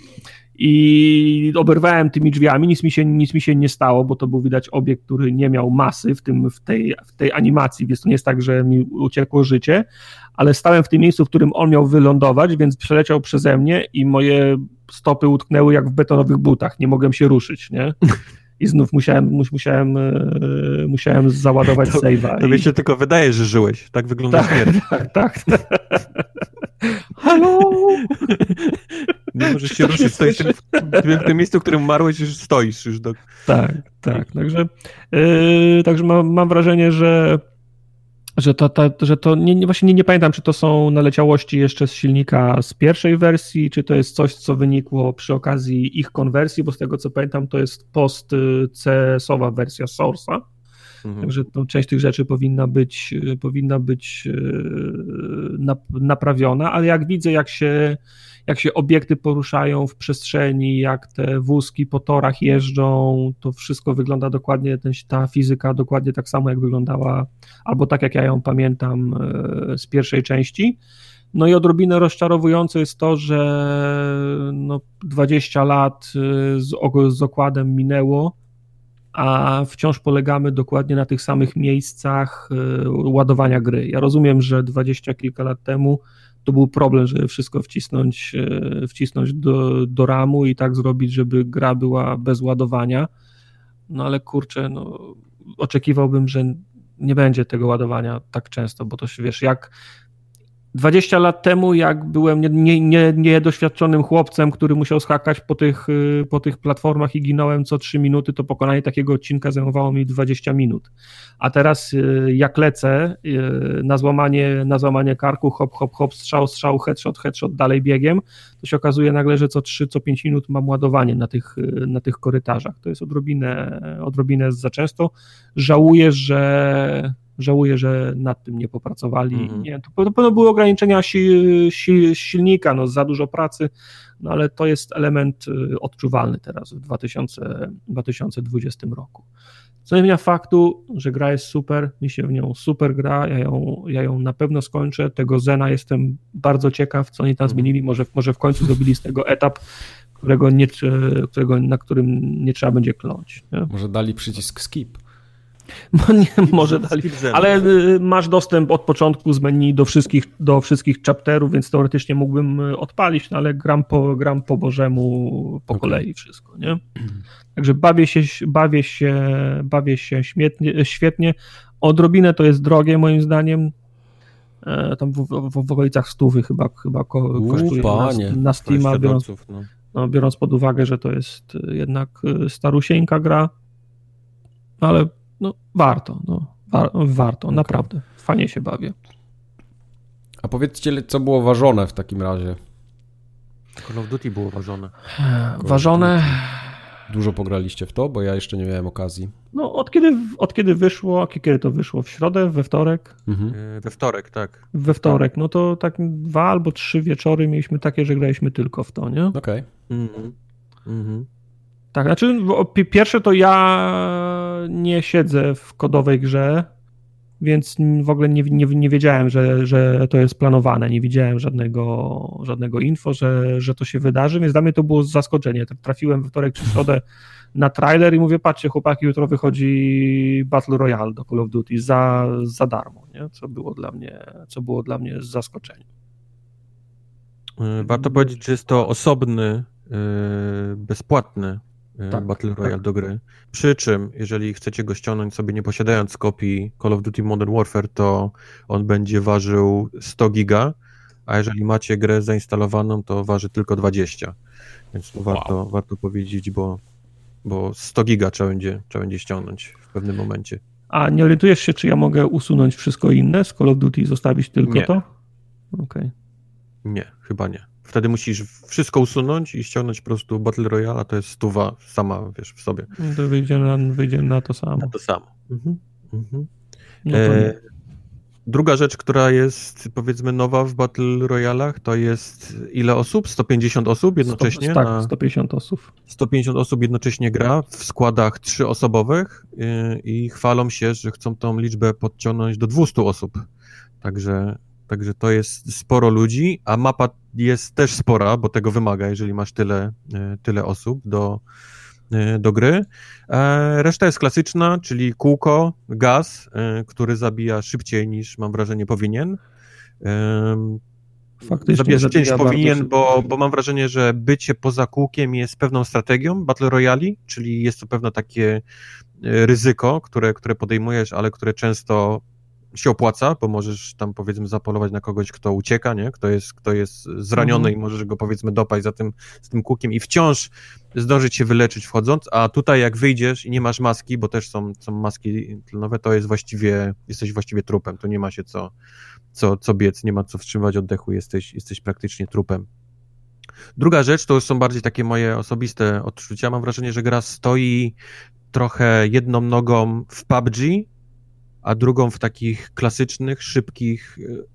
I oberwałem tymi drzwiami, nic mi się, nic mi się nie stało, bo to był widać obiekt, który nie miał masy w, tym, w, tej, w tej animacji, więc to nie jest tak, że mi uciekło życie, ale stałem w tym miejscu, w którym on miał wylądować, więc przeleciał przeze mnie i moje stopy utknęły jak w betonowych butach, nie mogłem się ruszyć, nie? I znów musiałem, musiałem, musiałem załadować to, save'a. To i... mi się tylko wydaje, że żyłeś, tak wygląda tak, śmierć. Tak, tak. Halo! Nie możesz się ruszyć, stoisz w tym miejscu, w którym umarłeś, już stoisz. Już do... Tak, tak, także, yy, także mam, mam wrażenie, że że to, to, że to nie, nie, właśnie nie, nie pamiętam, czy to są naleciałości jeszcze z silnika z pierwszej wersji, czy to jest coś, co wynikło przy okazji ich konwersji, bo z tego, co pamiętam, to jest post-C S owa wersja Source'a. Mhm. Także no, część tych rzeczy powinna być, powinna być naprawiona, ale jak widzę, jak się, jak się obiekty poruszają w przestrzeni, jak te wózki po torach jeżdżą, to wszystko wygląda dokładnie, ta fizyka dokładnie tak samo, jak wyglądała, albo tak, jak ja ją pamiętam z pierwszej części. No i odrobinę rozczarowujące jest to, że no dwadzieścia lat z, z okładem minęło, a wciąż polegamy dokładnie na tych samych miejscach ładowania gry. Ja rozumiem, że dwadzieścia kilka lat temu to był problem, żeby wszystko wcisnąć, wcisnąć do, do ramu i tak zrobić, żeby gra była bez ładowania, no ale kurczę, no, oczekiwałbym, że nie będzie tego ładowania tak często, bo to się, wiesz, jak dwadzieścia lat temu, jak byłem niedoświadczonym nie, nie chłopcem, który musiał skakać po tych, po tych platformach i ginąłem co trzy minuty, to pokonanie takiego odcinka zajmowało mi dwadzieścia minut. A teraz jak lecę na złamanie, na złamanie karku, hop, hop, hop, strzał, strzał, headshot, headshot, dalej biegiem, to się okazuje nagle, że co trzy, co pięć minut mam ładowanie na tych, na tych korytarzach. To jest odrobinę, odrobinę za często. Żałuję, że Żałuję, że nad tym nie popracowali. Mm-hmm. Nie, to pewno były ograniczenia si, si, silnika, no, za dużo pracy, no ale to jest element odczuwalny teraz w dwa tysiące dwudziestym roku. Co nie zmienia faktu, że gra jest super, mi się w nią super gra, ja ją, ja ją na pewno skończę. Tego Zena jestem bardzo ciekaw, co oni tam mm-hmm. zmienili. Może, może w końcu zrobili z tego etap, którego nie, którego, na którym nie trzeba będzie kląć. Nie? Może dali przycisk skip. No nie, może dali, ale masz dostęp od początku z menu do wszystkich, do wszystkich chapterów, więc teoretycznie mógłbym odpalić, no ale gram po, gram po bożemu po okay. kolei wszystko, nie? Także bawię się, bawię się, bawię się świetnie, świetnie. Odrobinę to jest drogie moim zdaniem, tam w, w, w okolicach stówy chyba, chyba ko, U, kosztuje panie. na, na Steama, biorąc, no. No, biorąc pod uwagę, że to jest jednak starusieńka gra, ale no warto, no, war, warto, okay. Naprawdę, fajnie się bawię. A powiedzcie, co było ważone w takim razie? Call of Duty było ważone. Ważone... Dużo pograliście w to, bo ja jeszcze nie miałem okazji. No od kiedy, od kiedy wyszło, kiedy to wyszło? W środę, we wtorek? Mhm. We wtorek, tak. We wtorek, no to tak dwa albo trzy wieczory mieliśmy takie, że graliśmy tylko w to, nie? Okej. Okay. Mhm. Mhm. Tak, znaczy pierwsze to ja nie siedzę w kodowej grze, więc w ogóle nie, nie, nie wiedziałem, że, że to jest planowane, nie widziałem żadnego, żadnego info, że, że to się wydarzy, więc dla mnie to było zaskoczenie. Trafiłem we wtorek czy w środę na trailer i mówię, patrzcie chłopaki, jutro wychodzi Battle Royale do Call of Duty za, za darmo, nie? Co było dla mnie, co było dla mnie zaskoczeniem. Warto powiedzieć, że jest to osobny, bezpłatny tak, Battle Royale tak. do gry. Przy czym, jeżeli chcecie go ściągnąć sobie nie posiadając kopii Call of Duty Modern Warfare, to on będzie ważył sto giga, a jeżeli macie grę zainstalowaną, to waży tylko dwadzieścia. Więc to wow. warto, warto powiedzieć, bo, bo sto giga trzeba będzie, trzeba będzie ściągnąć w pewnym momencie. A nie orientujesz się, czy ja mogę usunąć wszystko inne z Call of Duty i zostawić tylko nie. to? Okej. Okay. Nie, chyba nie. Wtedy musisz wszystko usunąć i ściągnąć po prostu Battle Royale, a to jest stuwa sama, wiesz, w sobie. To wyjdzie na, wyjdzie na to samo. Na to samo. Mhm. Mhm. No e, druga rzecz, która jest, powiedzmy, nowa w Battle Royalach, to jest ile osób? sto pięćdziesiąt osób jednocześnie? sto, tak, na, sto pięćdziesiąt osób. sto pięćdziesiąt osób jednocześnie gra w składach trzyosobowych i, i chwalą się, że chcą tą liczbę podciągnąć do dwieście osób. Także... Także to jest sporo ludzi, a mapa jest też spora, bo tego wymaga, jeżeli masz tyle, tyle osób do, do gry. Reszta jest klasyczna, czyli kółko, gaz, który zabija szybciej niż, mam wrażenie, powinien. Faktycznie zabija szybciej niż powinien, bo, bo mam wrażenie, że bycie poza kółkiem jest pewną strategią Battle Royale, czyli jest to pewne takie ryzyko, które, które podejmujesz, ale które często się opłaca, bo możesz tam powiedzmy zapolować na kogoś, kto ucieka, nie? Kto jest, kto jest zraniony mhm. i możesz go powiedzmy dopaść za tym, z tym kółkiem i wciąż zdążyć się wyleczyć wchodząc, a tutaj jak wyjdziesz i nie masz maski, bo też są, są maski tlenowe, to jest właściwie, jesteś właściwie trupem, to nie ma się co, co, co biec, nie ma co wstrzymywać oddechu, jesteś, jesteś praktycznie trupem. Druga rzecz, to już są bardziej takie moje osobiste odczucia, mam wrażenie, że gra stoi trochę jedną nogą w P U B G, a drugą w takich klasycznych, szybkich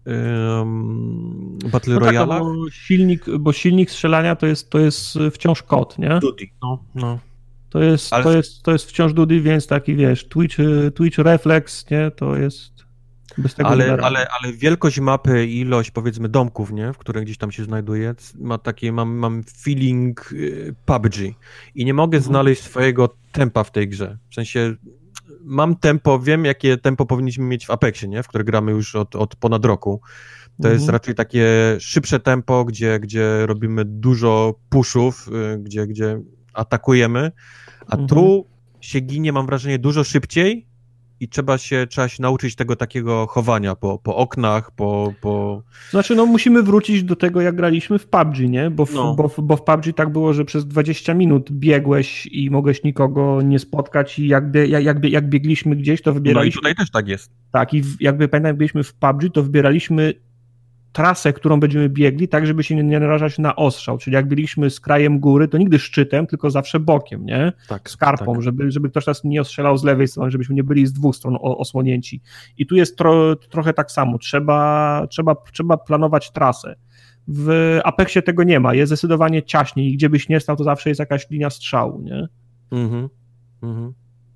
um, Battle no Royalach. Tak, bo silnik, bo silnik strzelania to jest, to jest wciąż kod, nie? Duty, no, no. To jest, Ale... to jest, to jest wciąż Duty, więc taki, wiesz, Twitch, Twitch Reflex, nie? To jest bez tego ale, ale, ale wielkość mapy i ilość, powiedzmy, domków, nie? W których gdzieś tam się znajduje, ma taki, mam, mam feeling P U B G i nie mogę mhm. znaleźć swojego tempa w tej grze. W sensie mam tempo, wiem jakie tempo powinniśmy mieć w Apexie, nie? W które gramy już od, od ponad roku. To mhm. jest raczej takie szybsze tempo, gdzie, gdzie robimy dużo pushów, gdzie, gdzie atakujemy, a mhm. tu się ginie, mam wrażenie, dużo szybciej i trzeba się, trzeba się nauczyć tego takiego chowania po, po oknach, po, po... Znaczy, no musimy wrócić do tego, jak graliśmy w P U B G, nie? Bo w, no. bo, bo w P U B G tak było, że przez dwadzieścia minut biegłeś i mogłeś nikogo nie spotkać i jakby, jak, jak, jak biegliśmy gdzieś, to wybieraliśmy... No i tutaj też tak jest. Tak, i jakby pamiętam, jak byliśmy w P U B G, to wybieraliśmy trasę, którą będziemy biegli, tak żeby się nie, nie narażać na ostrzał, czyli jak byliśmy z krajem góry, to nigdy szczytem, tylko zawsze bokiem, nie? Tak, skarpą, tak. żeby, żeby ktoś nas nie ostrzelał z lewej strony, żebyśmy nie byli z dwóch stron osłonięci. I tu jest tro, trochę tak samo, trzeba, trzeba, trzeba planować trasę. W Apexie tego nie ma, jest zdecydowanie ciaśniej i gdzie byś nie stał, to zawsze jest jakaś linia strzału, nie? Mhm, mhm.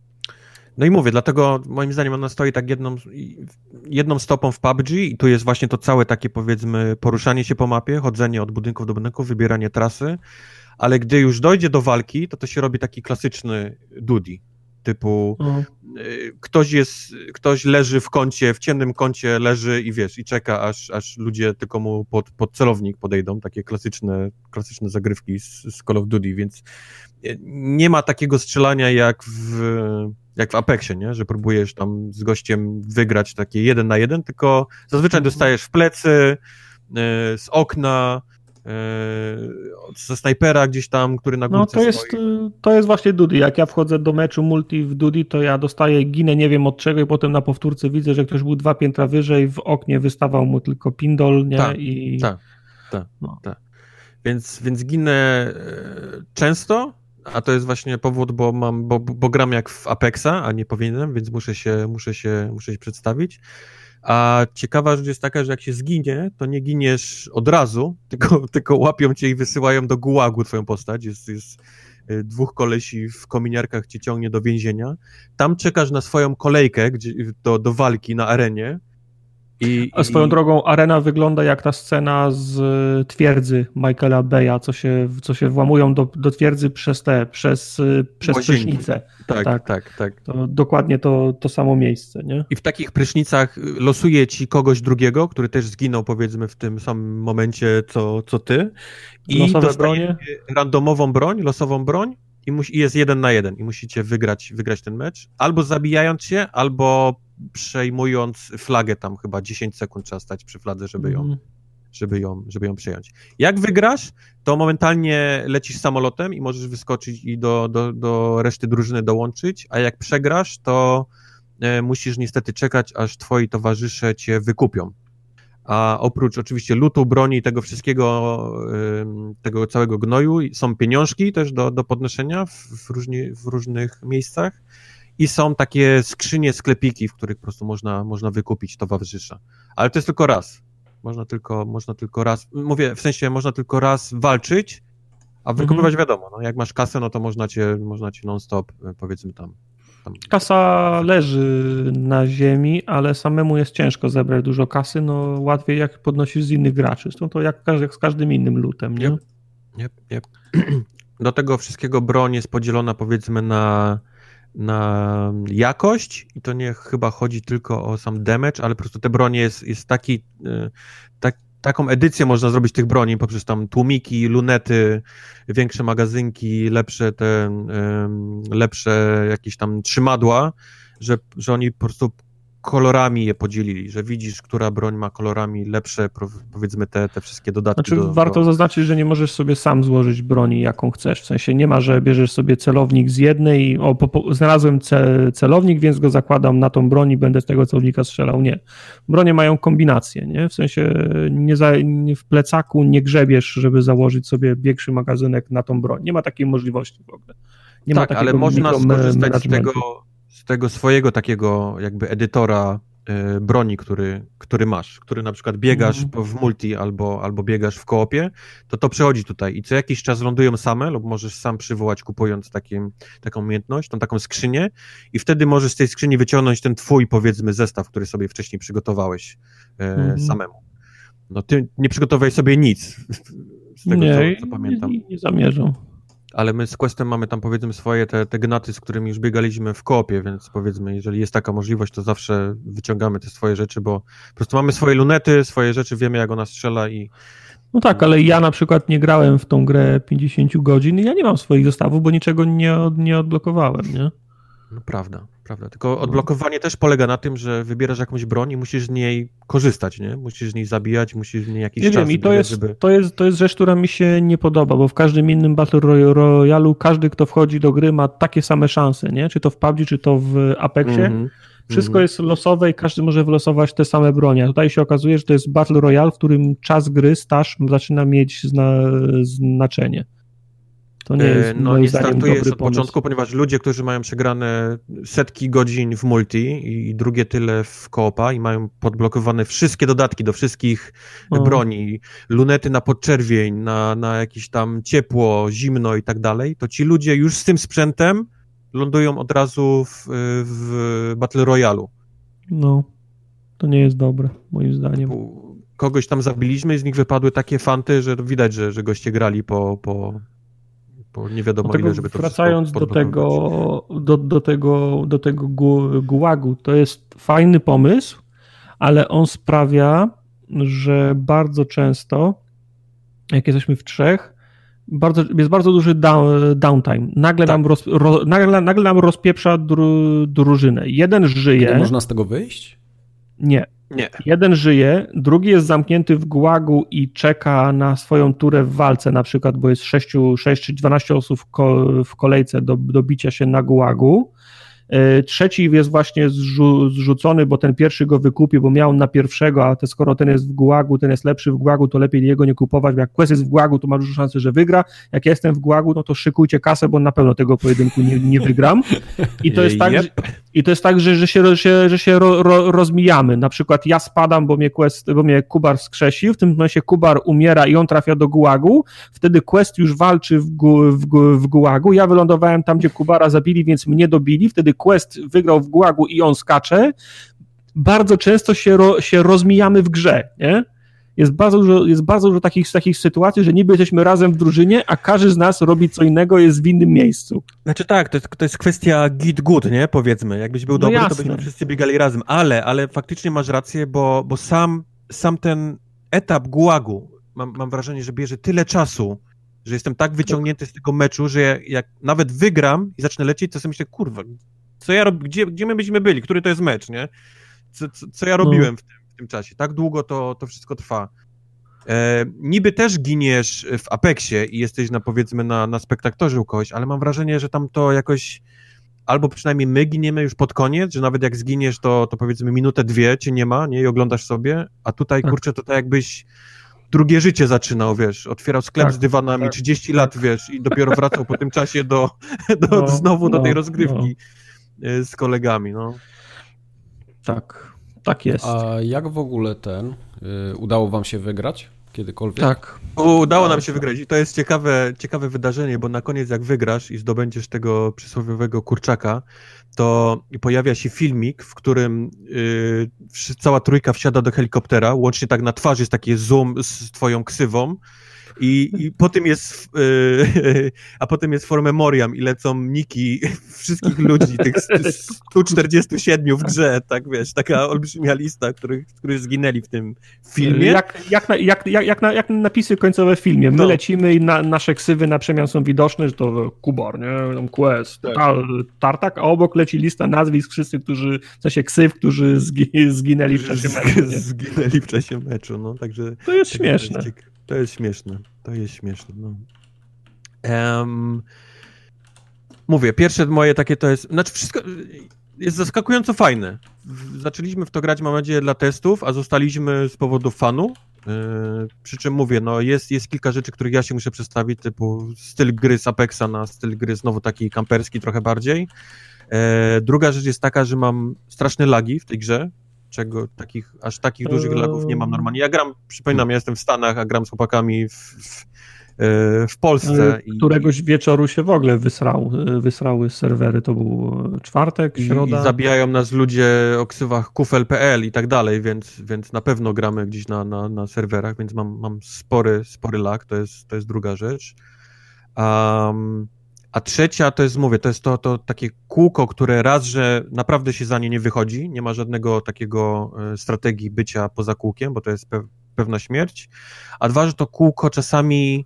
No i mówię, dlatego moim zdaniem ona stoi tak jedną, jedną stopą w P U B G i tu jest właśnie to całe takie, powiedzmy, poruszanie się po mapie, chodzenie od budynków do budynków, wybieranie trasy, ale gdy już dojdzie do walki, to to się robi taki klasyczny Duty, typu mhm. ktoś jest, ktoś leży w kącie, w ciemnym kącie leży i wiesz, i czeka, aż, aż ludzie tylko mu pod, pod celownik podejdą, takie klasyczne, klasyczne zagrywki z, z Call of Duty, więc nie ma takiego strzelania jak w jak w Apexie, nie? Że próbujesz tam z gościem wygrać takie jeden na jeden, tylko zazwyczaj dostajesz w plecy, yy, z okna, yy, ze snajpera gdzieś tam, który na górce no, to jest, stoi. To jest właśnie Duty. Jak ja wchodzę do meczu multi w Duty, to ja dostaję, ginę nie wiem od czego i potem na powtórce widzę, że ktoś był dwa piętra wyżej, w oknie wystawał mu tylko pindol, nie? Tak, I... tak, tak, no. tak. Więc, więc ginę często, A to jest właśnie powód, bo mam, bo, bo gram jak w Apexa, a nie powinienem, więc muszę się, muszę się, muszę się przedstawić. A ciekawa rzecz jest taka, że jak się zginie, to nie giniesz od razu, tylko, tylko łapią cię i wysyłają do gułagu twoją postać. Jest, jest dwóch kolesi w kominiarkach cię ciągnie do więzienia. Tam czekasz na swoją kolejkę gdzie, do, do walki na arenie. I, A swoją i... drogą arena wygląda jak ta scena z twierdzy Michaela Bay'a, co się, co się włamują do, do twierdzy przez te, przez, przez prysznice. Tak, tak, tak, tak. To dokładnie to, to samo miejsce, nie? I w takich prysznicach losuje ci kogoś drugiego, który też zginął powiedzmy w tym samym momencie co, co ty. I losowe bronie? Randomową broń, losową broń i, musi, i jest jeden na jeden i musicie wygrać, wygrać ten mecz. Albo zabijając się, albo przejmując flagę, tam chyba dziesięć sekund trzeba stać przy fladze, żeby ją, mm. żeby ją, żeby ją przejąć. Jak wygrasz, to momentalnie lecisz samolotem i możesz wyskoczyć i do, do, do reszty drużyny dołączyć, a jak przegrasz, to e, musisz niestety czekać, aż twoi towarzysze cię wykupią. A oprócz oczywiście lutu, broni i tego wszystkiego, e, tego całego gnoju, są pieniążki też do, do podnoszenia w, w, różni, w różnych miejscach. I są takie skrzynie, sklepiki, w których po prostu można, można wykupić towarzysza. Ale to jest tylko raz. Można tylko, można tylko raz, mówię, w sensie można tylko raz walczyć, a wykupywać mhm. wiadomo, no, jak masz kasę, no to można cię, można cię non-stop, powiedzmy tam, tam. Kasa leży na ziemi, ale samemu jest ciężko zebrać dużo kasy, no łatwiej jak podnosisz z innych graczy. Zresztą to jak, jak z każdym innym lutem, nie? Nie, nie. Do tego wszystkiego broń jest podzielona powiedzmy na na jakość i to nie chyba chodzi tylko o sam damage, ale po prostu te bronie jest, jest taki, tak, taką edycję można zrobić tych broni poprzez tam tłumiki, lunety, większe magazynki, lepsze te, lepsze jakieś tam trzymadła, że, że oni po prostu kolorami je podzielili, że widzisz, która broń ma kolorami lepsze, powiedzmy te, te wszystkie dodatki. Znaczy do, warto do... zaznaczyć, że nie możesz sobie sam złożyć broni, jaką chcesz, w sensie nie ma, że bierzesz sobie celownik z jednej i o, po, po, znalazłem ce, celownik, więc go zakładam na tą broń i będę z tego celownika strzelał. Nie. Bronie mają kombinacje, nie? W sensie nie, za, nie w plecaku nie grzebiesz, żeby założyć sobie większy magazynek na tą broń. Nie ma takiej możliwości w ogóle. Nie tak, ma ale można skorzystać z tego z tego swojego takiego jakby edytora y, broni, który, który masz, który na przykład biegasz mm. w multi albo, albo biegasz w koopie, to to przechodzi tutaj i co jakiś czas lądują same lub możesz sam przywołać kupując takim, taką umiejętność, tą taką skrzynię i wtedy możesz z tej skrzyni wyciągnąć ten twój powiedzmy zestaw, który sobie wcześniej przygotowałeś y, mm. samemu. No ty nie przygotowałeś sobie nic z tego nie, co, co pamiętam. Nie, nie zamierzam. Ale my z Questem mamy tam powiedzmy swoje te, te gnaty, z którymi już biegaliśmy w koopie, więc powiedzmy, jeżeli jest taka możliwość, to zawsze wyciągamy te swoje rzeczy, bo po prostu mamy swoje lunety, swoje rzeczy, wiemy jak ona strzela i... No tak, ale ja na przykład nie grałem w tą grę pięćdziesiąt godzin i ja nie mam swoich zestawów, bo niczego nie, od, nie odblokowałem, nie? No prawda, prawda. Tylko odblokowanie no. też polega na tym, że wybierasz jakąś broń i musisz z niej korzystać, nie? Musisz z niej zabijać, musisz z niej jakiś nie czas... Nie wiem, i to jest, żeby... to, jest, to jest rzecz, która mi się nie podoba, bo w każdym innym Battle Royale'u każdy, kto wchodzi do gry, ma takie same szanse, nie? Czy to w P U B G, czy to w Apexie. Mm-hmm. Wszystko mm-hmm. jest losowe i każdy może wylosować te same bronie. A tutaj się okazuje, że to jest Battle Royale, w którym czas gry, staż zaczyna mieć zna, znaczenie. To nie jest, no nie startujesz od początku, ponieważ ludzie, którzy mają przegrane setki godzin w multi i drugie tyle w koopa i mają podblokowane wszystkie dodatki do wszystkich o. broni, lunety na podczerwień, na, na jakieś tam ciepło, zimno i tak dalej, to ci ludzie już z tym sprzętem lądują od razu w, w Battle Royale'u. No, to nie jest dobre, moim zdaniem. Kogoś tam zabiliśmy i z nich wypadły takie fanty, że widać, że, że goście grali po... po bo nie wiadomo ile, żeby to wracając do tego, do, do tego, do tego gułagu, to jest fajny pomysł, ale on sprawia, że bardzo często, jak jesteśmy w trzech, bardzo, jest bardzo duży down, downtime. Nagle, tak. nam roz, ro, nagle, nagle nam rozpieprza dru, drużynę. Jeden żyje... Kiedy można z tego wyjść? Nie. Nie. Jeden żyje, drugi jest zamknięty w gułagu i czeka na swoją turę w walce na przykład, bo jest sześć czy dwanaście osób w kolejce do, do bicia się na gułagu. Trzeci jest właśnie zrzu- zrzucony, bo ten pierwszy go wykupił, bo miał na pierwszego, a te, skoro ten jest w gułagu, ten jest lepszy w gułagu, to lepiej jego nie kupować, bo jak Quest jest w gułagu, to ma dużą szansę, że wygra. Jak ja jestem w gułagu, no to szykujcie kasę, bo na pewno tego pojedynku nie, nie wygram. I to jest tak, yep. że, i to jest tak, że, że się, że, że się ro, ro, rozmijamy. Na przykład ja spadam, bo mnie, Quest, bo mnie Kubar skrzesił, w tym momencie Kubar umiera i on trafia do gułagu, wtedy Quest już walczy w, gu, w, gu, w gułagu, ja wylądowałem tam, gdzie Kubara zabili, więc mnie dobili, wtedy Quest wygrał w gułagu i on skacze. Bardzo często się, ro, się rozmijamy w grze, nie? Jest bardzo dużo, jest bardzo dużo takich, takich sytuacji, że niby jesteśmy razem w drużynie, a każdy z nas robi co innego, jest w innym miejscu. Znaczy tak, to jest, to jest kwestia git good, nie? Powiedzmy. Jakbyś był no dobry, jasne. To byśmy wszyscy biegali razem. Ale, ale faktycznie masz rację, bo, bo sam, sam ten etap gułagu, mam, mam wrażenie, że bierze tyle czasu, że jestem tak wyciągnięty z tego meczu, że jak, jak nawet wygram i zacznę lecieć, to sobie myślę, kurwa, co ja rob... gdzie, gdzie my byśmy byli? Który to jest mecz, nie? Co, co, co ja robiłem no. w, tym, w tym czasie? Tak długo to, to wszystko trwa. E, niby też giniesz w Apexie i jesteś na, powiedzmy na, na spektaktorze u kogoś, ale mam wrażenie, że tam to jakoś albo przynajmniej my giniemy już pod koniec, że nawet jak zginiesz, to, to powiedzmy minutę, dwie cię nie ma, nie? I oglądasz sobie, a tutaj, tak. kurczę, to tak jakbyś drugie życie zaczynał, wiesz, otwierał sklep tak, z dywanami, tak, trzydzieści lat, wiesz, i dopiero wracał po tym czasie do, do no, znowu no, do tej rozgrywki no. z kolegami, no. Tak, tak jest. A jak w ogóle ten, y, udało wam się wygrać kiedykolwiek? Tak. Udało nam się wygrać i to jest ciekawe, ciekawe wydarzenie, bo na koniec jak wygrasz i zdobędziesz tego przysłowiowego kurczaka, to pojawia się filmik, w którym yy, cała trójka wsiada do helikoptera, łącznie tak na twarzy jest taki zoom z twoją ksywą i, i potem jest yy, a potem jest for memoriam i lecą niki wszystkich ludzi, tych stu czterdziestu siedmiu w grze, tak wiesz, taka olbrzymia lista, których, którzy zginęli w tym filmie. Jak, jak, na, jak, jak, jak, na, jak napisy końcowe w filmie. My no. lecimy i na, nasze ksywy na przemian są widoczne, że to Kubar, nie? Quest, tak. ta, Tartak, a obok leci lista nazwisk wszyscy, którzy, w sensie ksyw, którzy zgi, zginęli w czasie meczu. Nie? Zginęli w czasie meczu, no, także... To jest śmieszne. To jest śmieszne, to jest śmieszne, no. Um, mówię, pierwsze moje takie to jest, znaczy wszystko jest zaskakująco fajne. Zaczęliśmy w to grać, mam nadzieję, dla testów, a zostaliśmy z powodu fanu. Yy, przy czym mówię, no jest, jest kilka rzeczy, których ja się muszę przestawić, typu styl gry z Apexa na styl gry znowu taki kamperski trochę bardziej. Yy, druga rzecz jest taka, że mam straszne lagi w tej grze, czego takich, aż takich dużych lagów nie mam normalnie. Ja gram, przypominam, ja jestem w Stanach, a gram z chłopakami w, w, w Polsce. Któregoś i, wieczoru się w ogóle wysrał, wysrały serwery, to był czwartek, środa. I, i zabijają nas ludzie o ksywach kufel kropka pe el i tak dalej, więc, więc na pewno gramy gdzieś na, na, na serwerach, więc mam, mam spory, spory lag, to jest, to jest druga rzecz. Um, A trzecia to jest, mówię, to jest to, to takie kółko, które raz, że naprawdę się za nie nie wychodzi, nie ma żadnego takiego e, strategii bycia poza kółkiem, bo to jest pe- pewna śmierć, a dwa, że to kółko czasami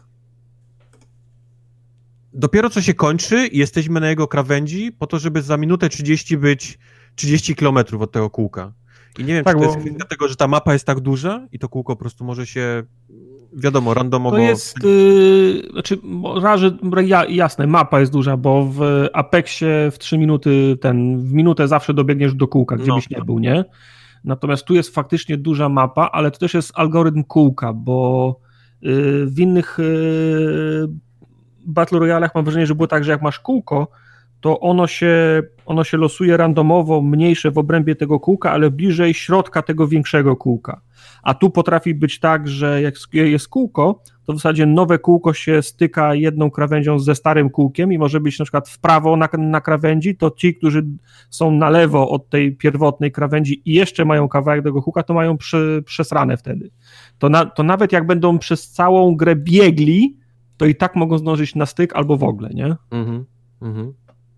dopiero co się kończy i jesteśmy na jego krawędzi po to, żeby za minutę trzydzieści być trzydzieści kilometrów od tego kółka. I nie wiem, tak, czy to bo... jest kwestia tego, że ta mapa jest tak duża i to kółko po prostu może się... Wiadomo, randomowo... To jest, yy, znaczy, raże, ja, jasne, mapa jest duża, bo w Apexie w trzy minuty, ten, w minutę zawsze dobiegniesz do kółka, gdzie no. byś nie był, nie? Natomiast tu jest faktycznie duża mapa, ale to też jest algorytm kółka, bo yy, w innych yy, Battle Royale'ach mam wrażenie, że było tak, że jak masz kółko, to ono się, ono się losuje randomowo, mniejsze w obrębie tego kółka, ale bliżej środka tego większego kółka. A tu potrafi być tak, że jak jest kółko, to w zasadzie nowe kółko się styka jedną krawędzią ze starym kółkiem i może być na przykład w prawo na, na krawędzi, to ci, którzy są na lewo od tej pierwotnej krawędzi i jeszcze mają kawałek tego kółka, to mają przy, przesrane wtedy. To, na, to nawet jak będą przez całą grę biegli, to i tak mogą zdążyć na styk albo w ogóle, nie? Mhm, mhm.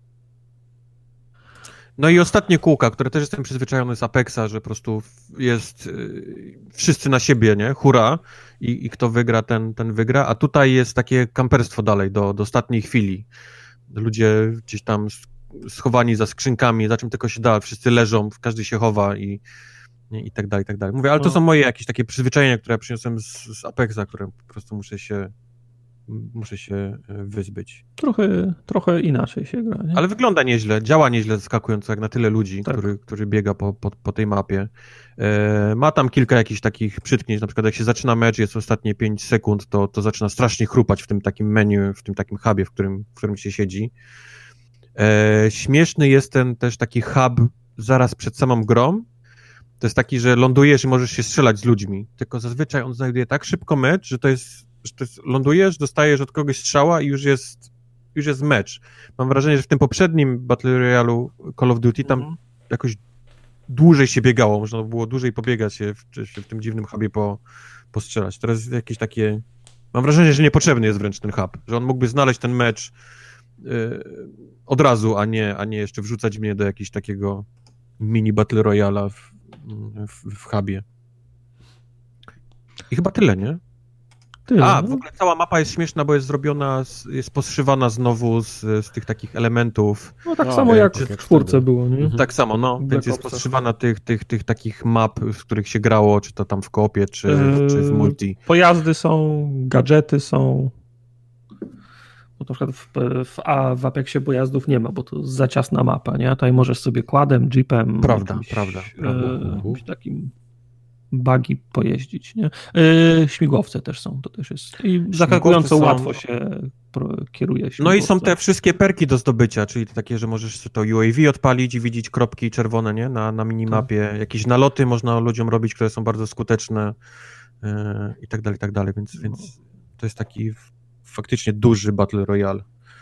No i ostatnie kółka, które też jestem przyzwyczajony z Apexa, że po prostu jest yy, wszyscy na siebie, nie? Hurra! I, i kto wygra, ten, ten wygra. A tutaj jest takie kamperstwo dalej, do, do ostatniej chwili. Ludzie gdzieś tam schowani za skrzynkami, za czym tylko się da, wszyscy leżą, każdy się chowa i, i, i tak dalej, i tak dalej. Mówię, ale to są moje jakieś takie przyzwyczajenia, które ja przyniosłem z, z Apexa, które po prostu muszę się muszę się wyzbyć. Trochę, trochę inaczej się gra, nie? Ale wygląda nieźle, działa nieźle zaskakująco, jak na tyle ludzi, Tak. który, który biega po, po, po tej mapie. E, ma tam kilka jakichś takich przytknięć, na przykład jak się zaczyna mecz, jest ostatnie pięć sekund, to, to zaczyna strasznie chrupać w tym takim menu, w tym takim hubie, w którym, w którym się siedzi. E, śmieszny jest ten też taki hub zaraz przed samą grą. To jest taki, że lądujesz i możesz się strzelać z ludźmi, tylko zazwyczaj on znajduje tak szybko mecz, że to jest, że to jest lądujesz, dostajesz od kogoś strzała i już jest, już jest mecz. Mam wrażenie, że w tym poprzednim Battle Royale'u Call of Duty tam mhm. jakoś dłużej się biegało, można było dłużej pobiegać się w, w tym dziwnym hubie po, postrzelać. Teraz jest jakieś takie... Mam wrażenie, że niepotrzebny jest wręcz ten hub, że on mógłby znaleźć ten mecz yy, od razu, a nie, a nie jeszcze wrzucać mnie do jakiegoś takiego mini Battle Royale'a w, w, w hubie. I chyba tyle, nie? Tyle, A, no. w ogóle cała mapa jest śmieszna, bo jest zrobiona, z, jest poszywana znowu z, z tych takich elementów. No tak No, samo jak- jak jak w czwórce wtedy. było, nie? Tak samo, no, Black więc jest Opsach. poszywana tych, tych, tych takich map, z których się grało, czy to tam w koopie, czy, Yy, czy w multi. Pojazdy są, gadżety są. Bo na przykład w, w, a w Apexie pojazdów nie ma, bo to za ciasna mapa, nie? Tutaj możesz sobie quadem, jeepem, Prawda, jakimś, prawda, e, prawda. jakimś takim buggy pojeździć, nie? E, śmigłowce też są, to też jest. I zaskakująco są- łatwo się pro, kieruje No i śmigłowcem. są te wszystkie perki do zdobycia, czyli te takie, że możesz sobie to U A V odpalić i widzieć kropki czerwone, nie? Na, na minimapie. Jakieś naloty można ludziom robić, które są bardzo skuteczne yy, i tak dalej, i tak dalej, więc, więc to jest taki f- faktycznie duży Battle Royale.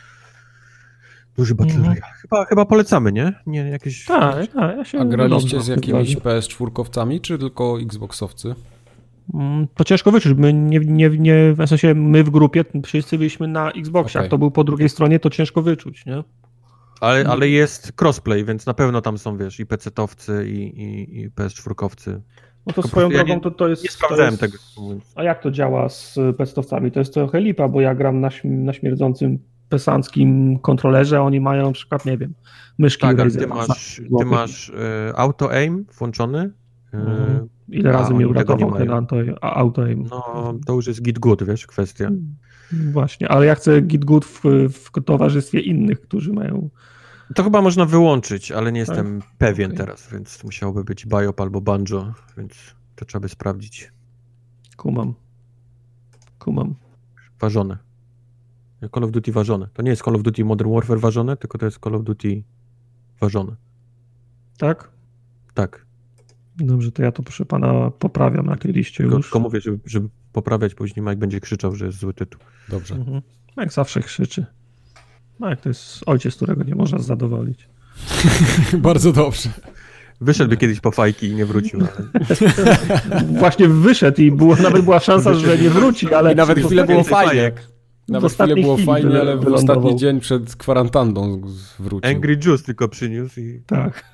Duży Battle Mhm. Royale. Chyba, chyba polecamy, nie? Nie, jakieś... Tak, tak, ja się A graliście dobrze z jakimiś odgrali. P S cztery-owcami, czy tylko Xboxowcy? Mm, To ciężko wyczuć. My nie, nie, nie, w sensie my w grupie wszyscy byliśmy na Xboxie, Okej. jak to był po drugiej stronie, to ciężko wyczuć, nie? Ale, ale jest crossplay, więc na pewno tam są, wiesz, i pecetowcy, i, i, i P S cztery-owcy. No to Tylko swoją ja drogą nie- to, to jest... Nie to sprawdzałem jest, tego. A jak to działa z pestowcami? To jest trochę lipa, bo ja gram na, śm- na śmierdzącym pesanckim kontrolerze, a oni mają na przykład, nie wiem, myszki Tak, ale Razer ty za masz, ty złotych. masz e, auto-aim włączony. E, Mhm. Ile a razy mnie oni tego nie uratował ten mają. auto- a- auto-aim. No, to już jest git good, wiesz, kwestia. Właśnie, ale ja chcę git good w, w towarzystwie innych, którzy mają... To chyba można wyłączyć, ale nie jestem pewien Okej. teraz, więc to musiałoby być Biop albo Banjo, więc to trzeba by sprawdzić. Kumam. Kumam. Ważone. Call of Duty ważone. To nie jest Call of Duty Modern Warfare ważone, tylko to jest Call of Duty ważone. Tak? Tak. Dobrze, to ja to proszę pana poprawiam na tej liście Tylko, już. tylko mówię, żeby, żeby poprawiać, później Mike będzie krzyczał, że jest zły tytuł. Dobrze. Mhm. Jak zawsze krzyczy. No jak to jest ojciec, którego nie można zadowolić. Bardzo dobrze. Wyszedłby kiedyś po fajki i nie wrócił. Ale... Właśnie wyszedł i było, nawet była szansa, że nie wróci, ale... I nawet w chwilę było ostatniej- fajnie. w Nawet chwilę ostatniej było chwili fajnie, wy- ale w wylądował. ostatni dzień przed kwarantanną wrócił. Angry Juice tylko przyniósł i... Tak.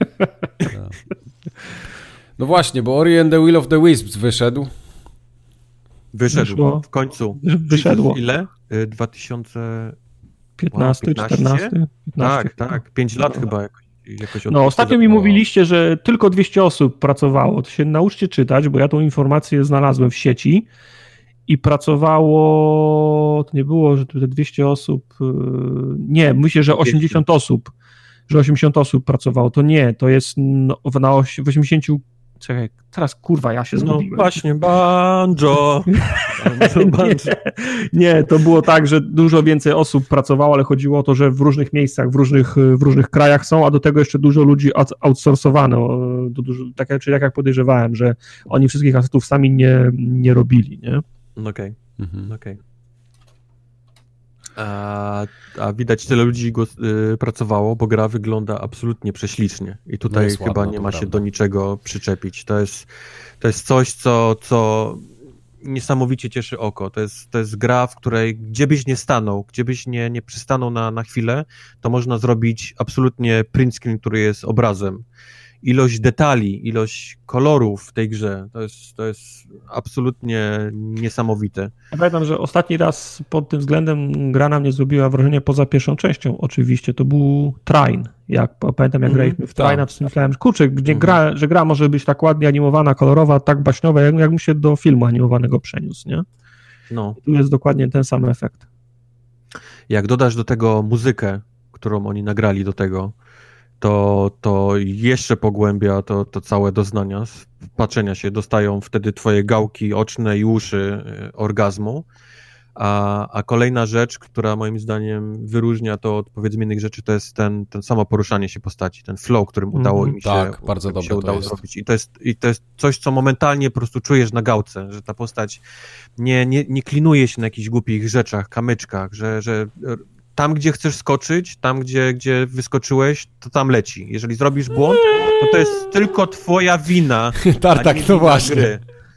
No właśnie, bo Ori and the Will of the Wisps wyszedł. Wyszedł Wyszło. w końcu. Wyszedło. Ile? Y, dwa tysiące... piętnasty, piętnaście? czternasty, piętnaście. Tak, tak. Pięć lat No. chyba jakoś. jakoś od No, tego ostatnio mi było. mówiliście, że tylko dwieście osób pracowało. To się nauczcie czytać, bo ja tą informację znalazłem w sieci i pracowało, to nie było, że te dwieście osób, yy, nie, myślę, że osiemdziesiąt osób, że osiemdziesiąt osób pracowało. To nie, to jest no, na oś- w osiemdziesięciu, czekaj, teraz kurwa, ja się No zgubiłem. właśnie, Banjo. Banjo, Banjo. Nie, nie, to było tak, że dużo więcej osób pracowało, ale chodziło o to, że w różnych miejscach, w różnych, w różnych krajach są, a do tego jeszcze dużo ludzi out- outsourcowano. Do dużo, tak, jak- czyli tak jak podejrzewałem, że oni wszystkich asetów sami nie, nie robili, nie? No okej, Mhm. okej. A, a widać tyle ludzi go, y, pracowało, bo gra wygląda absolutnie prześlicznie i tutaj jest chyba ładna, nie to ma się prawda. do niczego przyczepić. To jest, to jest coś, co, co niesamowicie cieszy oko. To jest, to jest gra, w której gdzie byś nie stanął, gdzie byś nie, nie przystanął na, na chwilę, to można zrobić absolutnie print screen, który jest obrazem. Ilość detali, ilość kolorów w tej grze, to jest, to jest absolutnie niesamowite. Ja pamiętam, że ostatni raz pod tym względem gra na mnie zrobiła wrażenie poza pierwszą częścią oczywiście, to był Trine. Jak, pamiętam jak Mhm, graliśmy w tak. Trina, to myślałem, że kurczę, gdzie Mhm. gra, że gra może być tak ładnie animowana, kolorowa, tak baśniowa, jak, jakbym się do filmu animowanego przeniósł, nie? No. Tu jest dokładnie ten sam efekt. Jak dodasz do tego muzykę, którą oni nagrali do tego, to, to jeszcze pogłębia to, to całe doznania, patrzenia się, dostają wtedy twoje gałki oczne i uszy orgazmu. A, a kolejna rzecz, która moim zdaniem wyróżnia to od powiedzmy innych rzeczy, to jest ten, ten samo poruszanie się postaci, ten flow, którym udało im się, tak, bardzo im dobre się udało to jest. zrobić. I to jest, I to jest coś, co momentalnie po prostu czujesz na gałce, że ta postać nie, nie, nie klinuje się na jakichś głupich rzeczach, kamyczkach, że, że tam, gdzie chcesz skoczyć, tam, gdzie, gdzie wyskoczyłeś, to tam leci. Jeżeli zrobisz błąd, to to jest tylko twoja wina, Tartak, to właśnie. Gry.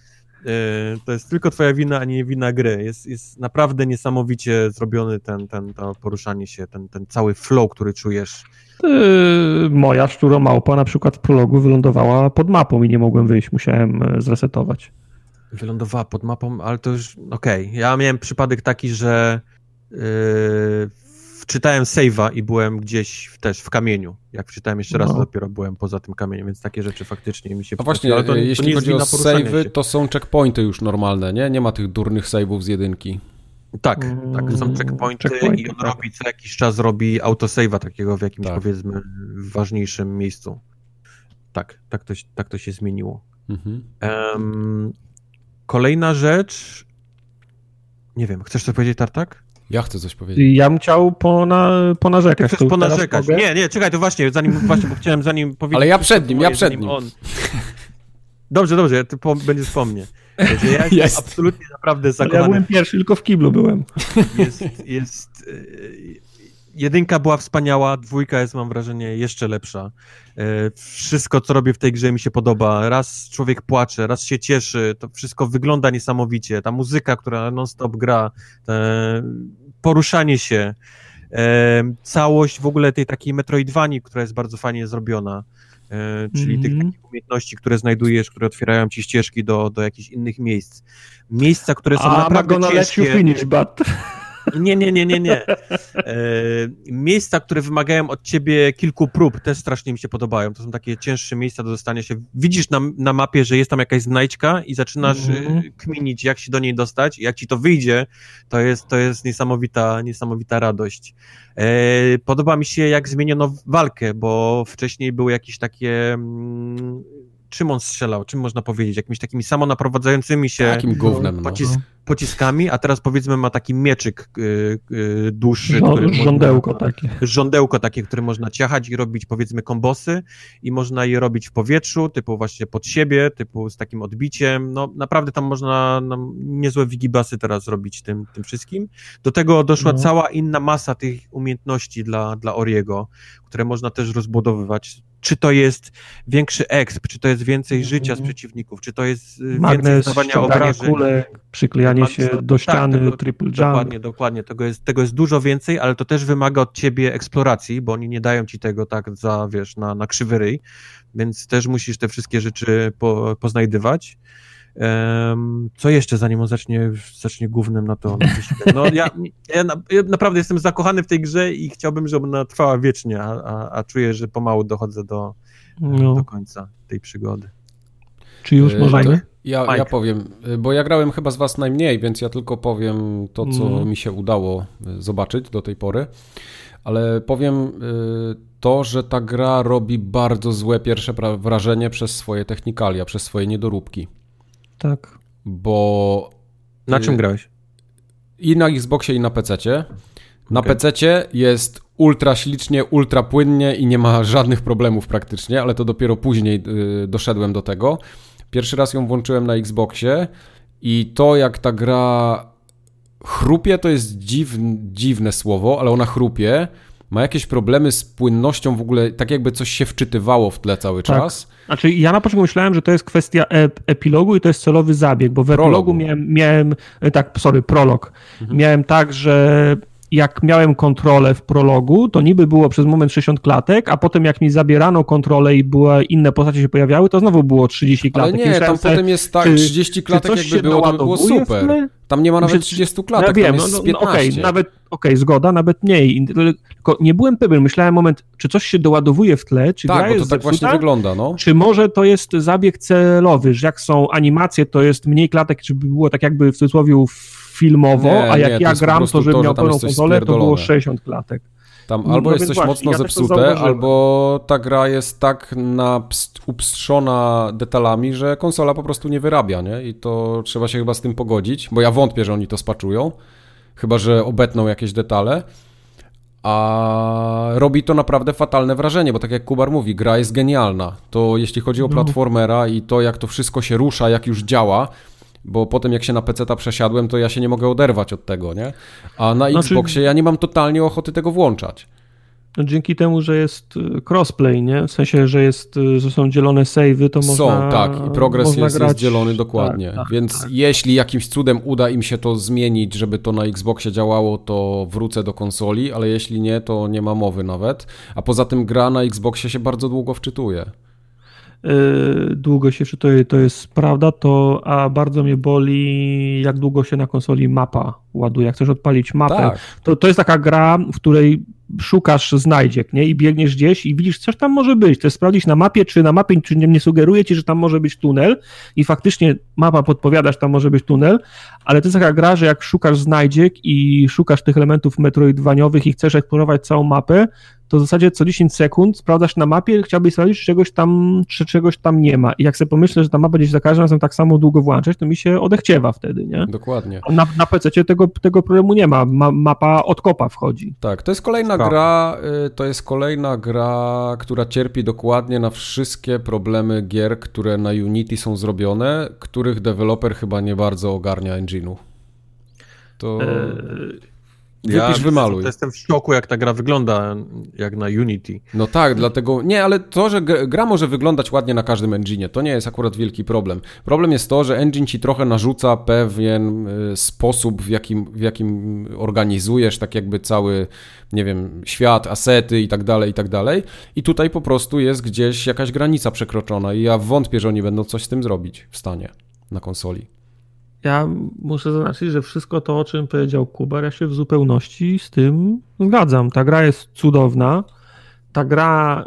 To jest tylko twoja wina, a nie wina gry. Jest, jest naprawdę niesamowicie zrobiony ten, ten, to poruszanie się, ten, ten cały flow, który czujesz. Yy, moja szczuromałpa na przykład w prologu wylądowała pod mapą i nie mogłem wyjść, musiałem zresetować. Wylądowała pod mapą, ale to już okej. Okay. Ja miałem przypadek taki, że yy, wczytałem save'a i byłem gdzieś w, też w kamieniu. Jak wczytałem jeszcze raz, no. to dopiero byłem poza tym kamieniem, więc takie rzeczy faktycznie mi się... No właśnie, ale to, jeśli to chodzi o save'y, to są checkpointy już normalne, nie? Nie ma tych durnych save'ów z jedynki. Tak, tak, są checkpointy, checkpointy i on tak. robi co jakiś czas robi autosave'a takiego w jakimś tak. powiedzmy ważniejszym miejscu. Tak, tak to, tak to się zmieniło. Mhm. Um, kolejna rzecz... Nie wiem, chcesz coś powiedzieć, Tartak? Ja chcę coś powiedzieć. Ja bym chciał pona, ponarzekać. Ty chcesz ponarzekać. Nie, nie, czekaj, to właśnie, zanim, właśnie, bo chciałem zanim powiedzieć... Ale ja przed nim, ja przed nim. On... Dobrze, dobrze, to po, będziesz po mnie. Że ja jestem jest. absolutnie naprawdę zakochany. Ja byłem pierwszy, tylko w kiblu byłem. Jest, jest... Jedynka była wspaniała, dwójka jest, mam wrażenie, jeszcze lepsza. Wszystko, co robię w tej grze mi się podoba. Raz człowiek płacze, raz się cieszy, to wszystko wygląda niesamowicie. Ta muzyka, która non-stop gra, poruszanie się, całość w ogóle tej takiej Metroidvanii, która jest bardzo fajnie zrobiona. Czyli mm-hmm. tych takich umiejętności, które znajdujesz, które otwierają ci ścieżki do, do jakichś innych miejsc. Miejsca, które są A, naprawdę ciężkie. Let you finish, but... Nie, nie, nie, nie, nie. E, miejsca, które wymagają od ciebie kilku prób, też strasznie mi się podobają. To są takie cięższe miejsca do dostania się. Widzisz na, na mapie, że jest tam jakaś znajdźka i zaczynasz mm-hmm. kminić, jak się do niej dostać. I jak ci to wyjdzie, to jest, to jest niesamowita, niesamowita radość. E, podoba mi się, jak zmieniono walkę, bo wcześniej były jakieś takie... Mm, czym on strzelał? Czym można powiedzieć? Jakimiś takimi samonaprowadzającymi się Takim gównem, pocis- no. pociskami, a teraz powiedzmy ma taki mieczyk yy, yy, dłuższy. Żo- który żądełko można, takie. Żądełko takie, które można ciachać i robić powiedzmy kombosy i można je robić w powietrzu, typu właśnie pod siebie, typu z takim odbiciem. No naprawdę tam można no, niezłe wigibasy teraz robić tym, tym wszystkim. Do tego doszła no. cała inna masa tych umiejętności dla, dla Oriego, które można też rozbudowywać. Czy to jest większy exp, czy to jest więcej życia z przeciwników, czy to jest Magnes, więcej zdawania obrażeń. Kule, przyklejanie Magnes, się do ściany, tak, tego, triple jump. Dokładnie, dokładnie. Tego jest, tego jest dużo więcej, ale to też wymaga od ciebie eksploracji, bo oni nie dają ci tego tak za, wiesz, na, na krzywy ryj, więc też musisz te wszystkie rzeczy po, poznajdywać. Um, co jeszcze, zanim on zacznie, zacznie gównem na to? No ja, ja, na, ja naprawdę jestem zakochany w tej grze i chciałbym, żeby ona trwała wiecznie, a, a, a czuję, że pomału dochodzę do, no. do końca tej przygody. Czy już możemy? Ja, ja powiem, bo ja grałem chyba z was najmniej, więc ja tylko powiem to, co mm. mi się udało zobaczyć do tej pory, ale powiem to, że ta gra robi bardzo złe pierwsze wrażenie przez swoje technikalia, przez swoje niedoróbki. Tak. Bo... Na czym grałeś? I na Xboxie, i na pececie. Na okay. pececie jest ultra ślicznie, ultra płynnie i nie ma żadnych problemów praktycznie, ale to dopiero później y, doszedłem do tego. Pierwszy raz ją włączyłem na Xboxie i to, jak ta gra chrupie, to jest dziw, dziwne słowo, ale ona chrupie. Ma jakieś problemy z płynnością w ogóle, tak jakby coś się wczytywało w tle cały tak. czas. Znaczy ja na początku myślałem, że to jest kwestia ep- epilogu i to jest celowy zabieg, bo w Prologu. epilogu miałem, miałem tak, sorry, prolog. Mhm. Miałem tak, że jak miałem kontrolę w prologu, to niby było przez moment sześćdziesiąt klatek, a potem jak mi zabierano kontrolę i były inne postacie się pojawiały, to znowu było trzydzieści klatek. Ale nie, tam se, potem jest tak, czy, trzydzieści klatek jakby było, to by było super. Tam nie ma nawet trzydzieści klatek, no, wiem, tam jest no, no, piętnaście. Okej, okay, nawet, okej, okay, zgoda, nawet mniej. Tylko nie byłem pewien, myślałem moment, czy coś się doładowuje w tle, czy tak, gra bo to jest tak zepsuta, właśnie wygląda, no. Czy może to jest zabieg celowy, że jak są animacje, to jest mniej klatek, czy by było tak jakby w cudzysłowie filmowo, nie, a jak nie, ja gram, to żeby miał pełną konsolę, to było sześćdziesiąt klatek. Tam no, albo no jest coś właśnie, mocno ja zepsute, albo ta gra jest tak napst- upstrzona detalami, że konsola po prostu nie wyrabia, nie? I to trzeba się chyba z tym pogodzić, bo ja wątpię, że oni to spaczują, chyba że obetną jakieś detale, a robi to naprawdę fatalne wrażenie, bo tak jak Kubar mówi, gra jest genialna. To jeśli chodzi o platformera i to, jak to wszystko się rusza, jak już działa, bo potem jak się na peceta przesiadłem, to ja się nie mogę oderwać od tego, nie? A na znaczy, Xboxie ja nie mam totalnie ochoty tego włączać. No dzięki temu, że jest crossplay, nie? W sensie, że jest, że są dzielone save'y, to można Są, tak, i progres jest, grać... jest dzielony dokładnie. Tak, tak, Więc tak. jeśli jakimś cudem uda im się to zmienić, żeby to na Xboxie działało, to wrócę do konsoli, ale jeśli nie, to nie ma mowy nawet. A poza tym gra na Xboxie się bardzo długo wczytuje. Długo się wczytuje, to jest prawda, to, a bardzo mnie boli, jak długo się na konsoli mapa ładuje. Jak chcesz odpalić mapę, tak. to, to jest taka gra, w której szukasz znajdziek, nie? I biegniesz gdzieś i widzisz, coś tam może być. Chcesz sprawdzić na mapie, czy na mapie czy nie, nie sugeruje ci, że tam może być tunel i faktycznie mapa podpowiada, że tam może być tunel, ale to jest taka gra, że jak szukasz znajdziek i szukasz tych elementów metroidwaniowych i chcesz eksplorować całą mapę, to w zasadzie co dziesięć sekund sprawdzasz na mapie, chciałbyś sprawdzić, czy czegoś tam, czy czegoś tam nie ma. I jak sobie pomyślę, że ta mapa gdzieś za każdym razem tak samo długo włączać, to mi się odechciewa wtedy, nie? Dokładnie. A na, na pececie tego, tego problemu nie ma. ma. Mapa od kopa wchodzi. Tak, to jest kolejna Skok. gra, to jest kolejna gra, która cierpi dokładnie na wszystkie problemy gier, które na Unity są zrobione, których deweloper chyba nie bardzo ogarnia engine'u. To... E... Wypisz, ja wymaluj. To jestem w szoku, jak ta gra wygląda, jak na Unity. No tak, dlatego... Nie, ale to, że gra może wyglądać ładnie na każdym engine'ie, to nie jest akurat wielki problem. Problem jest to, że engine ci trochę narzuca pewien sposób, w jakim, w jakim organizujesz tak jakby cały, nie wiem, świat, asety i tak dalej, i tak dalej. I tutaj po prostu jest gdzieś jakaś granica przekroczona i ja wątpię, że oni będą coś z tym zrobić w stanie na konsoli. Ja muszę zaznaczyć, że wszystko to, o czym powiedział Kubar, ja się w zupełności z tym zgadzam. Ta gra jest cudowna. Ta gra,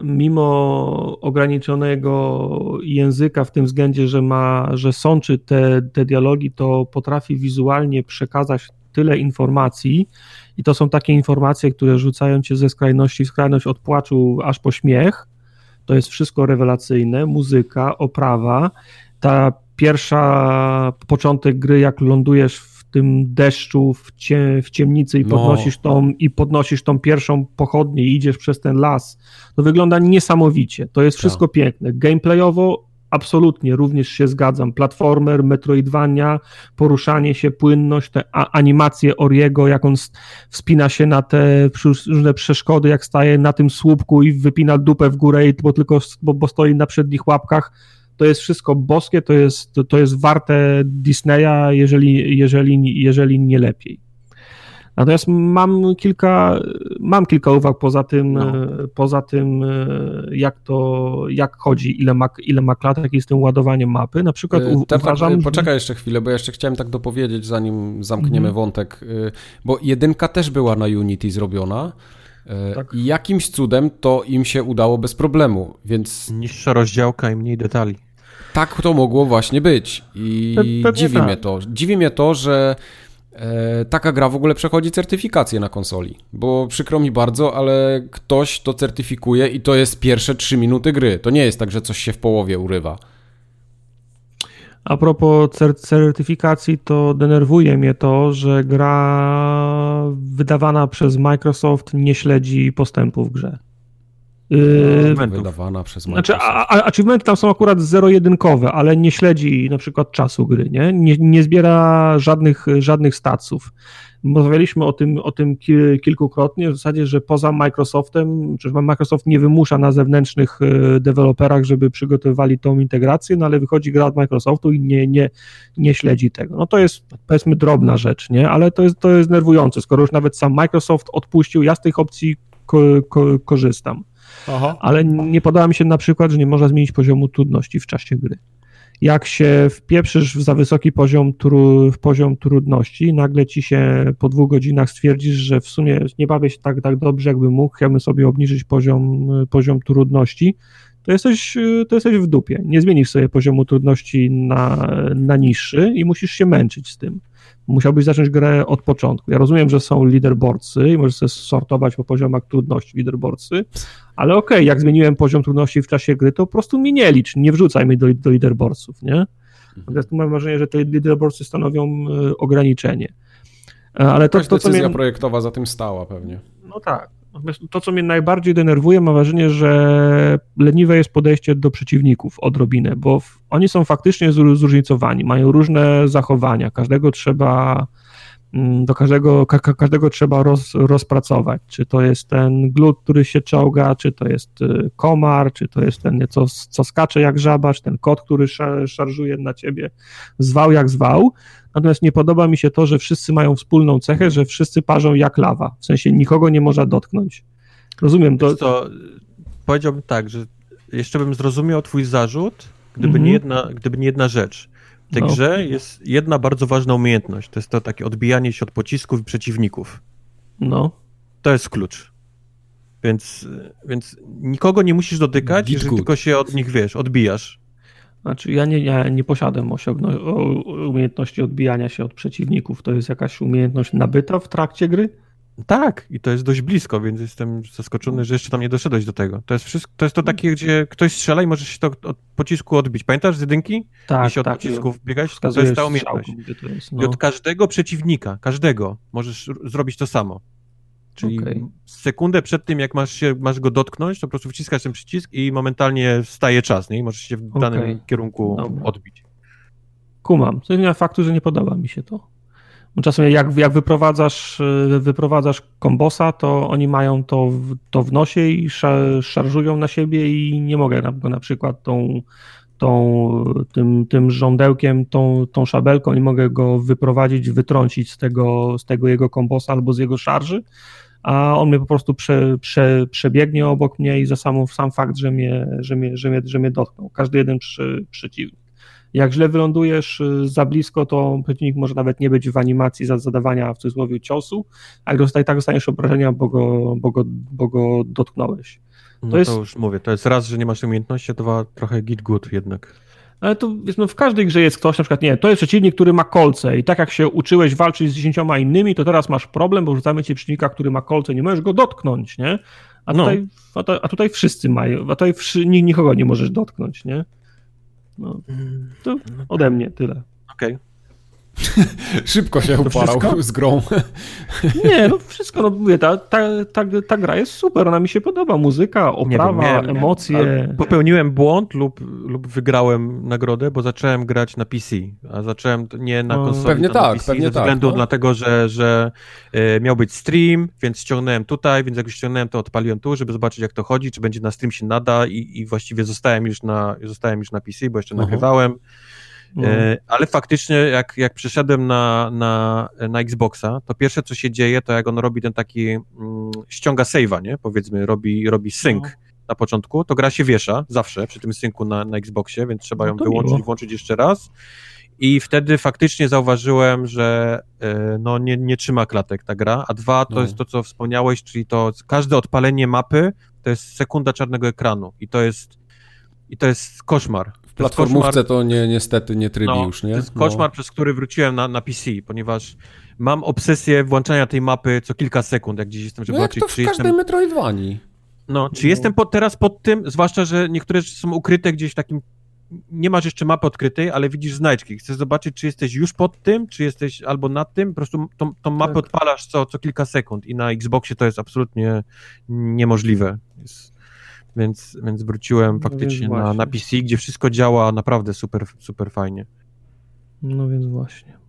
mimo ograniczonego języka w tym względzie, że ma, że sączy te, te dialogi, to potrafi wizualnie przekazać tyle informacji i to są takie informacje, które rzucają cię ze skrajności w skrajność od płaczu aż po śmiech. To jest wszystko rewelacyjne. Muzyka, oprawa, ta pierwsza, początek gry, jak lądujesz w tym deszczu, w, cie, w ciemnicy i podnosisz, no. tą, i podnosisz tą pierwszą pochodnię i idziesz przez ten las, to wygląda niesamowicie. To jest wszystko tak. piękne. Gameplayowo absolutnie również się zgadzam. Platformer, Metroidvania, poruszanie się, płynność, te animacje Oriego, jak on wspina się na te różne przeszkody, jak staje na tym słupku i wypina dupę w górę, bo tylko bo, bo stoi na przednich łapkach. To jest wszystko boskie, to jest, to, to jest warte Disneya, jeżeli, jeżeli, jeżeli nie lepiej. Natomiast mam kilka, mam kilka uwag poza tym, no. poza tym jak to, jak chodzi, ile ma, ile ma klatek i z tym ładowaniem mapy. Na przykład u, tak, uważam... Tak, poczekaj jeszcze chwilę, bo jeszcze chciałem tak dopowiedzieć, zanim zamkniemy mm-hmm. wątek, bo jedynka też była na Unity zrobiona. Tak. I jakimś cudem to im się udało bez problemu, więc... Niższa rozdziałka i mniej detali. Tak to mogło właśnie być i Pe- dziwi tak. mnie to. Dziwi mnie to, że e, taka gra w ogóle przechodzi certyfikację na konsoli, bo przykro mi bardzo, ale ktoś to certyfikuje i to jest pierwsze trzy minuty gry. To nie jest tak, że coś się w połowie urywa. A propos cer- certyfikacji, to denerwuje mnie to, że gra wydawana przez Microsoft nie śledzi postępu w grze. Yy, wydawana przez Microsoft. Znaczy, a, a achievementy tam są akurat zero-jedynkowe, ale nie śledzi na przykład czasu gry, nie? Nie, nie zbiera żadnych, żadnych staców. Rozmawialiśmy o tym, o tym kilkukrotnie, w zasadzie, że poza Microsoftem, czy Microsoft nie wymusza na zewnętrznych deweloperach, żeby przygotowywali tą integrację, no ale wychodzi gra od Microsoftu i nie, nie, nie śledzi tego. No to jest, powiedzmy, drobna rzecz, nie? Ale to jest, to jest nerwujące, skoro już nawet sam Microsoft odpuścił, ja z tych opcji ko, ko, korzystam. Aha. Ale nie podoba mi się na przykład, że nie można zmienić poziomu trudności w czasie gry. Jak się wpieprzysz w za wysoki poziom, tru, poziom trudności, nagle ci się po dwóch godzinach stwierdzisz, że w sumie nie bawię się tak, tak dobrze, jakby mógł, chciałbym sobie obniżyć poziom, poziom trudności, to jesteś, to jesteś w dupie. Nie zmienisz sobie poziomu trudności na, na niższy i musisz się męczyć z tym. Musiałbyś zacząć grę od początku. Ja rozumiem, że są leaderboardsy i możesz sobie sortować po poziomach trudności leaderboardsy, ale okej, okay, jak zmieniłem poziom trudności w czasie gry, to po prostu mi nie licz, nie wrzucaj mnie do, do leaderboardsów, nie? Natomiast tu mam wrażenie, że te leaderboardsy stanowią ograniczenie. Ale to, Jakaś to co decyzja mnie... projektowa za tym stała pewnie. No tak. Natomiast to, co mnie najbardziej denerwuje, mam wrażenie, że leniwe jest podejście do przeciwników odrobinę, bo w, oni są faktycznie zróżnicowani, mają różne zachowania, każdego trzeba do każdego, ka, każdego trzeba roz, rozpracować, czy to jest ten glut, który się czołga, czy to jest komar, czy to jest ten, co, co skacze jak żaba, czy ten kot, który szar, szarżuje na ciebie, zwał jak zwał. Natomiast nie podoba mi się to, że wszyscy mają wspólną cechę, że wszyscy parzą jak lawa. W sensie nikogo nie można dotknąć. Rozumiem to. to powiedziałbym tak, że jeszcze bym zrozumiał twój zarzut, gdyby, mm-hmm. nie, jedna, gdyby nie jedna rzecz. W tej no. grze jest jedna bardzo ważna umiejętność. To jest to takie odbijanie się od pocisków i przeciwników. No. To jest klucz. Więc, więc nikogo nie musisz dotykać, Git jeżeli good. tylko się od nich, wiesz, odbijasz. Znaczy ja nie, ja nie posiadam osiągno- umiejętności odbijania się od przeciwników. To jest jakaś umiejętność nabyta w trakcie gry? Tak, i to jest dość blisko, więc jestem zaskoczony, że jeszcze tam nie doszedłeś do tego. To jest wszystko, to jest to takie, gdzie ktoś strzela i możesz się to od pocisku odbić. Pamiętasz z jedynki? Tak, I się od tak. pocisków biegać? To jest ta umiejętność. To jest, no. I od każdego przeciwnika, każdego możesz zrobić to samo. Czyli okay. sekundę przed tym, jak masz, się, masz go dotknąć, to po prostu wciskasz ten przycisk i momentalnie staje czas, nie? I możesz się w okay. danym kierunku Dobra. odbić. Kumam. To nie ma faktu, że nie podoba mi się to. Bo czasem jak, jak wyprowadzasz, wyprowadzasz kombosa, to oni mają to w, to w nosie i szar, szarżują na siebie i nie mogę na, na przykład tą, tą, tym, tym żądełkiem, tą, tą szabelką, nie mogę go wyprowadzić, wytrącić z tego, z tego jego kombosa albo z jego szarży, a on mnie po prostu prze, prze, przebiegnie obok mnie i za samą, sam fakt, że mnie, że mnie, że mnie, że mnie dotknął. Każdy jeden przy, przeciwnik. Jak źle wylądujesz za blisko, to przeciwnik może nawet nie być w animacji za zadawania w cudzysłowie ciosu, a jak dostaje, tak dostaniesz obrażenia, bo go, bo go, bo go dotknąłeś. To, no jest... to już mówię, to jest raz, że nie masz umiejętności, a dwa trochę git good jednak. Ale to no, w każdej grze jest ktoś, na przykład nie, to jest przeciwnik, który ma kolce i tak jak się uczyłeś walczyć z dziesięcioma innymi, to teraz masz problem, bo rzucamy cię przeciwnika, który ma kolce, nie możesz go dotknąć, nie? A tutaj, no. a, to, a tutaj wszyscy mają, a tutaj wszy, nikogo nie możesz dotknąć, nie? No, to ode mnie tyle. Okej. Okay. Szybko się uparał z grą. Nie, no wszystko, no mówię, ta, ta, ta, ta gra jest super, ona mi się podoba, muzyka, oprawa, nie wiem, miałem, emocje. Popełniłem błąd lub, lub wygrałem nagrodę, bo zacząłem grać na P C, a zacząłem nie na konsoli, pewnie tak, na P C, pewnie ze względu tak, no. dlatego, że, że y, miał być stream, więc ściągnąłem tutaj, więc jak już ściągnąłem, to odpaliłem tu, żeby zobaczyć, jak to chodzi, czy będzie na stream się nada i, i właściwie zostałem już na, zostałem już na P C, bo jeszcze uh-huh. nagrywałem. No. Ale faktycznie jak, jak przyszedłem na, na, na Xboxa, to pierwsze co się dzieje, to jak on robi ten taki, mm, ściąga save'a, nie? Powiedzmy, robi, robi sync no. na początku, to gra się wiesza zawsze przy tym syncu na, na Xboxie, więc trzeba ją no wyłączyć miło. i włączyć jeszcze raz. I wtedy faktycznie zauważyłem, że y, no nie, nie trzyma klatek ta gra, a dwa to no. jest to, co wspomniałeś, czyli to każde odpalenie mapy to jest sekunda czarnego ekranu i to jest, i to jest koszmar. W platformówce to nie, niestety nie trybi no, już, nie? To jest koszmar, no. przez który wróciłem na, na P C, ponieważ mam obsesję włączania tej mapy co kilka sekund, jak gdzieś jestem, żeby no jak zobaczyć, to w każdej jestem... Metroidvanii. No, czy no. jestem pod, teraz pod tym, zwłaszcza, że niektóre rzeczy są ukryte gdzieś w takim, nie masz jeszcze mapy odkrytej, ale widzisz znajdźki. Chcesz zobaczyć, czy jesteś już pod tym, czy jesteś albo nad tym, po prostu tą, tą mapę tak. odpalasz co, co kilka sekund i na Xboxie to jest absolutnie niemożliwe. Jest... Więc, więc wróciłem no faktycznie więc na, na P C, gdzie wszystko działa naprawdę super, super fajnie. No więc właśnie.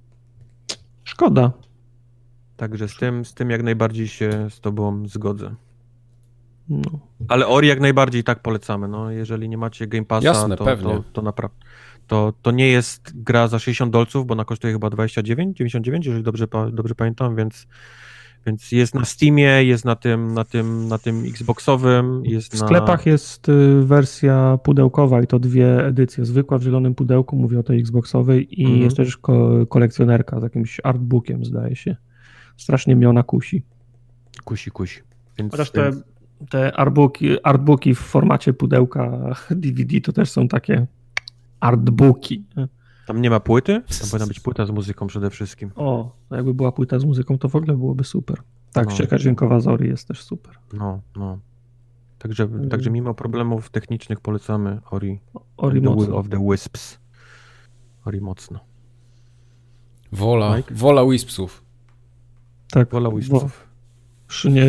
Szkoda. Także z tym, z tym jak najbardziej się z tobą zgodzę. No. Ale Ori jak najbardziej tak polecamy. No, jeżeli nie macie Game Passa, Jasne, to, pewnie. to, to naprawdę. To, to nie jest gra za sześćdziesiąt dolców, bo ona kosztuje chyba dwadzieścia dziewięć, dziewięćdziesiąt dziewięć, jeżeli dobrze, dobrze pamiętam, więc Więc jest na Steamie, jest na tym, na tym, na tym Xboxowym, jest w sklepach na... jest wersja pudełkowa i to dwie edycje. Zwykła w zielonym pudełku, mówię o tej Xboxowej i mm-hmm. jest też ko- kolekcjonerka z jakimś artbookiem, zdaje się. Strasznie mnie ona kusi. Kusi, kusi. Więc, Chociaż te, więc... te artbooki, artbooki w formacie pudełka D V D to też są takie artbooki. Tam nie ma płyty? Tam powinna być płyta z muzyką przede wszystkim. O, jakby była płyta z muzyką, to w ogóle byłoby super. Tak, No. ścieżka dźwiękowa Zori jest też super. No, no. Także, mm. także mimo problemów technicznych polecamy Ori, Ori The mocno. Will of the Wisps. Ori mocno. Wola, Mike? wola Wispsów. Tak, Wola Wispsów. Sz, nie,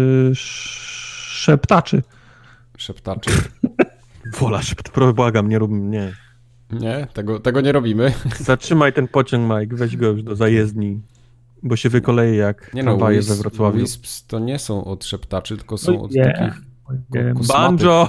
szeptaczy. Szeptaczy. Wola szept, błagam, nie rób nie. Nie, tego, tego nie robimy. Zatrzymaj ten pociąg, Mike, weź go już do zajezdni, bo się wykoleje jak Nie no, tramwaje Wisp, we Wrocławiu. Wisps to nie są od szeptaczy, tylko są od Nie. takich Wiem. kosmatych. Banjo!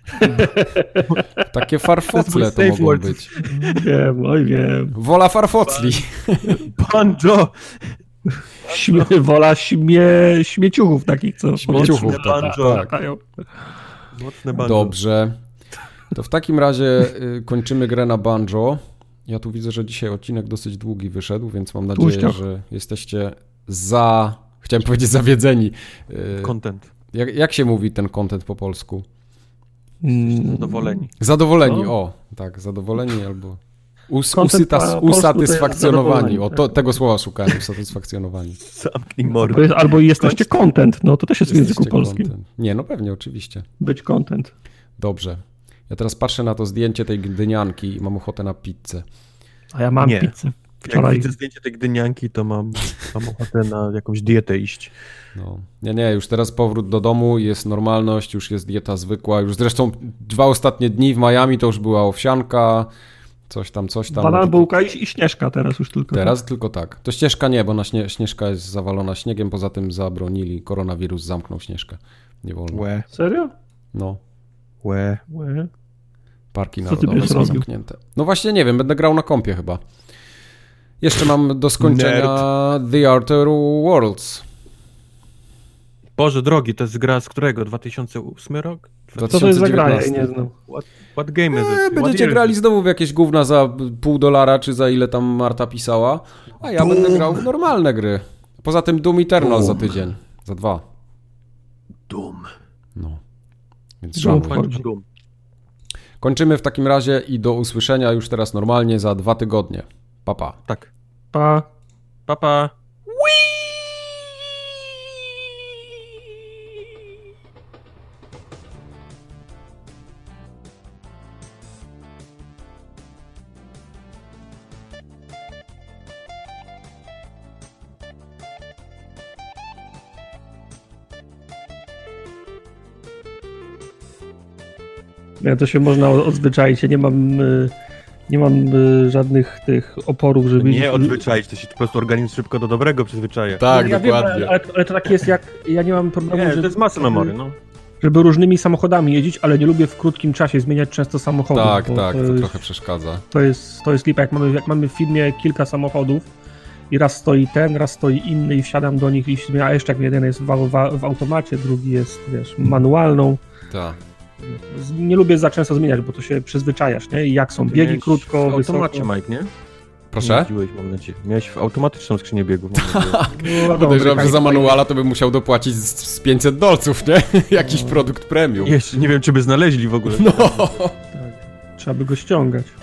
Takie farfocle to safe mogą word. być. Wiem, oj wiem. Wola farfocli. Banjo! Śmie, wola śmie, śmieciuchów takich, co Śmieciuchów, mocno tak, latają. tak. latają. Mocne banjo. Dobrze. To w takim razie y, kończymy grę na banjo. Ja tu widzę, że dzisiaj odcinek dosyć długi wyszedł, więc mam nadzieję, Tłuścioch. że jesteście za... Chciałem powiedzieć zawiedzeni. Y, Content. jak, jak się mówi ten content po polsku? Mm, Zadowoleni. Zadowoleni, No. o. Tak, zadowoleni albo... Us, Content usytas, po polsku to jest usatysfakcjonowani. zadowoleni, O, tak. to, tego słowa szukałem, usatysfakcjonowani. Zamknij Albo, mordę. jest, albo jesteście content, no to też jest w języku Jesteście polskim. content. Nie, no pewnie, oczywiście. Być content. Dobrze. Ja teraz patrzę na to zdjęcie tej gdynianki i mam ochotę na pizzę. A ja mam Nie. pizzę. Jak Wczoraj. widzę zdjęcie tej gdynianki, to mam, mam ochotę na jakąś dietę iść. No. Nie, nie, już teraz powrót do domu, jest normalność, już jest dieta zwykła. Już zresztą dwa ostatnie dni w Miami to już była owsianka, coś tam, coś tam. Banan, bułka i, i śnieżka teraz już tylko. Teraz tylko tak. To Śnieżka nie, bo na śnie, Śnieżka jest zawalona śniegiem, poza tym zabronili, koronawirus zamknął Śnieżkę. Nie wolno. Łe, Serio? No, łe. Łe. parki Co ty narodowe będziesz są robił? zamknięte. No właśnie nie wiem, będę grał na kompie chyba. Jeszcze mam do skończenia The Outer Worlds. Boże drogi, to jest gra z którego? dwa tysiące ósmy rok? Co to jest za gra? Ja jej dziewiętnasty. nie znam. What, what game is it? E, What będziecie year grali is it? znowu w jakieś gówna za pół dolara, czy za ile tam Marta pisała, a ja Doom. będę grał w normalne gry. Poza tym Doom Eternal Doom. za tydzień. Za dwa. Doom. No. Więc Doom. żałuję. Kończ Doom. Kończymy w takim razie i do usłyszenia już teraz normalnie za dwa tygodnie. Pa, pa. Tak. Pa. Pa, pa. Ja to się można odzwyczaić. Ja nie mam, y, nie mam y, żadnych tych oporów, żeby... Nie odzwyczaić, to się po prostu organizm szybko do dobrego przyzwyczaja. Tak, ja wiem, dokładnie. ale, ale to tak jest jak... Ja nie mam problemu, Nie, żeby, to jest masa memory, no. żeby różnymi samochodami jeździć, ale nie lubię w krótkim czasie zmieniać często samochodów. Tak, bo tak, to, to jest, trochę przeszkadza. to, jest, to jest lipa. Jak mamy, jak mamy w filmie kilka samochodów i raz stoi ten, raz stoi inny i wsiadam do nich i zmieniam, a jeszcze jak jeden jest w, w, w automacie, drugi jest, wiesz, manualną. Tak. Nie lubię za często zmieniać, bo to się przyzwyczajasz, nie? I jak są Ty biegi miałeś krótko, w automacie, wysoko. Mike, nie? Proszę? Jeździłeś, mam nadzieję. Miałeś w automatyczną skrzynię biegów. Mam nadzieję. No, Podejrzewam, że tak, za manuala to bym musiał dopłacić z, z pięćset dolców, nie? Jakiś produkt premium. Jeszcze nie wiem, czy by znaleźli w ogóle. No. tak. Trzeba by go ściągać.